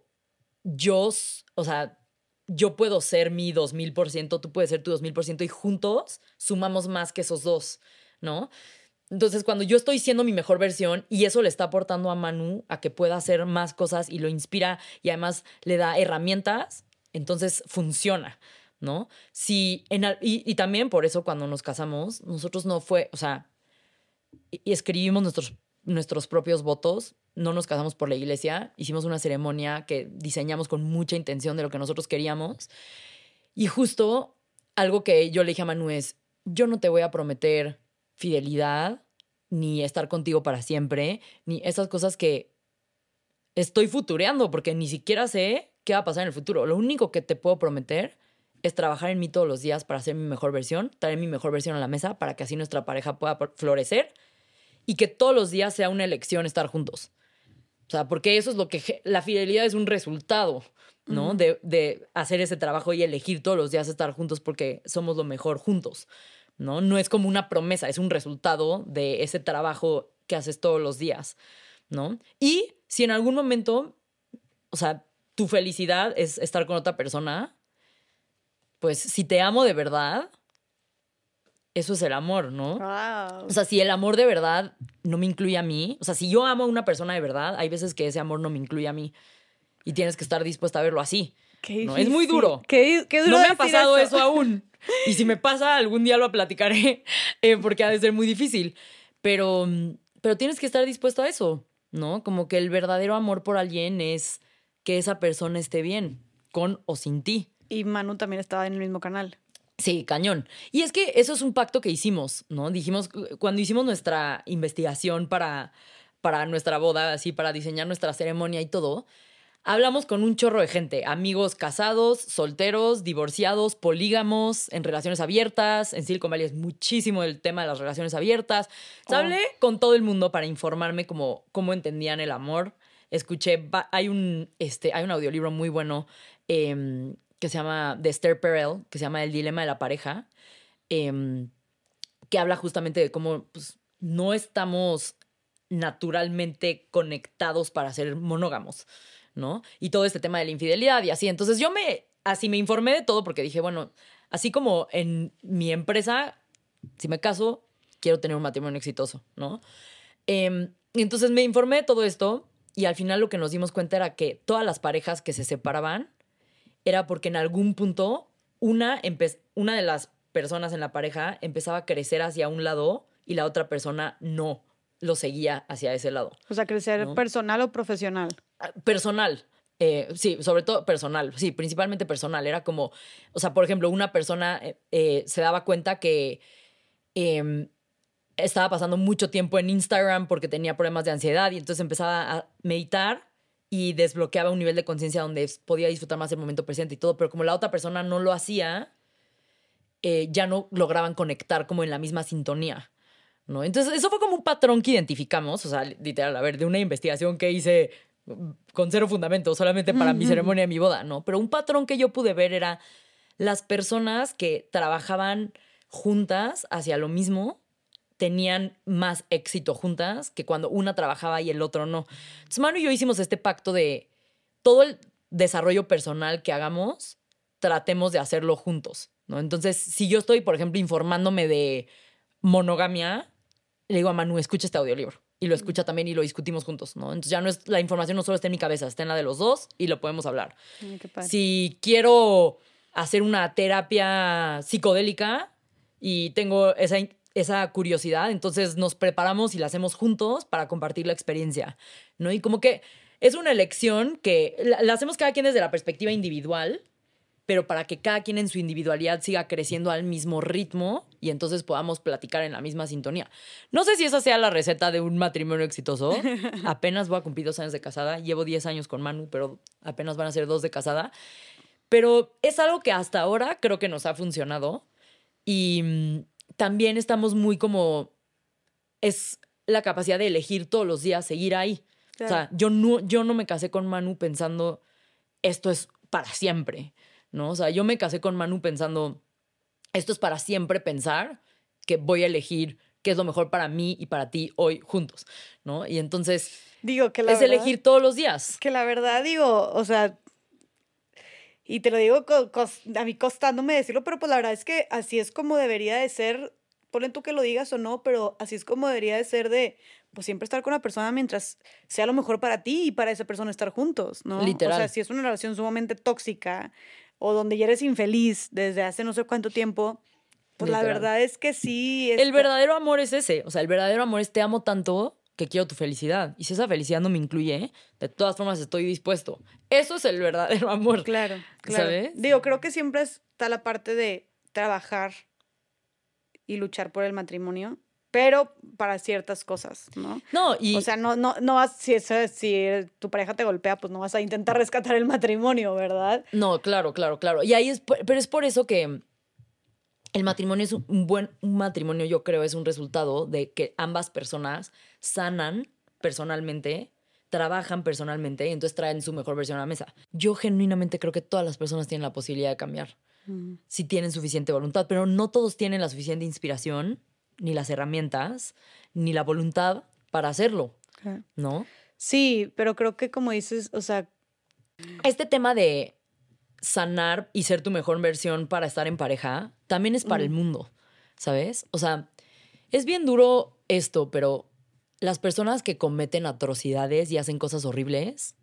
o sea, yo puedo ser mi 2000%, tú puedes ser tu 2000% y juntos sumamos más que esos dos, ¿no? Entonces, cuando yo estoy siendo mi mejor versión y eso le está aportando a Manu a que pueda hacer más cosas y lo inspira y además le da herramientas, entonces funciona, ¿no? Y también por eso cuando nos casamos, nosotros no fue, o sea, y escribimos nuestros propios votos, no nos casamos por la iglesia, hicimos una ceremonia que diseñamos con mucha intención de lo que nosotros queríamos. Y justo algo que yo le dije a Manu es, yo no te voy a prometer fidelidad, ni estar contigo para siempre, ni esas cosas que estoy futureando, porque ni siquiera sé qué va a pasar en el futuro. Lo único que te puedo prometer es trabajar en mí todos los días para ser mi mejor versión, traer mi mejor versión a la mesa para que así nuestra pareja pueda florecer y que todos los días sea una elección estar juntos. O sea, porque eso es lo que... La fidelidad es un resultado, ¿no? De hacer ese trabajo y elegir todos los días estar juntos porque somos lo mejor juntos, ¿no? No es como una promesa, es un resultado de ese trabajo que haces todos los días, ¿no? Y si en algún momento, o sea, tu felicidad es estar con otra persona, pues si te amo de verdad, eso es el amor, ¿no? Wow. O sea, si el amor de verdad no me incluye a mí, o sea, si yo amo a una persona de verdad, hay veces que ese amor no me incluye a mí y tienes que estar dispuesta a verlo así. Qué ¿no? difícil. Es muy duro. Qué duro no me ha decir pasado eso aún. Y si me pasa, algún día lo platicaré porque ha de ser muy difícil. Pero tienes que estar dispuesto a eso, ¿no? Como que el verdadero amor por alguien es que esa persona esté bien, con o sin ti. Y Manu también estaba en el mismo canal. Sí, cañón. Y es que eso es un pacto que hicimos, ¿no? Dijimos, cuando hicimos nuestra investigación para nuestra boda, así, para diseñar nuestra ceremonia y todo, hablamos con un chorro de gente, amigos casados, solteros, divorciados, polígamos, en relaciones abiertas. En Silicon Valley es muchísimo el tema de las relaciones abiertas. O sea, hablé con todo el mundo para informarme cómo entendían el amor. Escuché, hay un audiolibro muy bueno que se llama, de Esther Perel, que se llama El dilema de la pareja, que habla justamente de cómo pues, no estamos naturalmente conectados para ser monógamos, ¿no? Y todo este tema de la infidelidad y así. Entonces yo así me informé de todo porque dije, bueno, así como en mi empresa, si me caso, quiero tener un matrimonio exitoso, ¿no? Y entonces me informé de todo esto y al final lo que nos dimos cuenta era que todas las parejas que se separaban era porque en algún punto una de las personas en la pareja empezaba a crecer hacia un lado y la otra persona no lo seguía hacia ese lado. O sea, crecer, ¿no? ¿Personal o profesional? Personal. Sí, sobre todo personal. Sí, principalmente personal. Era como, o sea, por ejemplo, una persona se daba cuenta que estaba pasando mucho tiempo en Instagram porque tenía problemas de ansiedad y entonces empezaba a meditar y desbloqueaba un nivel de conciencia donde podía disfrutar más el momento presente y todo, pero como la otra persona no lo hacía, ya no lograban conectar como en la misma sintonía, ¿no? Entonces eso fue como un patrón que identificamos, o sea, literal, a ver, de una investigación que hice con cero fundamento, solamente para mi ceremonia de mi boda, ¿no? Pero un patrón que yo pude ver era las personas que trabajaban juntas hacia lo mismo tenían más éxito juntas que cuando una trabajaba y el otro no. Entonces, Manu y yo hicimos este pacto de todo el desarrollo personal que hagamos, tratemos de hacerlo juntos, ¿no? Entonces, si yo estoy, por ejemplo, informándome de monogamia, le digo a Manu, escucha este audiolibro. Y lo escucha también y lo discutimos juntos, ¿no? Entonces ya no es, la información no solo está en mi cabeza, está en la de los dos y lo podemos hablar. Ay, qué padre. Si quiero hacer una terapia psicodélica y tengo esa curiosidad, entonces nos preparamos y la hacemos juntos para compartir la experiencia, ¿no? Y como que es una elección que la hacemos cada quien desde la perspectiva individual, pero para que cada quien en su individualidad siga creciendo al mismo ritmo y entonces podamos platicar en la misma sintonía. No sé si esa sea la receta de un matrimonio exitoso. Apenas voy a cumplir 2 años de casada. Llevo 10 años con Manu, pero apenas van a ser 2 de casada. Pero es algo que hasta ahora creo que nos ha funcionado. Y también estamos muy como... Es la capacidad de elegir todos los días, seguir ahí. Claro. O sea, yo no me casé con Manu pensando esto es para siempre, ¿no? O sea, yo me casé con Manu pensando, esto es para siempre pensar que voy a elegir qué es lo mejor para mí y para ti hoy juntos, ¿no? Y entonces Digo que la es verdad, elegir todos los días. que la verdad digo, o sea, y te lo digo a mí costándome decirlo, pero pues la verdad es que así es como debería de ser, ponle tú que lo digas o no, pero así es como debería de ser de, pues siempre estar con la persona mientras sea lo mejor para ti y para esa persona estar juntos, ¿no? O sea, Literal. si es una relación sumamente tóxica o donde ya eres infeliz desde hace no sé cuánto tiempo, pues la Literal. verdad es que sí El está, verdadero amor es ese. O sea, el verdadero amor es te amo tanto que quiero tu felicidad. Y si esa felicidad no me incluye, de todas formas estoy dispuesto. Eso es el verdadero amor. claro, claro. ¿Sabes? Digo, creo que siempre está la parte de trabajar y luchar por el matrimonio, pero para ciertas cosas, ¿no? No, O sea, no vas, si tu pareja te golpea, pues no vas a intentar rescatar el matrimonio, ¿verdad? no, claro, claro, claro. Y ahí pero es por eso que el matrimonio es un matrimonio, yo creo, es un resultado de que ambas personas sanan personalmente, trabajan personalmente y entonces traen su mejor versión a la mesa. Yo genuinamente creo que todas las personas tienen la posibilidad de cambiar si tienen suficiente voluntad, pero no todos tienen la suficiente inspiración, ni las herramientas, ni la voluntad para hacerlo, Claro. ¿no? Sí, pero creo que como dices, o sea, Este tema de sanar y ser tu mejor versión para estar en pareja también es para el mundo, ¿sabes? O sea, es bien duro esto, pero las personas que cometen atrocidades y hacen cosas horribles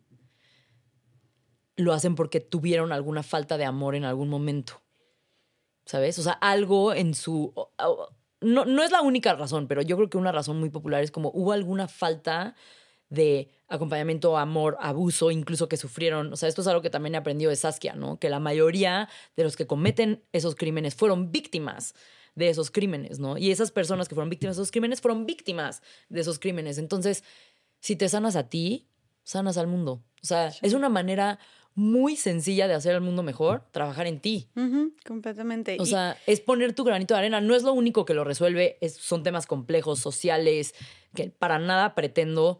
lo hacen porque tuvieron alguna falta de amor en algún momento, ¿sabes? O sea, algo en su... No, no es la única razón, pero yo creo que una razón muy popular es como hubo alguna falta de acompañamiento, amor, abuso, incluso que sufrieron. O sea, esto es algo que también he aprendido de Saskia, ¿no? Que la mayoría de los que cometen esos crímenes fueron víctimas de esos crímenes, ¿no? Y esas personas que fueron víctimas de esos crímenes fueron víctimas de esos crímenes. Entonces, si te sanas a ti, sanas al mundo. O sea, es una manera muy sencilla de hacer el mundo mejor, trabajar en ti. completamente. O sea, es poner tu granito de arena. No es lo único que lo resuelve, son temas complejos, sociales, que para nada pretendo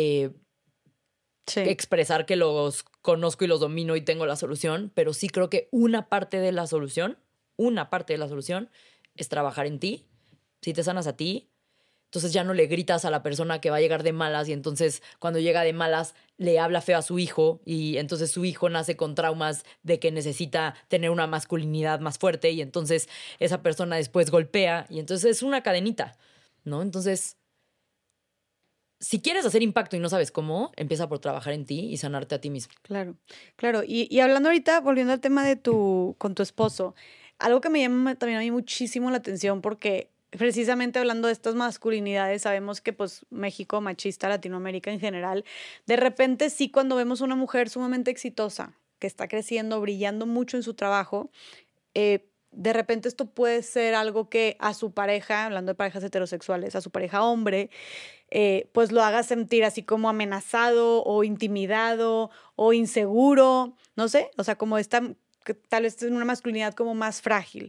Sí. expresar que los conozco y los domino y tengo la solución, pero sí creo que una parte de la solución es trabajar en ti. Si te sanas a ti, entonces ya no le gritas a la persona que va a llegar de malas y entonces cuando llega de malas le habla feo a su hijo y entonces su hijo nace con traumas de que necesita tener una masculinidad más fuerte y entonces esa persona después golpea y entonces es una cadenita, ¿no? Entonces, si quieres hacer impacto y no sabes cómo, empieza por trabajar en ti y sanarte a ti mismo. Claro, claro. Y hablando ahorita, volviendo al tema de con tu esposo, algo que me llama también a mí muchísimo la atención, porque precisamente hablando de estas masculinidades, sabemos que pues México, machista, Latinoamérica en general, de repente sí cuando vemos una mujer sumamente exitosa, que está creciendo, brillando mucho en su trabajo, de repente esto puede ser algo que a su pareja, hablando de parejas heterosexuales, a su pareja hombre, pues lo haga sentir así como amenazado o intimidado o inseguro, no sé, o sea, como esta, que tal vez es una masculinidad como más frágil,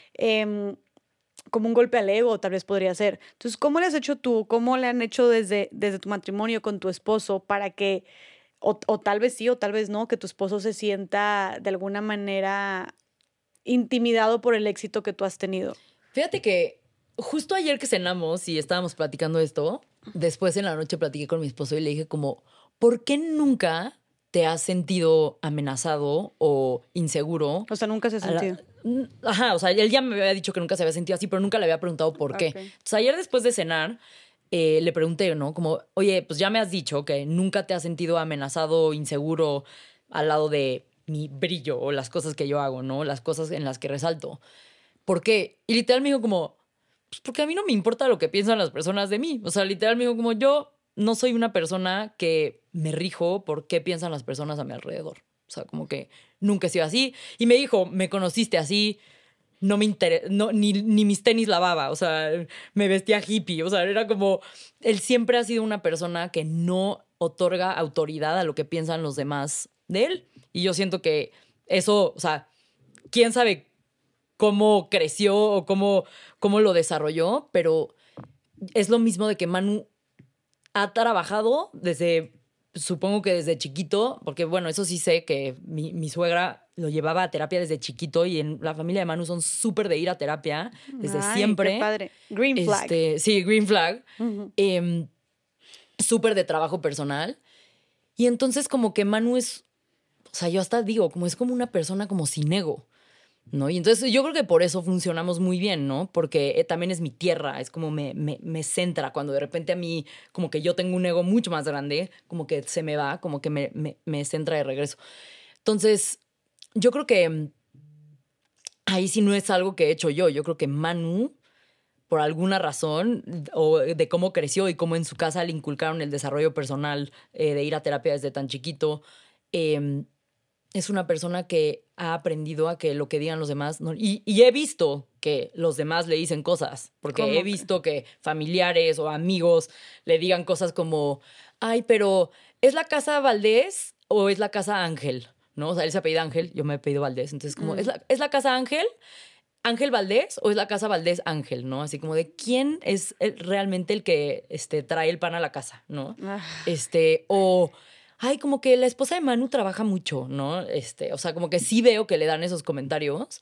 como un golpe al ego, tal vez podría ser. Entonces, ¿cómo le has hecho tú? ¿Cómo le han hecho desde tu matrimonio con tu esposo para que, o tal vez sí, o tal vez no, que tu esposo se sienta de alguna manera intimidado por el éxito que tú has tenido? Fíjate que justo ayer que cenamos y estábamos platicando esto, después en la noche platiqué con mi esposo y le dije como, ¿por qué nunca te has sentido amenazado o inseguro? O sea, nunca se ha sentido. Ajá, o sea, él ya me había dicho que nunca se había sentido así, pero nunca le había preguntado por qué. Ok. Entonces ayer después de cenar, le pregunté, ¿no? Como, oye, pues ya me has dicho que nunca te has sentido amenazado o inseguro al lado de mi brillo o las cosas que yo hago, ¿no? Las cosas en las que resalto. ¿Por qué? Y literal me dijo como, pues porque a mí no me importa lo que piensan las personas de mí. O sea, literal me dijo como, yo no soy una persona que me rijo por qué piensan las personas a mi alrededor. O sea, como que nunca he sido así. Y me dijo, me conociste así, no me interesa, no, ni mis tenis lavaba, o sea, me vestía hippie, o sea, era como, él siempre ha sido una persona que no otorga autoridad a lo que piensan los demás de él. Y yo siento que eso, o sea, quién sabe cómo creció o cómo lo desarrolló, pero es lo mismo de que Manu ha trabajado desde supongo que desde chiquito, porque bueno, eso sí sé que mi suegra lo llevaba a terapia desde chiquito y en la familia de Manu son súper de ir a terapia desde Ay, siempre. qué padre. Green flag. Sí, Green Flag. Súper de trabajo personal. Y entonces como que Manu es, o sea, yo hasta digo, como es como una persona como sin ego, ¿no? Y entonces yo creo que por eso funcionamos muy bien, ¿no? Porque también es mi tierra, es como me centra. Cuando de repente a mí, como que yo tengo un ego mucho más grande, como que se me va, como que me centra de regreso. Entonces, yo creo que ahí sí no es algo que he hecho yo. Yo creo que Manu, por alguna razón, o de cómo creció y cómo en su casa le inculcaron el desarrollo personal, de ir a terapia desde tan chiquito, es una persona que ha aprendido a que lo que digan los demás... No, y he visto que los demás le dicen cosas, porque he visto que familiares o amigos le digan cosas como, ay, pero ¿es la casa Valdés o es la casa Ángel? ¿No? O sea, él se apellida Ángel, yo me he apellido Valdés. Entonces, como, ¿es la casa Ángel? ¿Ángel Valdés o es la casa Valdés Ángel, ¿no? Así como de quién es realmente el que trae el pan a la casa, ¿no? O, ay, como que la esposa de Manu trabaja mucho, ¿no? O sea, como que sí veo que le dan esos comentarios.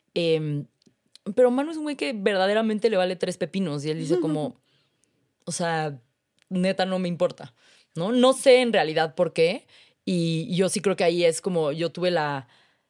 Pero Manu es un güey que verdaderamente le vale 3 pepinos y él dice como, o sea, neta no me importa, ¿no? No sé en realidad por qué y yo sí creo que ahí es como yo tuve la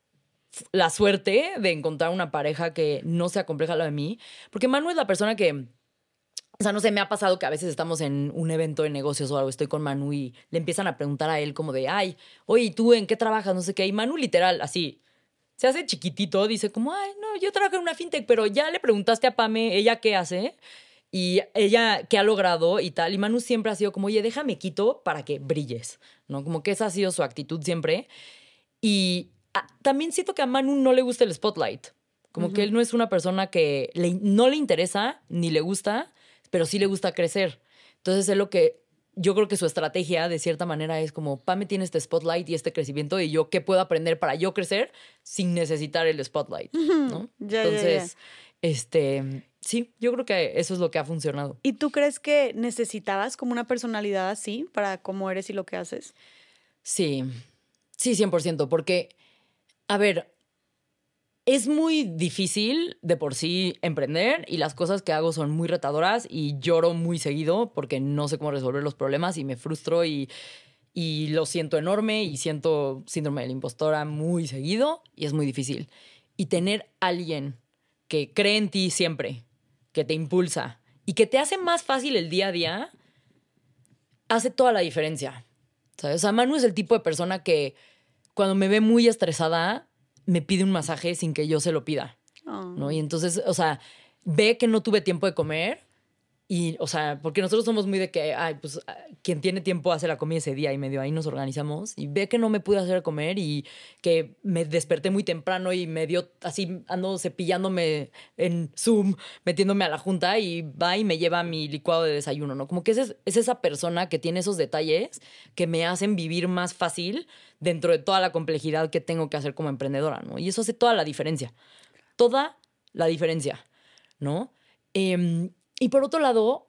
suerte de encontrar una pareja que no sea compleja a lo de mí. Porque Manu es la persona que, o sea, no sé, me ha pasado que a veces estamos en un evento de negocios o algo, estoy con Manu y le empiezan a preguntar a él como de, ay, oye, ¿tú en qué trabajas? No sé qué. Y Manu literal, así, se hace chiquitito, dice como, ay, no, yo trabajo en una fintech, pero ya le preguntaste a Pame, ¿ella qué hace? Y ella qué ha logrado y tal. Y Manu siempre ha sido como, oye, déjame quito para que brilles, ¿no? Como que esa ha sido su actitud siempre. Y también siento que a Manu no le gusta el spotlight. Como que él no es una persona que no le interesa ni le gusta, pero sí le gusta crecer. Entonces es lo que yo creo que su estrategia de cierta manera es como, Pame tiene este spotlight y este crecimiento y yo qué puedo aprender para yo crecer sin necesitar el spotlight, ¿no? Entonces, sí, yo creo que eso es lo que ha funcionado. ¿Y tú crees que necesitabas como una personalidad así para cómo eres y lo que haces? Sí, sí, 100%, porque, a ver, es muy difícil de por sí emprender y las cosas que hago son muy retadoras y lloro muy seguido porque no sé cómo resolver los problemas y me frustro y lo siento enorme y siento síndrome de la impostora muy seguido y es muy difícil. Y tener alguien que cree en ti siempre, que te impulsa y que te hace más fácil el día a día, hace toda la diferencia. ¿Sabes? O sea, Manu es el tipo de persona que cuando me ve muy estresada me pide un masaje sin que yo se lo pida, ¿no? Y entonces, o sea, ve que no tuve tiempo de comer y, o sea, porque nosotros somos muy de que, ay, pues, quien tiene tiempo hace la comida ese día y medio ahí nos organizamos y ve que no me pude hacer comer y que me desperté muy temprano y me dio así, ando cepillándome en Zoom, metiéndome a la junta y va y me lleva mi licuado de desayuno, ¿no? Como que es esa persona que tiene esos detalles que me hacen vivir más fácil dentro de toda la complejidad que tengo que hacer como emprendedora, ¿no? Y eso hace toda la diferencia. Toda la diferencia, ¿no? Y por otro lado,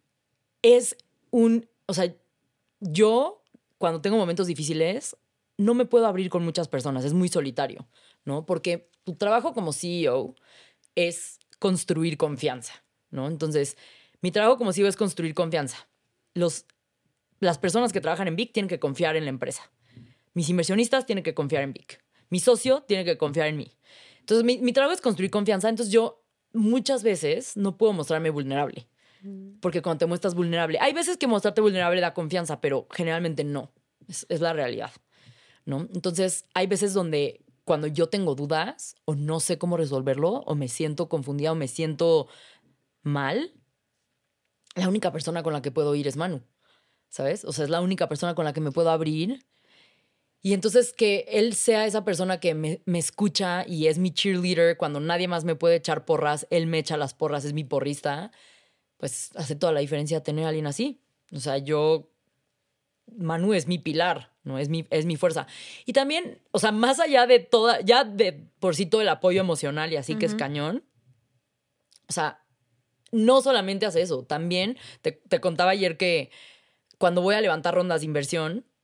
o sea, yo cuando tengo momentos difíciles, no me puedo abrir con muchas personas, es muy solitario, ¿no? Porque tu trabajo como CEO es construir confianza, ¿no? Entonces, mi trabajo como CEO es construir confianza. Las personas que trabajan en Vic tienen que confiar en la empresa. Mis inversionistas tienen que confiar en Vic. Mi socio tiene que confiar en mí. Entonces, mi trabajo es construir confianza. Entonces, yo muchas veces no puedo mostrarme vulnerable. Porque cuando te muestras vulnerable... Hay veces que mostrarte vulnerable da confianza, pero generalmente no. Es la realidad, ¿no? Entonces, hay veces donde cuando yo tengo dudas o no sé cómo resolverlo o me siento confundida o me siento mal, la única persona con la que puedo ir es Manu, ¿sabes? O sea, es la única persona con la que me puedo abrir. Y entonces que él sea esa persona que me escucha y es mi cheerleader cuando nadie más me puede echar porras, él me echa las porras, es mi porrista, pues hace toda la diferencia tener a alguien así. O sea, Manu es mi pilar, ¿no? Es mi fuerza. Y también, o sea, más allá de toda, ya de por sí todo el apoyo emocional y así que es cañón, o sea, no solamente hace eso, también te contaba ayer que cuando voy a levantar rondas de inversión,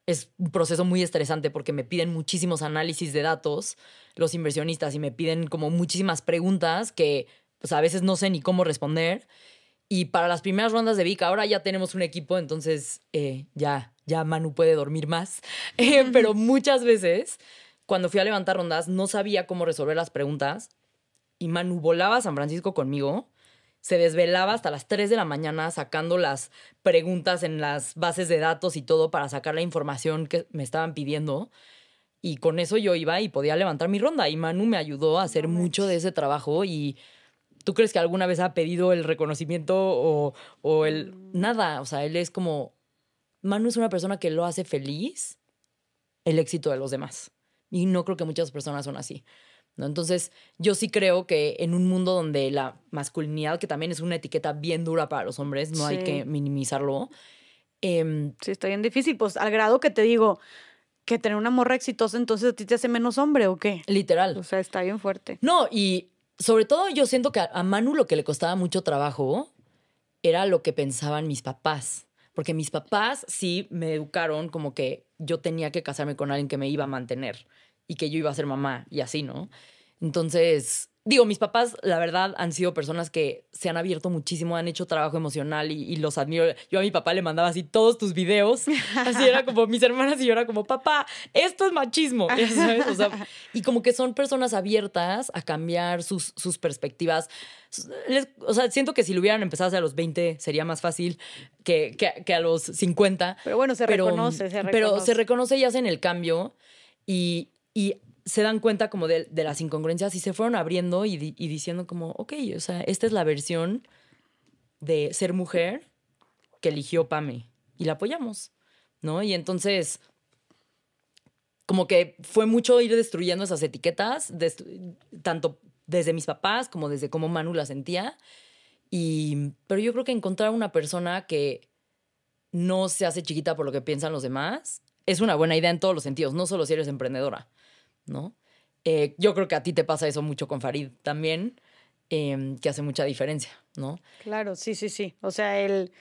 es un proceso muy estresante porque me piden muchísimos análisis de datos los inversionistas y me piden como muchísimas preguntas que pues, a veces no sé ni cómo responder. Y para las primeras rondas de Vic, ahora ya tenemos un equipo, entonces ya Manu puede dormir más. Pero muchas veces, cuando fui a levantar rondas, no sabía cómo resolver las preguntas y Manu volaba a San Francisco conmigo, se desvelaba hasta las 3 de la mañana sacando las preguntas en las bases de datos y todo para sacar la información que me estaban pidiendo. Y con eso yo iba y podía levantar mi ronda. Y Manu me ayudó a hacer mucho de ese trabajo. Y ¿tú crees que alguna vez ha pedido el reconocimiento o el nada? O sea, él es como... Manu es una persona que lo hace feliz el éxito de los demás. Y no creo que muchas personas son así, ¿no? Entonces, yo sí creo que en un mundo donde la masculinidad, que también es una etiqueta bien dura para los hombres, no hay que minimizarlo. Sí, está bien difícil. Pues al grado que te digo que tener una morra exitosa, entonces a ti te hace menos hombre, ¿o qué? Literal. O sea, está bien fuerte. No, y sobre todo yo siento que a Manu lo que le costaba mucho trabajo era lo que pensaban mis papás. Porque mis papás sí me educaron como que yo tenía que casarme con alguien que me iba a mantener y que yo iba a ser mamá y así, ¿no? Entonces, digo, mis papás, la verdad, han sido personas que se han abierto muchísimo, han hecho trabajo emocional y los admiro. Yo a mi papá le mandaba así todos tus videos. Así era como mis hermanas y yo era como, papá, esto es machismo. Ya sabes, o sea, y como que son personas abiertas a cambiar sus perspectivas. O sea, siento que si lo hubieran empezado hace a los 20 sería más fácil que a los 50. Pero bueno, reconoce. Pero se reconoce y hacen el cambio y se dan cuenta como de las incongruencias y se fueron abriendo y diciendo como, ok, o sea, esta es la versión de ser mujer que eligió Pame y la apoyamos, ¿no? Y entonces, como que fue mucho ir destruyendo esas etiquetas, tanto desde mis papás como desde cómo Manu la sentía. Pero yo creo que encontrar una persona que no se hace chiquita por lo que piensan los demás es una buena idea en todos los sentidos, no solo si eres emprendedora, ¿no? Yo creo que a ti te pasa eso mucho con Farid también, que hace mucha diferencia, ¿no? Claro, sí. O sea,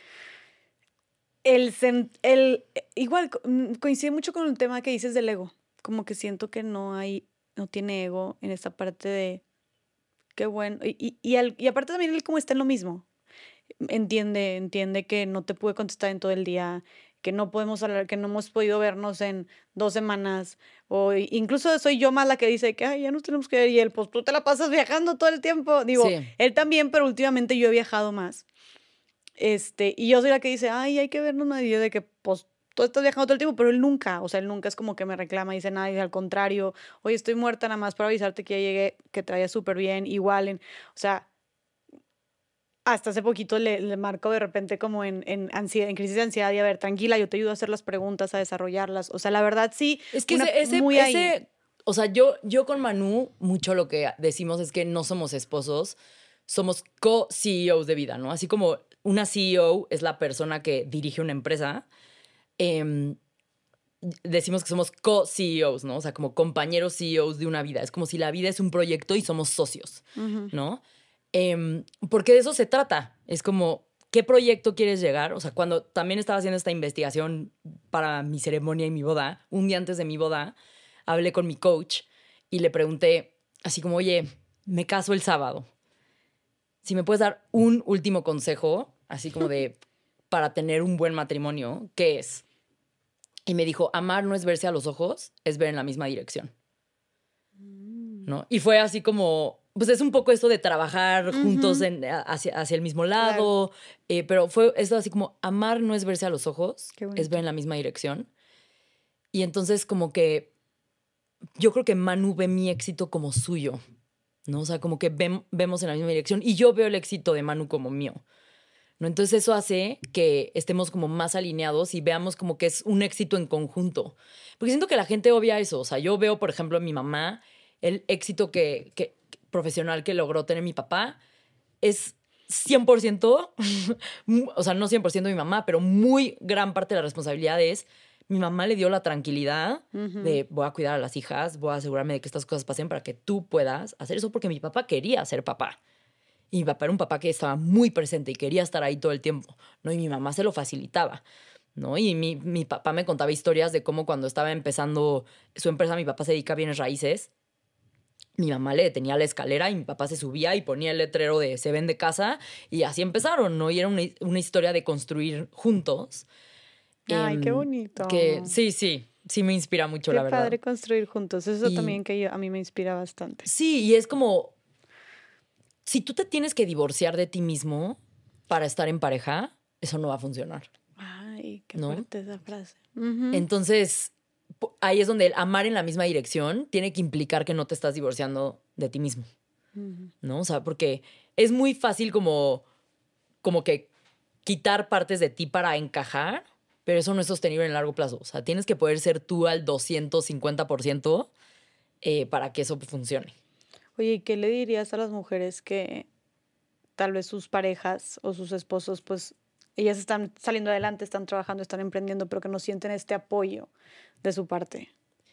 igual coincide mucho con el tema que dices del ego. Como que siento que no tiene ego en esta parte de qué bueno. Y aparte también él como está en lo mismo. Entiende que no te pude contestar en todo el día, que no podemos hablar, que no hemos podido vernos en 2 semanas, o incluso soy yo más la que dice que ay, ya nos tenemos que ver, y él, pues tú te la pasas viajando todo el tiempo. Digo, Sí. él también, pero últimamente yo he viajado más. Y yo soy la que dice, ay, hay que vernos más, y yo de que, pues, tú estás viajando todo el tiempo, pero él nunca, o sea, él nunca es como que me reclama y dice nada, y al contrario, oye, estoy muerta nada más para avisarte que ya llegué, que te vaya súper bien, igual, o sea, hasta hace poquito le marco de repente como en ansiedad, en crisis de ansiedad y a ver, tranquila, yo te ayudo a hacer las preguntas, a desarrollarlas. O sea, la verdad sí. Es que o sea, yo con Manu mucho lo que decimos es que no somos esposos, somos co-CEOs de vida, ¿no? Así como una CEO es la persona que dirige una empresa, decimos que somos co-CEOs, ¿no? O sea, como compañeros CEOs de una vida. Es como si la vida es un proyecto y somos socios, ¿no? Porque de eso se trata. Es como, ¿qué proyecto quieres llegar? O sea, cuando también estaba haciendo esta investigación para mi ceremonia y mi boda, un día antes de mi boda, hablé con mi coach y le pregunté así como, oye, me caso el sábado. Si me puedes dar un último consejo, así como de, para tener un buen matrimonio, ¿qué es? Y me dijo, amar no es verse a los ojos, es ver en la misma dirección, ¿no? Y fue así como, pues es un poco esto de trabajar juntos hacia el mismo lado, pero fue esto así como, amar no es verse a los ojos, es ver en la misma dirección. Y entonces como que yo creo que Manu ve mi éxito como suyo, ¿no? O sea, como que vemos en la misma dirección y yo veo el éxito de Manu como mío, ¿no? Entonces eso hace que estemos como más alineados y veamos como que es un éxito en conjunto. Porque siento que la gente obvia eso. O sea, yo veo, por ejemplo, a mi mamá, el éxito profesional que logró tener mi papá es 100%, o sea, no 100% mi mamá, pero muy gran parte de la responsabilidad es mi mamá le dio la tranquilidad de voy a cuidar a las hijas, voy a asegurarme de que estas cosas pasen para que tú puedas hacer eso porque mi papá quería ser papá. Y mi papá era un papá que estaba muy presente y quería estar ahí todo el tiempo, ¿no? Y mi mamá se lo facilitaba, ¿no? Y mi papá me contaba historias de cómo cuando estaba empezando su empresa, mi papá se dedica a bienes raíces, mi mamá le detenía la escalera y mi papá se subía y ponía el letrero de se vende casa y así empezaron, ¿no? Y era una historia de construir juntos. Ay, qué bonito. Que sí me inspira mucho, Qué la verdad. padre construir juntos. Eso Y- también que a mí me inspira bastante. Sí, y es como, si tú te tienes que divorciar de ti mismo para estar en pareja, eso no va a funcionar. Ay, qué ¿No? fuerte esa frase. Ujú. Entonces, ahí es donde el amar en la misma dirección tiene que implicar que no te estás divorciando de ti mismo, ¿no? O sea, porque es muy fácil como que quitar partes de ti para encajar, pero eso no es sostenible en el largo plazo. O sea, tienes que poder ser tú al 250% para que eso funcione. Oye, ¿y qué le dirías a las mujeres que tal vez sus parejas o sus esposos, pues ellas están saliendo adelante, están trabajando, están emprendiendo, pero que no sienten este apoyo de su parte?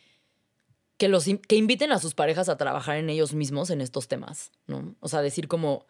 Que inviten a sus parejas a trabajar en ellos mismos en estos temas, ¿no? O sea, decir como,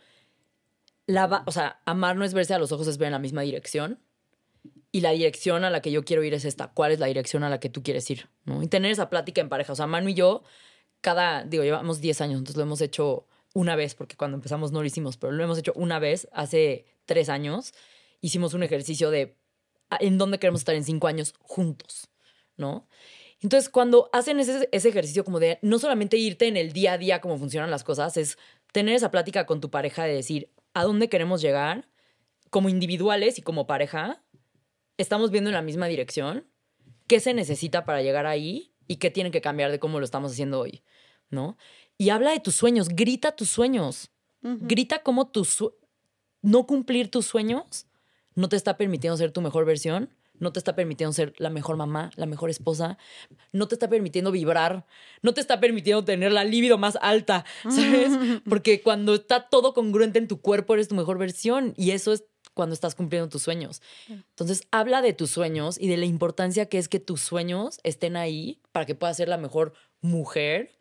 o sea, amar no es verse a los ojos, es ver en la misma dirección. Y la dirección a la que yo quiero ir es esta. ¿Cuál es la dirección a la que tú quieres ir? ¿No? Y tener esa plática en pareja. O sea, Manu y yo, llevamos 10 años, entonces lo hemos hecho una vez, porque cuando empezamos no lo hicimos, pero lo hemos hecho una vez, hace 3 años. Hicimos un ejercicio de en dónde queremos estar en 5 años juntos, ¿no? Entonces, cuando hacen ese ejercicio como de no solamente irte en el día a día cómo funcionan las cosas, es tener esa plática con tu pareja de decir a dónde queremos llegar como individuales y como pareja. Estamos viendo en la misma dirección, qué se necesita para llegar ahí y qué tiene que cambiar de cómo lo estamos haciendo hoy, ¿no? Y habla de tus sueños, grita tus sueños, grita cómo no cumplir tus sueños no te está permitiendo ser tu mejor versión, no te está permitiendo ser la mejor mamá, la mejor esposa, no te está permitiendo vibrar, no te está permitiendo tener la libido más alta, ¿sabes? Porque cuando está todo congruente en tu cuerpo eres tu mejor versión y eso es cuando estás cumpliendo tus sueños. Entonces, habla de tus sueños y de la importancia que es que tus sueños estén ahí para que puedas ser la mejor mujer,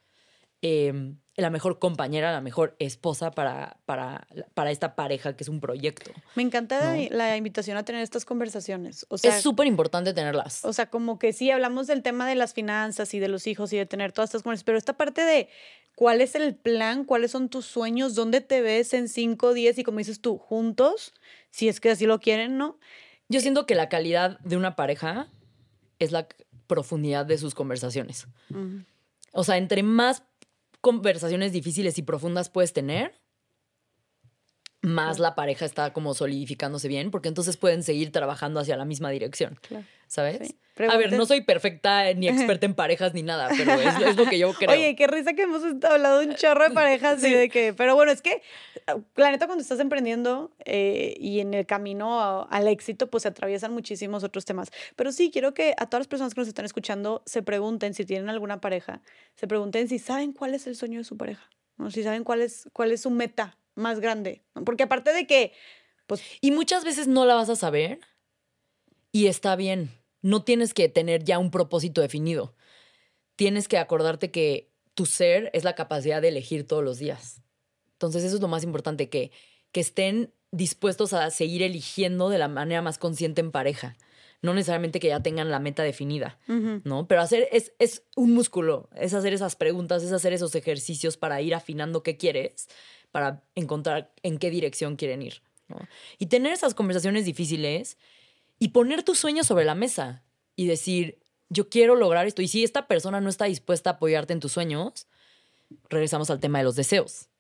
la mejor compañera, la mejor esposa para esta pareja que es un proyecto. Me encanta ¿No? la invitación a tener estas conversaciones. O sea, Es súper importante tenerlas. o sea, como que sí, hablamos del tema de las finanzas y de los hijos y de tener todas estas conversaciones, pero esta parte de cuál es el plan, cuáles son tus sueños, dónde te ves en 5, 10 y como dices tú, juntos, si es que así lo quieren, ¿no? Yo siento que la calidad de una pareja es la profundidad de sus conversaciones. O sea, entre más conversaciones difíciles y profundas puedes tener, más la pareja está como solidificándose bien, porque entonces pueden seguir trabajando hacia la misma dirección. Claro. ¿Sabes? Sí. A ver, no soy perfecta ni experta en parejas ni nada, pero es lo que yo creo. Oye, qué risa que hemos hablado un chorro de parejas y de que, pero bueno, es que la neta cuando estás emprendiendo y en el camino al éxito, pues se atraviesan muchísimos otros temas. Pero sí, quiero que a todas las personas que nos están escuchando se pregunten si tienen alguna pareja, se pregunten si saben cuál es el sueño de su pareja, ¿no? Si saben cuál es su meta más grande, ¿no? Porque aparte de que, pues... Y muchas veces no la vas a saber y está bien. No tienes que tener ya un propósito definido. Tienes que acordarte que tu ser es la capacidad de elegir todos los días. Entonces eso es lo más importante, que estén dispuestos a seguir eligiendo de la manera más consciente en pareja. No necesariamente que ya tengan la meta definida, ¿no? Pero es un músculo, es hacer esas preguntas, es hacer esos ejercicios para ir afinando qué quieres, para encontrar en qué dirección quieren ir, ¿no? Y tener esas conversaciones difíciles y poner tus sueños sobre la mesa y decir, yo quiero lograr esto. Y si esta persona no está dispuesta a apoyarte en tus sueños, regresamos al tema de los deseos.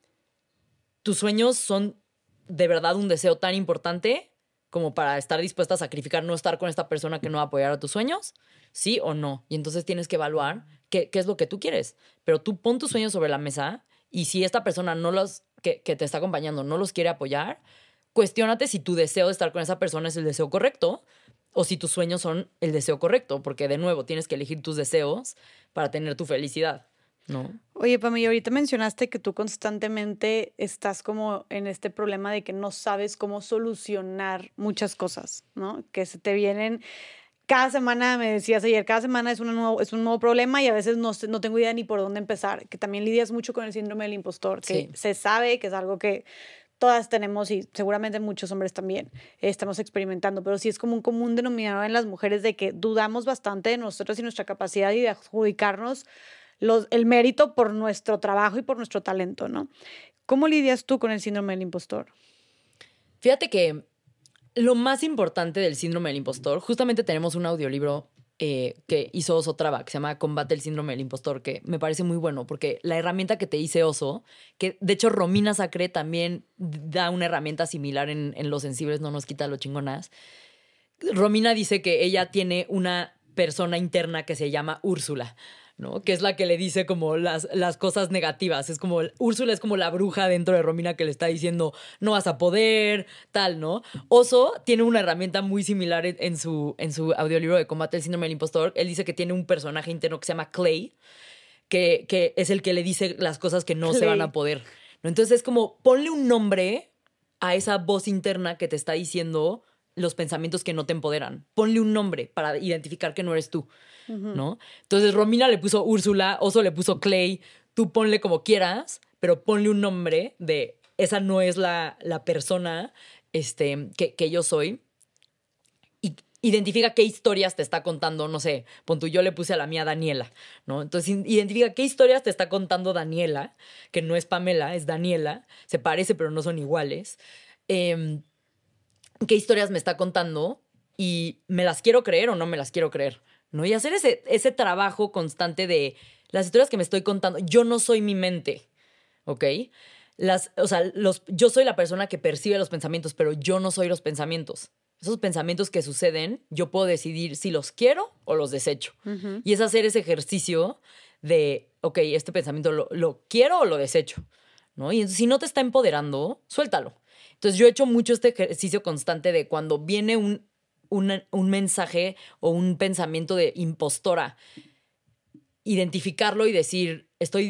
¿Tus sueños son de verdad un deseo tan importante como para estar dispuesta a sacrificar no estar con esta persona que no va a apoyar a tus sueños? ¿Sí o no? Y entonces tienes que evaluar qué es lo que tú quieres. Pero tú pon tus sueños sobre la mesa y si esta persona que te está acompañando no los quiere apoyar, cuestiónate si tu deseo de estar con esa persona es el deseo correcto o si tus sueños son el deseo correcto, porque de nuevo tienes que elegir tus deseos para tener tu felicidad, ¿no? Oye, Pami, ahorita mencionaste que tú constantemente estás como en este problema de que no sabes cómo solucionar muchas cosas, ¿no? Que se te vienen... Cada semana, me decías ayer, cada semana es un nuevo problema y a veces no tengo idea ni por dónde empezar. Que también lidias mucho con el síndrome del impostor, que Sí. se sabe que es algo que todas tenemos, y seguramente muchos hombres también estamos experimentando, pero sí es como un común denominador en las mujeres de que dudamos bastante de nosotros y nuestra capacidad y de adjudicarnos el mérito por nuestro trabajo y por nuestro talento, ¿no? ¿Cómo lidias tú con el síndrome del impostor? Fíjate que lo más importante del síndrome del impostor, justamente tenemos un audiolibro que hizo Oso Traba, que se llama Combate el síndrome del impostor, que me parece muy bueno, porque la herramienta que te dice Oso, que de hecho Romina Sacre también da una herramienta similar en Los Sensibles, no nos quita lo chingonas. Romina dice que ella tiene una persona interna que se llama Úrsula, ¿no? Que es la que le dice como las cosas negativas. Es como, Úrsula es como la bruja dentro de Romina que le está diciendo, no vas a poder, tal, ¿no? Oso tiene una herramienta muy similar en su audiolibro de Combate el síndrome del impostor. Él dice que tiene un personaje interno que se llama Clay, que es el que le dice las cosas que no se van a poder, ¿no? Entonces es como, ponle un nombre a esa voz interna que te está diciendo los pensamientos que no te empoderan. Ponle un nombre para identificar que no eres tú, ¿no? Entonces Romina le puso Úrsula, Oso le puso Clay, tú ponle como quieras, pero ponle un nombre de esa no es la persona que yo soy. Y identifica qué historias te está contando, no sé, pon tú, yo le puse a la mía Daniela, ¿no? Entonces identifica qué historias te está contando Daniela, que no es Pamela, es Daniela, se parece pero no son iguales. Qué historias me está contando y me las quiero creer o no me las quiero creer, ¿no? Y hacer ese trabajo constante de las historias que me estoy contando. Yo no soy mi mente, ¿ok? Yo soy la persona que percibe los pensamientos, pero yo no soy los pensamientos. Esos pensamientos que suceden, yo puedo decidir si los quiero o los desecho. Y es hacer ese ejercicio de, ok, este pensamiento lo quiero o lo desecho, ¿no? Y entonces, si no te está empoderando, suéltalo. Entonces yo he hecho mucho este ejercicio constante de cuando viene un mensaje o un pensamiento de impostora, identificarlo y decir,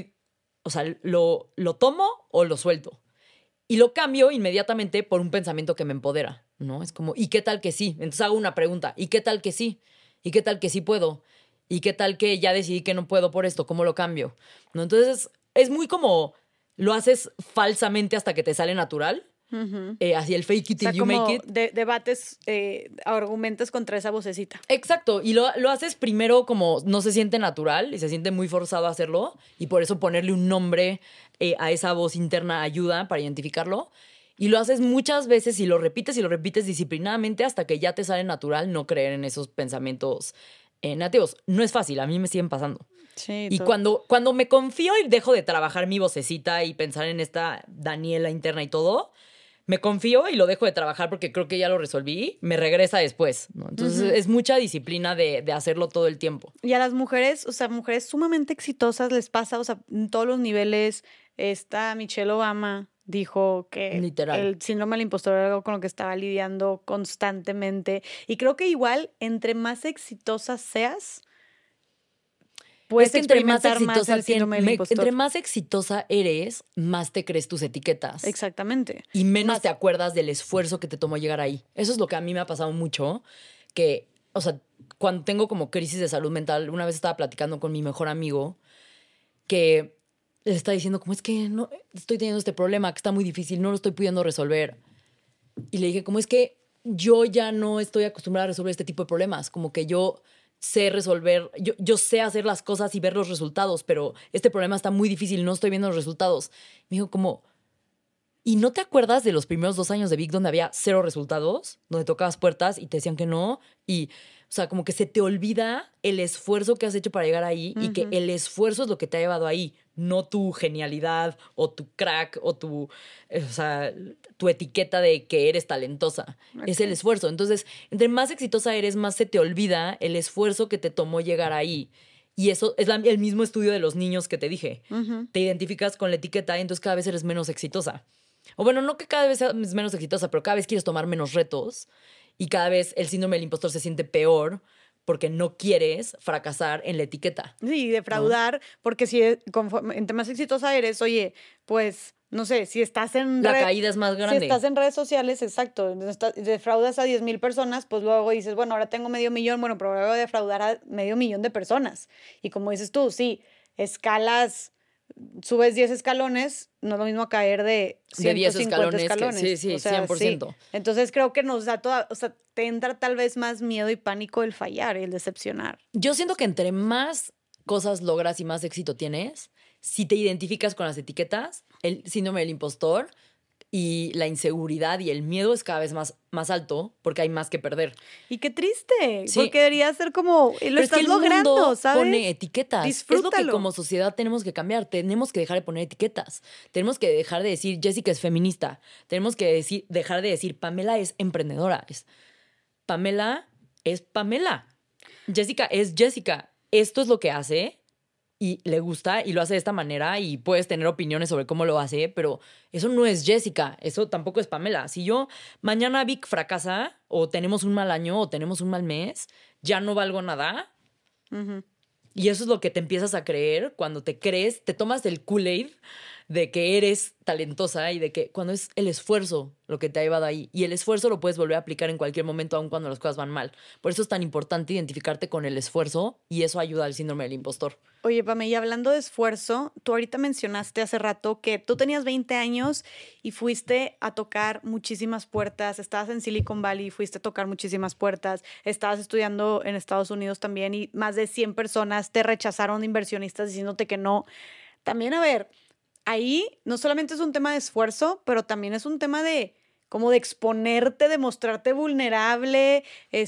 lo tomo o lo suelto. Y lo cambio inmediatamente por un pensamiento que me empodera, ¿no? Es como, ¿y qué tal que sí? Entonces hago una pregunta, ¿y qué tal que sí? ¿Y qué tal que sí puedo? ¿Y qué tal que ya decidí que no puedo por esto? ¿Cómo lo cambio? ¿No? Entonces es muy como, lo haces falsamente hasta que te sale natural. Así el fake it till you make it. Debates, argumentos contra esa vocecita. Exacto, y lo haces primero como no se siente natural y se siente muy forzado a hacerlo, y por eso ponerle un nombre a esa voz interna ayuda para identificarlo. Y lo haces muchas veces y lo repites disciplinadamente hasta que ya te sale natural no creer en esos pensamientos negativos. No es fácil, a mí me siguen pasando. Sí, y cuando me confío y dejo de trabajar mi vocecita y pensar en esta Daniela interna y todo, me confío y lo dejo de trabajar porque creo que ya lo resolví, me regresa después, ¿no? Entonces es mucha disciplina de hacerlo todo el tiempo. Y a las mujeres, o sea, mujeres sumamente exitosas les pasa, o sea, en todos los niveles. Esta Michelle Obama dijo que Literal. el síndrome del impostor era algo con lo que estaba lidiando constantemente. Y creo que igual, entre más exitosa seas, puedes experimentar más el síndrome del impostor. Entre más exitosa eres, más te crees tus etiquetas. Exactamente. Y menos te acuerdas del esfuerzo que te tomó llegar ahí. Eso es lo que a mí me ha pasado mucho, que, o sea, cuando tengo como crisis de salud mental, una vez estaba platicando con mi mejor amigo que le está diciendo como es que no estoy teniendo este problema, que está muy difícil, no lo estoy pudiendo resolver. Y le dije como es que yo ya no estoy acostumbrada a resolver este tipo de problemas, como que yo sé resolver, yo sé hacer las cosas y ver los resultados, pero este problema está muy difícil, no estoy viendo los resultados. Me dijo como, ¿y no te acuerdas de los primeros 2 años de Vic donde había 0 resultados? Donde tocabas puertas y te decían que no. Y, o sea, como que se te olvida el esfuerzo que has hecho para llegar ahí y que el esfuerzo es lo que te ha llevado ahí, no tu genialidad o tu crack o tu etiqueta de que eres talentosa. Okay. Es el esfuerzo. Entonces, entre más exitosa eres, más se te olvida el esfuerzo que te tomó llegar ahí. Y eso es el mismo estudio de los niños que te dije. Te identificas con la etiqueta y entonces cada vez eres menos exitosa. O bueno, no que cada vez seas menos exitosa, pero cada vez quieres tomar menos retos y cada vez el síndrome del impostor se siente peor porque no quieres fracasar en la etiqueta. Sí, defraudar, ¿no? Porque entre más exitosa eres, oye, pues, no sé, si estás en... La caída es más grande. Si estás en redes sociales, exacto, defraudas a 10,000 personas, pues luego dices, bueno, ahora tengo 500,000, bueno, pero luego defraudar a 500,000 de personas. Y como dices tú, sí, escalas subes 10 escalones, no es lo mismo caer de De 10 150 escalones. escalones. Sí, O sea, 100%. sí. Entonces creo que nos da toda, o sea, te entra tal vez más miedo y pánico el fallar y el decepcionar. Yo siento que entre más cosas logras y más éxito tienes, si te identificas con las etiquetas, el síndrome del impostor y la inseguridad y el miedo es cada vez más alto porque hay más que perder. Y qué triste, Sí. porque debería ser como, lo Pero es estás que el logrando, mundo ¿sabes? pone etiquetas. Es lo que Disfrútalo. como sociedad tenemos que cambiar. Tenemos que dejar de poner etiquetas. Tenemos que dejar de decir Jessica es feminista. Tenemos que dejar de decir Pamela es emprendedora. Pamela es Pamela. Jessica es Jessica. Esto es lo que hace y le gusta y lo hace de esta manera y puedes tener opiniones sobre cómo lo hace, pero eso no es Jessica, eso tampoco es Pamela. Si yo mañana Vic fracasa o tenemos un mal año o tenemos un mal mes, ya no valgo nada. Ujú. Y eso es lo que te empiezas a creer cuando te crees, te tomas el Kool-Aid de que eres talentosa y de que cuando es el esfuerzo lo que te ha llevado ahí. Y el esfuerzo lo puedes volver a aplicar en cualquier momento, aun cuando las cosas van mal. Por eso es tan importante identificarte con el esfuerzo y eso ayuda al síndrome del impostor. Oye, Pame, y hablando de esfuerzo, tú ahorita mencionaste hace rato que tú tenías 20 años y fuiste a tocar muchísimas puertas, estabas en Silicon Valley, fuiste a tocar muchísimas puertas, estabas estudiando en Estados Unidos también y más de 100 personas te rechazaron inversionistas diciéndote que no. También, a ver, ahí no solamente es un tema de esfuerzo, pero también es un tema de como de exponerte, de mostrarte vulnerable,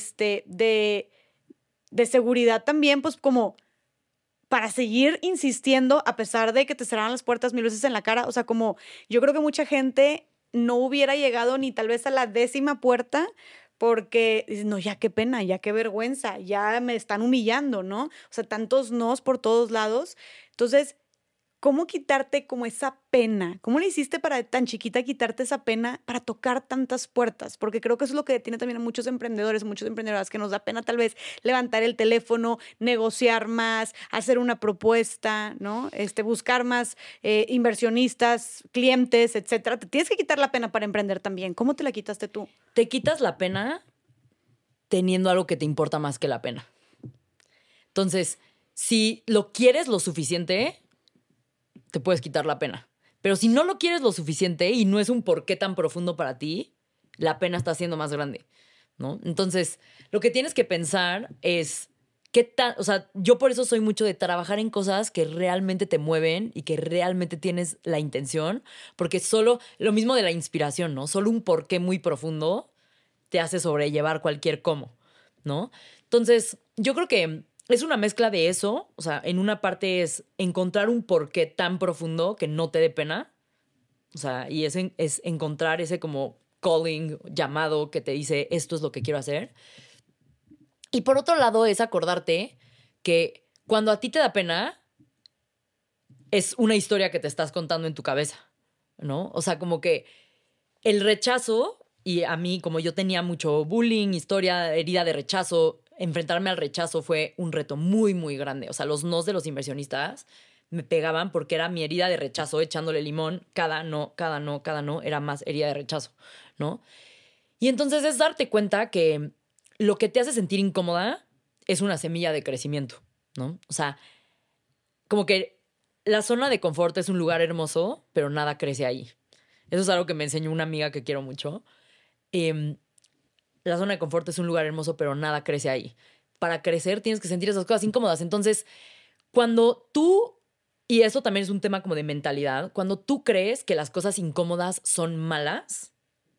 de seguridad también, pues como para seguir insistiendo a pesar de que te cerraran las puertas 1000 veces en la cara. O sea, como yo creo que mucha gente no hubiera llegado ni tal vez a la 10ª puerta porque dices, no, ya qué pena, ya qué vergüenza, ya me están humillando, ¿no? O sea, tantos nos por todos lados. Entonces, ¿cómo quitarte como esa pena? ¿Cómo le hiciste para tan chiquita quitarte esa pena para tocar tantas puertas? Porque creo que eso es lo que detiene también a muchos emprendedores, muchas emprendedoras, que nos da pena tal vez levantar el teléfono, negociar más, hacer una propuesta, ¿no? Buscar más inversionistas, clientes, etcétera. Te tienes que quitar la pena para emprender también. ¿Cómo te la quitaste tú? Te quitas la pena teniendo algo que te importa más que la pena. Entonces, si lo quieres lo suficiente, te puedes quitar la pena. Pero si no lo quieres lo suficiente y no es un porqué tan profundo para ti, la pena está siendo más grande, ¿no? Entonces, lo que tienes que pensar es qué tan, o sea, yo por eso soy mucho de trabajar en cosas que realmente te mueven y que realmente tienes la intención, porque solo, lo mismo de la inspiración, ¿no? Solo un porqué muy profundo te hace sobrellevar cualquier cómo, ¿no? Entonces, yo creo que es una mezcla de eso, o sea, en una parte es encontrar un porqué tan profundo que no te dé pena, o sea, y es encontrar ese como calling, llamado que te dice esto es lo que quiero hacer. Y por otro lado es acordarte que cuando a ti te da pena, es una historia que te estás contando en tu cabeza, ¿no? O sea, como que el rechazo, y a mí, como yo tenía mucho bullying, historia, herida de rechazo, enfrentarme al rechazo fue un reto muy, muy grande. O sea, los nos de los inversionistas me pegaban porque era mi herida de rechazo, echándole limón, cada no, cada no, cada no, era más herida de rechazo, ¿no? Y entonces es darte cuenta que lo que te hace sentir incómoda es una semilla de crecimiento, ¿no? O sea, como que la zona de confort es un lugar hermoso, pero nada crece ahí. Eso es algo que me enseñó una amiga que quiero mucho. Eh, la zona de confort es un lugar hermoso, pero nada crece ahí. Para crecer tienes que sentir esas cosas incómodas. Entonces, cuando tú, y eso también es un tema como de mentalidad, cuando tú crees que las cosas incómodas son malas,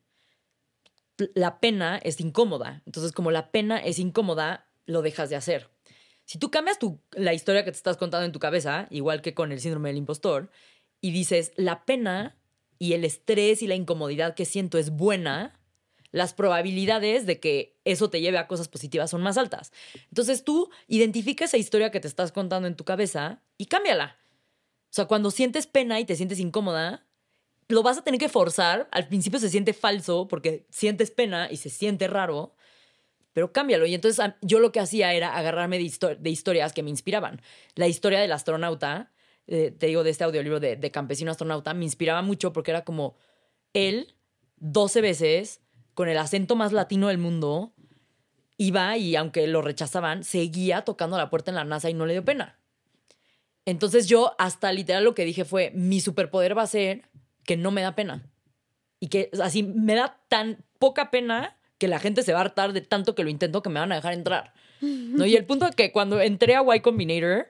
la pena es incómoda. Entonces, como la pena es incómoda, lo dejas de hacer. Si tú cambias la historia que te estás contando en tu cabeza, igual que con el síndrome del impostor, y dices, la pena y el estrés y la incomodidad que siento es buena, las probabilidades de que eso te lleve a cosas positivas son más altas. Entonces tú identifica esa historia que te estás contando en tu cabeza y cámbiala. O sea, cuando sientes pena y te sientes incómoda, lo vas a tener que forzar. Al principio se siente falso porque sientes pena y se siente raro, pero cámbialo. Y entonces yo lo que hacía era agarrarme de historias que me inspiraban. La historia del astronauta, te digo, de este audiolibro de Campesino Astronauta, me inspiraba mucho porque era como él, 12 veces, con el acento más latino del mundo, iba y aunque lo rechazaban, seguía tocando la puerta en la NASA y no le dio pena. Entonces yo hasta literal lo que dije fue, mi superpoder va a ser que no me da pena. Y que así me da tan poca pena que la gente se va a hartar de tanto que lo intento que me van a dejar entrar. ¿No? Y el punto es que cuando entré a Y Combinator,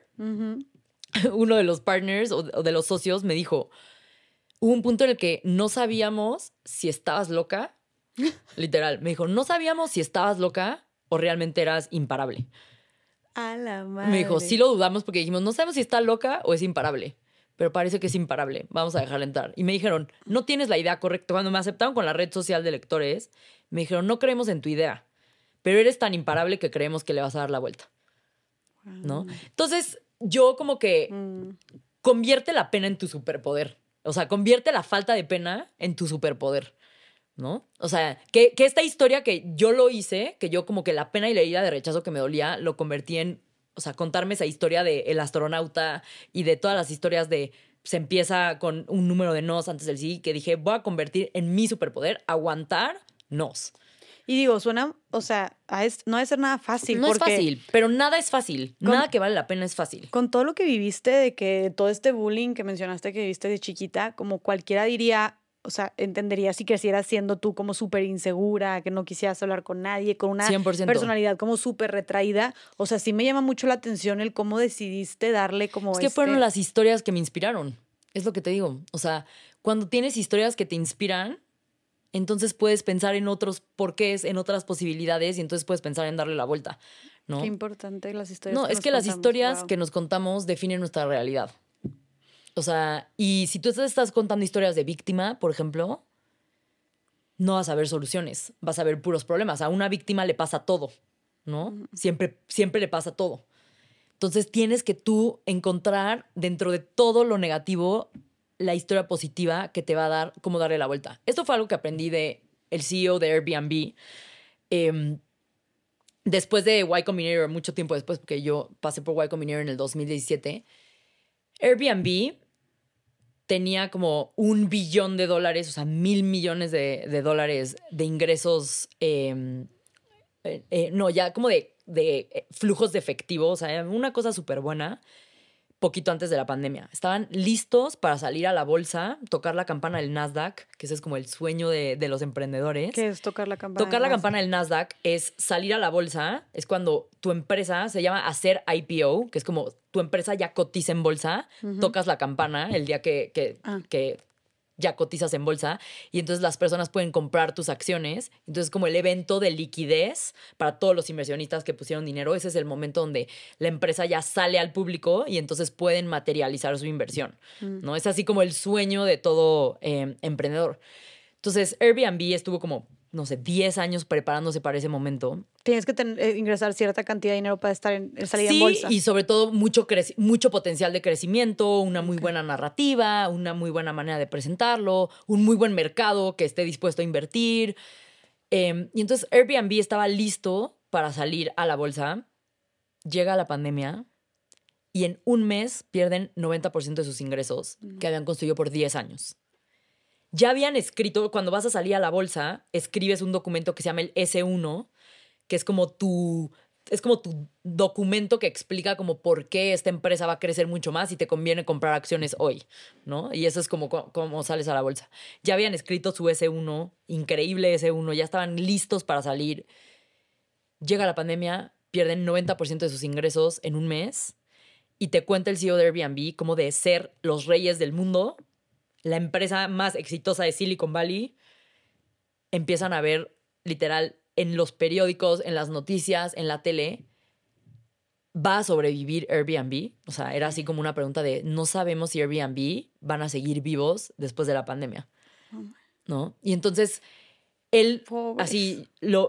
uno de los partners o de los socios me dijo, hubo un punto en el que no sabíamos si estabas loca. Literal, me dijo, no sabíamos si estabas loca o realmente eras imparable. A la madre. Me dijo, sí lo dudamos porque dijimos, no sabemos si está loca o es imparable, pero parece que es imparable, vamos a dejarla entrar. Y me dijeron, no tienes la idea correcta. Cuando me aceptaron con la red social de lectores, me dijeron, no creemos en tu idea, pero eres tan imparable que creemos que le vas a dar la vuelta. ¿No? Entonces, yo como que convierte la pena en tu superpoder. O sea, convierte la falta de pena en tu superpoder. ¿No? O sea, que esta historia que yo lo hice, que yo como que la pena y la herida de rechazo que me dolía, lo convertí en, o sea, contarme esa historia de el astronauta y de todas las historias de se empieza con un número de nos antes del sí, que dije, voy a convertir en mi superpoder, aguantar nos. Y digo, suena, o sea, no debe ser nada fácil. No es fácil, pero nada es fácil. Nada que vale la pena es fácil. Con todo lo que viviste, de que todo este bullying que mencionaste que viviste de chiquita, como cualquiera diría, o sea, entendería si crecieras siendo tú como súper insegura, que no quisieras hablar con nadie, con una 100%. personalidad como súper retraída. O sea, sí me llama mucho la atención el cómo decidiste darle como Es que fueron las historias que me inspiraron. Es lo que te digo. O sea, cuando tienes historias que te inspiran, entonces puedes pensar en otros porqués, en otras posibilidades, y entonces puedes pensar en darle la vuelta, ¿no? Qué importante las historias. No, es que las historias que nos contamos definen nuestra realidad. O sea, y si tú estás contando historias de víctima, por ejemplo, no vas a ver soluciones, vas a ver puros problemas. A una víctima le pasa todo, ¿no? Siempre le pasa todo. Entonces tienes que tú encontrar dentro de todo lo negativo la historia positiva que te va a dar cómo darle la vuelta. Esto fue algo que aprendí de el CEO de Airbnb. Después de Y Combinator, mucho tiempo después, porque yo pasé por Y Combinator en el 2017, Airbnb tenía como $1 billón, o sea, 1,000 millones de dólares de ingresos, no, ya como de flujos de efectivo, o sea, una cosa súper buena, poquito antes de la pandemia. Estaban listos para salir a la bolsa, tocar la campana del Nasdaq, que ese es como el sueño de los emprendedores. ¿Qué es tocar la campana? Tocar la campana del Nasdaq es salir a la bolsa, es cuando tu empresa se llama hacer IPO, que es como tu empresa ya cotiza en bolsa, tocas la campana el día que ya cotizas en bolsa y entonces las personas pueden comprar tus acciones. Entonces, como el evento de liquidez para todos los inversionistas que pusieron dinero, ese es el momento donde la empresa ya sale al público y entonces pueden materializar su inversión, ¿no? Es así como el sueño de todo emprendedor. Entonces, Airbnb estuvo como, no sé, 10 años preparándose para ese momento. Tienes que ingresar cierta cantidad de dinero para estar salir en Sí, bolsa. y sobre todo mucho potencial de crecimiento, una muy buena narrativa, una muy buena manera de presentarlo, un muy buen mercado que esté dispuesto a invertir. Y entonces Airbnb estaba listo para salir a la bolsa. Llega la pandemia y en un mes pierden 90% de sus ingresos que habían construido por 10 años. Ya habían escrito, cuando vas a salir a la bolsa, escribes un documento que se llama el S1, que es como tu documento que explica como por qué esta empresa va a crecer mucho más y te conviene comprar acciones hoy, ¿no? Y eso es como sales a la bolsa. Ya habían escrito su S1, increíble S1, ya estaban listos para salir. Llega la pandemia, pierden 90% de sus ingresos en un mes y te cuenta el CEO de Airbnb como de ser los reyes del mundo, la empresa más exitosa de Silicon Valley, empiezan a ver literal en los periódicos, en las noticias, en la tele, ¿va a sobrevivir Airbnb? O sea, era así como una pregunta de, no sabemos si Airbnb van a seguir vivos después de la pandemia, ¿no? Y entonces, él, Pobres. así,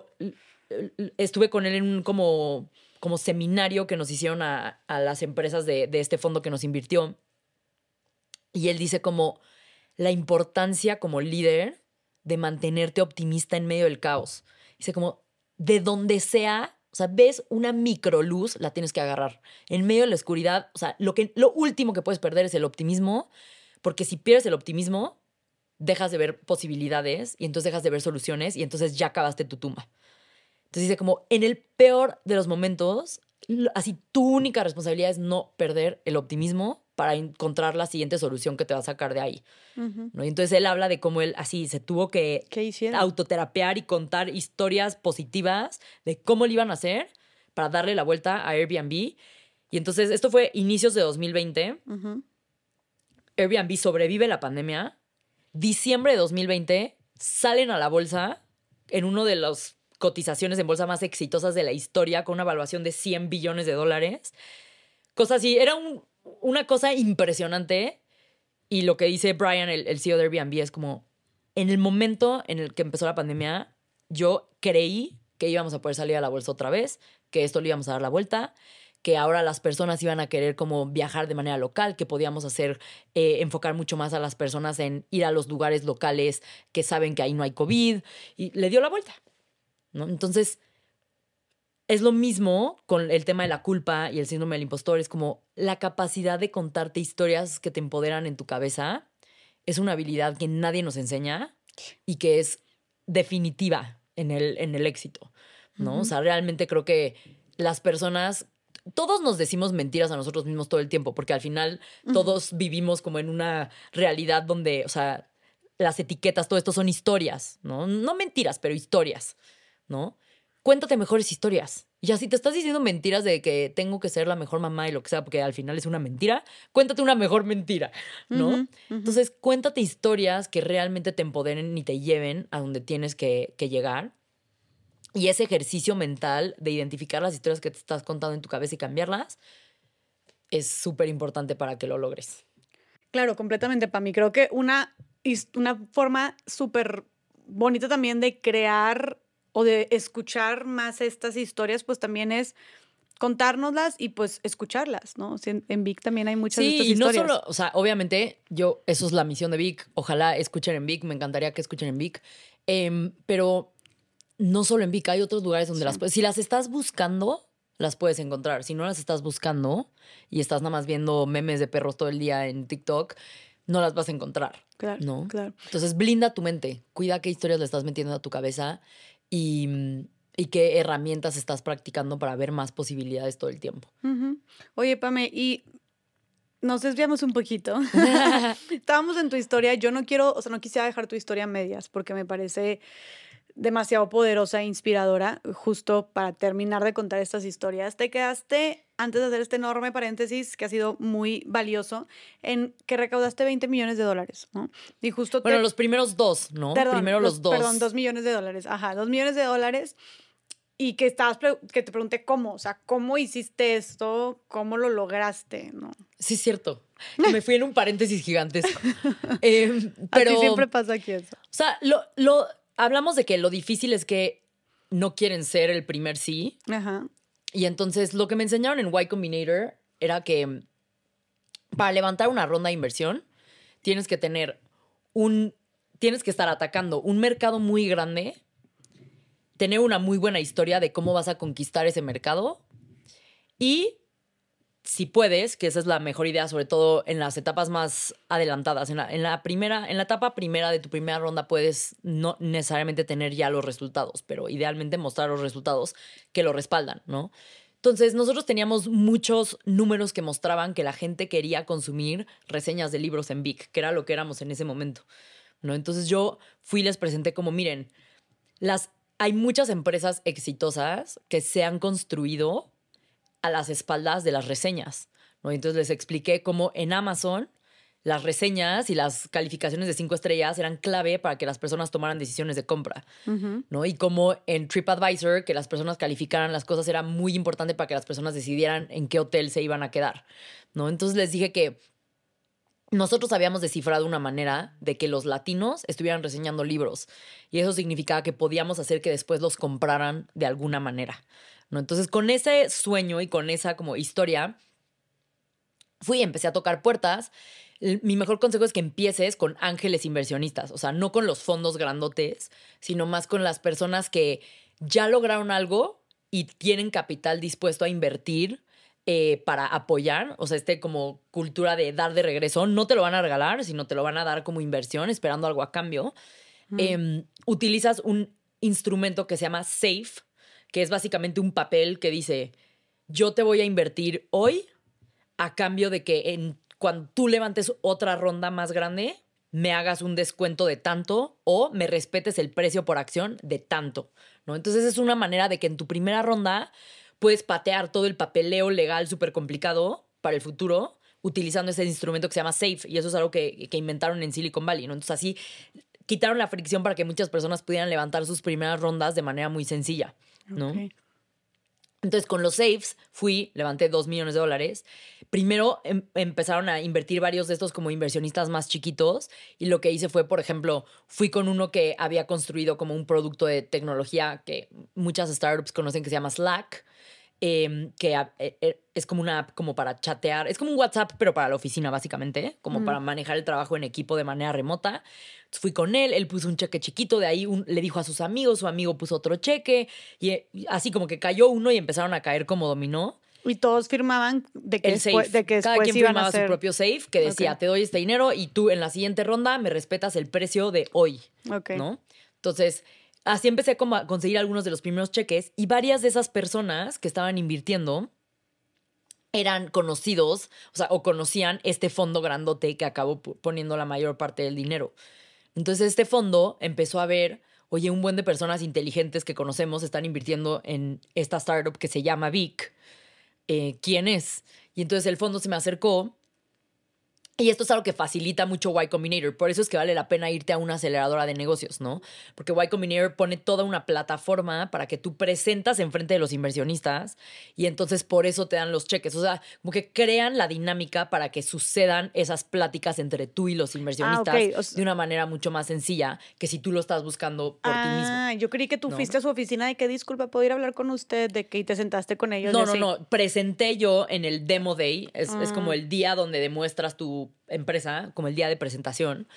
estuve con él en un como seminario que nos hicieron a las empresas de este fondo que nos invirtió. Y él dice como la importancia como líder de mantenerte optimista en medio del caos. Dice como, de donde sea, o sea, ves una microluz, la tienes que agarrar. En medio de la oscuridad, o sea, lo último que puedes perder es el optimismo, porque si pierdes el optimismo, dejas de ver posibilidades y entonces dejas de ver soluciones y entonces ya acabaste tu tumba. Entonces dice como, en el peor de los momentos, así tu única responsabilidad es no perder el optimismo para encontrar la siguiente solución que te va a sacar de ahí, ¿no? Y entonces él habla de cómo él así se tuvo que ¿Qué hicieron? autoterapear y contar historias positivas de cómo le iban a hacer para darle la vuelta a Airbnb. Y entonces esto fue inicios de 2020. Airbnb sobrevive la pandemia. Diciembre de 2020 salen a la bolsa en uno de las cotizaciones en bolsa más exitosas de la historia con una evaluación de $100 billones. Cosa así, era una cosa impresionante. Y lo que dice Brian, el CEO de Airbnb, es como, en el momento en el que empezó la pandemia, yo creí que íbamos a poder salir a la bolsa otra vez, que esto le íbamos a dar la vuelta, que ahora las personas iban a querer como viajar de manera local, que podíamos hacer, enfocar mucho más a las personas en ir a los lugares locales que saben que ahí no hay COVID. Y le dio la vuelta, ¿no? Entonces, es lo mismo con el tema de la culpa y el síndrome del impostor. Es como la capacidad de contarte historias que te empoderan en tu cabeza. Es una habilidad que nadie nos enseña y que es definitiva en el éxito, ¿no? O sea, realmente creo que las personas, todos nos decimos mentiras a nosotros mismos todo el tiempo, porque al final todos vivimos como en una realidad donde, o sea, las etiquetas, todo esto son historias, ¿no? No mentiras, pero historias, ¿no? Cuéntate mejores historias. Y así te estás diciendo mentiras de que tengo que ser la mejor mamá y lo que sea, porque al final es una mentira, cuéntate una mejor mentira, ¿no? Entonces, cuéntate historias que realmente te empoderen y te lleven a donde tienes que llegar. Y ese ejercicio mental de identificar las historias que te estás contando en tu cabeza y cambiarlas es súper importante para que lo logres. Claro, completamente. Para mí creo que una forma súper bonita también de crear o de escuchar más estas historias, pues también es contárnoslas y pues escucharlas, ¿no? O sea, en Vic también hay muchas de estas Sí, y no historias. solo, o sea, obviamente, eso es la misión de Vic. Ojalá escuchen en Vic, me encantaría que escuchen en Vic. Pero no solo en Vic, hay otros lugares donde las puedes. Si las estás buscando, las puedes encontrar. Si no las estás buscando y estás nada más viendo memes de perros todo el día en TikTok, no las vas a encontrar. Claro, ¿no? claro. Entonces, blinda tu mente. Cuida qué historias le estás metiendo a tu cabeza y qué herramientas estás practicando para ver más posibilidades todo el tiempo. Oye, Pame, y nos desviamos un poquito. Estábamos en tu historia. Yo no quisiera dejar tu historia a medias porque me parece demasiado poderosa e inspiradora. Justo para terminar de contar estas historias, te quedaste, antes de hacer este enorme paréntesis que ha sido muy valioso, en que recaudaste $20 millones, ¿no? Y justo bueno, los primeros dos, ¿no? Primero los dos. Perdón, $2 millones. Ajá, $2 millones. Y que te pregunté cómo, o sea, ¿cómo hiciste esto? ¿Cómo lo lograste? ¿No? Sí, es cierto. Me fui en un paréntesis gigantesco. Pero a ti siempre pasa aquí eso. O sea, hablamos de que lo difícil es que no quieren ser el primer sí. Ajá. Y entonces lo que me enseñaron en Y Combinator era que para levantar una ronda de inversión tienes que estar atacando un mercado muy grande, tener una muy buena historia de cómo vas a conquistar ese mercado y, si puedes, que esa es la mejor idea, sobre todo en las etapas más adelantadas, en la etapa primera de tu primera ronda puedes no necesariamente tener ya los resultados, pero idealmente mostrar los resultados que lo respaldan, ¿no? Entonces, nosotros teníamos muchos números que mostraban que la gente quería consumir reseñas de libros en Vic, que era lo que éramos en ese momento, ¿no? Entonces yo fui y les presenté como, miren, hay muchas empresas exitosas que se han construido a las espaldas de las reseñas, ¿no? Entonces les expliqué cómo en Amazon las reseñas y las calificaciones de 5 estrellas eran clave para que las personas tomaran decisiones de compra, ¿no? Y cómo en TripAdvisor que las personas calificaran las cosas era muy importante para que las personas decidieran en qué hotel se iban a quedar, ¿no? Entonces les dije que nosotros habíamos descifrado una manera de que los latinos estuvieran reseñando libros y eso significaba que podíamos hacer que después los compraran de alguna manera, ¿no? Entonces, con ese sueño y con esa como historia, fui y empecé a tocar puertas. Mi mejor consejo es que empieces con ángeles inversionistas, o sea, no con los fondos grandotes, sino más con las personas que ya lograron algo y tienen capital dispuesto a invertir para apoyar, o sea, como cultura de dar de regreso. No te lo van a regalar, sino te lo van a dar como inversión, esperando algo a cambio. Utilizas un instrumento que se llama SAFE, que es básicamente un papel que dice, yo te voy a invertir hoy a cambio de que cuando tú levantes otra ronda más grande, me hagas un descuento de tanto o me respetes el precio por acción de tanto, ¿no? Entonces es una manera de que en tu primera ronda puedes patear todo el papeleo legal súper complicado para el futuro utilizando ese instrumento que se llama SAFE, y eso es algo que inventaron en Silicon Valley, ¿no? Entonces así quitaron la fricción para que muchas personas pudieran levantar sus primeras rondas de manera muy sencilla, ¿no? Ok. Entonces, con los safes levanté $2 millones. Primero empezaron a invertir varios de estos como inversionistas más chiquitos. Y lo que hice fue, por ejemplo, fui con uno que había construido como un producto de tecnología que muchas startups conocen que se llama Slack. Es como una app como para chatear. Es como un WhatsApp, pero para la oficina, básicamente. Como para manejar el trabajo en equipo de manera remota. Entonces fui con él puso un cheque chiquito. De ahí le dijo a sus amigos, su amigo puso otro cheque. Y así como que cayó uno y empezaron a caer como dominó. Y todos firmaban de que El después, safe. de que Cada después quien iban firmaba a hacer... su propio safe que decía, Ok. te doy este dinero y tú en la siguiente ronda me respetas el precio de hoy. Ok. ¿No? Entonces, así empecé como a conseguir algunos de los primeros cheques y varias de esas personas que estaban invirtiendo eran conocidos, o sea, o conocían este fondo grandote que acabó poniendo la mayor parte del dinero. Entonces, este fondo empezó a ver, oye, un buen de personas inteligentes que conocemos están invirtiendo en esta startup que se llama Vic. ¿Quién es? Y entonces el fondo se me acercó. Y esto es algo que facilita mucho Y Combinator. Por eso es que vale la pena irte a una aceleradora de negocios, ¿no? Porque Y Combinator pone toda una plataforma para que tú presentas enfrente de los inversionistas y entonces por eso te dan los cheques. O sea, como que crean la dinámica para que sucedan esas pláticas entre tú y los inversionistas ok. de una manera mucho más sencilla que si tú lo estás buscando por ti mismo. Yo creí que tú ¿No? fuiste a su oficina de que, disculpa, ¿puedo ir a hablar con usted? De que y te sentaste con ellos. y No, así. presenté yo en el Demo Day. Es como el día donde demuestras tu empresa, como el día de presentación.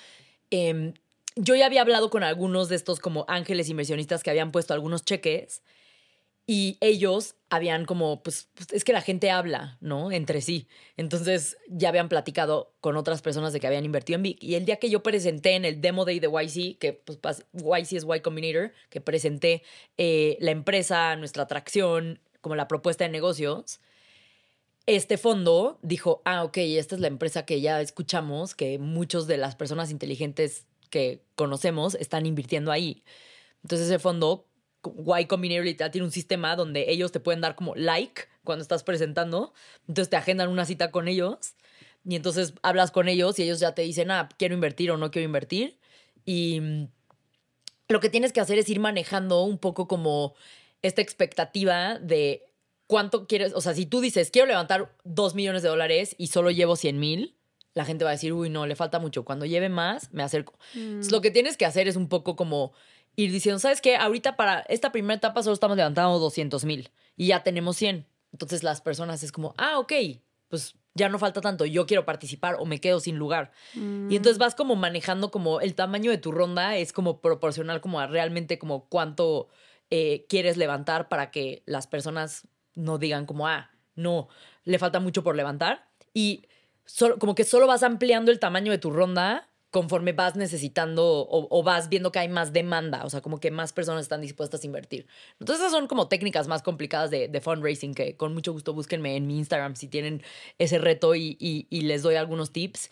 Yo ya había hablado con algunos de estos como ángeles inversionistas que habían puesto algunos cheques y ellos habían como, pues es que la gente habla, ¿no? Entre sí. Entonces ya habían platicado con otras personas de que habían invertido en Vic. Y el día que yo presenté en el Demo Day de YC, que pues YC es Y Combinator, que presenté la empresa, nuestra atracción, como la propuesta de negocios, este fondo dijo, ok, esta es la empresa que ya escuchamos, que muchos de las personas inteligentes que conocemos están invirtiendo ahí. Entonces ese fondo, Y Combinator literal, tiene un sistema donde ellos te pueden dar como like cuando estás presentando. Entonces te agendan una cita con ellos y entonces hablas con ellos y ellos ya te dicen, quiero invertir o no quiero invertir. Y lo que tienes que hacer es ir manejando un poco como esta expectativa de cuánto quieres. O sea, si tú dices, quiero levantar $2 millones y solo llevo 100,000, la gente va a decir, uy, no, le falta mucho. Cuando lleve más, me acerco. Entonces, lo que tienes que hacer es un poco como ir diciendo, ¿sabes qué? Ahorita para esta primera etapa solo estamos levantando 200,000 y ya tenemos 100. Entonces, las personas es como, ok, pues ya no falta tanto, yo quiero participar o me quedo sin lugar. Y entonces vas como manejando como el tamaño de tu ronda es como proporcional como a realmente como cuánto quieres levantar para que las personas no digan como, no, le falta mucho por levantar. Y como que solo vas ampliando el tamaño de tu ronda conforme vas necesitando o vas viendo que hay más demanda, o sea, como que más personas están dispuestas a invertir. Entonces esas son como técnicas más complicadas de fundraising que con mucho gusto búsquenme en mi Instagram si tienen ese reto y les doy algunos tips.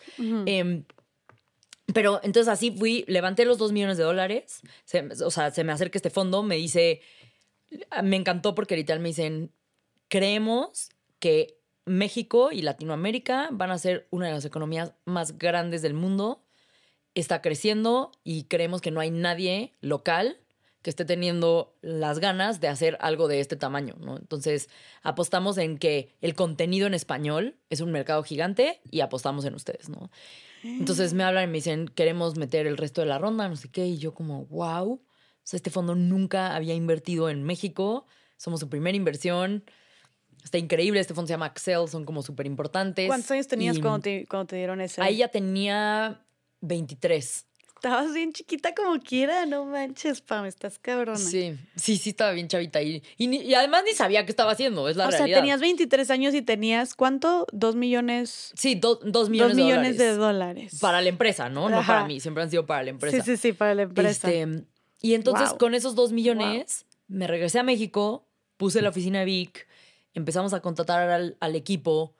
Pero entonces así levanté los $2 millones. O sea, se me acerca este fondo, me dice, me encantó porque literal me dicen, creemos que México y Latinoamérica van a ser una de las economías más grandes del mundo. Está creciendo y creemos que no hay nadie local que esté teniendo las ganas de hacer algo de este tamaño, ¿no? Entonces, apostamos en que el contenido en español es un mercado gigante y apostamos en ustedes, ¿no? Entonces me hablan y me dicen, queremos meter el resto de la ronda, no sé qué, y yo como, wow, o sea, este fondo nunca había invertido en México, somos su primera inversión, está increíble, este fondo se llama Axel, son como súper importantes. ¿Cuántos años tenías cuando te dieron ese? Ahí ya tenía 23. Estabas bien chiquita como quiera, no manches, Pam, estás cabrona. Sí, estaba bien chavita ahí. Y además ni sabía qué estaba haciendo, es la realidad. O sea, tenías 23 años y tenías, ¿cuánto? 2 millones. Sí, 2 millones, 2 millones de dólares. Para la empresa, ¿no? Ajá. No para mí, siempre han sido para la empresa. Sí, para la empresa. Y entonces Wow. con esos 2 millones me regresé a México, puse la oficina de Vic empezamos a contratar al equipo.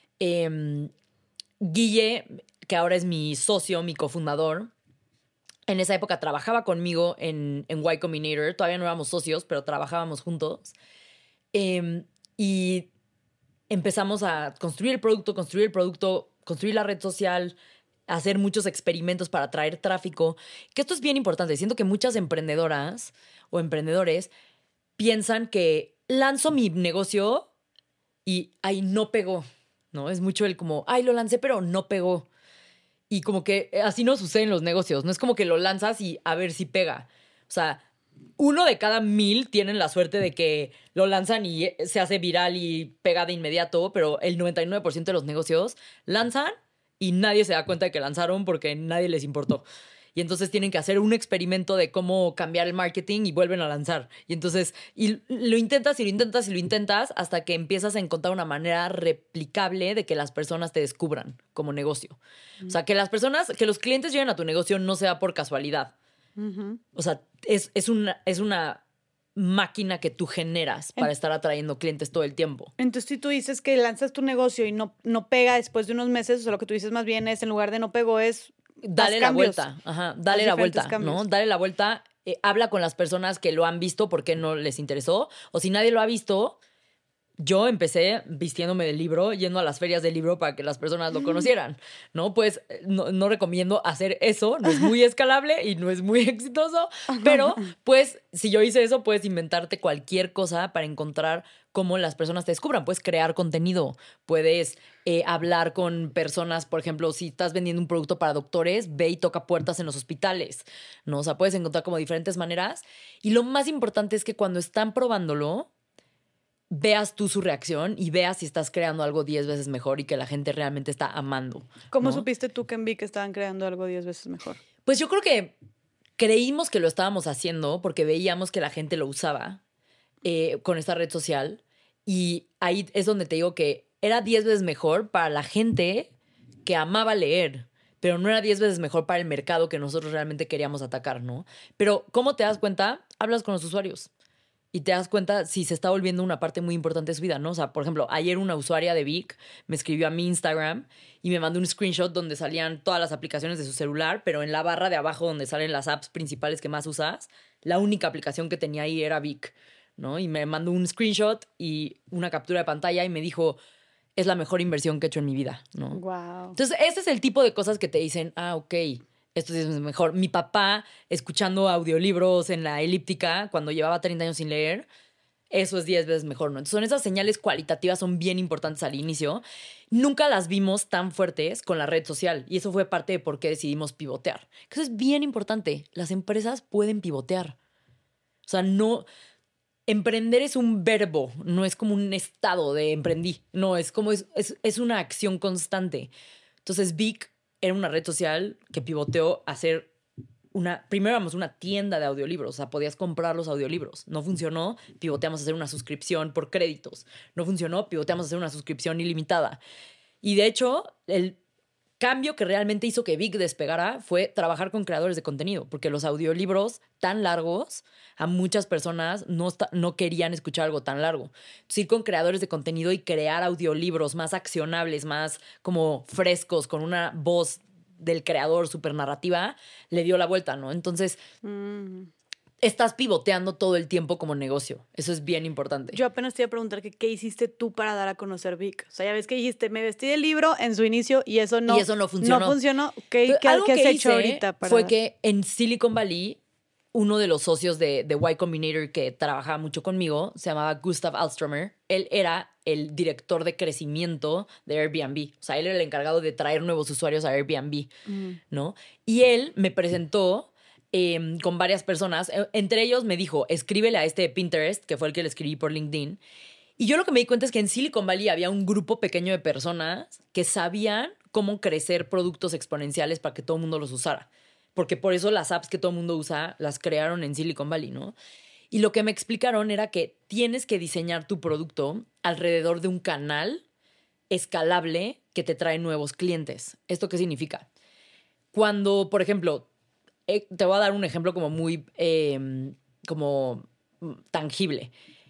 Guille, que ahora es mi socio, mi cofundador, en esa época trabajaba conmigo en Y Combinator. Todavía no éramos socios, pero trabajábamos juntos. Y empezamos a construir el producto, construir la red social, hacer muchos experimentos para atraer tráfico. Que esto es bien importante. Siento que muchas emprendedoras o emprendedores piensan que lanzo mi negocio y ahí no pegó, ¿no? Es mucho el como, ay, lo lancé, pero no pegó. Y como que así no sucede en los negocios. No es como que lo lanzas y a ver si pega. O sea, 1 de cada 1000 tienen la suerte de que lo lanzan y se hace viral y pega de inmediato, pero el 99% de los negocios lanzan y nadie se da cuenta de que lanzaron porque nadie les importó. Y entonces tienen que hacer un experimento de cómo cambiar el marketing y vuelven a lanzar. Y entonces, y lo intentas y lo intentas y lo intentas hasta que empiezas a encontrar una manera replicable de que las personas te descubran como negocio. O sea, que las personas, que los clientes lleguen a tu negocio no sea por casualidad. O sea, es una máquina que tú generas para estar atrayendo clientes todo el tiempo. Entonces, si tú dices que lanzas tu negocio y no pega después de unos meses, o sea, lo que tú dices más bien es, en lugar de no pegó, es dale la vuelta. Ajá, dale la vuelta, cambios. ¿no? Dale la vuelta. Habla con las personas que lo han visto porque no les interesó. O si nadie lo ha visto, yo empecé vistiéndome del libro, yendo a las ferias del libro para que las personas lo conocieran, ¿no? Pues no recomiendo hacer eso, no es muy escalable y no es muy exitoso, pero pues si yo hice eso, puedes inventarte cualquier cosa para encontrar cómo las personas te descubran. Puedes crear contenido, puedes hablar con personas, por ejemplo, si estás vendiendo un producto para doctores, ve y toca puertas en los hospitales, ¿no? O sea, puedes encontrar como diferentes maneras. Y lo más importante es que cuando están probándolo, veas tú su reacción y veas si estás creando algo 10 veces mejor y que la gente realmente está amando. ¿Cómo ¿no? supiste tú que en Vic estaban creando algo 10 veces mejor? Pues yo creo que creímos que lo estábamos haciendo porque veíamos que la gente lo usaba con esta red social y ahí es donde te digo que era 10 veces mejor para la gente que amaba leer, pero no era 10 veces mejor para el mercado que nosotros realmente queríamos atacar, ¿no? Pero ¿cómo te das cuenta? Hablas con los usuarios. Y te das cuenta si se está volviendo una parte muy importante de su vida, ¿no? O sea, por ejemplo, ayer una usuaria de Vic me escribió a mi Instagram y me mandó un screenshot donde salían todas las aplicaciones de su celular, pero en la barra de abajo donde salen las apps principales que más usas, la única aplicación que tenía ahí era Vic, ¿no? Y me mandó un screenshot y una captura de pantalla y me dijo, es la mejor inversión que he hecho en mi vida, ¿no? Wow. Entonces, ese es el tipo de cosas que te dicen, ok, esto sí es mejor. Mi papá escuchando audiolibros en la elíptica cuando llevaba 30 años sin leer, eso es 10 veces mejor, ¿no? Entonces, son esas señales cualitativas, son bien importantes al inicio. Nunca las vimos tan fuertes con la red social y eso fue parte de por qué decidimos pivotear. Eso es bien importante. Las empresas pueden pivotear. O sea, no... Emprender es un verbo, no es como un estado de emprendí. No, es como es una acción constante. Entonces, Vic era una red social que pivoteó a ser primero éramos una tienda de audiolibros, o sea, podías comprar los audiolibros. No funcionó, pivoteamos a hacer una suscripción por créditos. No funcionó, pivoteamos a hacer una suscripción ilimitada. Y de hecho, el cambio que realmente hizo que Vic despegara fue trabajar con creadores de contenido, porque los audiolibros tan largos a muchas personas no querían escuchar algo tan largo. Entonces, ir con creadores de contenido y crear audiolibros más accionables, más como frescos, con una voz del creador súper narrativa, le dio la vuelta, ¿no? Entonces, estás pivoteando todo el tiempo como negocio. Eso es bien importante. Yo apenas te iba a preguntar que qué hiciste tú para dar a conocer Vic. O sea, ya ves que dijiste, me vestí del libro en su inicio y eso no funcionó. No funcionó. ¿Qué has hecho ahorita para fue que en Silicon Valley, uno de los socios de Y Combinator que trabajaba mucho conmigo, se llamaba Gustav Alstromer. Él era el director de crecimiento de Airbnb. O sea, él era el encargado de traer nuevos usuarios a Airbnb, ¿no? Y él me presentó con varias personas. Entre ellos me dijo, escríbele a este de Pinterest, que fue el que le escribí por LinkedIn. Y yo lo que me di cuenta es que en Silicon Valley había un grupo pequeño de personas que sabían cómo crecer productos exponenciales para que todo el mundo los usara. Porque por eso las apps que todo el mundo usa las crearon en Silicon Valley, ¿no? Y lo que me explicaron era que tienes que diseñar tu producto alrededor de un canal escalable que te trae nuevos clientes. ¿Esto qué significa? Cuando, por ejemplo, te voy a dar un ejemplo como muy como tangible.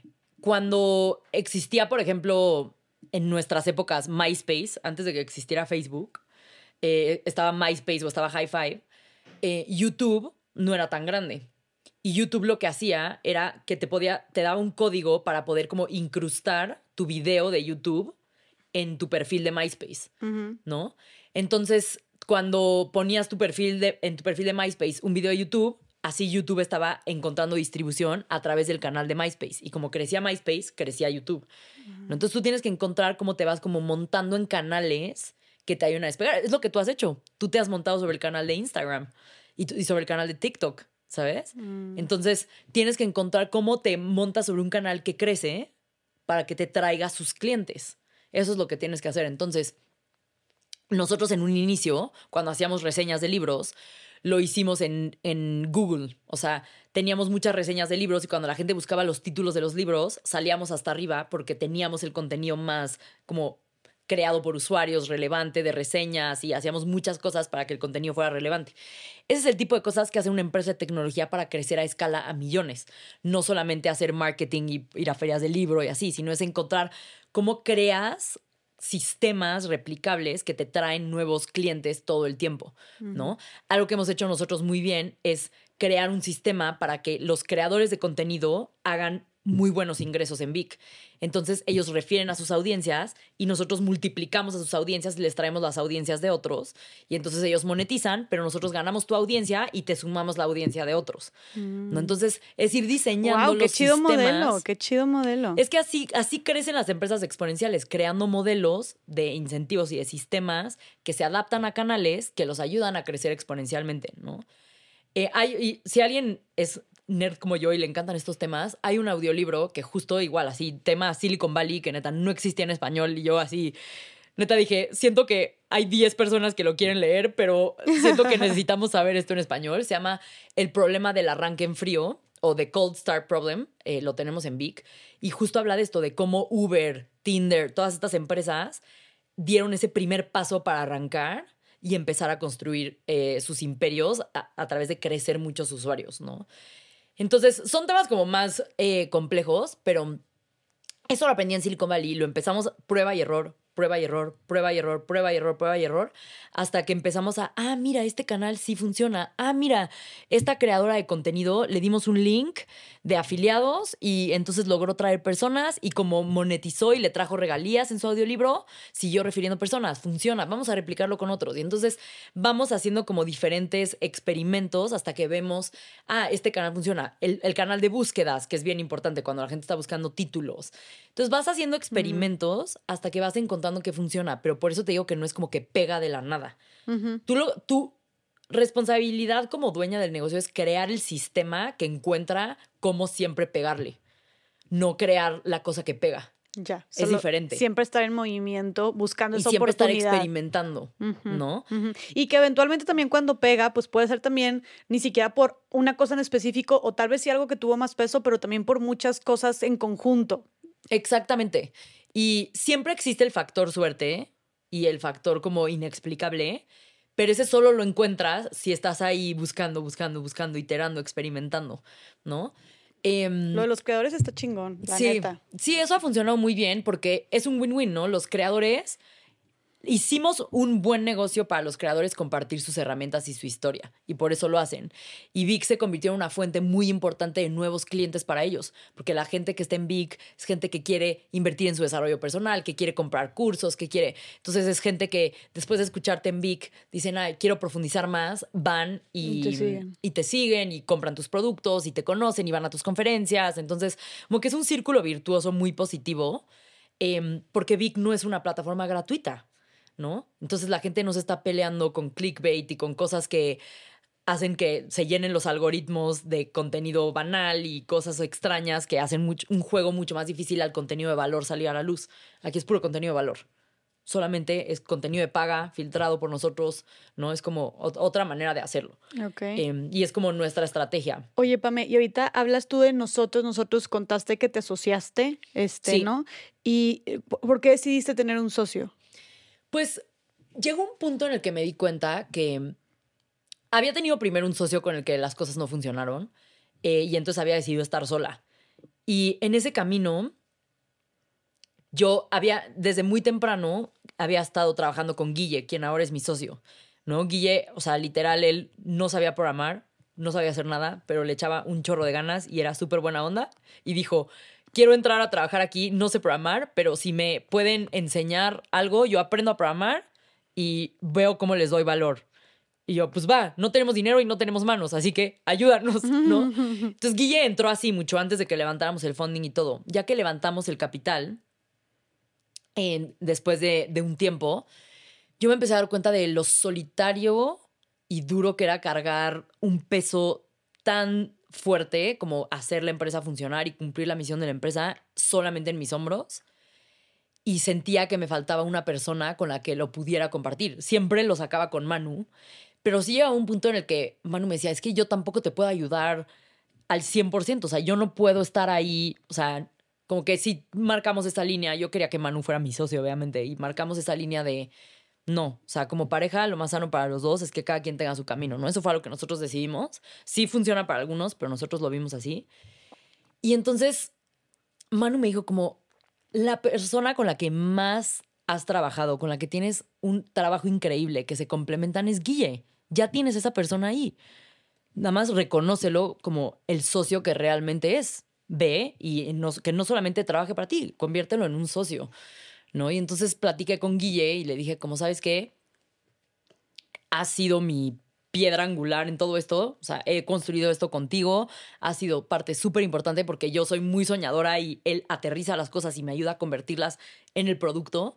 cuando existía, por ejemplo, en nuestras épocas MySpace, antes de que existiera Facebook, estaba MySpace o estaba Hi5, YouTube no era tan grande. Y YouTube lo que hacía era que te daba un código para poder como incrustar tu video de YouTube en tu perfil de MySpace, ¿no? Entonces, cuando ponías en tu perfil de MySpace un video de YouTube, así YouTube estaba encontrando distribución a través del canal de MySpace. Y como crecía MySpace, crecía YouTube. ¿No? Entonces tú tienes que encontrar cómo te vas como montando en canales que te ayuden a despegar. Es lo que tú has hecho. Tú te has montado sobre el canal de Instagram y sobre el canal de TikTok, ¿sabes? Entonces tienes que encontrar cómo te montas sobre un canal que crece para que te traiga sus clientes. Eso es lo que tienes que hacer. Entonces, nosotros en un inicio, cuando hacíamos reseñas de libros, lo hicimos en Google. O sea, teníamos muchas reseñas de libros y cuando la gente buscaba los títulos de los libros, salíamos hasta arriba porque teníamos el contenido más como creado por usuarios, relevante, de reseñas, y hacíamos muchas cosas para que el contenido fuera relevante. Ese es el tipo de cosas que hace una empresa de tecnología para crecer a escala a millones. No solamente hacer marketing y ir a ferias de libro y así, sino es encontrar cómo creas sistemas replicables que te traen nuevos clientes todo el tiempo, ¿no? Algo que hemos hecho nosotros muy bien es crear un sistema para que los creadores de contenido hagan muy buenos ingresos en Vic. Entonces ellos refieren a sus audiencias y nosotros multiplicamos a sus audiencias y les traemos las audiencias de otros. Y entonces ellos monetizan, pero nosotros ganamos tu audiencia y te sumamos la audiencia de otros, ¿no? Entonces es ir diseñando Wow, los sistemas. Qué chido modelo. Es que así crecen las empresas exponenciales, creando modelos de incentivos y de sistemas que se adaptan a canales que los ayudan a crecer exponencialmente, ¿no? Si alguien es nerd como yo y le encantan estos temas, hay un audiolibro que justo igual, así, tema Silicon Valley, que neta no existía en español y yo así, neta dije, siento que hay 10 personas que lo quieren leer, pero siento que necesitamos saber esto en español. Se llama El problema del arranque en frío o The Cold Start Problem, lo tenemos en Vic, y justo habla de esto, de cómo Uber, Tinder, todas estas empresas dieron ese primer paso para arrancar y empezar a construir sus imperios a través de crecer muchos usuarios, ¿no? Entonces, son temas como más complejos, pero eso lo aprendí en Silicon Valley. Lo empezamos prueba y error, prueba y error, prueba y error, prueba y error, prueba y error, hasta que empezamos mira, este canal sí funciona. Mira, esta creadora de contenido le dimos un link de afiliados y entonces logró traer personas y como monetizó y le trajo regalías en su audiolibro, siguió refiriendo personas. Funciona, vamos a replicarlo con otros. Y entonces vamos haciendo como diferentes experimentos hasta que vemos, este canal funciona. El canal de búsquedas, que es bien importante cuando la gente está buscando títulos. Entonces vas haciendo experimentos hasta que vas encontrando que funciona, pero por eso te digo que no es como que pega de la nada. Tu responsabilidad como dueña del negocio es crear el sistema que encuentra cómo siempre pegarle, no crear la cosa que pega. Ya, es diferente. Siempre estar en movimiento, buscando esa siempre oportunidad. Estar experimentando, ¿no? Y que eventualmente también cuando pega, pues puede ser también ni siquiera por una cosa en específico o tal vez sí algo que tuvo más peso, pero también por muchas cosas en conjunto. Exactamente. Y siempre existe el factor suerte y el factor como inexplicable, pero ese solo lo encuentras si estás ahí buscando, iterando, experimentando, ¿no? Lo de los creadores está chingón, la neta. Sí, eso ha funcionado muy bien porque es un win-win, ¿no? Los creadores... Hicimos un buen negocio para los creadores compartir sus herramientas y su historia, y por eso lo hacen. Y Vic se convirtió en una fuente muy importante de nuevos clientes para ellos, porque la gente que está en Vic es gente que quiere invertir en su desarrollo personal, que quiere comprar cursos, que quiere... Entonces es gente que después de escucharte en Vic dicen, quiero profundizar más, van y te siguen y compran tus productos y te conocen y van a tus conferencias. Entonces, como que es un círculo virtuoso muy positivo, porque Vic no es una plataforma gratuita, ¿no? Entonces la gente no se está peleando con clickbait y con cosas que hacen que se llenen los algoritmos de contenido banal y cosas extrañas que hacen un juego mucho más difícil al contenido de valor salir a la luz. Aquí es puro contenido de valor. Solamente es contenido de paga, filtrado por nosotros, ¿no? Es como otra manera de hacerlo. Okay. Y es como nuestra estrategia. Oye, Pame, y ahorita hablas tú de nosotros contaste que te asociaste, sí. ¿no? ¿Y por qué decidiste tener un socio? Pues llegó un punto en el que me di cuenta que había tenido primero un socio con el que las cosas no funcionaron y entonces había decidido estar sola. Y en ese camino, yo desde muy temprano, había estado trabajando con Guille, quien ahora es mi socio, ¿no? Guille, o sea, literal, él no sabía programar, no sabía hacer nada, pero le echaba un chorro de ganas y era súper buena onda. Y dijo, quiero entrar a trabajar aquí, no sé programar, pero si me pueden enseñar algo, yo aprendo a programar y veo cómo les doy valor. Y yo, pues va, no tenemos dinero y no tenemos manos, así que ayúdanos, ¿no? Entonces Guille entró así mucho antes de que levantáramos el funding y todo. Ya que levantamos el capital, después de un tiempo, yo me empecé a dar cuenta de lo solitario y duro que era cargar un peso tan fuerte como hacer la empresa funcionar y cumplir la misión de la empresa solamente en mis hombros. Y sentía que me faltaba una persona con la que lo pudiera compartir. Siempre lo sacaba con Manu, pero sí llegaba un punto en el que Manu me decía, es que yo tampoco te puedo ayudar al 100%, o sea, yo no puedo estar ahí, o sea, como que si marcamos esta línea, yo quería que Manu fuera mi socio, obviamente, y marcamos esa línea de no, o sea, como pareja, lo más sano para los dos es que cada quien tenga su camino, ¿no? Eso fue lo que nosotros decidimos. Sí funciona para algunos, pero nosotros lo vimos así. Y entonces Manu me dijo como, la persona con la que más has trabajado, con la que tienes un trabajo increíble, que se complementan, es Guille. Ya tienes esa persona ahí. Nada más reconócelo como el socio que realmente es. Ve y que no solamente trabaje para ti, conviértelo en un socio, ¿no? Y entonces platiqué con Guille y le dije, como sabes qué, has sido mi piedra angular en todo esto, o sea, he construido esto contigo, ha sido parte súper importante porque yo soy muy soñadora y él aterriza las cosas y me ayuda a convertirlas en el producto.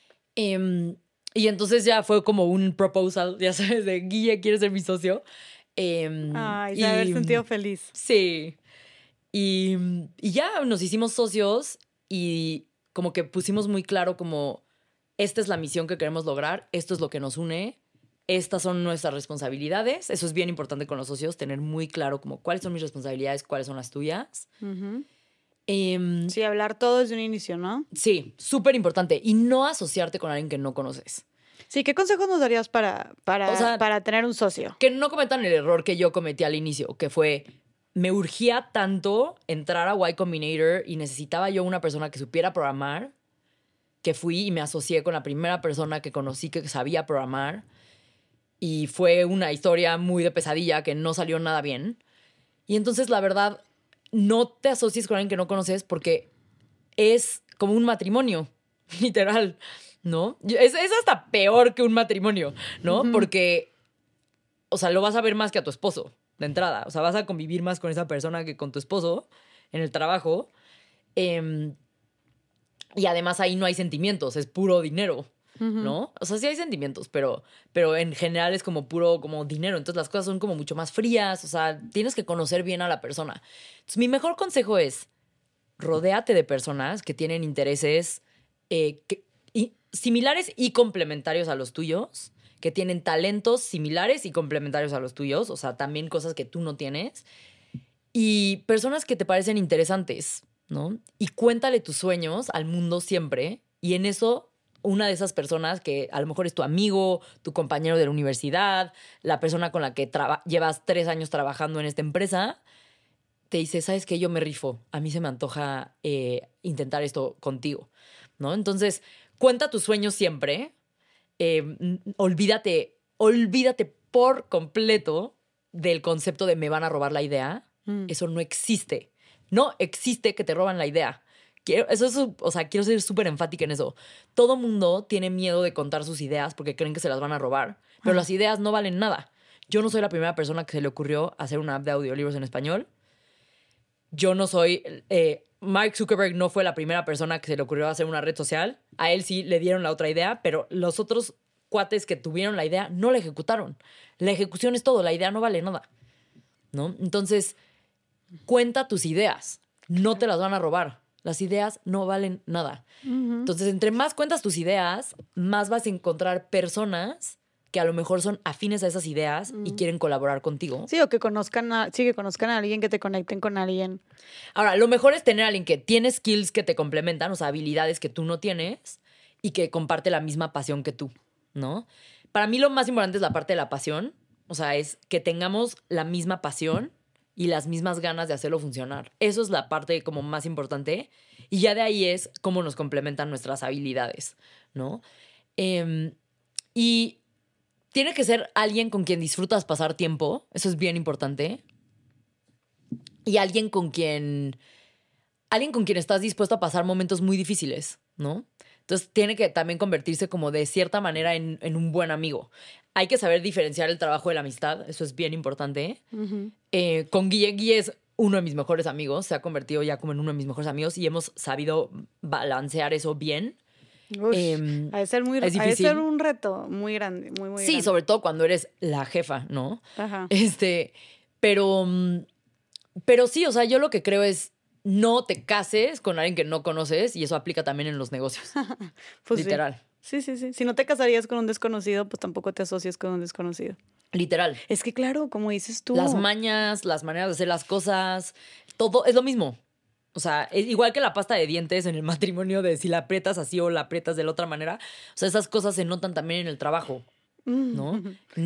Y entonces ya fue como un proposal, ya sabes, de Guille, ¿quieres ser mi socio? Ay, se haber sentido feliz. Sí. Y ya nos hicimos socios y como que pusimos muy claro como esta es la misión que queremos lograr, esto es lo que nos une, estas son nuestras responsabilidades. Eso es bien importante con los socios, tener muy claro como cuáles son mis responsabilidades, cuáles son las tuyas. Sí, hablar todo desde un inicio, ¿no? Sí, súper importante. Y no asociarte con alguien que no conoces. Sí, ¿qué consejos nos darías O sea, para tener un socio? Que no cometan el error que yo cometí al inicio, que fue, me urgía tanto entrar a Y Combinator y necesitaba yo una persona que supiera programar, que fui y me asocié con la primera persona que conocí que sabía programar. Y fue una historia muy de pesadilla que no salió nada bien. Y entonces, la verdad, no te asocies con alguien que no conoces porque es como un matrimonio, literal, ¿no? Es hasta peor que un matrimonio, ¿no? Porque, o sea, lo vas a ver más que a tu esposo, de entrada. O sea, vas a convivir más con esa persona que con tu esposo en el trabajo. Y además ahí no hay sentimientos, es puro dinero, ¿no? O sea, sí hay sentimientos, pero en general es como puro como dinero. Entonces las cosas son como mucho más frías, o sea, tienes que conocer bien a la persona. Entonces mi mejor consejo es, rodéate de personas que tienen intereses similares y complementarios a los tuyos, que tienen talentos similares y complementarios a los tuyos, o sea, también cosas que tú no tienes, y personas que te parecen interesantes, ¿no? Y cuéntale tus sueños al mundo siempre, y en eso una de esas personas que a lo mejor es tu amigo, tu compañero de la universidad, la persona con la que llevas 3 años trabajando en esta empresa, te dice, ¿sabes qué? Yo me rifo. A mí se me antoja intentar esto contigo, ¿no? Entonces, cuenta tus sueños siempre. Olvídate por completo del concepto de me van a robar la idea. Eso no existe. No existe que te roban la idea. Quiero ser súper enfática en eso. Todo mundo tiene miedo de contar sus ideas porque creen que se las van a robar, pero las ideas no valen nada. Yo no soy la primera persona que se le ocurrió hacer una app de audiolibros en español. Yo no soy... Mark Zuckerberg no fue la primera persona que se le ocurrió hacer una red social. A él sí le dieron la otra idea, pero los otros cuates que tuvieron la idea no la ejecutaron. La ejecución es todo, la idea no vale nada, ¿no? Entonces, cuenta tus ideas. No te las van a robar. Las ideas no valen nada. Entonces, entre más cuentas tus ideas, más vas a encontrar personas que a lo mejor son afines a esas ideas y quieren colaborar contigo. Sí, o que conozcan a alguien, que te conecten con alguien. Ahora, lo mejor es tener a alguien que tiene skills que te complementan, o sea, habilidades que tú no tienes y que comparte la misma pasión que tú, ¿no? Para mí lo más importante es la parte de la pasión, o sea, es que tengamos la misma pasión y las mismas ganas de hacerlo funcionar. Eso es la parte como más importante. Y ya de ahí es cómo nos complementan nuestras habilidades, ¿no? Y tiene que ser alguien con quien disfrutas pasar tiempo. Eso es bien importante. Y alguien con quien estás dispuesto a pasar momentos muy difíciles, ¿no? Entonces tiene que también convertirse como de cierta manera en un buen amigo. Hay que saber diferenciar el trabajo de la amistad, eso es bien importante. Con Guille es uno de mis mejores amigos, se ha convertido ya como en uno de mis mejores amigos y hemos sabido balancear eso bien. Ha de ser es difícil. ser un reto muy grande, muy sí, grande. Sobre todo cuando eres la jefa, ¿no? Ajá. Pero sí, o sea, yo lo que creo es no te cases con alguien que no conoces y eso aplica también en los negocios. Pues literal. Sí. Si no te casarías con un desconocido, pues tampoco te asocies con un desconocido. Literal. Es que claro, como dices tú. Las mañas, las maneras de hacer las cosas, todo es lo mismo. O sea, es igual que la pasta de dientes en el matrimonio de si la aprietas así o la aprietas de la otra manera. O sea, esas cosas se notan también en el trabajo, ¿no?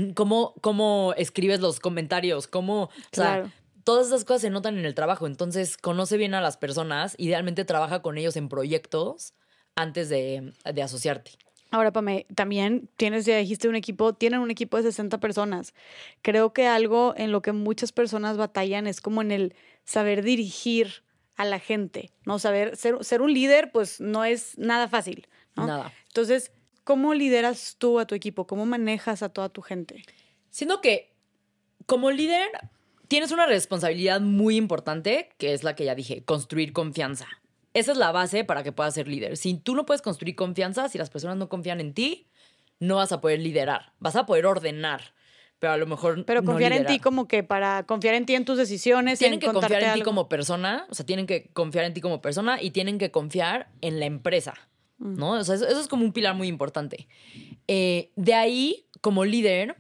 ¿Cómo escribes los comentarios? O sea, todas esas cosas se notan en el trabajo. Entonces, conoce bien a las personas. Idealmente trabaja con ellos en proyectos antes de asociarte. Ahora, Pame, también ya dijiste tienen un equipo de 60 personas. Creo que algo en lo que muchas personas batallan es como en el saber dirigir a la gente, ¿no? Saber ser un líder, pues no es nada fácil, ¿no? Nada. Entonces, ¿cómo lideras tú a tu equipo? ¿Cómo manejas a toda tu gente? Siento que como líder tienes una responsabilidad muy importante, que es la que ya dije, construir confianza. Esa es la base para que puedas ser líder. Si tú no puedes construir confianza, si las personas no confían en ti, no vas a poder liderar. Vas a poder ordenar, pero a lo mejor Pero no confiar liderar. en ti como que para confiar en ti en tus decisiones. Tienen que confiar en ti algo. como persona, o sea, tienen que confiar en ti como persona y tienen que confiar en la empresa, ¿no? O sea, eso es como un pilar muy importante. De ahí, como líder,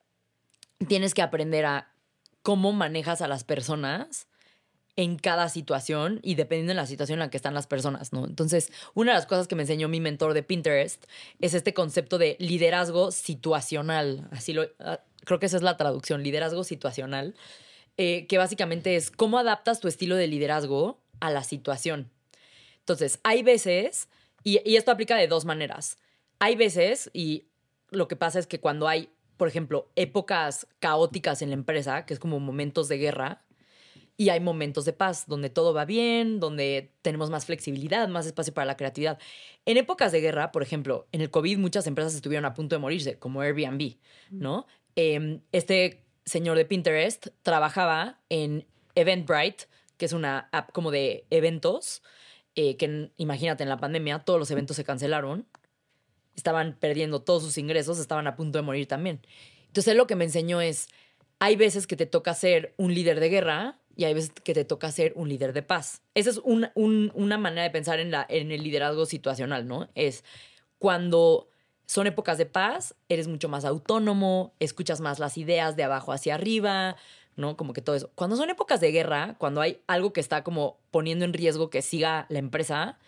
tienes que aprender a cómo manejas a las personas en cada situación y dependiendo de la situación en la que están las personas, ¿no? Entonces, una de las cosas que me enseñó mi mentor de Pinterest es este concepto de liderazgo situacional. Creo que esa es la traducción, liderazgo situacional, que básicamente es cómo adaptas tu estilo de liderazgo a la situación. Entonces, hay veces, y esto aplica de dos maneras. Hay veces, y lo que pasa es que cuando hay, por ejemplo, épocas caóticas en la empresa, que es como momentos de guerra, y hay momentos de paz, donde todo va bien, donde tenemos más flexibilidad, más espacio para la creatividad. En épocas de guerra, por ejemplo, en el COVID muchas empresas estuvieron a punto de morirse, como Airbnb, ¿no? Este señor de Pinterest trabajaba en Eventbrite, que es una app como de eventos, que imagínate, en la pandemia todos los eventos se cancelaron, estaban perdiendo todos sus ingresos, estaban a punto de morir también. Entonces él lo que me enseñó es, hay veces que te toca ser un líder de guerra y hay veces que te toca ser un líder de paz. Esa es una manera de pensar en el liderazgo situacional, ¿no? Es cuando son épocas de paz, eres mucho más autónomo, escuchas más las ideas de abajo hacia arriba, ¿no? Como que todo eso. Cuando son épocas de guerra, cuando hay algo que está como poniendo en riesgo que siga la empresa,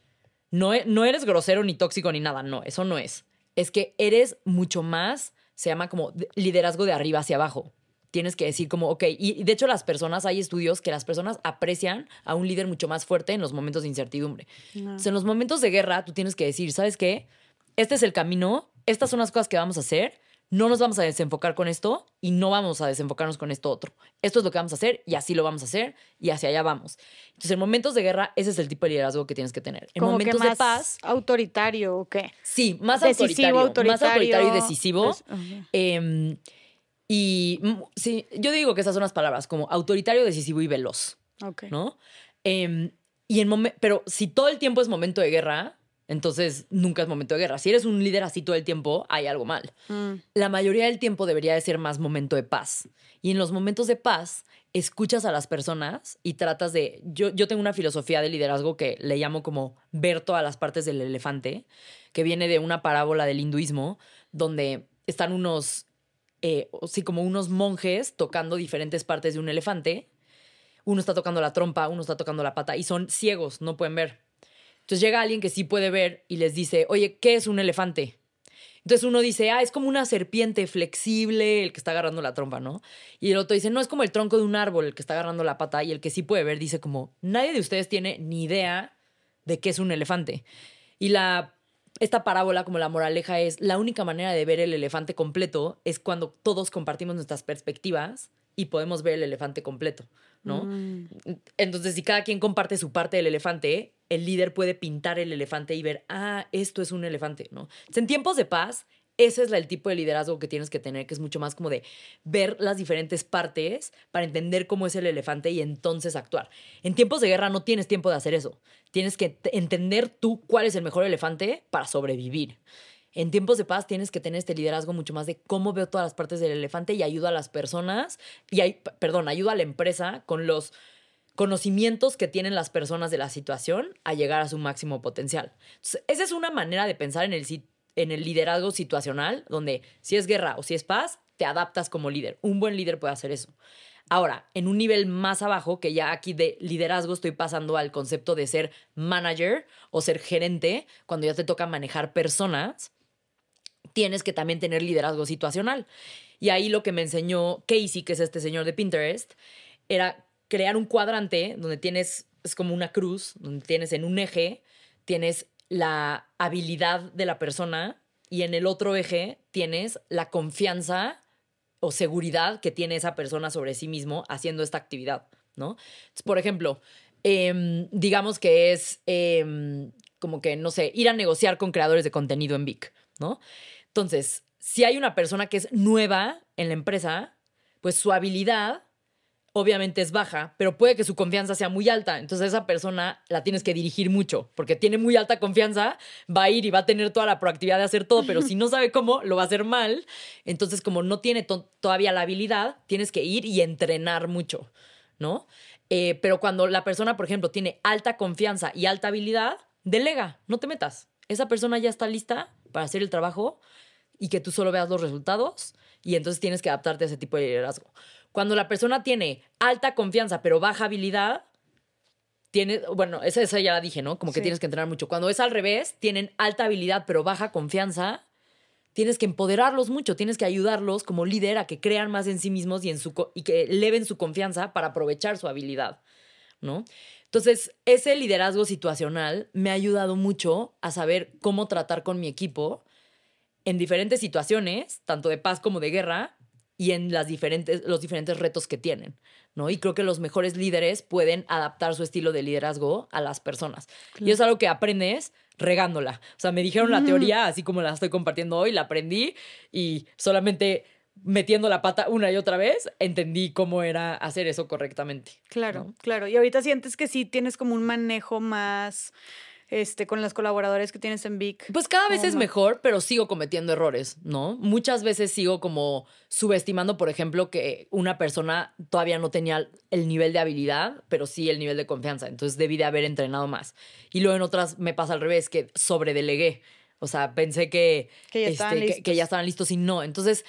no eres grosero ni tóxico ni nada, no, eso no es. Es que eres mucho más, se llama como liderazgo de arriba hacia abajo. Tienes que decir como, ok, y de hecho hay estudios que las personas aprecian a un líder mucho más fuerte en los momentos de incertidumbre. Entonces, en los momentos de guerra, tú tienes que decir, ¿sabes qué? Este es el camino, estas son las cosas que vamos a hacer, no nos vamos a desenfocar con esto y no vamos a desenfocarnos con esto otro. Esto es lo que vamos a hacer y así lo vamos a hacer y hacia allá vamos. Entonces, en momentos de guerra, ese es el tipo de liderazgo que tienes que tener. En ¿Como momentos que más de paz... autoritario o qué? Sí, más decisivo, autoritario. Más autoritario y decisivo. Okay. Y sí, yo digo que esas son las palabras, como autoritario, decisivo y veloz. Okay. ¿No? Pero si todo el tiempo es momento de guerra, entonces nunca es momento de guerra. Si eres un líder así todo el tiempo, hay algo mal. La mayoría del tiempo debería de ser más momento de paz. Y en los momentos de paz, escuchas a las personas y tratas de... Yo tengo una filosofía de liderazgo que le llamo como ver todas las partes del elefante, que viene de una parábola del hinduismo, donde están como unos monjes tocando diferentes partes de un elefante. Uno está tocando la trompa, uno está tocando la pata y son ciegos, no pueden ver. Entonces llega alguien que sí puede ver y les dice, oye, ¿qué es un elefante? Entonces uno dice, es como una serpiente flexible el que está agarrando la trompa, ¿no? Y el otro dice, no, es como el tronco de un árbol el que está agarrando la pata. Y el que sí puede ver dice como, nadie de ustedes tiene ni idea de qué es un elefante. Y esta parábola, como la moraleja, es la única manera de ver el elefante completo es cuando todos compartimos nuestras perspectivas y podemos ver el elefante completo, ¿no? Entonces, si cada quien comparte su parte del elefante, el líder puede pintar el elefante y ver, esto es un elefante, ¿no? Entonces, en tiempos de paz, ese es el tipo de liderazgo que tienes que tener, que es mucho más como de ver las diferentes partes para entender cómo es el elefante y entonces actuar. En tiempos de guerra no tienes tiempo de hacer eso. Tienes que entender tú cuál es el mejor elefante para sobrevivir. En tiempos de paz tienes que tener este liderazgo mucho más de cómo veo todas las partes del elefante y ayudo a las personas, ayudo a la empresa con los conocimientos que tienen las personas de la situación a llegar a su máximo potencial. Entonces, esa es una manera de pensar en el liderazgo situacional, donde si es guerra o si es paz, te adaptas como líder. Un buen líder puede hacer eso. Ahora, en un nivel más abajo, que ya aquí de liderazgo estoy pasando al concepto de ser manager o ser gerente, cuando ya te toca manejar personas, tienes que también tener liderazgo situacional. Y ahí lo que me enseñó Casey, que es este señor de Pinterest, era crear un cuadrante donde tienes, es como una cruz, donde tienes en un eje, tienes la habilidad de la persona y en el otro eje tienes la confianza o seguridad que tiene esa persona sobre sí mismo haciendo esta actividad, ¿no? Entonces, por ejemplo, digamos que es como que, no sé, ir a negociar con creadores de contenido en Vic, ¿no? Entonces, si hay una persona que es nueva en la empresa, pues su habilidad obviamente es baja, pero puede que su confianza sea muy alta. Entonces esa persona la tienes que dirigir mucho, porque tiene muy alta confianza, va a ir y va a tener toda la proactividad de hacer todo, pero si no sabe cómo, lo va a hacer mal. Entonces, como no tiene todavía la habilidad, tienes que ir y entrenar mucho, ¿no? Pero cuando la persona, por ejemplo, tiene alta confianza y alta habilidad, delega, no te metas. Esa persona ya está lista para hacer el trabajo y que tú solo veas los resultados y entonces tienes que adaptarte a ese tipo de liderazgo. Cuando la persona tiene alta confianza pero baja habilidad, bueno, esa ya la dije, ¿no? Como que tienes que entrenar mucho. Cuando es al revés, tienen alta habilidad pero baja confianza, tienes que empoderarlos mucho, tienes que ayudarlos como líder a que crean más en sí mismos y que eleven su confianza para aprovechar su habilidad, ¿no? Entonces, ese liderazgo situacional me ha ayudado mucho a saber cómo tratar con mi equipo en diferentes situaciones, tanto de paz como de guerra, y en los diferentes retos que tienen, ¿no? Y creo que los mejores líderes pueden adaptar su estilo de liderazgo a las personas. Claro. Y es algo que aprendes regándola. O sea, me dijeron la teoría, así como la estoy compartiendo hoy, la aprendí y solamente metiendo la pata una y otra vez, entendí cómo era hacer eso correctamente. Claro, ¿no? claro. Y ahorita sientes que sí tienes como un manejo más con los colaboradores que tienes en Vic. Pues cada vez es mejor, pero sigo cometiendo errores, ¿no? Muchas veces sigo como subestimando, por ejemplo, que una persona todavía no tenía el nivel de habilidad, pero sí el nivel de confianza. Entonces debí de haber entrenado más. Y luego en otras me pasa al revés, que sobredelegué. O sea, pensé que ya estaban listos y no. Entonces,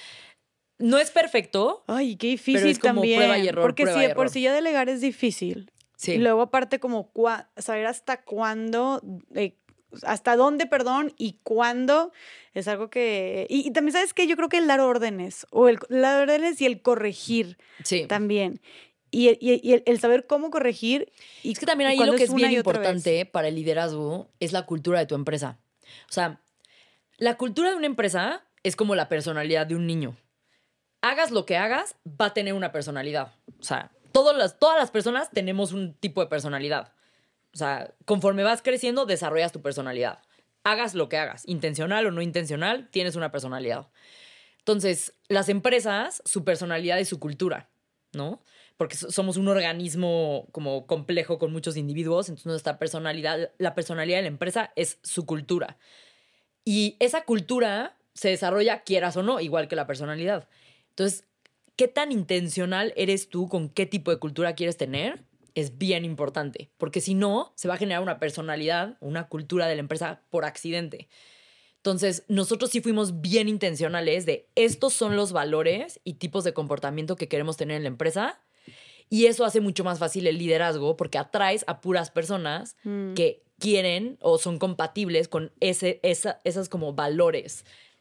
no es perfecto. Ay, qué difícil pero es como también. Prueba y error, porque prueba si y de por error. sí ya delegar es difícil. Sí. Y luego aparte como saber hasta cuándo, hasta dónde, perdón, y cuándo es algo que... Y también, ¿sabes qué? Yo creo que el dar órdenes, dar órdenes y el corregir también. Y el saber cómo corregir. Y es que también ahí lo que es bien importante para el liderazgo es la cultura de tu empresa. O sea, la cultura de una empresa es como la personalidad de un niño. Hagas lo que hagas, va a tener una personalidad. O sea, todas las personas tenemos un tipo de personalidad. O sea, conforme vas creciendo, desarrollas tu personalidad. Hagas lo que hagas, intencional o no intencional, tienes una personalidad. Entonces, las empresas, su personalidad es su cultura, ¿no? Porque somos un organismo como complejo con muchos individuos, entonces nuestra personalidad, la personalidad de la empresa es su cultura. Y esa cultura se desarrolla quieras o no, igual que la personalidad. Entonces, ¿qué tan intencional eres tú con qué tipo de cultura quieres tener? Es bien importante, porque si no, se va a generar una personalidad, una cultura de la empresa por accidente. Entonces, nosotros sí fuimos bien intencionales de estos son los valores y tipos de comportamiento que queremos tener en la empresa, y eso hace mucho más fácil el liderazgo porque atraes a puras personas que quieren o son compatibles con esas como valores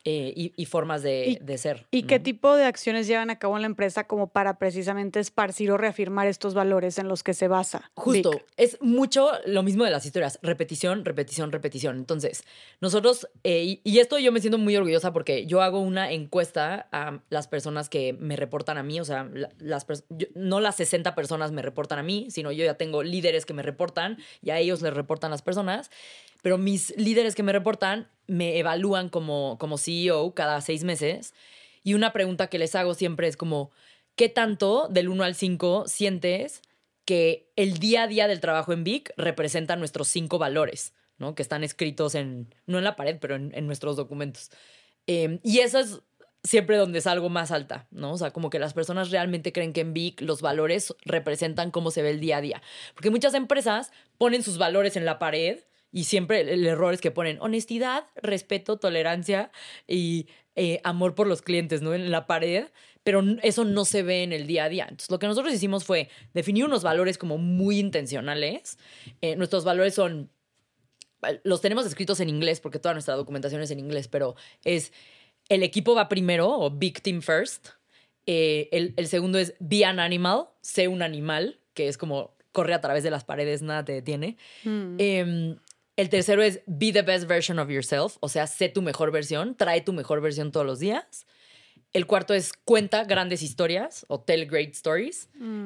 y formas de ser. ¿Y ¿no? qué tipo de acciones llevan a cabo en la empresa como para precisamente esparcir o reafirmar estos valores en los que se basa Justo, Vic? es mucho lo mismo de las historias, repetición, repetición, repetición. Entonces, nosotros, y esto yo me siento muy orgullosa porque yo hago una encuesta a las personas que me reportan a mí, o sea, no las 60 personas me reportan a mí, sino yo ya tengo líderes que me reportan y a ellos les reportan las personas, pero mis líderes que me reportan me evalúan como CEO cada 6 meses y una pregunta que les hago siempre es como, ¿qué tanto del 1 al 5 sientes que el día a día del trabajo en Vic representa nuestros 5 valores, ¿no? Que están escritos no en la pared, pero en nuestros documentos? Y eso es siempre donde salgo más alta, ¿no? O sea, como que las personas realmente creen que en Vic los valores representan cómo se ve el día a día. Porque muchas empresas ponen sus valores en la pared y siempre el error es que ponen honestidad, respeto, tolerancia y amor por los clientes, ¿no? En la pared, pero eso no se ve en el día a día. Entonces, lo que nosotros hicimos fue definir unos valores como muy intencionales. Nuestros valores los tenemos escritos en inglés porque toda nuestra documentación es en inglés, pero es el equipo va primero o Big Team First. El segundo es Be an Animal, sé un animal, que es como corre a través de las paredes, nada te detiene. El tercero es Be the best version of yourself, o sea, sé tu mejor versión, trae tu mejor versión todos los días. El cuarto es cuenta grandes historias o tell great stories.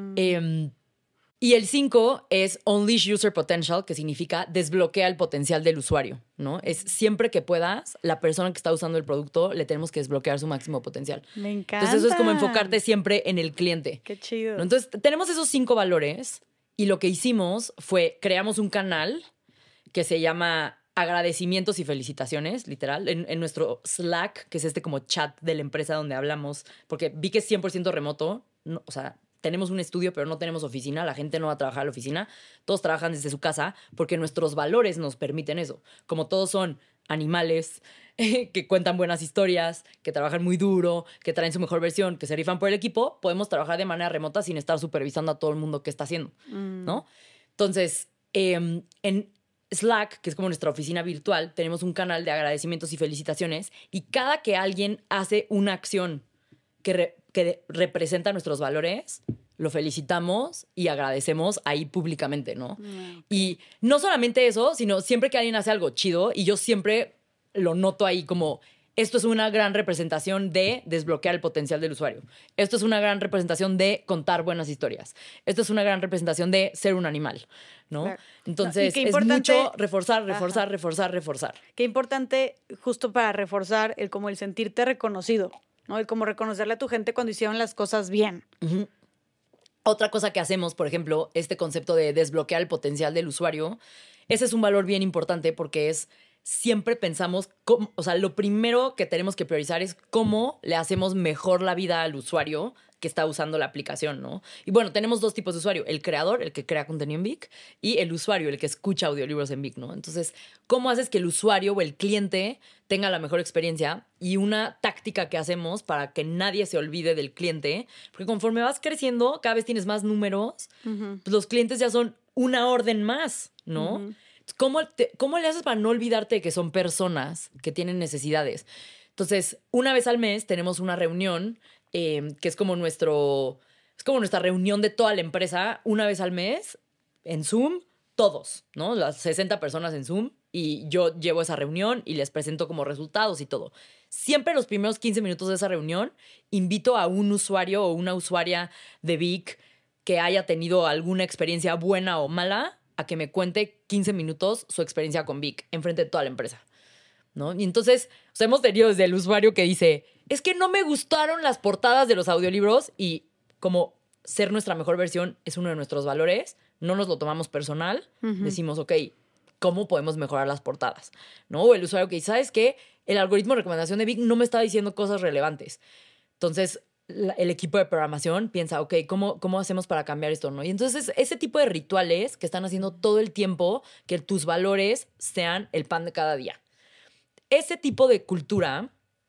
Y el 5 es Unleash User Potential, que significa desbloquea el potencial del usuario, ¿no? Es siempre que puedas, la persona que está usando el producto, le tenemos que desbloquear su máximo potencial. Me encanta. Entonces eso es como enfocarte siempre en el cliente. Qué chido. ¿No? Entonces tenemos esos 5 valores y lo que hicimos fue, creamos un canal que se llama agradecimientos y felicitaciones, literal, en nuestro Slack, que es este como chat de la empresa donde hablamos, porque vi que es 100% remoto, no, o sea, tenemos un estudio, pero no tenemos oficina, la gente no va a trabajar a la oficina, todos trabajan desde su casa porque nuestros valores nos permiten eso. Como todos son animales, que cuentan buenas historias, que trabajan muy duro, que traen su mejor versión, que se rifan por el equipo, podemos trabajar de manera remota sin estar supervisando a todo el mundo que está haciendo, ¿no? Entonces, en Slack, que es como nuestra oficina virtual, tenemos un canal de agradecimientos y felicitaciones y cada que alguien hace una acción que representa nuestros valores, lo felicitamos y agradecemos ahí públicamente, ¿no? Okay. Y no solamente eso, sino siempre que alguien hace algo chido y yo siempre lo noto ahí como esto es una gran representación de desbloquear el potencial del usuario. Esto es una gran representación de contar buenas historias. Esto es una gran representación de ser un animal, ¿no? Claro. Entonces, No, es mucho reforzar. Qué importante justo para reforzar como el sentirte reconocido, ¿no? El como reconocerle a tu gente cuando hicieron las cosas bien. Uh-huh. Otra cosa que hacemos, por ejemplo, este concepto de desbloquear el potencial del usuario, ese es un valor bien importante porque siempre pensamos, o sea, lo primero que tenemos que priorizar es cómo le hacemos mejor la vida al usuario que está usando la aplicación, ¿no? Y bueno, tenemos 2 tipos de usuario, el creador, el que crea contenido en Vic, y el usuario, el que escucha audiolibros en Vic, ¿no? Entonces, ¿cómo haces que el usuario o el cliente tenga la mejor experiencia? Y una táctica que hacemos para que nadie se olvide del cliente, porque conforme vas creciendo, cada vez tienes más números, pues los clientes ya son una orden más, ¿no? ¿Cómo le haces para no olvidarte de que son personas que tienen necesidades? Entonces, una vez al mes tenemos una reunión que es como nuestra reunión de toda la empresa, una vez al mes, en Zoom, todos, ¿no? Las 60 personas en Zoom, y yo llevo esa reunión y les presento como resultados y todo. Siempre los primeros 15 minutos de esa reunión invito a un usuario o una usuaria de Vic que haya tenido alguna experiencia buena o mala a que me cuente 15 minutos su experiencia con Vic enfrente de toda la empresa, ¿no? Y entonces, o sea, hemos tenido desde el usuario que dice, es que no me gustaron las portadas de los audiolibros, y como ser nuestra mejor versión es uno de nuestros valores, no nos lo tomamos personal, decimos, ok, ¿cómo podemos mejorar las portadas? ¿No? O el usuario que dice, ¿sabes qué? El algoritmo de recomendación de Vic no me está diciendo cosas relevantes. Entonces, el equipo de programación piensa, ok, ¿cómo hacemos para cambiar esto, ¿no? Y entonces ese tipo de rituales que están haciendo todo el tiempo que tus valores sean el pan de cada día. Ese tipo de cultura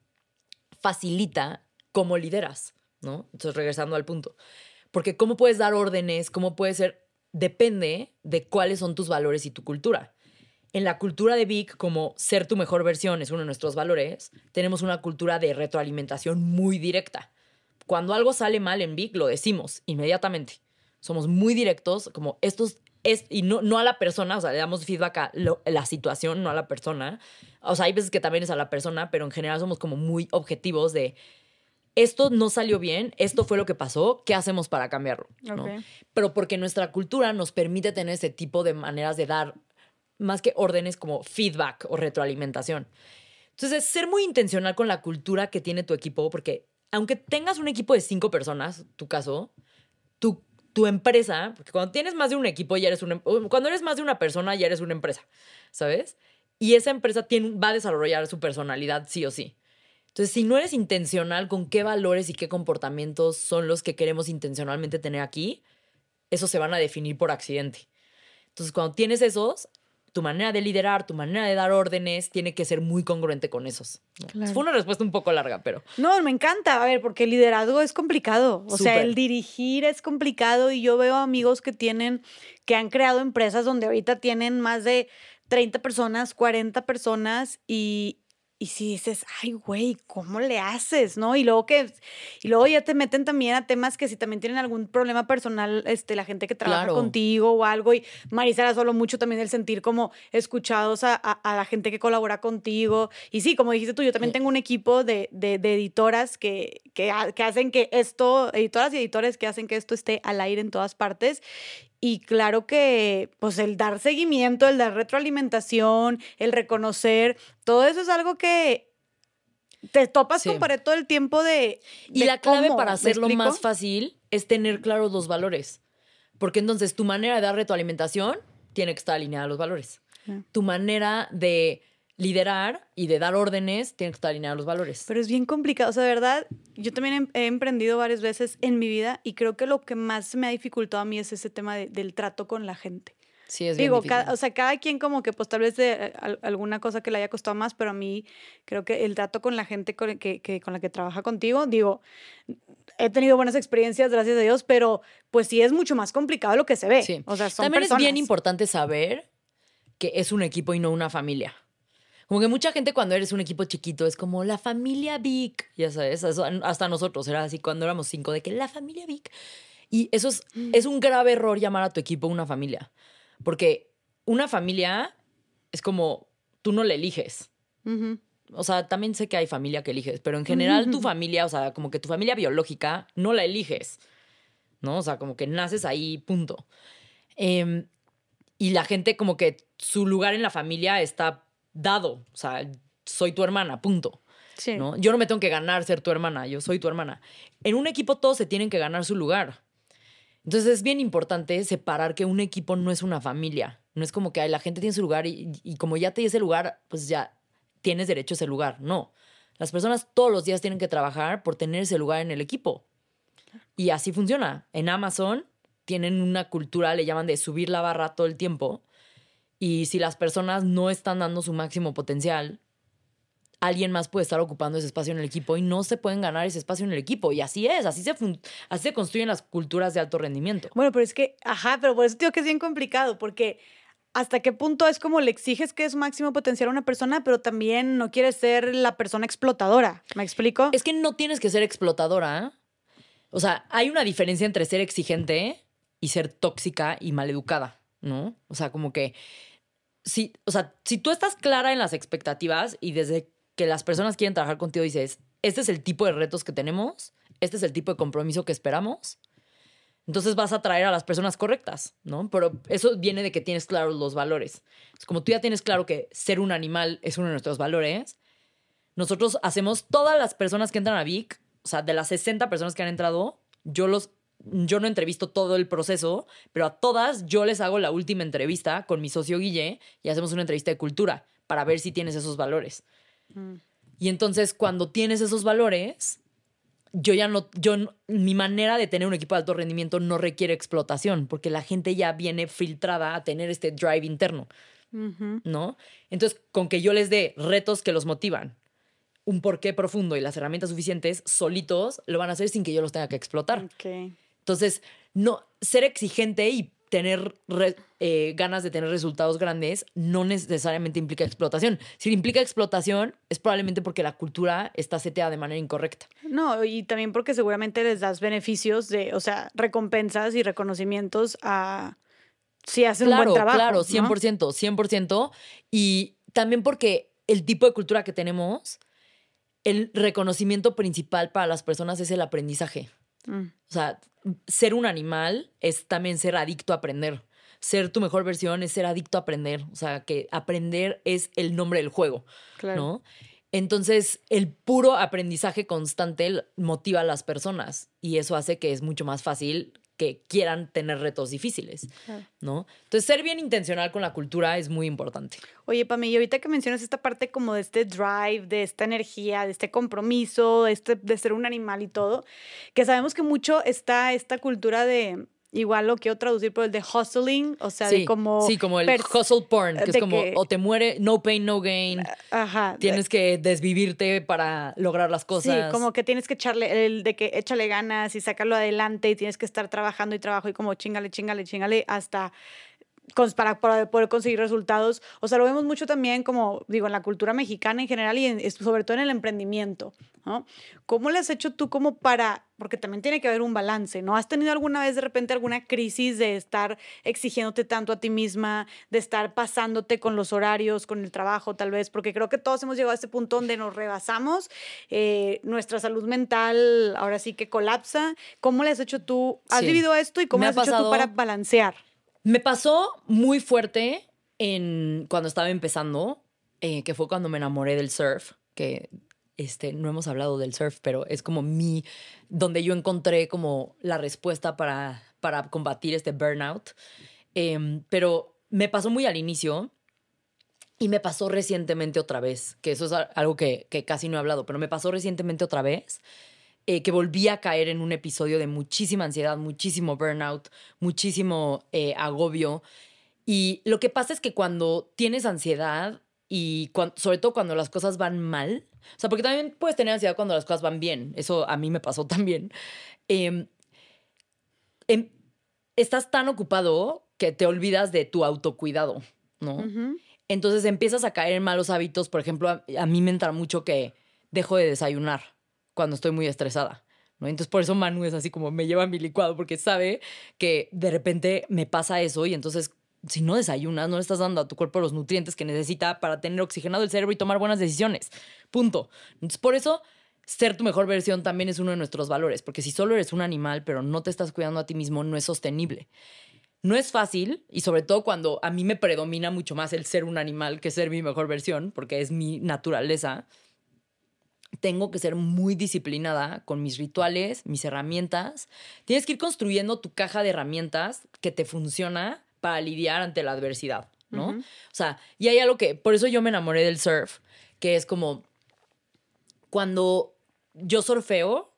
facilita cómo lideras, ¿no? Entonces, regresando al punto. Porque cómo puedes dar órdenes, cómo puedes ser, depende de cuáles son tus valores y tu cultura. en la cultura de Vic, como ser tu mejor versión es uno de nuestros valores, tenemos una cultura de retroalimentación muy directa. Cuando algo sale mal en Vic, lo decimos inmediatamente. Somos muy directos, como y no a la persona, o sea, le damos feedback a la situación, no a la persona. O sea, hay veces que también es a la persona, pero en general somos como muy objetivos de esto no salió bien, esto fue lo que pasó, ¿qué hacemos para cambiarlo? ¿No? Ok. Pero porque nuestra cultura nos permite tener ese tipo de maneras de dar, más que órdenes, como feedback o retroalimentación. Entonces, ser muy intencional con la cultura que tiene tu equipo, porque aunque tengas un equipo de 5 personas, tu caso, tu empresa, porque cuando tienes más de un equipo, ya eres cuando eres más de una persona, ya eres una empresa, ¿sabes? Y esa empresa va a desarrollar su personalidad sí o sí. Entonces, si no eres intencional con qué valores y qué comportamientos son los que queremos intencionalmente tener aquí, esos se van a definir por accidente. Entonces, cuando tienes esos, tu manera de liderar, tu manera de dar órdenes, tiene que ser muy congruente con esos. ¿No? Claro. Fue una respuesta un poco larga, pero... No, me encanta, a ver, porque el liderazgo es complicado. O sea, Súper. el dirigir es complicado y yo veo amigos que han creado empresas donde ahorita tienen más de 30 personas, 40 personas y si dices, ay, güey, ¿cómo le haces? ¿No? Y luego ya te meten también a temas que si también tienen algún problema personal, la gente que trabaja Claro. contigo o algo. Y Marisa la solo mucho también el sentir como escuchados a la gente que colabora contigo. Y sí, como dijiste tú, yo también tengo un equipo de editoras que hacen que editoras y editores que hacen que esto esté al aire en todas partes. Y claro que, pues, el dar seguimiento, el dar retroalimentación, el reconocer, todo eso es algo que te topas Sí. con pared todo el tiempo Y la clave cómo, para ¿me hacerlo explico? más fácil es tener claros los valores. Porque entonces tu manera de dar retroalimentación tiene que estar alineada a los valores. Yeah. Tu manera de liderar y de dar órdenes tiene que estar alineada a los valores. Pero es bien complicado. O sea, de verdad, yo también he emprendido varias veces en mi vida y creo que lo que más me ha dificultado a mí es ese tema del trato con la gente. Sí, es bien Digo, difícil. cada quien como que pues tal vez de alguna cosa que le haya costado más, pero a mí creo que el trato con la gente con la que trabaja contigo, digo, he tenido buenas experiencias, gracias a Dios, pero pues sí es mucho más complicado de lo que se ve. Sí. O sea, son También personas. es bien importante saber que es un equipo y no una familia. Como que mucha gente cuando eres un equipo chiquito es como la familia Vic, ya sabes, hasta nosotros era así cuando éramos 5 de que la familia Vic. Y eso es un grave error llamar a tu equipo una familia. Porque una familia es como tú no la eliges. Ujú. O sea, también sé que hay familia que eliges, pero en general tu familia, o sea, como que tu familia biológica no la eliges, ¿no? O sea, como que naces ahí, punto. Y la gente como que su lugar en la familia está dado. O sea, soy tu hermana, punto. Sí. ¿No? Yo no me tengo que ganar ser tu hermana, yo soy tu hermana. En un equipo todos se tienen que ganar su lugar. Entonces es bien importante separar que un equipo no es una familia. No es como que ay, la gente tiene su lugar y como ya te di ese lugar, pues ya tienes derecho a ese lugar. No. Las personas todos los días tienen que trabajar por tener ese lugar en el equipo. Y así funciona. En Amazon tienen una cultura, le llaman de subir la barra todo el tiempo. Y si las personas no están dando su máximo potencial, alguien más puede estar ocupando ese espacio en el equipo y no se pueden ganar ese espacio en el equipo. Y así es, así se construyen las culturas de alto rendimiento. Bueno, pero es que, pero por eso digo que es bien complicado, porque hasta qué punto es como le exiges que es máximo potencial a una persona, pero también no quieres ser la persona explotadora. ¿Me explico? Es que no tienes que ser explotadora. O sea, hay una diferencia entre ser exigente y ser tóxica y maleducada, ¿no? O sea, como que si tú estás clara en las expectativas y desde que las personas quieren trabajar contigo dices, este es el tipo de retos que tenemos, este es el tipo de compromiso que esperamos, entonces vas a traer a las personas correctas, ¿no? Pero eso viene de que tienes claros los valores. Es como tú ya tienes claro que ser un animal es uno de nuestros valores, nosotros hacemos todas las personas que entran a Vic, o sea, de las 60 personas que han entrado, yo no entrevisto todo el proceso, pero a todas yo les hago la última entrevista con mi socio Guille y hacemos una entrevista de cultura para ver si tienes esos valores. Y entonces cuando tienes esos valores, mi manera de tener un equipo de alto rendimiento no requiere explotación porque la gente ya viene filtrada a tener este drive interno, ¿no? Entonces, con que yo les dé retos que los motivan, un porqué profundo y las herramientas suficientes, solitos lo van a hacer sin que yo los tenga que explotar. Okay. Entonces, no, ser exigente y ganas de tener resultados grandes no necesariamente implica explotación. Si implica explotación, es probablemente porque la cultura está seteada de manera incorrecta. No, y también porque seguramente les das beneficios o sea, recompensas y reconocimientos a si hacen un buen trabajo. Claro, ¿no? 100%, 100%. Y también porque el tipo de cultura que tenemos, el reconocimiento principal para las personas es el aprendizaje. O sea, ser un animal es también ser adicto a aprender. Ser tu mejor versión es ser adicto a aprender. O sea, que aprender es el nombre del juego, Claro. ¿no? Entonces, el puro aprendizaje constante motiva a las personas y eso hace que es mucho más fácil que quieran tener retos difíciles, ¿no? Entonces, ser bien intencional con la cultura es muy importante. Oye, Pame, y ahorita que mencionas esta parte como de este drive, de esta energía, de este compromiso, de ser un animal y todo, que sabemos que mucho está esta cultura de, igual lo quiero traducir por el de hustling, o sea, Sí, de como... sí, como el hustle porn, que es como o te muere, no pain, no gain. Ajá. Tienes que desvivirte para lograr las cosas. Sí, como que tienes que echarle, de que échale ganas y sacarlo adelante y tienes que estar trabajando y trabajo y como chingale, chingale, chingale hasta para poder conseguir resultados. O sea, lo vemos mucho también como, digo, en la cultura mexicana en general y sobre todo en el emprendimiento, ¿no? ¿Cómo le has hecho tú como porque también tiene que haber un balance, ¿no? ¿Has tenido alguna vez de repente alguna crisis de estar exigiéndote tanto a ti misma, de estar pasándote con los horarios, con el trabajo tal vez? Porque creo que todos hemos llegado a este punto donde nos rebasamos, nuestra salud mental ahora sí que colapsa. ¿Cómo le has hecho tú? ¿Has vivido esto y cómo le has hecho tú para balancear? Me pasó muy fuerte cuando estaba empezando, que fue cuando me enamoré del surf, que no hemos hablado del surf, pero es como donde yo encontré como la respuesta para combatir este burnout. Pero me pasó muy al inicio y me pasó recientemente otra vez, que eso es algo que casi no he hablado, pero me pasó recientemente otra vez. Que volví a caer en un episodio de muchísima ansiedad, muchísimo burnout, muchísimo agobio. Y lo que pasa es que cuando tienes ansiedad y sobre todo cuando las cosas van mal, o sea, porque también puedes tener ansiedad cuando las cosas van bien, eso a mí me pasó también, estás tan ocupado que te olvidas de tu autocuidado, ¿no? Uh-huh. Entonces empiezas a caer en malos hábitos. Por ejemplo, a mí me entra mucho que dejo de desayunar cuando estoy muy estresada, ¿no? Entonces por eso Manu es así como me lleva mi licuado porque sabe que de repente me pasa eso y entonces si no desayunas no le estás dando a tu cuerpo los nutrientes que necesita para tener oxigenado el cerebro y tomar buenas decisiones. Punto. Entonces por eso ser tu mejor versión también es uno de nuestros valores, porque si solo eres un animal pero no te estás cuidando a ti mismo no es sostenible. No es fácil y sobre todo cuando a mí me predomina mucho más el ser un animal que ser mi mejor versión porque es mi naturaleza. Tengo que ser muy disciplinada con mis rituales, mis herramientas. Tienes que ir construyendo tu caja de herramientas que te funciona para lidiar ante la adversidad, ¿no? Uh-huh. O sea, y hay algo que, por eso yo me enamoré del surf, que es como cuando yo surfeo,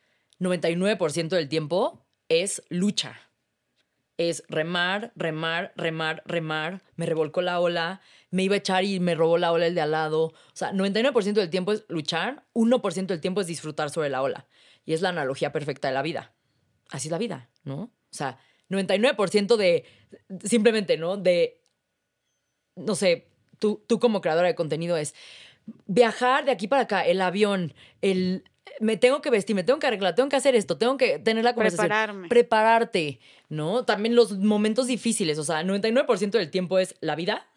99% del tiempo es lucha. Es remar, remar, remar, remar. Me revolcó la ola, me iba a echar y me robó la ola el de al lado. O sea, 99% del tiempo es luchar, 1% del tiempo es disfrutar sobre la ola. Y es la analogía perfecta de la vida. Así es la vida, ¿no? O sea, 99% de simplemente, ¿no? No sé, tú como creadora de contenido es viajar de aquí para acá, el avión, me tengo que vestir, me tengo que arreglar, tengo que hacer esto, tengo que tener la conversación. Prepararte, ¿no? También los momentos difíciles, o sea, 99% del tiempo es la vida,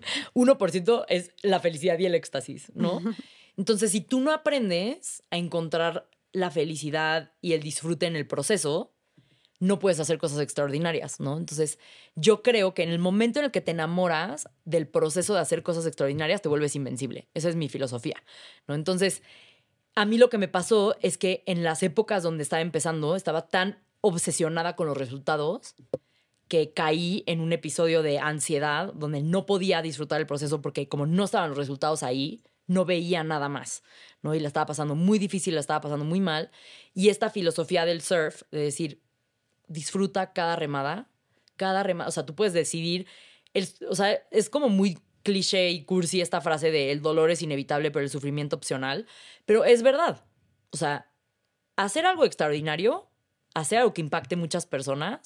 1% es la felicidad y el éxtasis, ¿no? Entonces, si tú no aprendes a encontrar la felicidad y el disfrute en el proceso, no puedes hacer cosas extraordinarias, ¿no? Entonces, yo creo que en el momento en el que te enamoras del proceso de hacer cosas extraordinarias, te vuelves invencible. Esa es mi filosofía, ¿no? Entonces, a mí lo que me pasó es que en las épocas donde estaba empezando, estaba tan obsesionada con los resultados que caí en un episodio de ansiedad donde no podía disfrutar el proceso porque como no estaban los resultados ahí, no veía nada más, ¿no? Y la estaba pasando muy difícil, la estaba pasando muy mal. Y esta filosofía del surf, de decir, disfruta cada remada, o sea, tú puedes decidir, o sea, es como muy cliché y cursi esta frase de el dolor es inevitable pero el sufrimiento opcional, pero es verdad. O sea, hacer algo extraordinario, hacer algo que impacte muchas personas,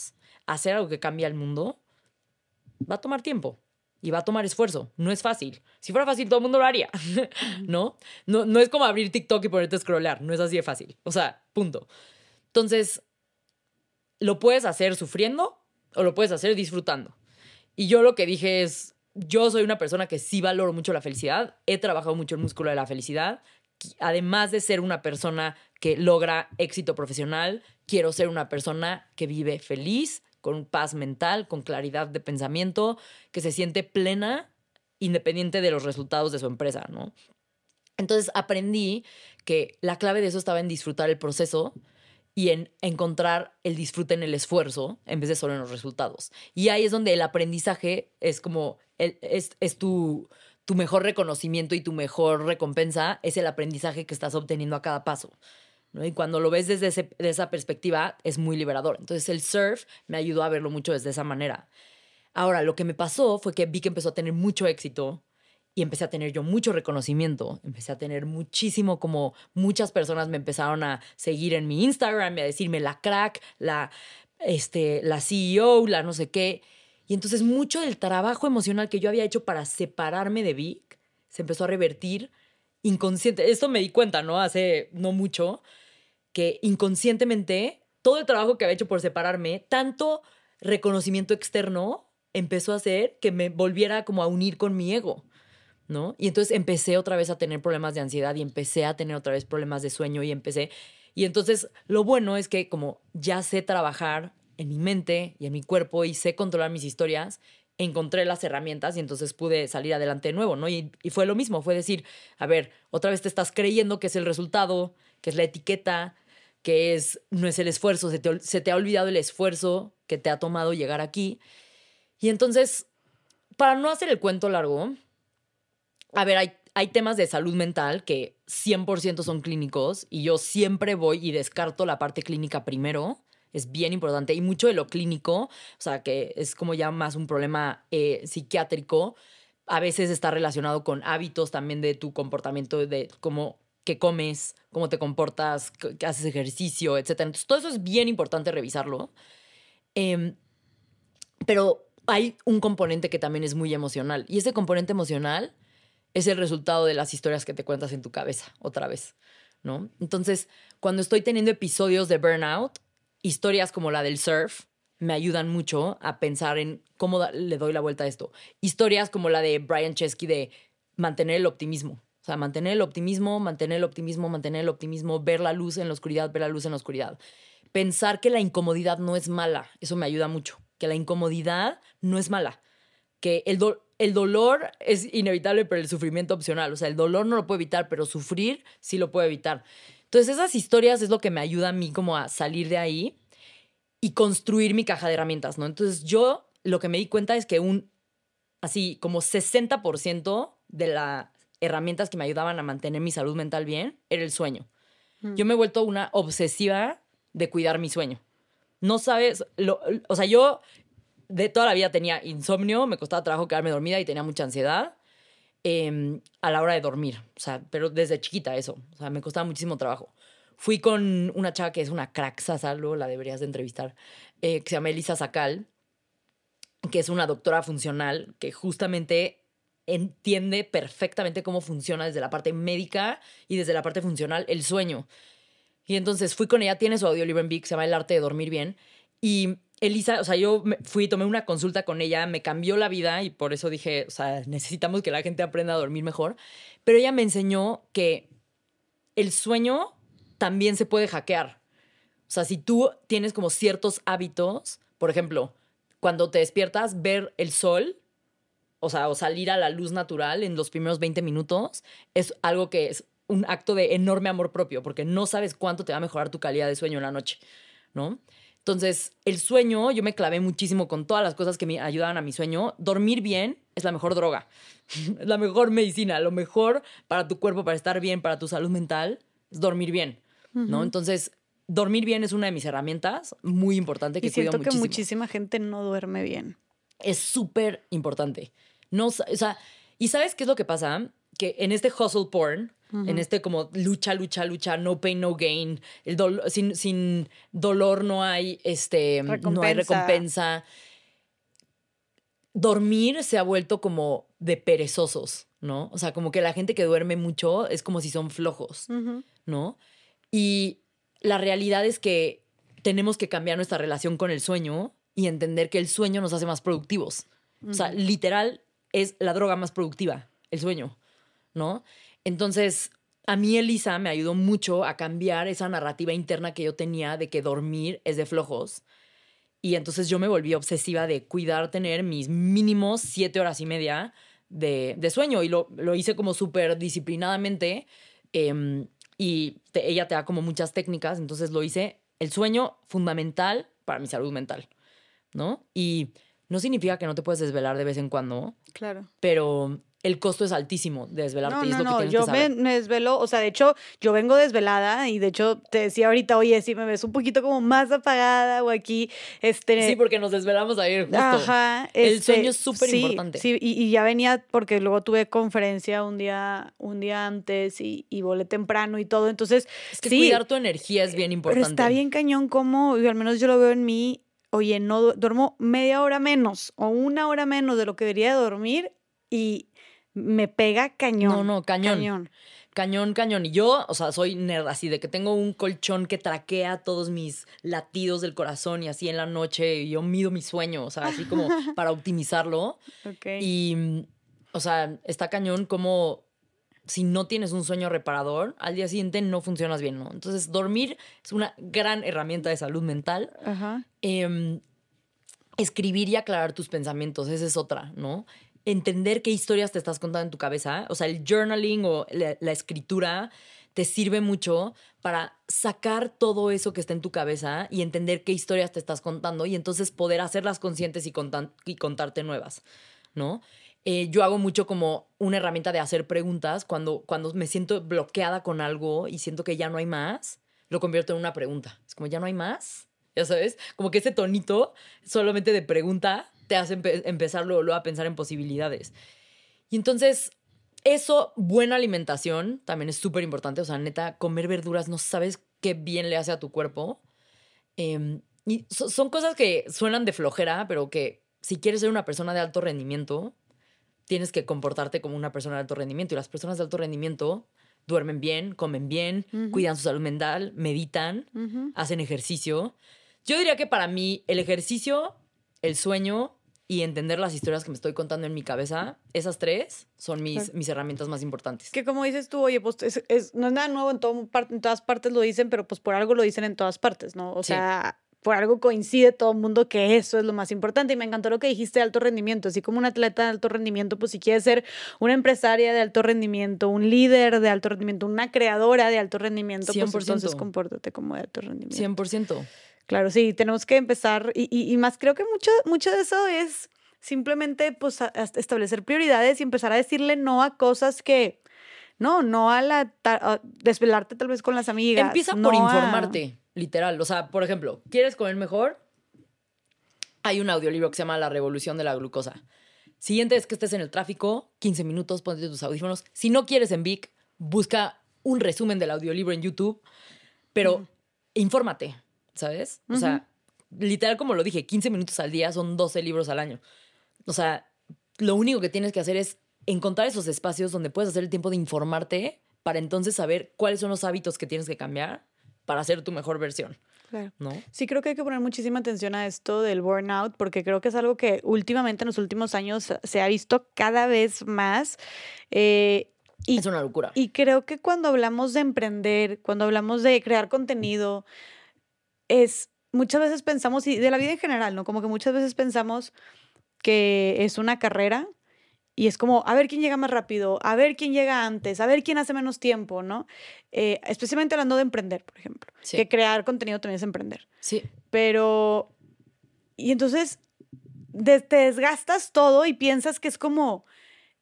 hacer algo que cambie el mundo, va a tomar tiempo y va a tomar esfuerzo. No es fácil. Si fuera fácil, todo el mundo lo haría, ¿no? No es como abrir TikTok y ponerte a scrollar. No es así de fácil. O sea, punto. Entonces, lo puedes hacer sufriendo o lo puedes hacer disfrutando. Y yo lo que dije es, yo soy una persona que sí valoro mucho la felicidad. He trabajado mucho el músculo de la felicidad. Además de ser una persona que logra éxito profesional, quiero ser una persona que vive feliz, con paz mental, con claridad de pensamiento, que se siente plena, independiente de los resultados de su empresa, ¿no? Entonces aprendí que la clave de eso estaba en disfrutar el proceso y en encontrar el disfrute en el esfuerzo en vez de solo en los resultados. Y ahí es donde el aprendizaje es como, es tu mejor reconocimiento y tu mejor recompensa, es el aprendizaje que estás obteniendo a cada paso, ¿no? Y cuando lo ves desde esa perspectiva, es muy liberador. Entonces el surf me ayudó a verlo mucho desde esa manera. Ahora, lo que me pasó fue que vi que empezó a tener mucho éxito y empecé a tener yo mucho reconocimiento. Empecé a tener muchísimo, como muchas personas me empezaron a seguir en mi Instagram y a decirme la crack, la CEO, la no sé qué. Y entonces mucho del trabajo emocional que yo había hecho para separarme de Vic se empezó a revertir inconsciente. Esto me di cuenta, ¿no? Hace no mucho, que inconscientemente todo el trabajo que había hecho por separarme, tanto reconocimiento externo, empezó a hacer que me volviera como a unir con mi ego, ¿no? Y entonces empecé otra vez a tener problemas de ansiedad y empecé a tener otra vez problemas de sueño y empecé... Y entonces lo bueno es que como ya sé trabajar en mi mente y en mi cuerpo y sé controlar mis historias, encontré las herramientas y entonces pude salir adelante de nuevo, ¿no? Y fue lo mismo, fue decir, a ver, otra vez te estás creyendo que es el resultado, que es la etiqueta, que no es el esfuerzo, se te ha olvidado el esfuerzo que te ha tomado llegar aquí. Y entonces, para no hacer el cuento largo, a ver, hay temas de salud mental que 100% son clínicos y yo siempre voy y descarto la parte clínica primero. Es bien importante. Y mucho de lo clínico, o sea, que es como ya más un problema psiquiátrico, a veces está relacionado con hábitos también de tu comportamiento, de cómo que comes, cómo te comportas, que haces ejercicio, etcétera. Entonces, todo eso es bien importante revisarlo. Pero hay un componente que también es muy emocional. Y ese componente emocional es el resultado de las historias que te cuentas en tu cabeza, otra vez, ¿no? Entonces, cuando estoy teniendo episodios de burnout, historias como la del surf me ayudan mucho a pensar en cómo le doy la vuelta a esto. Historias como la de Brian Chesky de mantener el optimismo. O sea, mantener el optimismo, mantener el optimismo, mantener el optimismo, ver la luz en la oscuridad, ver la luz en la oscuridad. Pensar que la incomodidad no es mala, eso me ayuda mucho. Que la incomodidad no es mala. Que el dolor es inevitable, pero el sufrimiento opcional. O sea, el dolor no lo puedo evitar, pero sufrir sí lo puedo evitar. Entonces, esas historias es lo que me ayuda a mí como a salir de ahí y construir mi caja de herramientas, ¿no? Entonces, yo lo que me di cuenta es que así como 60% de las herramientas que me ayudaban a mantener mi salud mental bien era el sueño. Yo me he vuelto una obsesiva de cuidar mi sueño. No sabes, o sea, yo de toda la vida tenía insomnio, me costaba trabajo quedarme dormida y tenía mucha ansiedad a la hora de dormir. O sea, pero desde chiquita eso. O sea, me costaba muchísimo trabajo. Fui con una chava que es una crack sasa, luego la deberías de entrevistar, que se llama Elisa Sacal, que es una doctora funcional que justamente entiende perfectamente cómo funciona desde la parte médica y desde la parte funcional el sueño. Y entonces fui con ella, tiene su audiolibro en Vic, se llama El arte de dormir bien. Y Elisa, o sea, yo tomé una consulta con ella, me cambió la vida y por eso dije, o sea, necesitamos que la gente aprenda a dormir mejor. Pero ella me enseñó que el sueño también se puede hackear. O sea, si tú tienes como ciertos hábitos, por ejemplo, cuando te despiertas, ver el sol, o sea, o salir a la luz natural en los primeros 20 minutos, es algo que es un acto de enorme amor propio, porque no sabes cuánto te va a mejorar tu calidad de sueño en la noche, ¿no? Entonces, el sueño, yo me clavé muchísimo con todas las cosas que me ayudaban a mi sueño. Dormir bien es la mejor droga, es la mejor medicina, lo mejor para tu cuerpo, para estar bien, para tu salud mental, es dormir bien, ¿no? Entonces, dormir bien es una de mis herramientas muy importante que cuido muchísimo. Y siento que muchísima gente no duerme bien. Es súper importante. No, o sea, ¿y sabes qué es lo que pasa? Que en este hustle porn, en este como lucha, no pain, no gain. Sin dolor no hay, no hay recompensa. Dormir se ha vuelto como de perezosos, ¿no? O sea, como que la gente que duerme mucho es como si son flojos, ¿no? Y la realidad es que tenemos que cambiar nuestra relación con el sueño y entender que el sueño nos hace más productivos. O sea, literal es la droga más productiva, el sueño, ¿no? Entonces, a mí Elisa me ayudó mucho a cambiar esa narrativa interna que yo tenía de que dormir es de flojos. Y entonces yo me volví obsesiva de cuidar, tener mis mínimos 7 horas y media de sueño. Y lo hice como súper disciplinadamente. Ella te da como muchas técnicas. Entonces lo hice. El sueño fundamental para mi salud mental, ¿no? Y no significa que no te puedes desvelar de vez en cuando. Claro. Pero el costo es altísimo de desvelarte. Yo me desvelo, o sea, de hecho, yo vengo desvelada y de hecho te decía ahorita, oye, si me ves un poquito como más apagada o aquí, Sí, porque nos desvelamos ayer justo. Ajá. El sueño es súper importante. Sí, y ya venía porque luego tuve conferencia un día antes y volé temprano y todo, entonces es que cuidar tu energía es bien importante. Pero está bien cañón como, al menos yo lo veo en mí, oye, no duermo media hora menos o una hora menos de lo que debería dormir y me pega cañón. No, cañón. Cañón. Y yo, o sea, soy nerd así de que tengo un colchón que traquea todos mis latidos del corazón y así en la noche y yo mido mi sueño, o sea, así como para optimizarlo. Okay. Y, o sea, está cañón como si no tienes un sueño reparador, al día siguiente no funcionas bien, ¿no? Entonces, dormir es una gran herramienta de salud mental. Ajá. Escribir y aclarar tus pensamientos, esa es otra, ¿no? Entender qué historias te estás contando en tu cabeza. O sea, el journaling o la escritura te sirve mucho para sacar todo eso que está en tu cabeza y entender qué historias te estás contando y entonces poder hacerlas conscientes y contarte nuevas, ¿no? Yo hago mucho como una herramienta de hacer preguntas cuando me siento bloqueada con algo y siento que ya no hay más, lo convierto en una pregunta. Es como, ¿ya no hay más? Ya sabes, como que ese tonito solamente de pregunta te hace empezar luego a pensar en posibilidades. Y entonces, eso, buena alimentación, también es súper importante. O sea, neta, comer verduras no sabes qué bien le hace a tu cuerpo. Y son cosas que suenan de flojera, pero que si quieres ser una persona de alto rendimiento, tienes que comportarte como una persona de alto rendimiento. Y las personas de alto rendimiento duermen bien, comen bien, cuidan su salud mental, meditan, hacen ejercicio. Yo diría que para mí el ejercicio, el sueño y entender las historias que me estoy contando en mi cabeza, esas tres son mis herramientas más importantes. Que como dices tú, oye, pues no es nada nuevo, en todas partes lo dicen, pero pues por algo lo dicen en todas partes, ¿no? O sea, por algo coincide todo el mundo que eso es lo más importante. Y me encantó lo que dijiste de alto rendimiento. Así como un atleta de alto rendimiento, pues si quieres ser una empresaria de alto rendimiento, un líder de alto rendimiento, una creadora de alto rendimiento, 100%. Pues entonces compórtate como de alto rendimiento. 100%. Claro, sí, tenemos que empezar y más creo que mucho de eso es simplemente pues establecer prioridades y empezar a decirle no a cosas que, no a desvelarte tal vez con las amigas. Empieza por informarte, literal. O sea, por ejemplo, ¿quieres comer mejor? Hay un audiolibro que se llama La Revolución de la Glucosa. Siguiente es que estés en el tráfico, 15 minutos, ponte tus audífonos. Si no quieres en Vic, busca un resumen del audiolibro en YouTube, pero infórmate. ¿Sabes? O sea, literal, como lo dije, 15 minutos al día son 12 libros al año. O sea, lo único que tienes que hacer es encontrar esos espacios donde puedes hacer el tiempo de informarte para entonces saber cuáles son los hábitos que tienes que cambiar para ser tu mejor versión. Claro. ¿No? Sí, creo que hay que poner muchísima atención a esto del burnout, porque creo que es algo que últimamente en los últimos años se ha visto cada vez más. Es una locura. Y creo que cuando hablamos de emprender, cuando hablamos de crear contenido, muchas veces pensamos, y de la vida en general, ¿no? Como que muchas veces pensamos que es una carrera y es como, a ver quién llega más rápido, a ver quién llega antes, a ver quién hace menos tiempo, ¿no? Especialmente hablando de emprender, por ejemplo. Sí. Que crear contenido también es emprender. Sí. Pero, y entonces te desgastas todo y piensas que es como,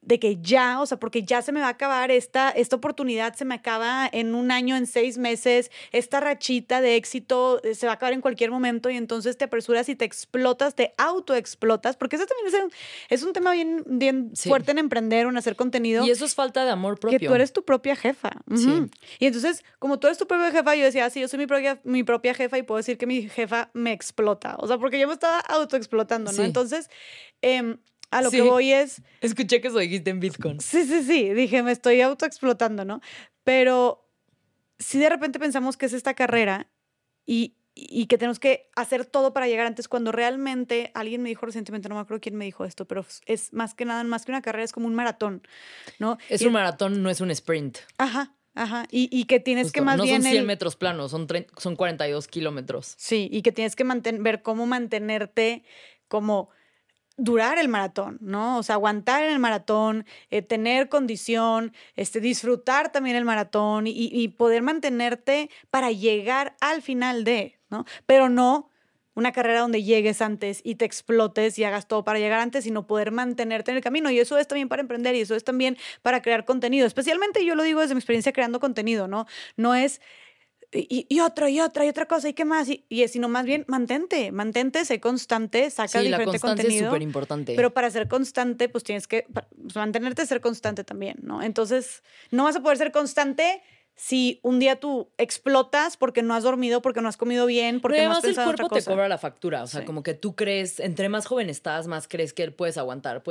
de que ya, o sea, porque ya se me va a acabar esta oportunidad, se me acaba en un año, en 6 meses, esta rachita de éxito se va a acabar en cualquier momento y entonces te apresuras y te explotas, te autoexplotas, porque eso también es un tema bien Sí. fuerte en emprender o en hacer contenido. Y eso es falta de amor propio. Que tú eres tu propia jefa. Sí. Y entonces, como tú eres tu propia jefa, yo decía, sí, yo soy mi propia jefa y puedo decir que mi jefa me explota. O sea, porque yo me estaba autoexplotando, ¿no? Sí. Entonces, a lo Sí. que voy es... Escuché que eso dijiste en Bitcoin. Sí, dije, me estoy autoexplotando, ¿no? Pero si de repente pensamos que es esta carrera y que tenemos que hacer todo para llegar antes, cuando realmente alguien me dijo recientemente, no me acuerdo quién me dijo esto, pero es más que nada, más que una carrera, es como un maratón, ¿no? Es un maratón, no es un sprint. Ajá. Y que tienes Justo. que más no bien... son 100 metros planos, son 42 kilómetros. Sí, y que tienes que ver cómo mantenerte como durar el maratón, ¿no? O sea, aguantar en el maratón, tener condición, disfrutar también el maratón y poder mantenerte para llegar al final ¿no? Pero no una carrera donde llegues antes y te explotes y hagas todo para llegar antes, sino poder mantenerte en el camino. Y eso es también para emprender y eso es también para crear contenido. Especialmente yo lo digo desde mi experiencia creando contenido, ¿no? No es... Y otra cosa, ¿y qué más? Sino más bien mantente, sé constante, saca Sí, la diferente constancia contenido. es súper importante. Pero para ser constante, pues tienes que mantenerte, ser constante también, ¿no? Entonces, no vas a poder ser constante si un día tú explotas porque no has dormido, porque no has comido bien, porque no has pensado en otra cosa. El cuerpo te cobra la factura. O sea, Sí. como que tú crees, entre más joven estás, más crees que puedes aguantar.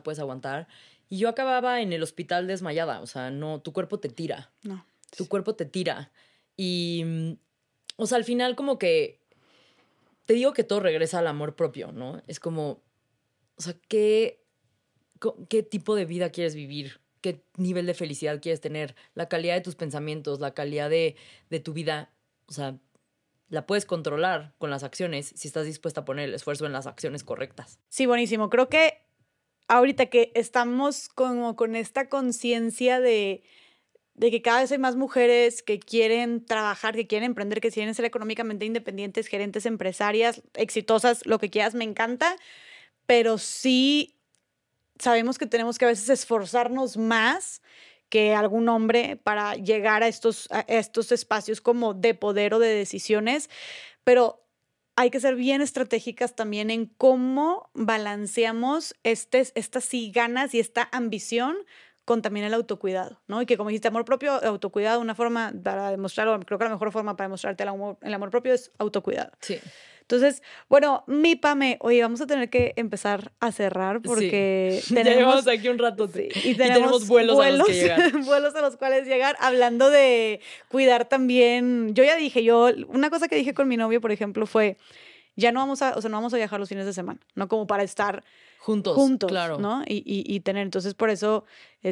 Y yo acababa en el hospital desmayada. O sea, no, tu cuerpo te tira. No. Tu cuerpo te tira. Y, o sea, al final como que te digo que todo regresa al amor propio, ¿no? Es como, o sea, ¿qué tipo de vida quieres vivir? ¿Qué nivel de felicidad quieres tener? La calidad de tus pensamientos, la calidad de tu vida, o sea, la puedes controlar con las acciones si estás dispuesta a poner el esfuerzo en las acciones correctas. Sí, buenísimo. Creo que ahorita que estamos como con esta conciencia de que cada vez hay más mujeres que quieren trabajar, que quieren emprender, que quieren ser económicamente independientes, gerentes, empresarias, exitosas, lo que quieras, me encanta, pero sí sabemos que tenemos que a veces esforzarnos más que algún hombre para llegar a estos espacios como de poder o de decisiones, pero hay que ser bien estratégicas también en cómo balanceamos estas sí ganas y esta ambición con también el autocuidado, ¿no? Y que como dijiste, amor propio, autocuidado, una forma para demostrarlo, creo que la mejor forma para demostrarte el amor propio es autocuidado. Sí. Entonces, bueno, mi Pame, oye, vamos a tener que empezar a cerrar porque sí. tenemos... Llevamos aquí un rato. Sí, y tenemos vuelos a los que llegar. Vuelos a los cuales llegar, hablando de cuidar también. Yo ya dije, una cosa que dije con mi novio, por ejemplo, fue, ya no vamos a viajar los fines de semana, ¿no? Como para estar juntos, claro. ¿no? Y tener, entonces por eso,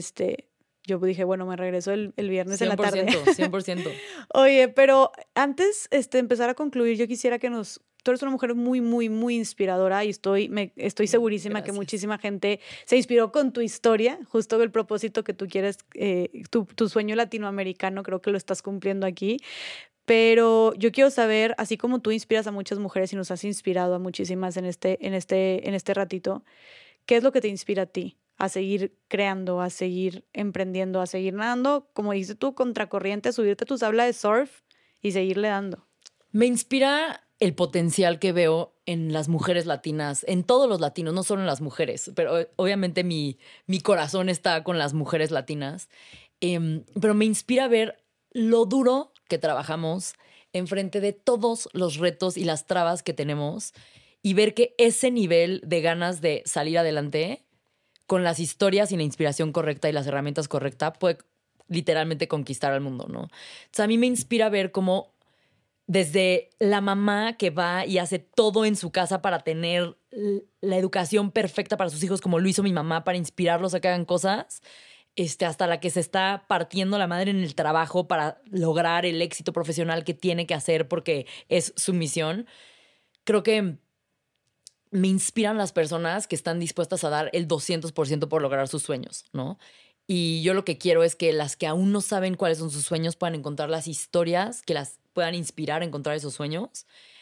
yo dije, bueno, me regreso el viernes en la tarde. 100%. Oye, pero antes de empezar a concluir, yo quisiera que tú eres una mujer muy, muy, muy inspiradora y estoy segurísima que muchísima gente se inspiró con tu historia, justo con el propósito que tú quieres, tu sueño latinoamericano, creo que lo estás cumpliendo aquí. Pero yo quiero saber, así como tú inspiras a muchas mujeres y nos has inspirado a muchísimas en este ratito, ¿qué es lo que te inspira a ti a seguir creando, a seguir emprendiendo, a seguir nadando, como dices tú, contracorriente, a subirte a tu tabla de surf y seguirle dando? Me inspira el potencial que veo en las mujeres latinas, en todos los latinos, no solo en las mujeres, pero obviamente mi corazón está con las mujeres latinas. Pero me inspira ver lo duro que trabajamos enfrente de todos los retos y las trabas que tenemos y ver que ese nivel de ganas de salir adelante con las historias y la inspiración correcta y las herramientas correctas puede literalmente conquistar al mundo, ¿no? O sea, a mí me inspira ver cómo desde la mamá que va y hace todo en su casa para tener la educación perfecta para sus hijos, como lo hizo mi mamá, para inspirarlos a que hagan cosas, hasta la que se está partiendo la madre en el trabajo para lograr el éxito profesional que tiene que hacer porque es su misión. Creo que me inspiran las personas que están dispuestas a dar el 200% por lograr sus sueños, ¿no? Y yo lo que quiero es que las que aún no saben cuáles son sus sueños puedan encontrar las historias que las puedan inspirar a encontrar esos sueños.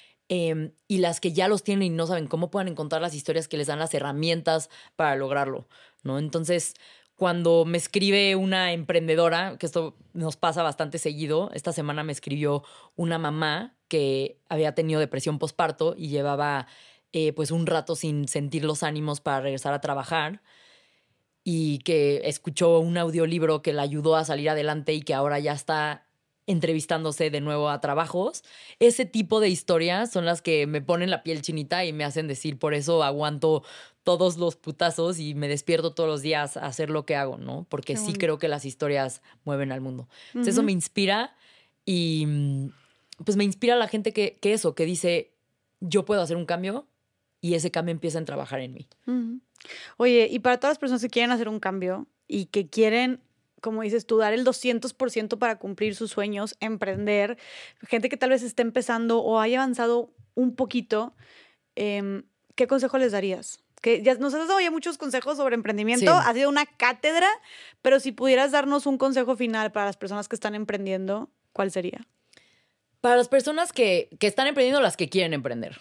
Y las que ya los tienen y no saben cómo puedan encontrar las historias que les dan las herramientas para lograrlo, ¿no? Entonces, cuando me escribe una emprendedora, que esto nos pasa bastante seguido, esta semana me escribió una mamá que había tenido depresión postparto y llevaba pues un rato sin sentir los ánimos para regresar a trabajar y que escuchó un audiolibro que la ayudó a salir adelante y que ahora ya está entrevistándose de nuevo a trabajos. Ese tipo de historias son las que me ponen la piel chinita y me hacen decir, por eso aguanto todos los putazos y me despierto todos los días a hacer lo que hago, ¿no? Porque Qué sí bonito. creo que las historias mueven al mundo. Entonces, eso me inspira y pues me inspira a la gente que dice, yo puedo hacer un cambio y ese cambio empieza a trabajar en mí. Ujú. Oye, y para todas las personas que quieren hacer un cambio y que quieren, como dices tú, dar el 200% para cumplir sus sueños, emprender, gente que tal vez esté empezando o haya avanzado un poquito, ¿qué consejo les darías? Que ya nos has dado ya muchos consejos sobre emprendimiento, Sí. ha sido una cátedra, pero si pudieras darnos un consejo final para las personas que están emprendiendo, ¿cuál sería? Para las personas que están emprendiendo, las que quieren emprender.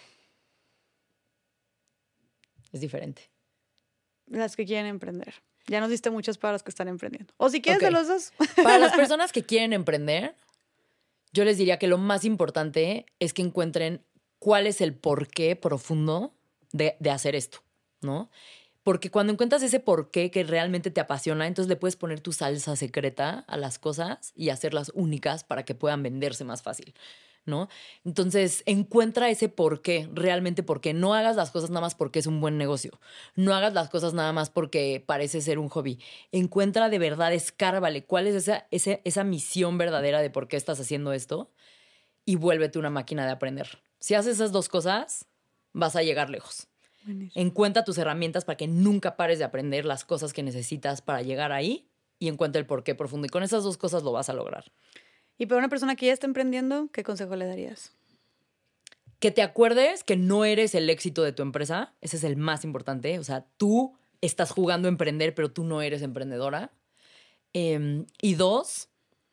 Es diferente. Las que quieren emprender. Ya nos diste muchas para los que están emprendiendo. O si quieres Ok. de los dos. Para las personas que quieren emprender, yo les diría que lo más importante es que encuentren cuál es el porqué profundo de hacer esto, ¿no? Porque cuando encuentras ese porqué que realmente te apasiona, entonces le puedes poner tu salsa secreta a las cosas y hacerlas únicas para que puedan venderse más fácil, ¿no? Entonces, encuentra ese porqué, realmente porqué. No hagas las cosas nada más porque es un buen negocio. No hagas las cosas nada más porque parece ser un hobby. Encuentra de verdad, escárvale cuál es esa misión verdadera de por qué estás haciendo esto y vuélvete una máquina de aprender. Si haces esas dos cosas, vas a llegar lejos. Buenísimo. Encuentra tus herramientas para que nunca pares de aprender las cosas que necesitas para llegar ahí y encuentra el porqué profundo. Y con esas dos cosas lo vas a lograr. Y para una persona que ya está emprendiendo, ¿qué consejo le darías? Que te acuerdes que no eres el éxito de tu empresa. Ese es el más importante. O sea, tú estás jugando a emprender, pero tú no eres emprendedora. Y dos,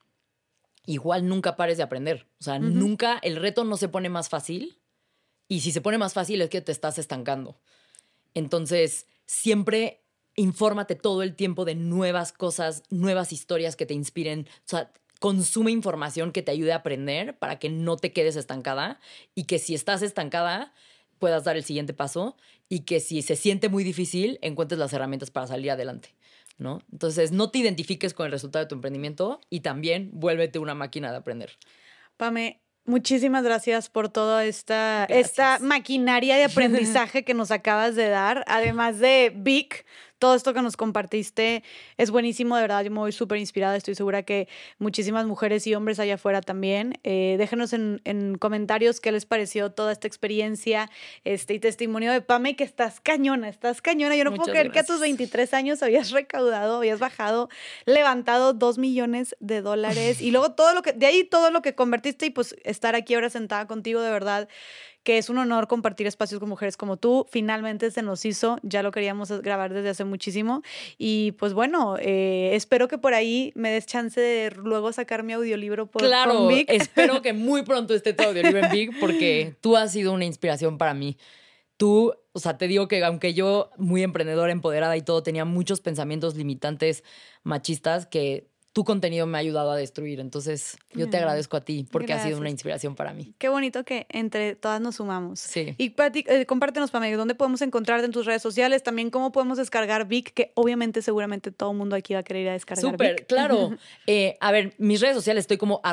igual nunca pares de aprender. O sea, nunca, el reto no se pone más fácil. Y si se pone más fácil es que te estás estancando. Entonces, siempre infórmate todo el tiempo de nuevas cosas, nuevas historias que te inspiren. O sea, consume información que te ayude a aprender para que no te quedes estancada y que si estás estancada puedas dar el siguiente paso y que si se siente muy difícil encuentres las herramientas para salir adelante, ¿no? Entonces, no te identifiques con el resultado de tu emprendimiento y también vuélvete una máquina de aprender. Pame, muchísimas gracias por toda esta Gracias. maquinaria de aprendizaje que nos acabas de dar. Además de Vic, todo esto que nos compartiste es buenísimo, de verdad. Yo me voy súper inspirada. Estoy segura que muchísimas mujeres y hombres allá afuera también. Déjenos en comentarios qué les pareció toda esta experiencia y testimonio de Pame, que estás cañona, estás cañona. Yo no puedo Muchas creer que a tus gracias. 23 años habías recaudado, habías bajado, levantado $2 millones y luego de ahí todo lo que convertiste y pues estar aquí ahora sentada contigo, de verdad que es un honor compartir espacios con mujeres como tú. Finalmente se nos hizo, ya lo queríamos grabar desde hace muchísimo y pues bueno, espero que por ahí me des chance de luego sacar mi audiolibro con Claro, Vic. espero que muy pronto esté tu audiolibro en Vic porque tú has sido una inspiración para mí. Tú, o sea, te digo que aunque yo, muy emprendedora, empoderada y todo, tenía muchos pensamientos limitantes machistas que tu contenido me ha ayudado a destruir. Entonces, yo te agradezco a ti porque has sido una Gracias. inspiración para mí. Qué bonito que entre todas nos sumamos. Sí. Y Pati, compártenos, Pamela, ¿dónde podemos encontrarte en tus redes sociales? También cómo podemos descargar Vic, que obviamente seguramente todo el mundo aquí va a querer ir a descargar Súper, Vic. claro. A ver, mis redes sociales estoy como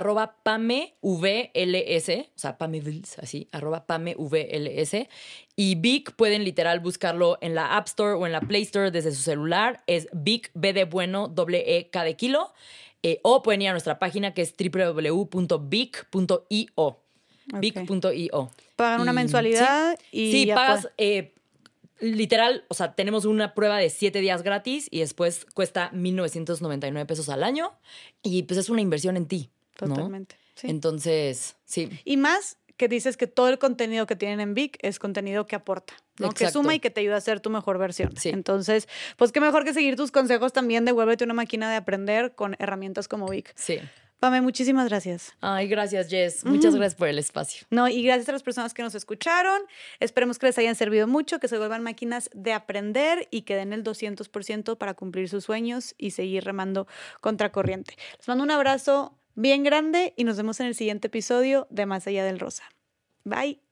@PameVLS, o sea, PameVLS, así, @PameVLS. Y Vic pueden literal buscarlo en la App Store o en la Play Store desde su celular. Es Vic, B de bueno, doble E, K de kilo. O pueden ir a nuestra página que es www.vic.io. Vic.io. Pagan una Y- mensualidad y Sí, ya pagas... literal, o sea, tenemos una prueba de 7 días gratis y después cuesta 1,999 pesos al año. Y pues es una inversión en ti, ¿no? Totalmente. Sí. Entonces, sí. Y más que dices que todo el contenido que tienen en Vic es contenido que aporta, ¿no? Que Exacto. suma y que te ayuda a ser tu mejor versión. Sí. Entonces, pues qué mejor que seguir tus consejos también de vuélvete una máquina de aprender con herramientas como Vic. Sí. Pame, muchísimas gracias. Ay, gracias, Jess. Muchas gracias por el espacio. No, y gracias a las personas que nos escucharon. Esperemos que les hayan servido mucho, que se vuelvan máquinas de aprender y que den el 200% para cumplir sus sueños y seguir remando contracorriente. Les mando un abrazo bien grande y nos vemos en el siguiente episodio de Más Allá del Rosa. Bye.